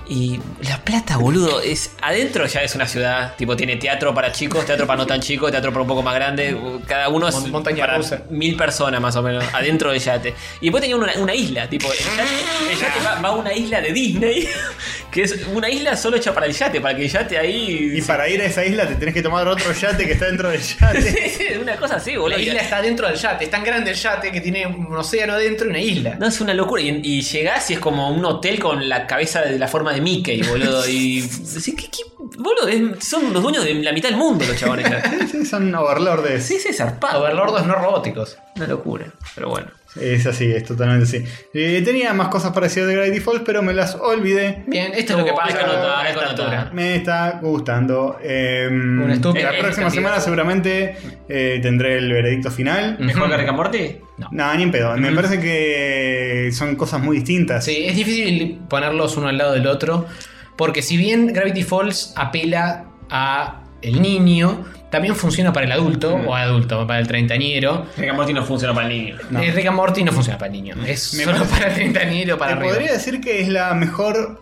[SPEAKER 2] Y La Plata, boludo, adentro ya es una ciudad. Tipo, tiene teatro para chicos, teatro para no tan chicos, teatro para un poco más grande. Cada uno es
[SPEAKER 5] Montaña
[SPEAKER 2] para
[SPEAKER 5] rusa.
[SPEAKER 2] 1000 personas más o menos, adentro del yate. Y después tenía una isla, tipo, el yate va a una isla de Disney, que es una isla solo hecha para el yate, para que el yate ahí...
[SPEAKER 3] Y para ir a esa isla te tenés que tomar otro yate que está dentro del yate.
[SPEAKER 2] Una cosa así, boludo.
[SPEAKER 5] La isla está dentro del yate. Es tan grande el yate que tiene un océano adentro y una isla.
[SPEAKER 2] No, es una locura. Y llegás y es como un hotel con la cabeza de la forma de Mickey, boludo. Y. Boludo, son los dueños de la mitad del mundo, los chabones.
[SPEAKER 3] Sí, son overlordes.
[SPEAKER 2] Sí, zarpado.
[SPEAKER 5] Overlordos no robóticos.
[SPEAKER 2] Una locura. Pero bueno.
[SPEAKER 3] Es así, es totalmente así. Tenía más cosas parecidas de Gravity Falls, pero me las olvidé.
[SPEAKER 5] Bien, esto es lo que pasa.
[SPEAKER 2] Hay que anotar.
[SPEAKER 3] Me está gustando.
[SPEAKER 5] Un estúpido.
[SPEAKER 3] La próxima semana seguramente tendré el veredicto final.
[SPEAKER 2] ¿Mejor que Rick and Morty?
[SPEAKER 3] No, ni en pedo. Me parece que son cosas muy distintas.
[SPEAKER 5] Sí, es difícil ponerlos uno al lado del otro. Porque si bien Gravity Falls apela a el niño, también funciona para el adulto, o adulto, para el treintañero.
[SPEAKER 2] Rick and Morty no funciona para el niño.
[SPEAKER 3] No.
[SPEAKER 5] Rick and Morty no funciona para el niño. Es solo para el treintañero, para
[SPEAKER 3] Te
[SPEAKER 5] arriba.
[SPEAKER 3] podría decir que es la mejor.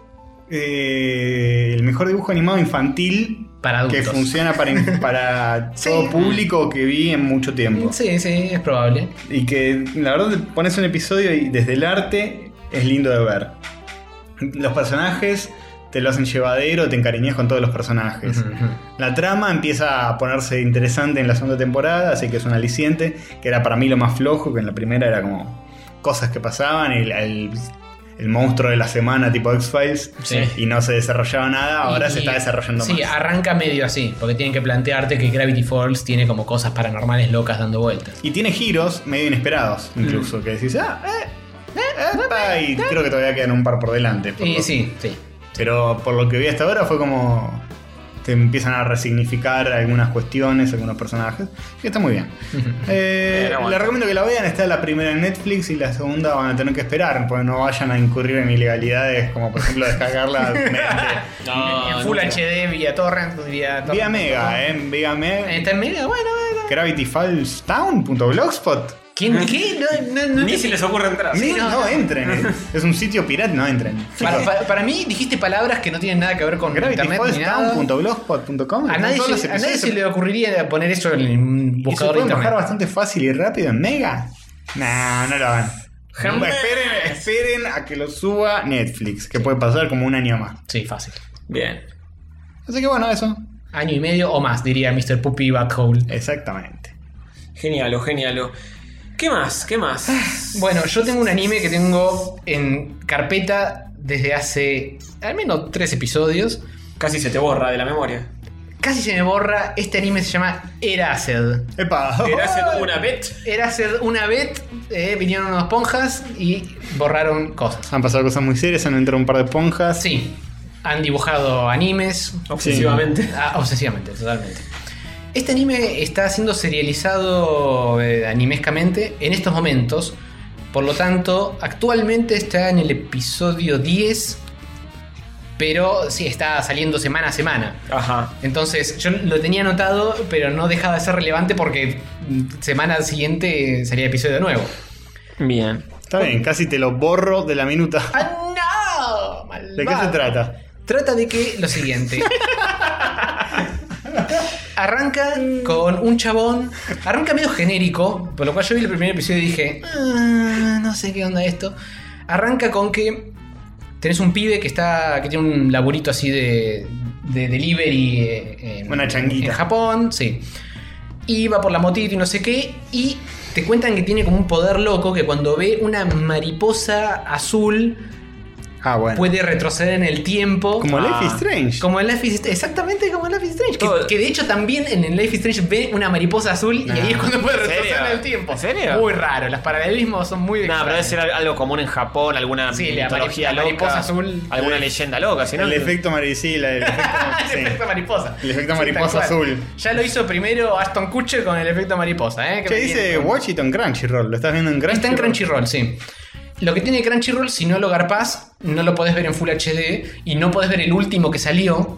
[SPEAKER 3] El mejor dibujo animado infantil
[SPEAKER 5] Para adultos.
[SPEAKER 3] que funciona para todo público que vi en mucho tiempo.
[SPEAKER 5] Sí, es probable.
[SPEAKER 3] Y que la verdad te pones un episodio y desde el arte es lindo de ver. Los personajes te lo hacen llevadero, te encariñas con todos los personajes. La trama empieza a ponerse interesante en la segunda temporada, así que es un aliciente, que era para mí lo más flojo, que en la primera era como cosas que pasaban, el monstruo de la semana tipo X-Files,
[SPEAKER 2] Sí.
[SPEAKER 3] y no se desarrollaba nada, ahora se está desarrollando
[SPEAKER 5] sí,
[SPEAKER 3] más.
[SPEAKER 5] arranca medio así, porque tienen que plantearte que Gravity Falls tiene como cosas paranormales locas dando vueltas.
[SPEAKER 3] Y tiene giros medio inesperados, incluso, que decís, epa, y creo que todavía quedan un par por delante.
[SPEAKER 5] Y sí.
[SPEAKER 3] Pero por lo que vi hasta ahora fue como te empiezan a resignificar algunas cuestiones, algunos personajes, que está muy bien. Les recomiendo que la vean, está la primera en Netflix y la segunda van a tener que esperar, porque no vayan a incurrir en ilegalidades como por ejemplo descargarla mediante
[SPEAKER 5] En Full HD, vía Torrent,
[SPEAKER 3] vía Mega, vía Mega.
[SPEAKER 5] ¿Está en Mega? Bueno.
[SPEAKER 3] GravityFallsTown.blogspot.
[SPEAKER 5] ¿Quién? ¿Qué? No
[SPEAKER 2] Ni
[SPEAKER 5] te-
[SPEAKER 2] si les ocurre entrar.
[SPEAKER 5] Sí,
[SPEAKER 3] No entren, es un sitio pirata, no entren.
[SPEAKER 5] Para mí dijiste palabras que no tienen nada que ver con internet ni nada.
[SPEAKER 3] GravityFallsTown.blogspot.com.
[SPEAKER 5] A nadie se le ocurriría poner eso en un
[SPEAKER 3] ¿Y se
[SPEAKER 5] buscador de
[SPEAKER 3] pueden bajar
[SPEAKER 5] internet.
[SPEAKER 3] bastante fácil y rápido en Mega? No lo hagan.
[SPEAKER 2] Jamás.
[SPEAKER 3] Esperen a que lo suba Netflix, que puede pasar como un año más.
[SPEAKER 5] Sí, fácil.
[SPEAKER 2] Bien.
[SPEAKER 3] Así que bueno, eso.
[SPEAKER 5] Año y medio o más, diría Mr. Puppy Backhole.
[SPEAKER 3] Exactamente.
[SPEAKER 2] Genialo. ¿Qué más?
[SPEAKER 5] Bueno, yo tengo un anime que tengo en carpeta desde hace al menos 3 episodios.
[SPEAKER 2] Casi se te borra de la memoria.
[SPEAKER 5] Casi se me borra. Este anime se llama Erased.
[SPEAKER 3] ¡Epa!
[SPEAKER 2] ¿Era hacer una bet?
[SPEAKER 5] Erased una vez, vinieron unos ponjas y borraron cosas.
[SPEAKER 3] Han pasado cosas muy serias, han entrado un par de ponjas.
[SPEAKER 5] Sí, han dibujado animes.
[SPEAKER 2] Obsesivamente.
[SPEAKER 5] Obsesivamente, totalmente. Este anime está siendo serializado animescamente en estos momentos. Por lo tanto, actualmente está en el episodio 10. Pero sí, está saliendo semana a semana.
[SPEAKER 2] Ajá.
[SPEAKER 5] Entonces, yo lo tenía anotado, pero no dejaba de ser relevante porque semana siguiente salía episodio nuevo.
[SPEAKER 2] Bien.
[SPEAKER 3] Está bien, casi te lo borro de la minuta.
[SPEAKER 5] ¡Ah, no! Malvado.
[SPEAKER 3] ¿De qué se trata?
[SPEAKER 5] Trata de que lo siguiente. Arranca con un chabón. Arranca medio genérico. Por lo cual yo vi el primer episodio y dije, no sé qué onda esto. Arranca con que tenés un pibe que tiene un laburito así de delivery
[SPEAKER 3] Una changuita.
[SPEAKER 5] en Japón, sí. Y va por la motito y no sé qué. Y te cuentan que tiene como un poder loco que cuando ve una mariposa azul
[SPEAKER 3] Ah, bueno.
[SPEAKER 5] puede retroceder en el tiempo.
[SPEAKER 3] Como Life is Strange.
[SPEAKER 5] Como en Life is exactamente como en Life is Strange.
[SPEAKER 2] Todo-
[SPEAKER 5] Que de hecho también en el Life is Strange ve una mariposa azul y ahí es cuando puede
[SPEAKER 2] ¿En
[SPEAKER 5] retroceder
[SPEAKER 2] serio?
[SPEAKER 5] en el tiempo.
[SPEAKER 2] ¿En serio?
[SPEAKER 5] Muy raro. Los paralelismos son muy
[SPEAKER 2] No, pero debe
[SPEAKER 5] extraños.
[SPEAKER 2] ser algo común en Japón, alguna
[SPEAKER 5] Sí, la
[SPEAKER 2] mitología
[SPEAKER 5] la mariposa
[SPEAKER 2] loca,
[SPEAKER 5] azul.
[SPEAKER 2] alguna leyenda loca, si no.
[SPEAKER 3] El efecto maricila, el efecto, sí.
[SPEAKER 5] El efecto mariposa.
[SPEAKER 3] El efecto
[SPEAKER 5] Sí,
[SPEAKER 3] mariposa
[SPEAKER 5] tal cual.
[SPEAKER 3] azul.
[SPEAKER 5] Ya lo hizo primero Aston Kutcher con el efecto mariposa. Que
[SPEAKER 3] Che,
[SPEAKER 5] me
[SPEAKER 3] dice
[SPEAKER 5] viene con-
[SPEAKER 3] Watch It on Crunchyroll. ¿Lo estás viendo en Crunchyroll?
[SPEAKER 5] Está en Crunchyroll, sí. Lo que tiene Crunchyroll, si no lo garpás, no lo podés ver en Full HD y no podés ver el último que salió,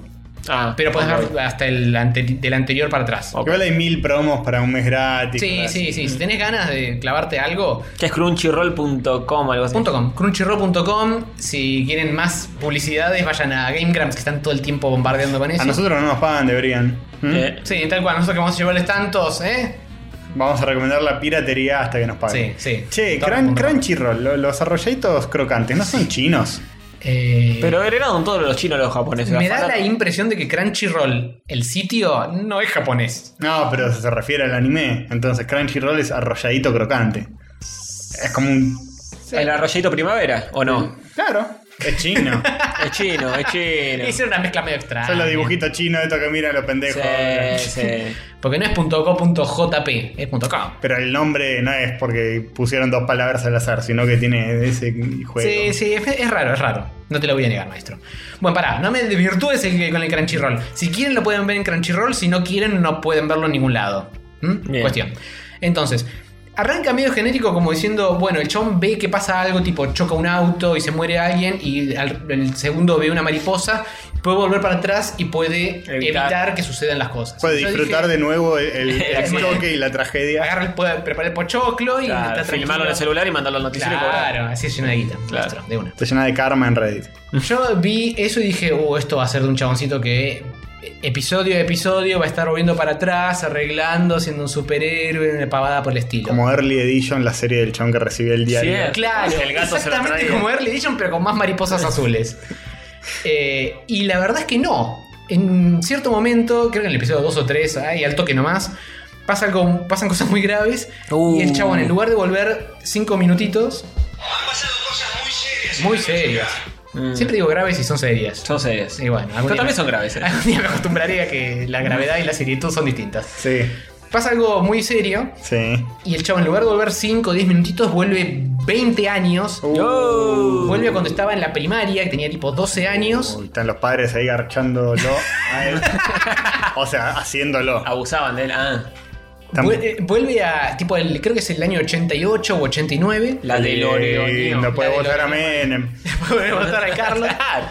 [SPEAKER 5] Pero puedes ver hasta del anterior para atrás.
[SPEAKER 3] Igual hay 1000 promos para un mes gratis.
[SPEAKER 5] Sí. Si tenés ganas de clavarte algo.
[SPEAKER 2] Que es crunchyroll.com, algo así.
[SPEAKER 5] Crunchyroll.com. Si quieren más publicidades, vayan a Game Grumps, que están todo el tiempo bombardeando con eso.
[SPEAKER 3] A nosotros no nos pagan, deberían.
[SPEAKER 5] Sí, tal cual. Nosotros que vamos a llevarles tantos,
[SPEAKER 3] Vamos a recomendar la piratería hasta que nos paguen.
[SPEAKER 5] Sí.
[SPEAKER 3] Che, Crunchyroll, los arrolladitos crocantes, ¿no son chinos?
[SPEAKER 2] Pero heredaron todos los chinos los japoneses.
[SPEAKER 5] Me da la impresión de que Crunchyroll, el sitio, no es japonés.
[SPEAKER 3] No, pero se refiere al anime. Entonces Crunchyroll es arrolladito crocante. Es como un...
[SPEAKER 2] ¿El arrolladito primavera o no?
[SPEAKER 3] Claro, es chino.
[SPEAKER 2] Es chino.
[SPEAKER 5] Hicieron una mezcla medio extraña.
[SPEAKER 3] Son los dibujitos chinos estos que miran los pendejos.
[SPEAKER 2] Sí.
[SPEAKER 5] Porque no es .co.jp, es .com.
[SPEAKER 3] Pero el nombre no es porque pusieron 2 palabras al azar, sino que tiene ese juego.
[SPEAKER 5] Sí, es raro. No te lo voy a negar, maestro. Bueno, pará, no me desvirtúes con el Crunchyroll. Si quieren lo pueden ver en Crunchyroll, si no quieren no pueden verlo en ningún lado. Cuestión. Entonces, arranca medio genérico como diciendo, bueno, el chabón ve que pasa algo, tipo choca un auto y se muere alguien, y el segundo ve una mariposa, puede volver para atrás y puede evitar que sucedan las cosas.
[SPEAKER 3] Puede disfrutar de nuevo el choque y la tragedia.
[SPEAKER 5] Puede preparar el pochoclo y está
[SPEAKER 2] filmarlo en el celular y mandarlo al noticiero.
[SPEAKER 5] Claro, así es llena de guita.
[SPEAKER 2] Claro.
[SPEAKER 5] De una.
[SPEAKER 3] Está llena de karma en Reddit.
[SPEAKER 5] Yo vi eso y dije, esto va a ser de un chaboncito que episodio a episodio va a estar volviendo para atrás, arreglando, siendo un superhéroe, una pavada por el estilo.
[SPEAKER 3] Como Early Edition, la serie del chabón que recibió el diario.
[SPEAKER 2] Sí,
[SPEAKER 5] claro,
[SPEAKER 2] el gato
[SPEAKER 5] exactamente
[SPEAKER 2] se lo
[SPEAKER 5] como Early Edition, pero con más mariposas azules. Y la verdad es que no. En cierto momento, creo que en el episodio 2 o 3, y al toque nomás, pasan cosas muy graves. Y el chabón, en lugar de volver 5 minutitos,
[SPEAKER 6] Han pasado cosas
[SPEAKER 5] muy serias. Siempre digo graves y son serias.
[SPEAKER 2] Son serias.
[SPEAKER 5] Y bueno,
[SPEAKER 2] Pero también son graves.
[SPEAKER 5] Algún día me acostumbraré a que la gravedad y la seriedad son distintas.
[SPEAKER 3] Sí.
[SPEAKER 5] Pasa algo muy serio.
[SPEAKER 3] Sí.
[SPEAKER 5] Y el chavo, en lugar de volver 5 o 10 minutitos, vuelve 20 años. Vuelve a cuando estaba en la primaria, que tenía tipo 12 años.
[SPEAKER 3] Están los padres ahí garchándolo a él. O sea, haciéndolo.
[SPEAKER 2] Abusaban de él.
[SPEAKER 5] Vuelve a tipo creo que es el año 88 o 89.
[SPEAKER 2] La de Loreo.
[SPEAKER 3] No puede
[SPEAKER 5] La de
[SPEAKER 3] votar a
[SPEAKER 5] Loreo.
[SPEAKER 3] Menem.
[SPEAKER 5] Puede votar a Carlos.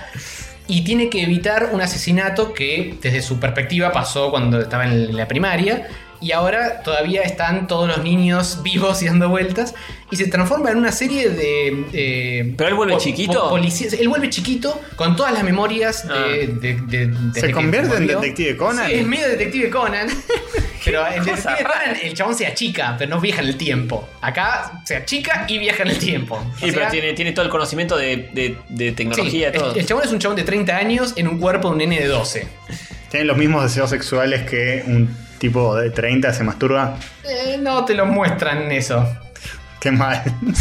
[SPEAKER 5] Y tiene que evitar un asesinato que desde su perspectiva pasó cuando estaba en la primaria. Y ahora todavía están todos los niños vivos y dando vueltas. Y se transforma en una serie de...
[SPEAKER 2] ¿Pero él vuelve chiquito?
[SPEAKER 5] Policías. Él vuelve chiquito con todas las memorias de
[SPEAKER 3] ¿Se convierte en Detective Conan?
[SPEAKER 5] Sí, es medio Detective Conan. Pero en Detective Conan el chabón se achica, pero no viaja en el tiempo. Acá se achica y viaja en el tiempo.
[SPEAKER 2] Sí, pero tiene todo el conocimiento de tecnología.
[SPEAKER 5] Sí,
[SPEAKER 2] todo.
[SPEAKER 5] el chabón es un chabón de 30 años en un cuerpo de un nene de 12.
[SPEAKER 3] Tienen los mismos deseos sexuales que un tipo de 30 se masturba.
[SPEAKER 5] No te lo muestran eso.
[SPEAKER 3] Qué mal.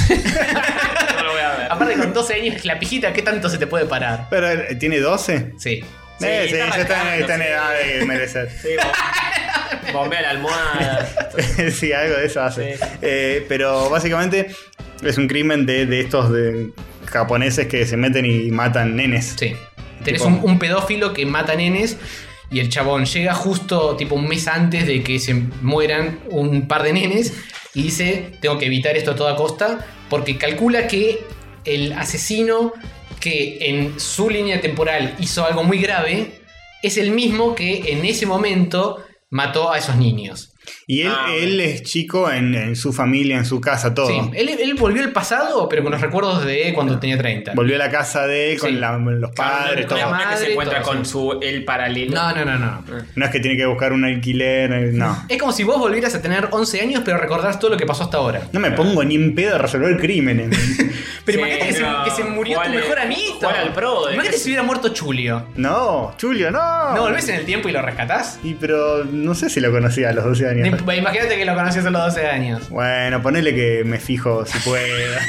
[SPEAKER 2] No lo voy a ver.
[SPEAKER 5] Aparte con 12 años la pijita, ¿qué tanto se te puede parar?
[SPEAKER 3] Pero ¿tiene 12?
[SPEAKER 5] Sí.
[SPEAKER 3] Sí, ya está en edad de merecer.
[SPEAKER 2] Sí, bombea la almohada.
[SPEAKER 3] Sí, algo de eso hace.
[SPEAKER 2] Sí.
[SPEAKER 3] Pero básicamente es un crimen de estos de japoneses que se meten y matan nenes.
[SPEAKER 5] Sí. Tenés
[SPEAKER 3] Tipo-
[SPEAKER 5] un pedófilo que mata nenes y el chabón llega justo tipo un mes antes de que se mueran un par de nenes y dice, tengo que evitar esto a toda costa porque calcula que el asesino que en su línea temporal hizo algo muy grave es el mismo que en ese momento mató a esos niños.
[SPEAKER 3] Y él es chico en su familia, en su casa, todo.
[SPEAKER 5] Sí, él volvió al pasado, pero con los recuerdos de cuando tenía 30.
[SPEAKER 3] Volvió a la casa de él con
[SPEAKER 5] Sí.
[SPEAKER 3] los padres,
[SPEAKER 5] con la
[SPEAKER 3] todo.
[SPEAKER 5] madre,
[SPEAKER 2] que se encuentra
[SPEAKER 5] todo,
[SPEAKER 2] con
[SPEAKER 5] sí.
[SPEAKER 2] el paralelo.
[SPEAKER 5] No.
[SPEAKER 3] No es que tiene que buscar un alquiler, no.
[SPEAKER 5] Es como si vos volvieras a tener 11 años, pero recordás todo lo que pasó hasta ahora.
[SPEAKER 3] No me pongo ni en pedo a resolver crímenes.
[SPEAKER 5] Pero
[SPEAKER 2] Sí,
[SPEAKER 5] imagínate que se murió tu mejor amiguito.
[SPEAKER 2] Jugar al pro.
[SPEAKER 5] Imagínate si hubiera muerto Chulio.
[SPEAKER 3] No, Julio, no.
[SPEAKER 5] ¿No volvés en el tiempo y lo rescatás?
[SPEAKER 3] Y pero no sé si lo conocía a los 12 años.
[SPEAKER 5] Imagínate que lo conocías a los 12 años.
[SPEAKER 3] Bueno, ponele que me fijo si puedo.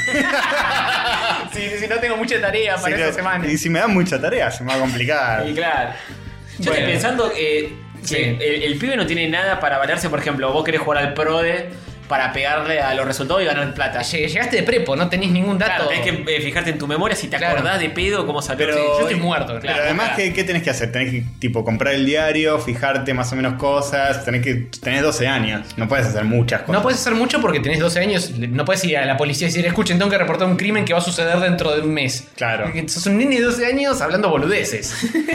[SPEAKER 5] Si no tengo mucha tarea para esta semana.
[SPEAKER 3] Y si me dan mucha tarea, se me va a complicar.
[SPEAKER 2] Y claro. Yo estoy pensando que el pibe no tiene nada para valerse. Por ejemplo, vos querés jugar al PRODE para pegarle a los resultados y ganar plata.
[SPEAKER 5] Llegaste de prepo, no tenés ningún dato.
[SPEAKER 2] Claro, tenés que fijarte en tu memoria si te
[SPEAKER 5] Claro.
[SPEAKER 2] acordás de pedo cómo salió.
[SPEAKER 3] Pero,
[SPEAKER 5] yo estoy muerto,
[SPEAKER 3] Pero
[SPEAKER 5] claro.
[SPEAKER 3] además, ¿qué tenés que hacer? Tenés que tipo comprar el diario, fijarte más o menos cosas. Tenés 12 años. No puedes hacer muchas cosas.
[SPEAKER 5] No puedes hacer mucho porque tenés 12 años. No puedes ir a la policía y decir, escuchen, tengo que reportar un crimen que va a suceder dentro de un mes.
[SPEAKER 3] Claro.
[SPEAKER 5] Porque sos un nene de 12 años hablando boludeces.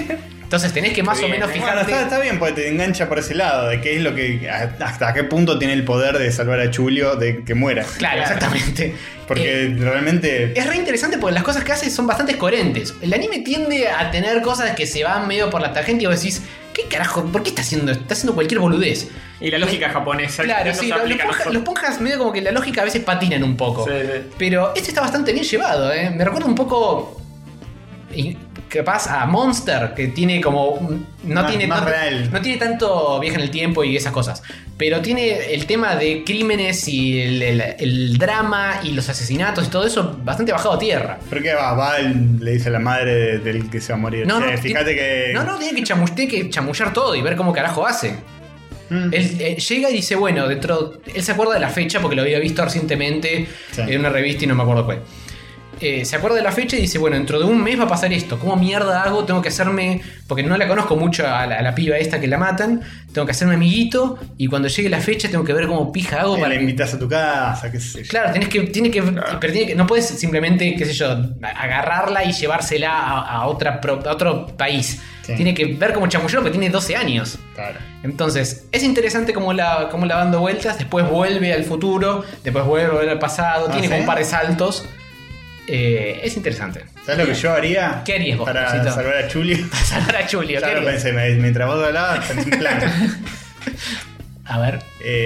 [SPEAKER 5] Entonces tenés que más o menos
[SPEAKER 3] Bueno,
[SPEAKER 5] fijarte.
[SPEAKER 3] está bien, porque te engancha por ese lado, de qué es lo que. Hasta qué punto tiene el poder de salvar a Chulio de que muera.
[SPEAKER 5] Claro, exactamente.
[SPEAKER 3] Porque realmente.
[SPEAKER 5] Es re interesante porque las cosas que hace son bastante coherentes. El anime tiende a tener cosas que se van medio por la tangente y vos decís, ¿qué carajo? ¿Por qué está haciendo esto? Está haciendo cualquier boludez.
[SPEAKER 2] Y la lógica japonesa.
[SPEAKER 5] Claro,
[SPEAKER 2] que no
[SPEAKER 5] sí,
[SPEAKER 2] se aplica a
[SPEAKER 5] los
[SPEAKER 2] nosotros.
[SPEAKER 5] ponjas medio como que la lógica a veces patinan un poco.
[SPEAKER 2] Sí, sí.
[SPEAKER 5] Pero este está bastante bien llevado, ¿eh? Me recuerda un poco. Capaz a Monster, que tiene como. No
[SPEAKER 3] Más
[SPEAKER 5] tiene
[SPEAKER 3] real.
[SPEAKER 5] No tiene tanto viaje en el tiempo y esas cosas. Pero tiene el tema de crímenes y el drama y los asesinatos y todo eso bastante bajado a tierra.
[SPEAKER 3] ¿Pero qué va? Le dice a la madre del que se va a morir.
[SPEAKER 5] No,
[SPEAKER 3] Che,
[SPEAKER 5] no,
[SPEAKER 3] fíjate que.
[SPEAKER 5] No, tiene que chamullar todo y ver cómo carajo hace. Él llega y dice, bueno, él se acuerda de la fecha porque lo había visto recientemente
[SPEAKER 3] Sí.
[SPEAKER 5] en una revista y no me acuerdo cuál. Se acuerda de la fecha y dice, bueno, dentro de un mes va a pasar esto. ¿Cómo mierda hago? Tengo que hacerme... Porque no la conozco mucho a la piba esta que la matan. Tengo que hacerme amiguito y cuando llegue la fecha tengo que ver cómo pija hago
[SPEAKER 3] La
[SPEAKER 5] para...
[SPEAKER 3] invitas a tu casa, qué sé yo.
[SPEAKER 5] Claro, pero tiene que, no puedes simplemente, qué sé yo, agarrarla y llevársela a otro país.
[SPEAKER 3] Sí.
[SPEAKER 5] Tiene que ver cómo chamulló porque tiene 12 años.
[SPEAKER 3] Claro.
[SPEAKER 5] Entonces, es interesante cómo la va dando vueltas, después vuelve al futuro, después vuelve al pasado, tiene
[SPEAKER 3] ¿sí?
[SPEAKER 5] como un par de saltos. Es interesante.
[SPEAKER 3] ¿Sabes lo que yo haría?
[SPEAKER 5] ¿Qué harías vos,
[SPEAKER 3] para
[SPEAKER 5] Josito?
[SPEAKER 3] salvar a Chulio?
[SPEAKER 5] Salvar a Chulio,
[SPEAKER 3] Ya
[SPEAKER 5] ¿qué
[SPEAKER 3] lo
[SPEAKER 5] harías?
[SPEAKER 3] pensé, mientras vos hablabas, pensé un plan.
[SPEAKER 5] A ver,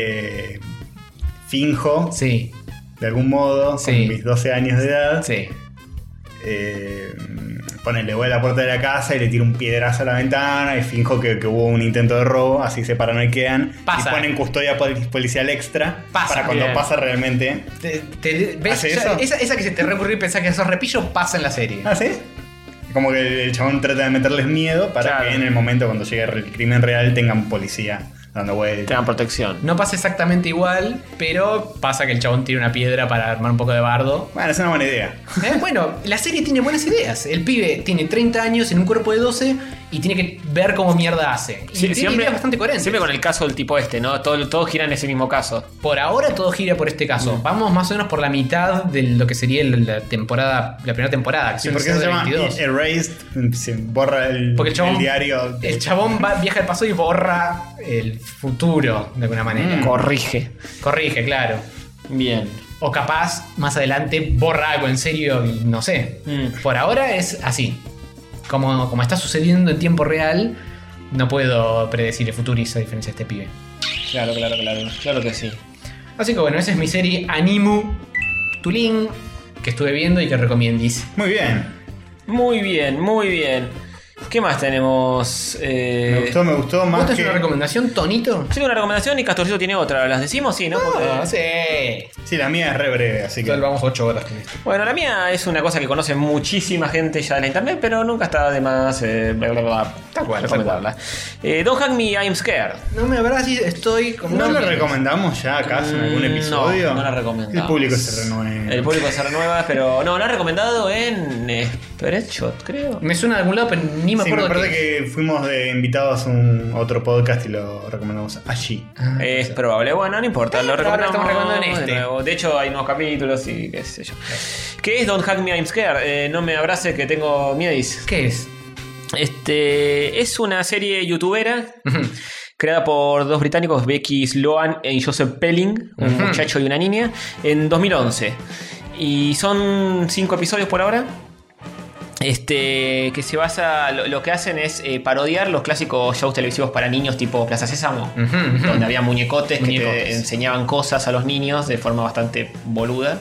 [SPEAKER 3] Finjo,
[SPEAKER 5] sí,
[SPEAKER 3] de algún modo,
[SPEAKER 5] Sí.
[SPEAKER 3] con mis 12 años de edad.
[SPEAKER 5] sí.
[SPEAKER 3] Ponele, voy a la puerta de la casa y le tiro un piedrazo a la ventana y finjo que hubo un intento de robo, así se paranoiquean
[SPEAKER 5] Pasa.
[SPEAKER 3] y ponen custodia policial extra
[SPEAKER 5] Pasa.
[SPEAKER 3] para cuando
[SPEAKER 2] Bien.
[SPEAKER 3] pasa realmente.
[SPEAKER 5] ¿Ves?
[SPEAKER 3] ¿Hace
[SPEAKER 5] Ya,
[SPEAKER 3] eso?
[SPEAKER 5] esa que se te recurrió y pensar que sos repillo pasa en la serie.
[SPEAKER 3] ¿Ah, sí? Como que el chabón trata de meterles miedo para
[SPEAKER 2] Claro.
[SPEAKER 3] que en el momento cuando llegue el crimen real tengan policía dando vueltas.
[SPEAKER 2] Tengan protección.
[SPEAKER 5] No pasa exactamente igual, pero pasa que el chabón tira una piedra para armar un poco de bardo.
[SPEAKER 3] Bueno, es una buena idea.
[SPEAKER 5] Bueno, la serie tiene buenas ideas. El pibe tiene 30 años en un cuerpo de 12 y tiene que ver cómo mierda hace. Y tiene ideas bastante coherentes.
[SPEAKER 2] Siempre con el caso del tipo este, ¿no? Todo gira en ese mismo caso.
[SPEAKER 5] Por ahora todo gira por este caso. Vamos más o menos por la mitad de lo que sería la primera temporada. Que
[SPEAKER 3] Sí,
[SPEAKER 5] suele
[SPEAKER 3] porque
[SPEAKER 5] ser
[SPEAKER 3] se
[SPEAKER 5] de
[SPEAKER 3] llama
[SPEAKER 5] 22.
[SPEAKER 3] Erased, se borra
[SPEAKER 5] Porque el chabón,
[SPEAKER 3] diario.
[SPEAKER 5] El chabón viaja al pasado y borra el futuro de alguna manera.
[SPEAKER 2] Corrige.
[SPEAKER 5] Corrige, claro.
[SPEAKER 2] Bien.
[SPEAKER 5] O capaz, más adelante, borra algo en serio y no sé. Por ahora es así. Como está sucediendo en tiempo real, no puedo predecir el futuro y esa diferencia de este pibe.
[SPEAKER 2] Claro. Claro que sí.
[SPEAKER 5] Así que bueno, esa es mi serie Animu Tulin que estuve viendo y que recomiendis.
[SPEAKER 3] Muy bien.
[SPEAKER 2] Muy bien. ¿Qué más tenemos?
[SPEAKER 3] Me gustó
[SPEAKER 5] ¿Vos
[SPEAKER 3] más
[SPEAKER 5] tenés
[SPEAKER 3] que...
[SPEAKER 5] una recomendación, Tonito?
[SPEAKER 2] Yo tengo una recomendación y Castorcito tiene otra. ¿Las decimos? Sí, ¿no? Porque-
[SPEAKER 5] Sí.
[SPEAKER 3] Sí, la mía es re breve, así que...
[SPEAKER 5] Total, vamos 8 horas con esto.
[SPEAKER 2] Bueno, la mía es una cosa que conoce muchísima gente ya de la internet, pero nunca está de más bla, bla, bla,
[SPEAKER 5] Tal cual,
[SPEAKER 2] recomendarla. Don't Hug Me, I'm Scared.
[SPEAKER 5] No me abraces, estoy como...
[SPEAKER 3] ¿No la recomendamos ya acaso en algún episodio?
[SPEAKER 2] No la recomendamos.
[SPEAKER 3] El público se renueva.
[SPEAKER 2] El público se renueva, pero no, la he recomendado en Spreadshot, creo.
[SPEAKER 5] Me suena de algún lado, pero ni me
[SPEAKER 3] Sí, me
[SPEAKER 5] acuerdo
[SPEAKER 3] acuerdo
[SPEAKER 5] qué.
[SPEAKER 3] que fuimos de invitados a un otro podcast y lo recomendamos allí.
[SPEAKER 2] Es probable, bueno, no importa, lo
[SPEAKER 5] pero ahora
[SPEAKER 2] recomendamos
[SPEAKER 5] estamos recomendando en
[SPEAKER 2] de
[SPEAKER 5] este.
[SPEAKER 2] nuevo. De hecho, hay nuevos capítulos y qué sé yo. ¿Qué es Don't Hug Me, I'm Scared? No me abrace que tengo miedis.
[SPEAKER 5] ¿Qué es?
[SPEAKER 2] Es una serie youtubera creada por dos británicos, Becky Sloan y Joseph Pelling, un muchacho y una niña, en 2011. Y son 5 episodios por ahora. Que se basa, lo que hacen es parodiar los clásicos shows televisivos para niños tipo Plaza Sésamo, donde había muñecotes que te enseñaban cosas a los niños de forma bastante boluda.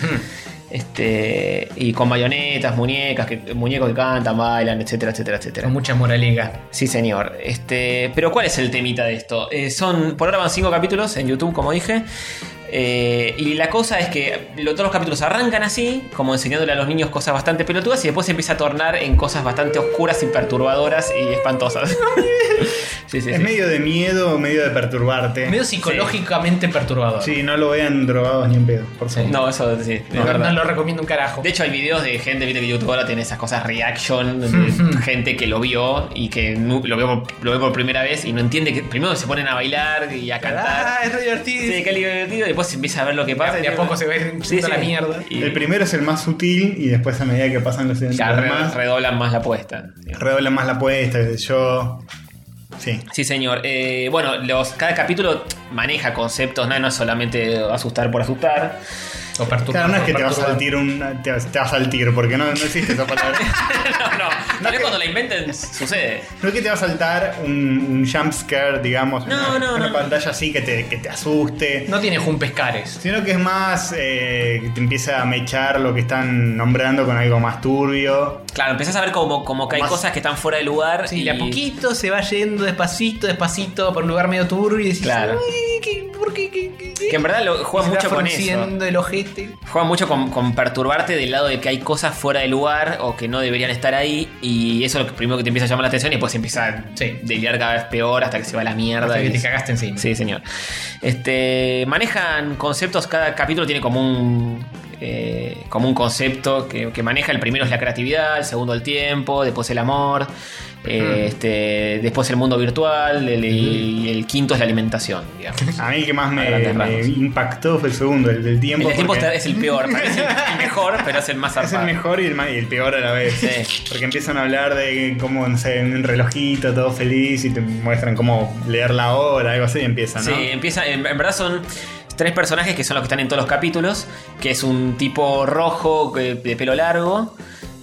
[SPEAKER 2] Y con marionetas, muñecos que cantan, bailan, etcétera, etcétera, etcétera.
[SPEAKER 5] Con mucha moraleja.
[SPEAKER 2] Sí, señor. Pero ¿cuál es el temita de esto? Por ahora van 5 capítulos en YouTube, como dije. Y la cosa es que todos los capítulos arrancan así, como enseñándole a los niños cosas bastante pelotudas, y después se empieza a tornar en cosas bastante oscuras y perturbadoras y espantosas. Sí.
[SPEAKER 3] Es medio de miedo, medio de perturbarte.
[SPEAKER 5] Medio psicológicamente perturbador.
[SPEAKER 3] Sí, no lo vean drogados ni en pedo, por favor.
[SPEAKER 2] No, eso sí, de
[SPEAKER 5] No,
[SPEAKER 2] verdad.
[SPEAKER 5] no lo recomiendo un carajo.
[SPEAKER 2] De hecho, hay videos de gente, viste que YouTube ahora tiene esas cosas reaction, de gente que lo vio y que lo ve por primera vez y no entiende que primero se ponen a bailar y a cantar.
[SPEAKER 5] Es re divertido.
[SPEAKER 2] Sí, qué divertido. Y después se empieza a ver lo que pasa.
[SPEAKER 5] De a poco se ve yendo la mierda.
[SPEAKER 2] Y
[SPEAKER 3] El primero es el más sutil y después a medida que pasan los siguientes
[SPEAKER 2] claro,
[SPEAKER 3] más,
[SPEAKER 2] redoblan más la apuesta.
[SPEAKER 3] redoblan más la apuesta, qué sé yo. Sí.
[SPEAKER 2] Sí, señor. Bueno, cada capítulo maneja conceptos, no es solamente asustar por asustar.
[SPEAKER 5] O perturbar.
[SPEAKER 3] Claro, no es que te
[SPEAKER 5] perturbar.
[SPEAKER 3] vas a saltir te vas a saltir, porque no existe esa palabra.
[SPEAKER 2] no es cuando la inventen, sucede.
[SPEAKER 3] No es que te va a saltar un jump scare, digamos, una pantalla así que te asuste.
[SPEAKER 5] No tiene jumpescares.
[SPEAKER 3] Sino que es más que te empieza a mechar lo que están nombrando con algo más turbio.
[SPEAKER 2] Claro, empezás a ver como que hay
[SPEAKER 3] Más-
[SPEAKER 2] cosas que están fuera de lugar.
[SPEAKER 5] Sí,
[SPEAKER 2] y
[SPEAKER 5] de a poquito se va yendo despacito por un lugar medio turbio y decís,
[SPEAKER 2] Claro.
[SPEAKER 5] "Ay, ¿por qué?
[SPEAKER 2] Que en verdad juega
[SPEAKER 5] Se
[SPEAKER 2] mucho
[SPEAKER 5] va
[SPEAKER 2] con eso.
[SPEAKER 5] frunciendo el ojete.
[SPEAKER 2] Juega mucho con perturbarte del lado de que hay cosas fuera de lugar o que no deberían estar ahí. Y eso es lo primero que te empieza a llamar la atención y después empieza a
[SPEAKER 5] Sí.
[SPEAKER 2] delirar cada vez peor hasta que se va a la mierda.
[SPEAKER 5] Hasta que
[SPEAKER 2] y
[SPEAKER 5] te cagaste encima.
[SPEAKER 2] Sí, señor. Manejan conceptos, cada capítulo tiene como un concepto que maneja. El primero es la creatividad, el segundo el tiempo, después el amor, después el mundo virtual y el quinto es la alimentación, digamos.
[SPEAKER 3] A mí el que más me
[SPEAKER 2] grandes rasgos.
[SPEAKER 3] impactó fue el segundo, el del tiempo.
[SPEAKER 2] El del tiempo
[SPEAKER 3] porque
[SPEAKER 2] es el peor, parece el mejor, pero es el más
[SPEAKER 3] es el
[SPEAKER 2] zarpado.
[SPEAKER 3] mejor y el peor a la vez.
[SPEAKER 2] Sí.
[SPEAKER 3] Porque empiezan a hablar de cómo, no sé, un relojito todo feliz y te muestran cómo leer la hora, algo así, y empieza, ¿no?
[SPEAKER 2] Sí, empieza. En verdad son 3 personajes que son los que están en todos los capítulos. Que es un tipo rojo de pelo largo,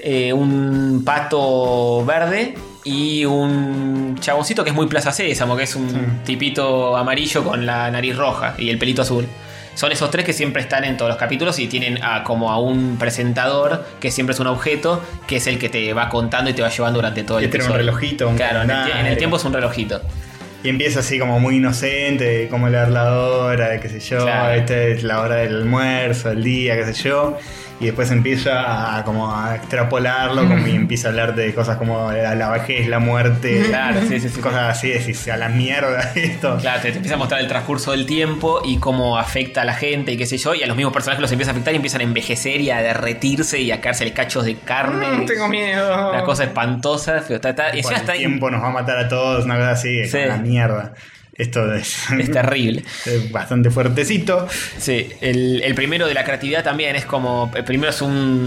[SPEAKER 2] un pato verde y un chaboncito que es muy Plaza Sésamo, que es un tipito amarillo con la nariz roja y el pelito azul. Son esos 3 que siempre están en todos los capítulos y tienen como a un presentador que siempre es un objeto, que es el que te va contando y te va llevando durante todo el
[SPEAKER 3] Que tiene un
[SPEAKER 2] episodio.
[SPEAKER 3] relojito, un
[SPEAKER 2] Claro, en
[SPEAKER 3] calendario.
[SPEAKER 2] el tiempo es un relojito.
[SPEAKER 3] Y empieza así como muy inocente, de cómo leer la hora, de qué sé yo,
[SPEAKER 2] Claro.
[SPEAKER 3] esta es la hora del almuerzo, el día, qué sé yo. Y después empieza a extrapolarlo como y empieza a hablar de cosas como la vejez, la muerte,
[SPEAKER 2] Claro, sí.
[SPEAKER 3] cosas así, decís, a la mierda esto.
[SPEAKER 2] Claro, te empieza a mostrar el transcurso del tiempo y cómo afecta a la gente y qué sé yo, y a los mismos personajes los empieza a afectar y empiezan a envejecer y a derretirse y a caerse cachos de carne.
[SPEAKER 5] Tengo miedo.
[SPEAKER 2] Una cosa espantosa. Y encima está
[SPEAKER 3] el tiempo nos va a matar a todos, una cosa así,
[SPEAKER 2] Sí.
[SPEAKER 3] a la mierda. Esto es
[SPEAKER 2] terrible.
[SPEAKER 3] es bastante fuertecito.
[SPEAKER 2] Sí, el primero de la creatividad también es como. El primero es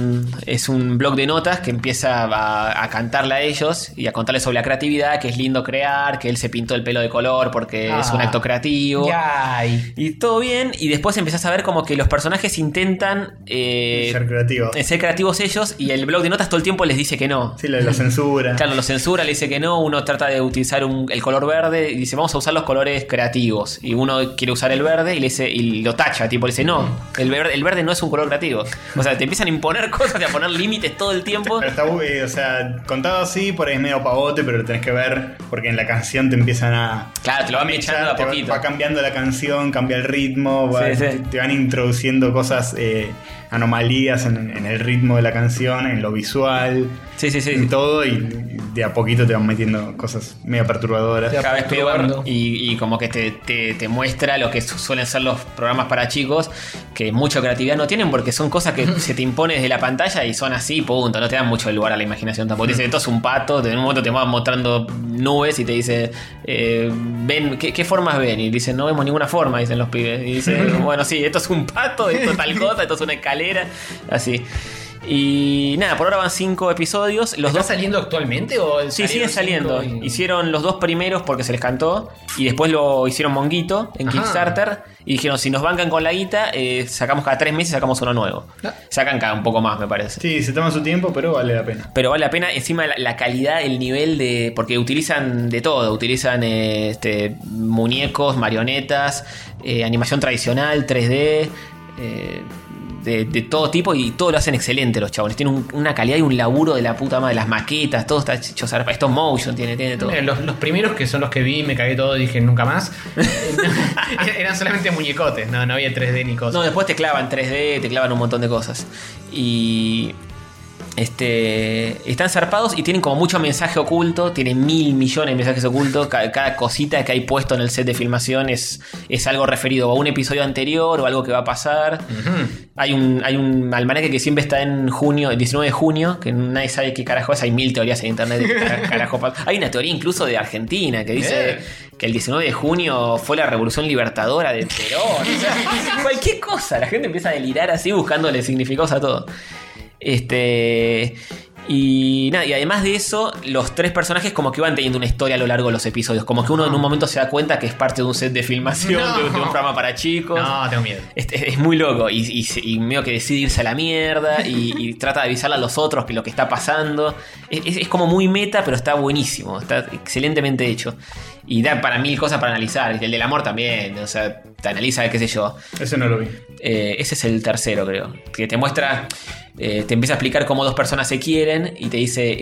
[SPEAKER 2] un blog de notas que empieza a cantarle a ellos y a contarles sobre la creatividad, que es lindo crear, que él se pintó el pelo de color porque es un acto creativo.
[SPEAKER 5] Yay.
[SPEAKER 2] Y todo bien, y después empezás a ver como que los personajes intentan
[SPEAKER 3] Ser creativo.
[SPEAKER 2] ser creativos ellos, y el blog de notas todo el tiempo les dice que no.
[SPEAKER 3] Sí, lo censura.
[SPEAKER 2] Claro, lo censura, le dice que no, uno trata de utilizar el color verde y dice, vamos a usar los colores creativos. Y uno quiere usar el verde y le dice, y lo tacha, tipo, le dice, no, el verde no es un color creativo. O sea, te empiezan a imponer cosas y a poner límites todo el tiempo.
[SPEAKER 3] Pero está, o sea, contado así, por ahí es medio pavote, pero lo tenés que ver porque en la canción te empiezan a...
[SPEAKER 2] Claro, te lo van echando a
[SPEAKER 3] te
[SPEAKER 2] poquito.
[SPEAKER 3] va cambiando la canción, cambia el ritmo,
[SPEAKER 2] Sí.
[SPEAKER 3] te van introduciendo cosas, anomalías en el ritmo de la canción, en lo visual,
[SPEAKER 2] Sí.
[SPEAKER 3] en todo, y de a poquito te van metiendo cosas medio perturbadoras.
[SPEAKER 2] Cada vez peor,
[SPEAKER 5] Perturbando.
[SPEAKER 2] y como que te muestra lo que suelen ser los programas para chicos, que mucha creatividad no tienen porque son cosas que se te imponen desde la pantalla y son así, punto, no te dan mucho lugar a la imaginación tampoco. Te dice, esto es un pato, en un momento te van mostrando nubes y te dice, ven, ¿qué formas ven? Y dicen, no vemos ninguna forma, dicen los pibes. Y dicen, bueno, sí, esto es un pato, esto es tal cosa, esto es una escalera, así. Y nada, por ahora van 5 episodios. Los
[SPEAKER 5] ¿Está
[SPEAKER 2] dos
[SPEAKER 5] saliendo actualmente o
[SPEAKER 2] Sí, siguen
[SPEAKER 5] salieron
[SPEAKER 2] saliendo.
[SPEAKER 5] cinco y-
[SPEAKER 2] Hicieron los 2 primeros porque se les cantó. Y después lo hicieron monguito en
[SPEAKER 5] Ajá.
[SPEAKER 2] Kickstarter. Y dijeron, si nos bancan con la guita, sacamos cada 3 meses, sacamos uno nuevo.
[SPEAKER 5] Ah.
[SPEAKER 2] Sacan cada un poco más, me parece.
[SPEAKER 3] Sí, se toma su tiempo, pero vale la pena.
[SPEAKER 2] Pero vale la pena, encima la calidad, el nivel de... Porque utilizan de todo. Utilizan muñecos, marionetas, animación tradicional, 3D... de todo tipo, y todo lo hacen excelente los chabones. Tienen una calidad y un laburo de la puta madre. Las maquetas, todo está hecho zarpa. Stop motion tiene todo.
[SPEAKER 5] Los primeros que son los que vi, me cagué todo y dije nunca más. Eran solamente muñecotes, no había 3D ni cosas.
[SPEAKER 2] No, después te clavan 3D, te clavan un montón de cosas. Y Están zarpados y tienen como mucho mensaje oculto. Tienen 1000 millones de mensajes ocultos. Cada cosita que hay puesto en el set de filmación es algo referido a un episodio anterior o algo que va a pasar. Hay un almanaque que siempre está en junio, el 19 de junio, que nadie sabe qué carajo es. Hay 1000 teorías en internet de qué carajo pasa. Hay una teoría incluso de Argentina que dice que el 19 de junio fue la revolución libertadora de Perón. O sea, cualquier cosa. La gente empieza a delirar así buscándole significados a todo. Y además de eso, los 3 personajes como que van teniendo una historia a lo largo de los episodios. Como que uno en un momento se da cuenta que es parte de un set de filmación, de un programa para chicos.
[SPEAKER 5] No, tengo miedo.
[SPEAKER 2] Es muy loco. Y medio que decide irse a la mierda. Y trata de avisarle a los otros que lo que está pasando. Es como muy meta, pero está buenísimo. Está excelentemente hecho. Y da para 1000 cosas para analizar. El del amor también. O sea, te analiza, qué sé yo.
[SPEAKER 3] Ese no lo vi.
[SPEAKER 2] Ese es el tercero, creo. Que te muestra... te empieza a explicar cómo 2 personas se quieren y te dice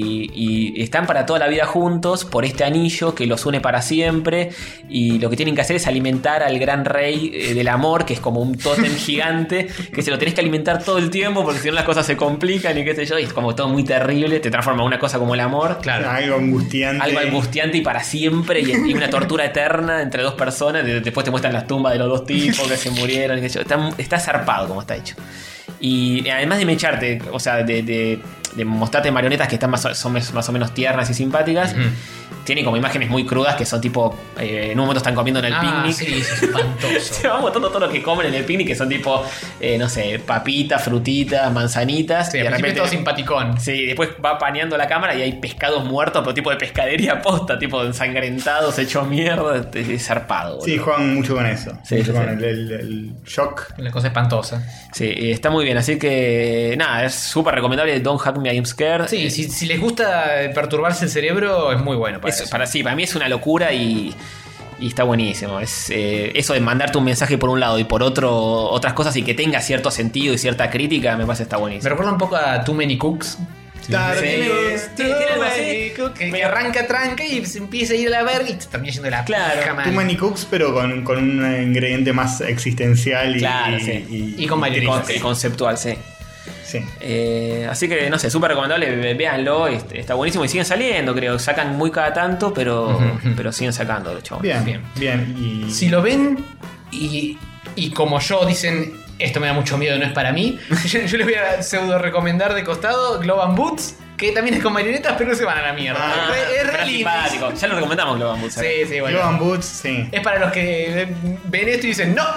[SPEAKER 2] y están para toda la vida juntos por este anillo que los une para siempre, y lo que tienen que hacer es alimentar al gran rey del amor, que es como un tótem gigante que se lo tenés que alimentar todo el tiempo porque si no las cosas se complican y qué sé yo, y es como todo muy terrible, te transforma en una cosa como el amor,
[SPEAKER 5] Claro.
[SPEAKER 3] Algo angustiante
[SPEAKER 2] y para siempre y una tortura eterna entre 2 personas. Después te muestran las tumbas de los 2 tipos que se murieron y qué sé yo. Está zarpado como está hecho. Y además de mecharte, o sea, de mostrarte marionetas que están son más o menos tiernas y simpáticas, tiene como imágenes muy crudas que son tipo, en un momento están comiendo en el picnic.
[SPEAKER 5] Sí, eso es espantoso.
[SPEAKER 2] Se va mostrando todo lo que comen en el picnic, que son tipo, no sé, papitas, frutitas, manzanitas.
[SPEAKER 5] Sí,
[SPEAKER 2] y de repente
[SPEAKER 5] todo simpaticón.
[SPEAKER 2] Sí, después va paneando la cámara y hay pescados muertos, pero tipo de pescadería posta, tipo ensangrentados, hechos mierda, es zarpado.
[SPEAKER 3] Sí,
[SPEAKER 2] boludo.
[SPEAKER 3] juegan mucho con eso.
[SPEAKER 2] Sí,
[SPEAKER 3] mucho
[SPEAKER 2] sí,
[SPEAKER 3] con
[SPEAKER 2] sí.
[SPEAKER 3] el shock.
[SPEAKER 5] Una cosa espantosa.
[SPEAKER 2] Sí, está muy bien, así que nada, es súper recomendable. Don't Hack Me, I'm Scared.
[SPEAKER 5] Sí, si les gusta perturbarse el cerebro, es muy bueno para eso.
[SPEAKER 2] Para mí es una locura y está buenísimo. Es eso de mandarte un mensaje por un lado y por otro otras cosas y que tenga cierto sentido y cierta crítica, me parece que está
[SPEAKER 5] Me
[SPEAKER 2] buenísimo.
[SPEAKER 5] recuerda un poco a Too Many Cooks.
[SPEAKER 3] Claro,
[SPEAKER 2] Sí.
[SPEAKER 5] Tiene algo así, que arranca tranca y se empieza a ir a la verga y se termina yendo de la
[SPEAKER 2] Claro.
[SPEAKER 5] pija mal.
[SPEAKER 3] Too Many Cooks, pero con un ingrediente más existencial
[SPEAKER 2] Claro, sí.
[SPEAKER 5] Y con marionetas.
[SPEAKER 2] Y conceptual, sí.
[SPEAKER 3] Sí.
[SPEAKER 2] Así que no sé, súper recomendable, véanlo, está buenísimo y siguen saliendo, creo, sacan muy cada tanto, pero siguen sacando, chabón.
[SPEAKER 3] Bien. Y...
[SPEAKER 5] Si lo ven y como yo dicen, esto me da mucho miedo, no es para mí, yo les voy a pseudo recomendar de costado Globan Boots, que también es con marionetas, pero no se van a la mierda. Es re lindo.
[SPEAKER 2] simpático. Ya lo recomendamos, Globan Boots.
[SPEAKER 5] Sí, bueno.
[SPEAKER 3] Globan Boots, sí.
[SPEAKER 5] Es para los que ven esto y dicen, no.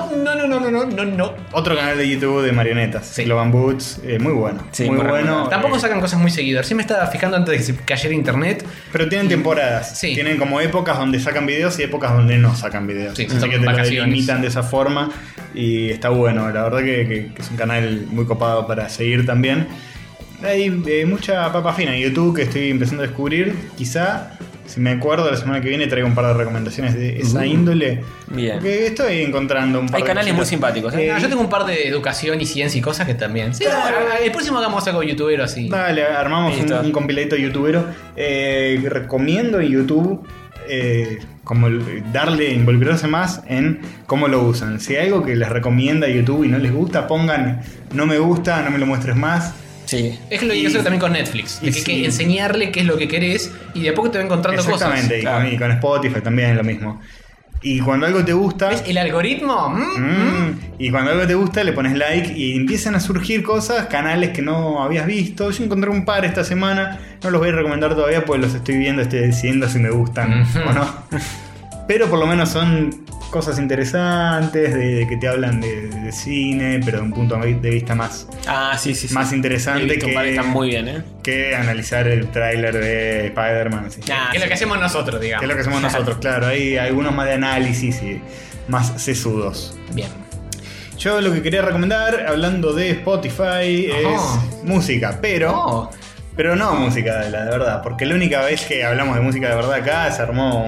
[SPEAKER 3] Otro canal de YouTube de marionetas.
[SPEAKER 5] Sí.
[SPEAKER 3] Globan Boots, muy bueno.
[SPEAKER 2] Sí,
[SPEAKER 3] muy
[SPEAKER 2] muy
[SPEAKER 3] bueno.
[SPEAKER 2] recomendable.
[SPEAKER 5] Tampoco sacan cosas muy seguidas. Sí me estaba fijando antes de que se cayera internet.
[SPEAKER 3] Pero tienen temporadas.
[SPEAKER 5] Sí.
[SPEAKER 3] Tienen como épocas donde sacan videos y épocas donde no sacan videos.
[SPEAKER 5] Sí,
[SPEAKER 3] Así
[SPEAKER 5] son
[SPEAKER 3] que te lo
[SPEAKER 5] vacaciones.
[SPEAKER 3] delimitan de esa forma. Y está bueno. La verdad que es un canal muy copado para seguir también. Hay mucha papa fina en YouTube que estoy empezando a descubrir. Quizá, si me acuerdo, la semana que viene traigo un par de recomendaciones de esa índole.
[SPEAKER 2] Bien.
[SPEAKER 3] Porque estoy encontrando un par
[SPEAKER 2] Hay
[SPEAKER 3] de
[SPEAKER 2] canales muy
[SPEAKER 3] cositas.
[SPEAKER 2] simpáticos.
[SPEAKER 5] No, yo tengo un par de educación y ciencia y cosas que también. Sí, el próximo hagamos algo youtubero así.
[SPEAKER 3] Dale, armamos
[SPEAKER 2] Listo.
[SPEAKER 3] un compiladito youtubero. Recomiendo en YouTube como involucrarse más en cómo lo usan. Si hay algo que les recomienda YouTube y no les gusta, pongan no me gusta, no me lo muestres más.
[SPEAKER 2] Sí.
[SPEAKER 5] Es lo que hay que hacer también con Netflix. De que hay
[SPEAKER 3] sí.
[SPEAKER 5] que enseñarle qué es lo que querés y de a poco te va encontrando
[SPEAKER 3] Exactamente,
[SPEAKER 5] cosas.
[SPEAKER 3] y con Spotify también es lo mismo. Y cuando algo te gusta,
[SPEAKER 5] ¿Ves el algoritmo?
[SPEAKER 3] y cuando algo te gusta le pones like y empiezan a surgir cosas, canales que no habías visto. Yo encontré un par esta semana, no los voy a recomendar todavía porque los estoy viendo, estoy decidiendo si me gustan o no. Pero por lo menos son cosas interesantes, de que te hablan de cine, pero de un punto de vista más
[SPEAKER 2] Sí.
[SPEAKER 3] más interesante
[SPEAKER 2] He visto un par que están muy bien,
[SPEAKER 3] que analizar el tráiler de Spider-Man. ¿Sí?
[SPEAKER 5] Que es lo que hacemos nosotros, digamos.
[SPEAKER 3] Que es lo que hacemos nosotros, claro. Hay algunos más de análisis y más sesudos.
[SPEAKER 5] Bien.
[SPEAKER 3] Yo lo que quería recomendar, hablando de Spotify, es música, pero no música de la de verdad, porque la única vez que hablamos de música de verdad acá se armó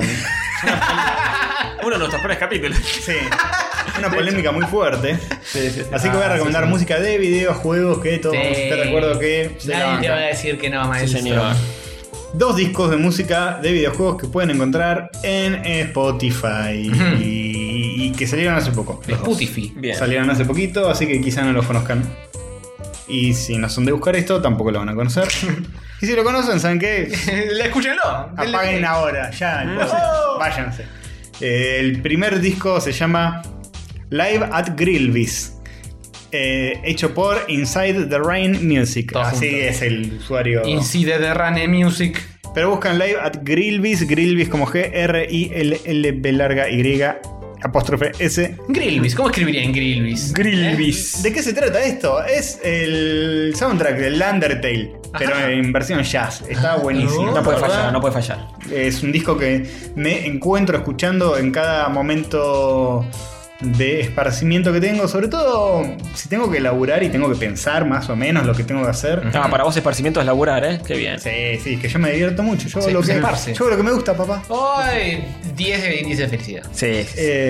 [SPEAKER 2] Uno de nuestros peores capítulos.
[SPEAKER 3] sí, una polémica muy fuerte. Así que voy a recomendar música de videojuegos que todos te recuerdo que se la
[SPEAKER 5] Nadie te va a
[SPEAKER 3] bancan.
[SPEAKER 5] decir que no,
[SPEAKER 2] Sí,
[SPEAKER 5] maestro.
[SPEAKER 2] señor.
[SPEAKER 3] 2 discos de música de videojuegos que pueden encontrar en Spotify y que salieron hace poco. los dos.
[SPEAKER 5] Spotify.
[SPEAKER 2] Bien.
[SPEAKER 3] Salieron hace poquito, así que quizá no los conozcan. Y si no son de buscar esto, tampoco lo van a conocer. Y si lo conocen, ¿saben qué?
[SPEAKER 5] Escúchenlo.
[SPEAKER 3] Apaguen ahora, ya. Entonces, váyanse. El primer disco se llama Live at Grillby's. Hecho por Inside the Rain Music.
[SPEAKER 5] Todo
[SPEAKER 3] Así
[SPEAKER 5] junto.
[SPEAKER 3] es el usuario.
[SPEAKER 5] Inside the Rane Music.
[SPEAKER 3] Pero buscan Live at Grillby's. Grillby's como G-R-I-L-L-B larga Y apóstrofe S.
[SPEAKER 5] Grillby's. ¿Cómo escribirían Grillby's?
[SPEAKER 3] Grillby's. ¿De qué se trata esto? Es el soundtrack del Undertale, pero en versión jazz. Está buenísimo.
[SPEAKER 2] No puede
[SPEAKER 3] ¿verdad?
[SPEAKER 2] fallar, no puede fallar.
[SPEAKER 3] Es un disco que me encuentro escuchando en cada momento de esparcimiento que tengo, sobre todo si tengo que laburar y tengo que pensar más o menos lo que tengo que hacer.
[SPEAKER 2] Ah, para vos esparcimiento es laburar, ¿eh? Qué bien.
[SPEAKER 3] Sí, que yo me divierto mucho. Yo
[SPEAKER 5] Sí,
[SPEAKER 3] lo
[SPEAKER 5] se
[SPEAKER 3] que
[SPEAKER 5] esparce.
[SPEAKER 3] yo hago lo que me gusta, papá.
[SPEAKER 5] Ay, 10 de índice de felicidad.
[SPEAKER 2] Sí.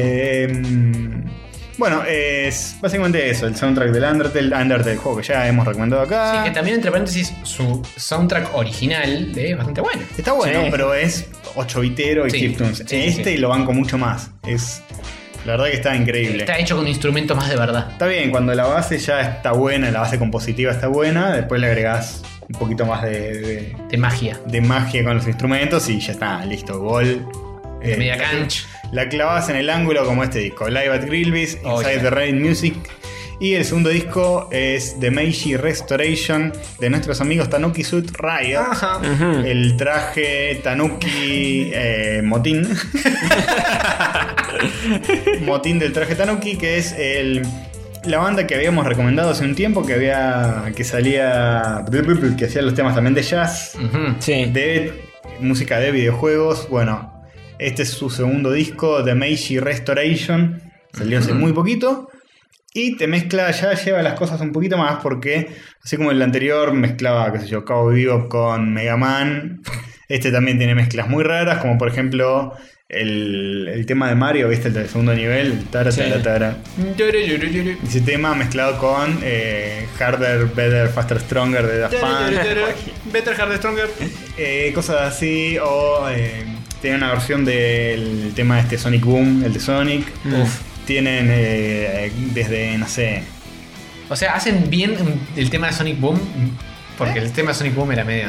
[SPEAKER 3] Bueno, es básicamente eso, el soundtrack del Undertale, juego que ya hemos recomendado acá.
[SPEAKER 5] Sí, que también entre paréntesis su soundtrack original es bastante bueno.
[SPEAKER 3] Está bueno,
[SPEAKER 2] Sí.
[SPEAKER 3] pero es 8-bitero y
[SPEAKER 5] Sí,
[SPEAKER 3] chiptunes.
[SPEAKER 5] sí, sí.
[SPEAKER 3] Lo banco mucho más. La verdad que está increíble.
[SPEAKER 5] Está hecho con instrumentos más de verdad.
[SPEAKER 3] Está bien, cuando la base ya está buena, la base compositiva está buena, después le agregás un poquito más de
[SPEAKER 5] De magia.
[SPEAKER 3] con los instrumentos y ya está, listo, gol.
[SPEAKER 5] De media cancha.
[SPEAKER 3] La clavas en el ángulo como este disco, Live at Grillby's,
[SPEAKER 5] Oh,
[SPEAKER 3] Inside
[SPEAKER 5] yeah.
[SPEAKER 3] the Rain Music. Y el segundo disco es The Meiji Restoration de nuestros amigos Tanuki Suit Riot.
[SPEAKER 5] Ajá.
[SPEAKER 3] El traje Tanuki motín. Motín del traje Tanuki, que es la banda que habíamos recomendado hace un tiempo, que hacía los temas también de jazz,
[SPEAKER 5] Ujú.
[SPEAKER 2] Sí.
[SPEAKER 3] de música de videojuegos. Bueno, este es su segundo disco, The Meiji Restoration. Salió hace muy poquito. Y te mezcla, ya lleva las cosas un poquito más, porque así como el anterior mezclaba, qué sé yo, Cowboy Bebop con Mega Man, este también tiene mezclas muy raras, como por ejemplo el tema de Mario, ¿viste? El del segundo nivel, el tara,
[SPEAKER 2] Sí.
[SPEAKER 3] tara, tara. Ese tema mezclado con Harder, Better, Faster, Stronger de Daft Punk.
[SPEAKER 5] Better, Harder, Stronger.
[SPEAKER 3] Cosas así, o tiene una versión del tema de este Sonic Boom, el de Sonic.
[SPEAKER 5] Uf.
[SPEAKER 3] Tienen desde, no sé,
[SPEAKER 5] O sea, hacen bien el tema de Sonic Boom. Porque el tema de Sonic Boom era medio.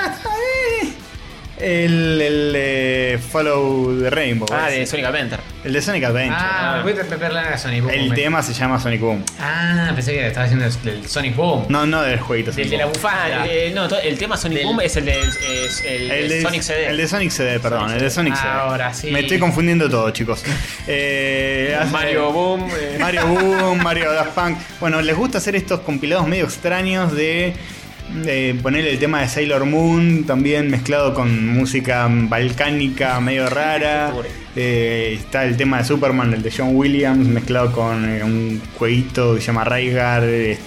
[SPEAKER 3] el Follow the Rainbow.
[SPEAKER 2] Ah,
[SPEAKER 3] ese.
[SPEAKER 2] de Sonic Adventure.
[SPEAKER 3] El de Sonic Adventure.
[SPEAKER 5] Ah, voy a pegar la de Sonic Boom.
[SPEAKER 3] El tema se llama Sonic Boom.
[SPEAKER 5] Ah, pensé que estaba haciendo el Sonic Boom.
[SPEAKER 3] No del jueguito.
[SPEAKER 5] El
[SPEAKER 3] Sonic
[SPEAKER 5] de la
[SPEAKER 3] Boom.
[SPEAKER 5] bufanda.
[SPEAKER 2] No, el tema Sonic
[SPEAKER 5] Del-
[SPEAKER 2] Boom es el de
[SPEAKER 3] El de
[SPEAKER 2] Sonic CD.
[SPEAKER 3] El de Sonic CD, perdón.
[SPEAKER 2] Sonic
[SPEAKER 3] El de Sonic CD.
[SPEAKER 5] Ahora sí.
[SPEAKER 3] Me estoy confundiendo todo, chicos. Hace-
[SPEAKER 2] Mario Boom.
[SPEAKER 3] Mario Boom, Mario Daft Punk. Bueno, les gusta hacer estos compilados medio extraños de ponerle el tema de Sailor Moon también mezclado con música balcánica medio rara. Está el tema de Superman, el de John Williams, mezclado con un jueguito que se llama Raigar.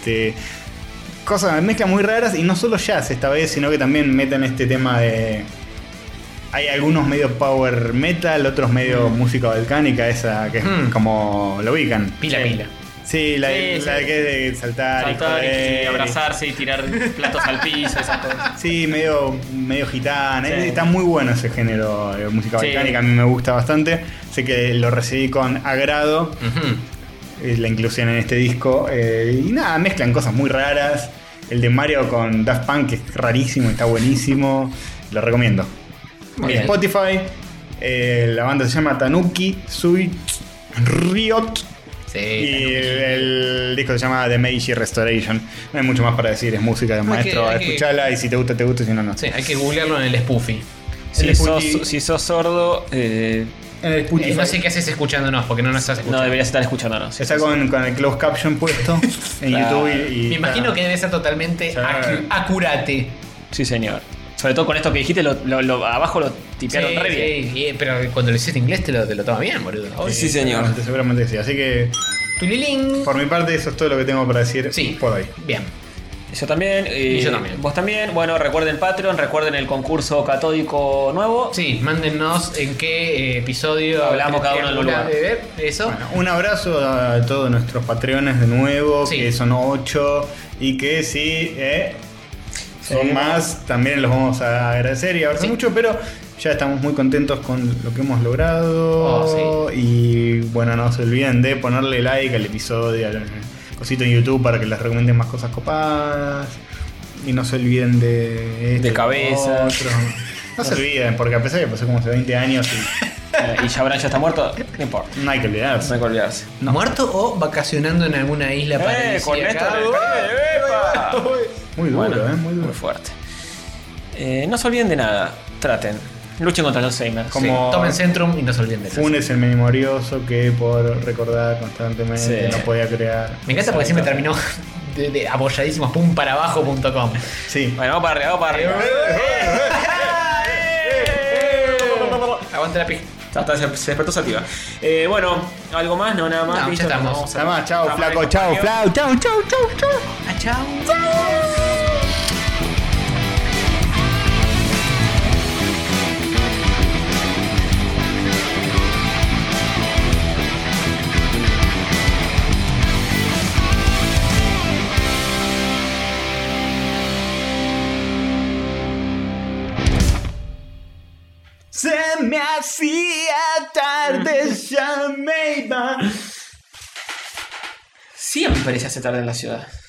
[SPEAKER 3] Cosas, mezclas muy raras, y no solo jazz esta vez, sino que también meten este tema de... Hay algunos medio power metal, otros medio música balcánica, esa que es como lo ubican.
[SPEAKER 5] Pila.
[SPEAKER 3] Sí, la
[SPEAKER 2] Sí,
[SPEAKER 3] que
[SPEAKER 2] sí.
[SPEAKER 3] es de saltar y joder.
[SPEAKER 2] y abrazarse y tirar platos al piso, esas cosas.
[SPEAKER 3] Sí, medio gitana.
[SPEAKER 2] Sí.
[SPEAKER 3] Está muy bueno ese género de música
[SPEAKER 2] Sí.
[SPEAKER 3] balcánica, a mí me gusta bastante. Sé que lo recibí con agrado,
[SPEAKER 5] Ujú.
[SPEAKER 3] la inclusión en este disco. Y nada, mezclan cosas muy raras. El de Mario con Daft Punk que es rarísimo, está buenísimo. Lo recomiendo.
[SPEAKER 5] Muy
[SPEAKER 3] En
[SPEAKER 5] bien.
[SPEAKER 3] Spotify, la banda se llama Tanuki Suit Riot.
[SPEAKER 5] Sí.
[SPEAKER 3] Y el disco se llama The Meiji Restoration. No hay mucho más para decir, es música de
[SPEAKER 5] Hay
[SPEAKER 3] maestro.
[SPEAKER 5] que-
[SPEAKER 3] Escuchala y si te gusta, si no, no.
[SPEAKER 5] Sí, hay que googlearlo en el Spoofy.
[SPEAKER 2] Si sos sordo,
[SPEAKER 3] En el Spotify.
[SPEAKER 5] No sé qué haces escuchándonos porque no nos estás escuchando.
[SPEAKER 2] no deberías estar escuchándonos.
[SPEAKER 3] Está con el closed caption puesto en
[SPEAKER 2] Claro.
[SPEAKER 3] YouTube y
[SPEAKER 5] Me imagino que debe ser totalmente
[SPEAKER 3] Sí.
[SPEAKER 5] acurate.
[SPEAKER 2] Sí, señor. Sobre todo con esto que dijiste, abajo lo tipearon re bien.
[SPEAKER 5] sí, pero cuando lo hiciste en inglés te lo toma bien, boludo.
[SPEAKER 2] Sí, señor.
[SPEAKER 3] Seguramente sí. Así que
[SPEAKER 5] Tulilín.
[SPEAKER 3] por mi parte eso es todo lo que tengo para decir
[SPEAKER 5] Sí.
[SPEAKER 3] por hoy.
[SPEAKER 5] Bien.
[SPEAKER 2] Yo también.
[SPEAKER 5] Y yo también.
[SPEAKER 2] Vos también. Bueno, recuerden Patreon, recuerden el concurso catódico nuevo.
[SPEAKER 5] Sí, mándennos en qué episodio
[SPEAKER 2] Hablamos cada uno en un lugar.
[SPEAKER 5] Eso.
[SPEAKER 3] Bueno, un abrazo a todos nuestros patreones de nuevo,
[SPEAKER 5] Sí.
[SPEAKER 3] que son 8 y que sí, son más, también los vamos a agradecer y abrazar
[SPEAKER 5] Sí.
[SPEAKER 3] mucho, pero ya estamos muy contentos con lo que hemos logrado.
[SPEAKER 5] Oh,
[SPEAKER 3] Y bueno, no se olviden de ponerle like al episodio, cosito en YouTube para que les recomienden más cosas copadas. Y no se olviden de
[SPEAKER 2] cabezas.
[SPEAKER 3] No se olviden, porque a pesar de que pasó como hace 20 años
[SPEAKER 2] Y ya Bran ya está muerto, no importa.
[SPEAKER 3] no hay que olvidarse.
[SPEAKER 2] No hay que olvidarse.
[SPEAKER 5] ¿Muerto o vacacionando en alguna isla
[SPEAKER 2] Con esto
[SPEAKER 5] paradisíaca?
[SPEAKER 2] del Caribe, ¡epa!
[SPEAKER 3] Muy duro,
[SPEAKER 2] Bueno,
[SPEAKER 3] muy duro.
[SPEAKER 2] muy fuerte. No se olviden de nada. Traten. Luchen contra el Alzheimer.
[SPEAKER 3] Como-
[SPEAKER 5] Sí, tomen Centrum y no se olviden de eso.
[SPEAKER 3] Funes el memorioso que por recordar constantemente
[SPEAKER 2] Sí.
[SPEAKER 3] no podía crear.
[SPEAKER 5] Me encanta porque siempre terminó de apoyadísimos pumparabajo.com.
[SPEAKER 3] Sí.
[SPEAKER 2] Bueno, vamos para arriba, vamos para arriba.
[SPEAKER 5] Aguante la pija.
[SPEAKER 2] Se despertó Sativa. Bueno, ¿algo más? No, nada más.
[SPEAKER 5] No, ya
[SPEAKER 2] Listo,
[SPEAKER 5] estamos.
[SPEAKER 2] vamos a-
[SPEAKER 3] Nada más, chao,
[SPEAKER 2] vamos
[SPEAKER 3] flaco,
[SPEAKER 2] al
[SPEAKER 3] chao,
[SPEAKER 2] compañero.
[SPEAKER 3] chao, chao.
[SPEAKER 5] Ah, chao.
[SPEAKER 3] Se me hacía tarde, ya me iba.
[SPEAKER 2] Siempre se hace tarde en la ciudad.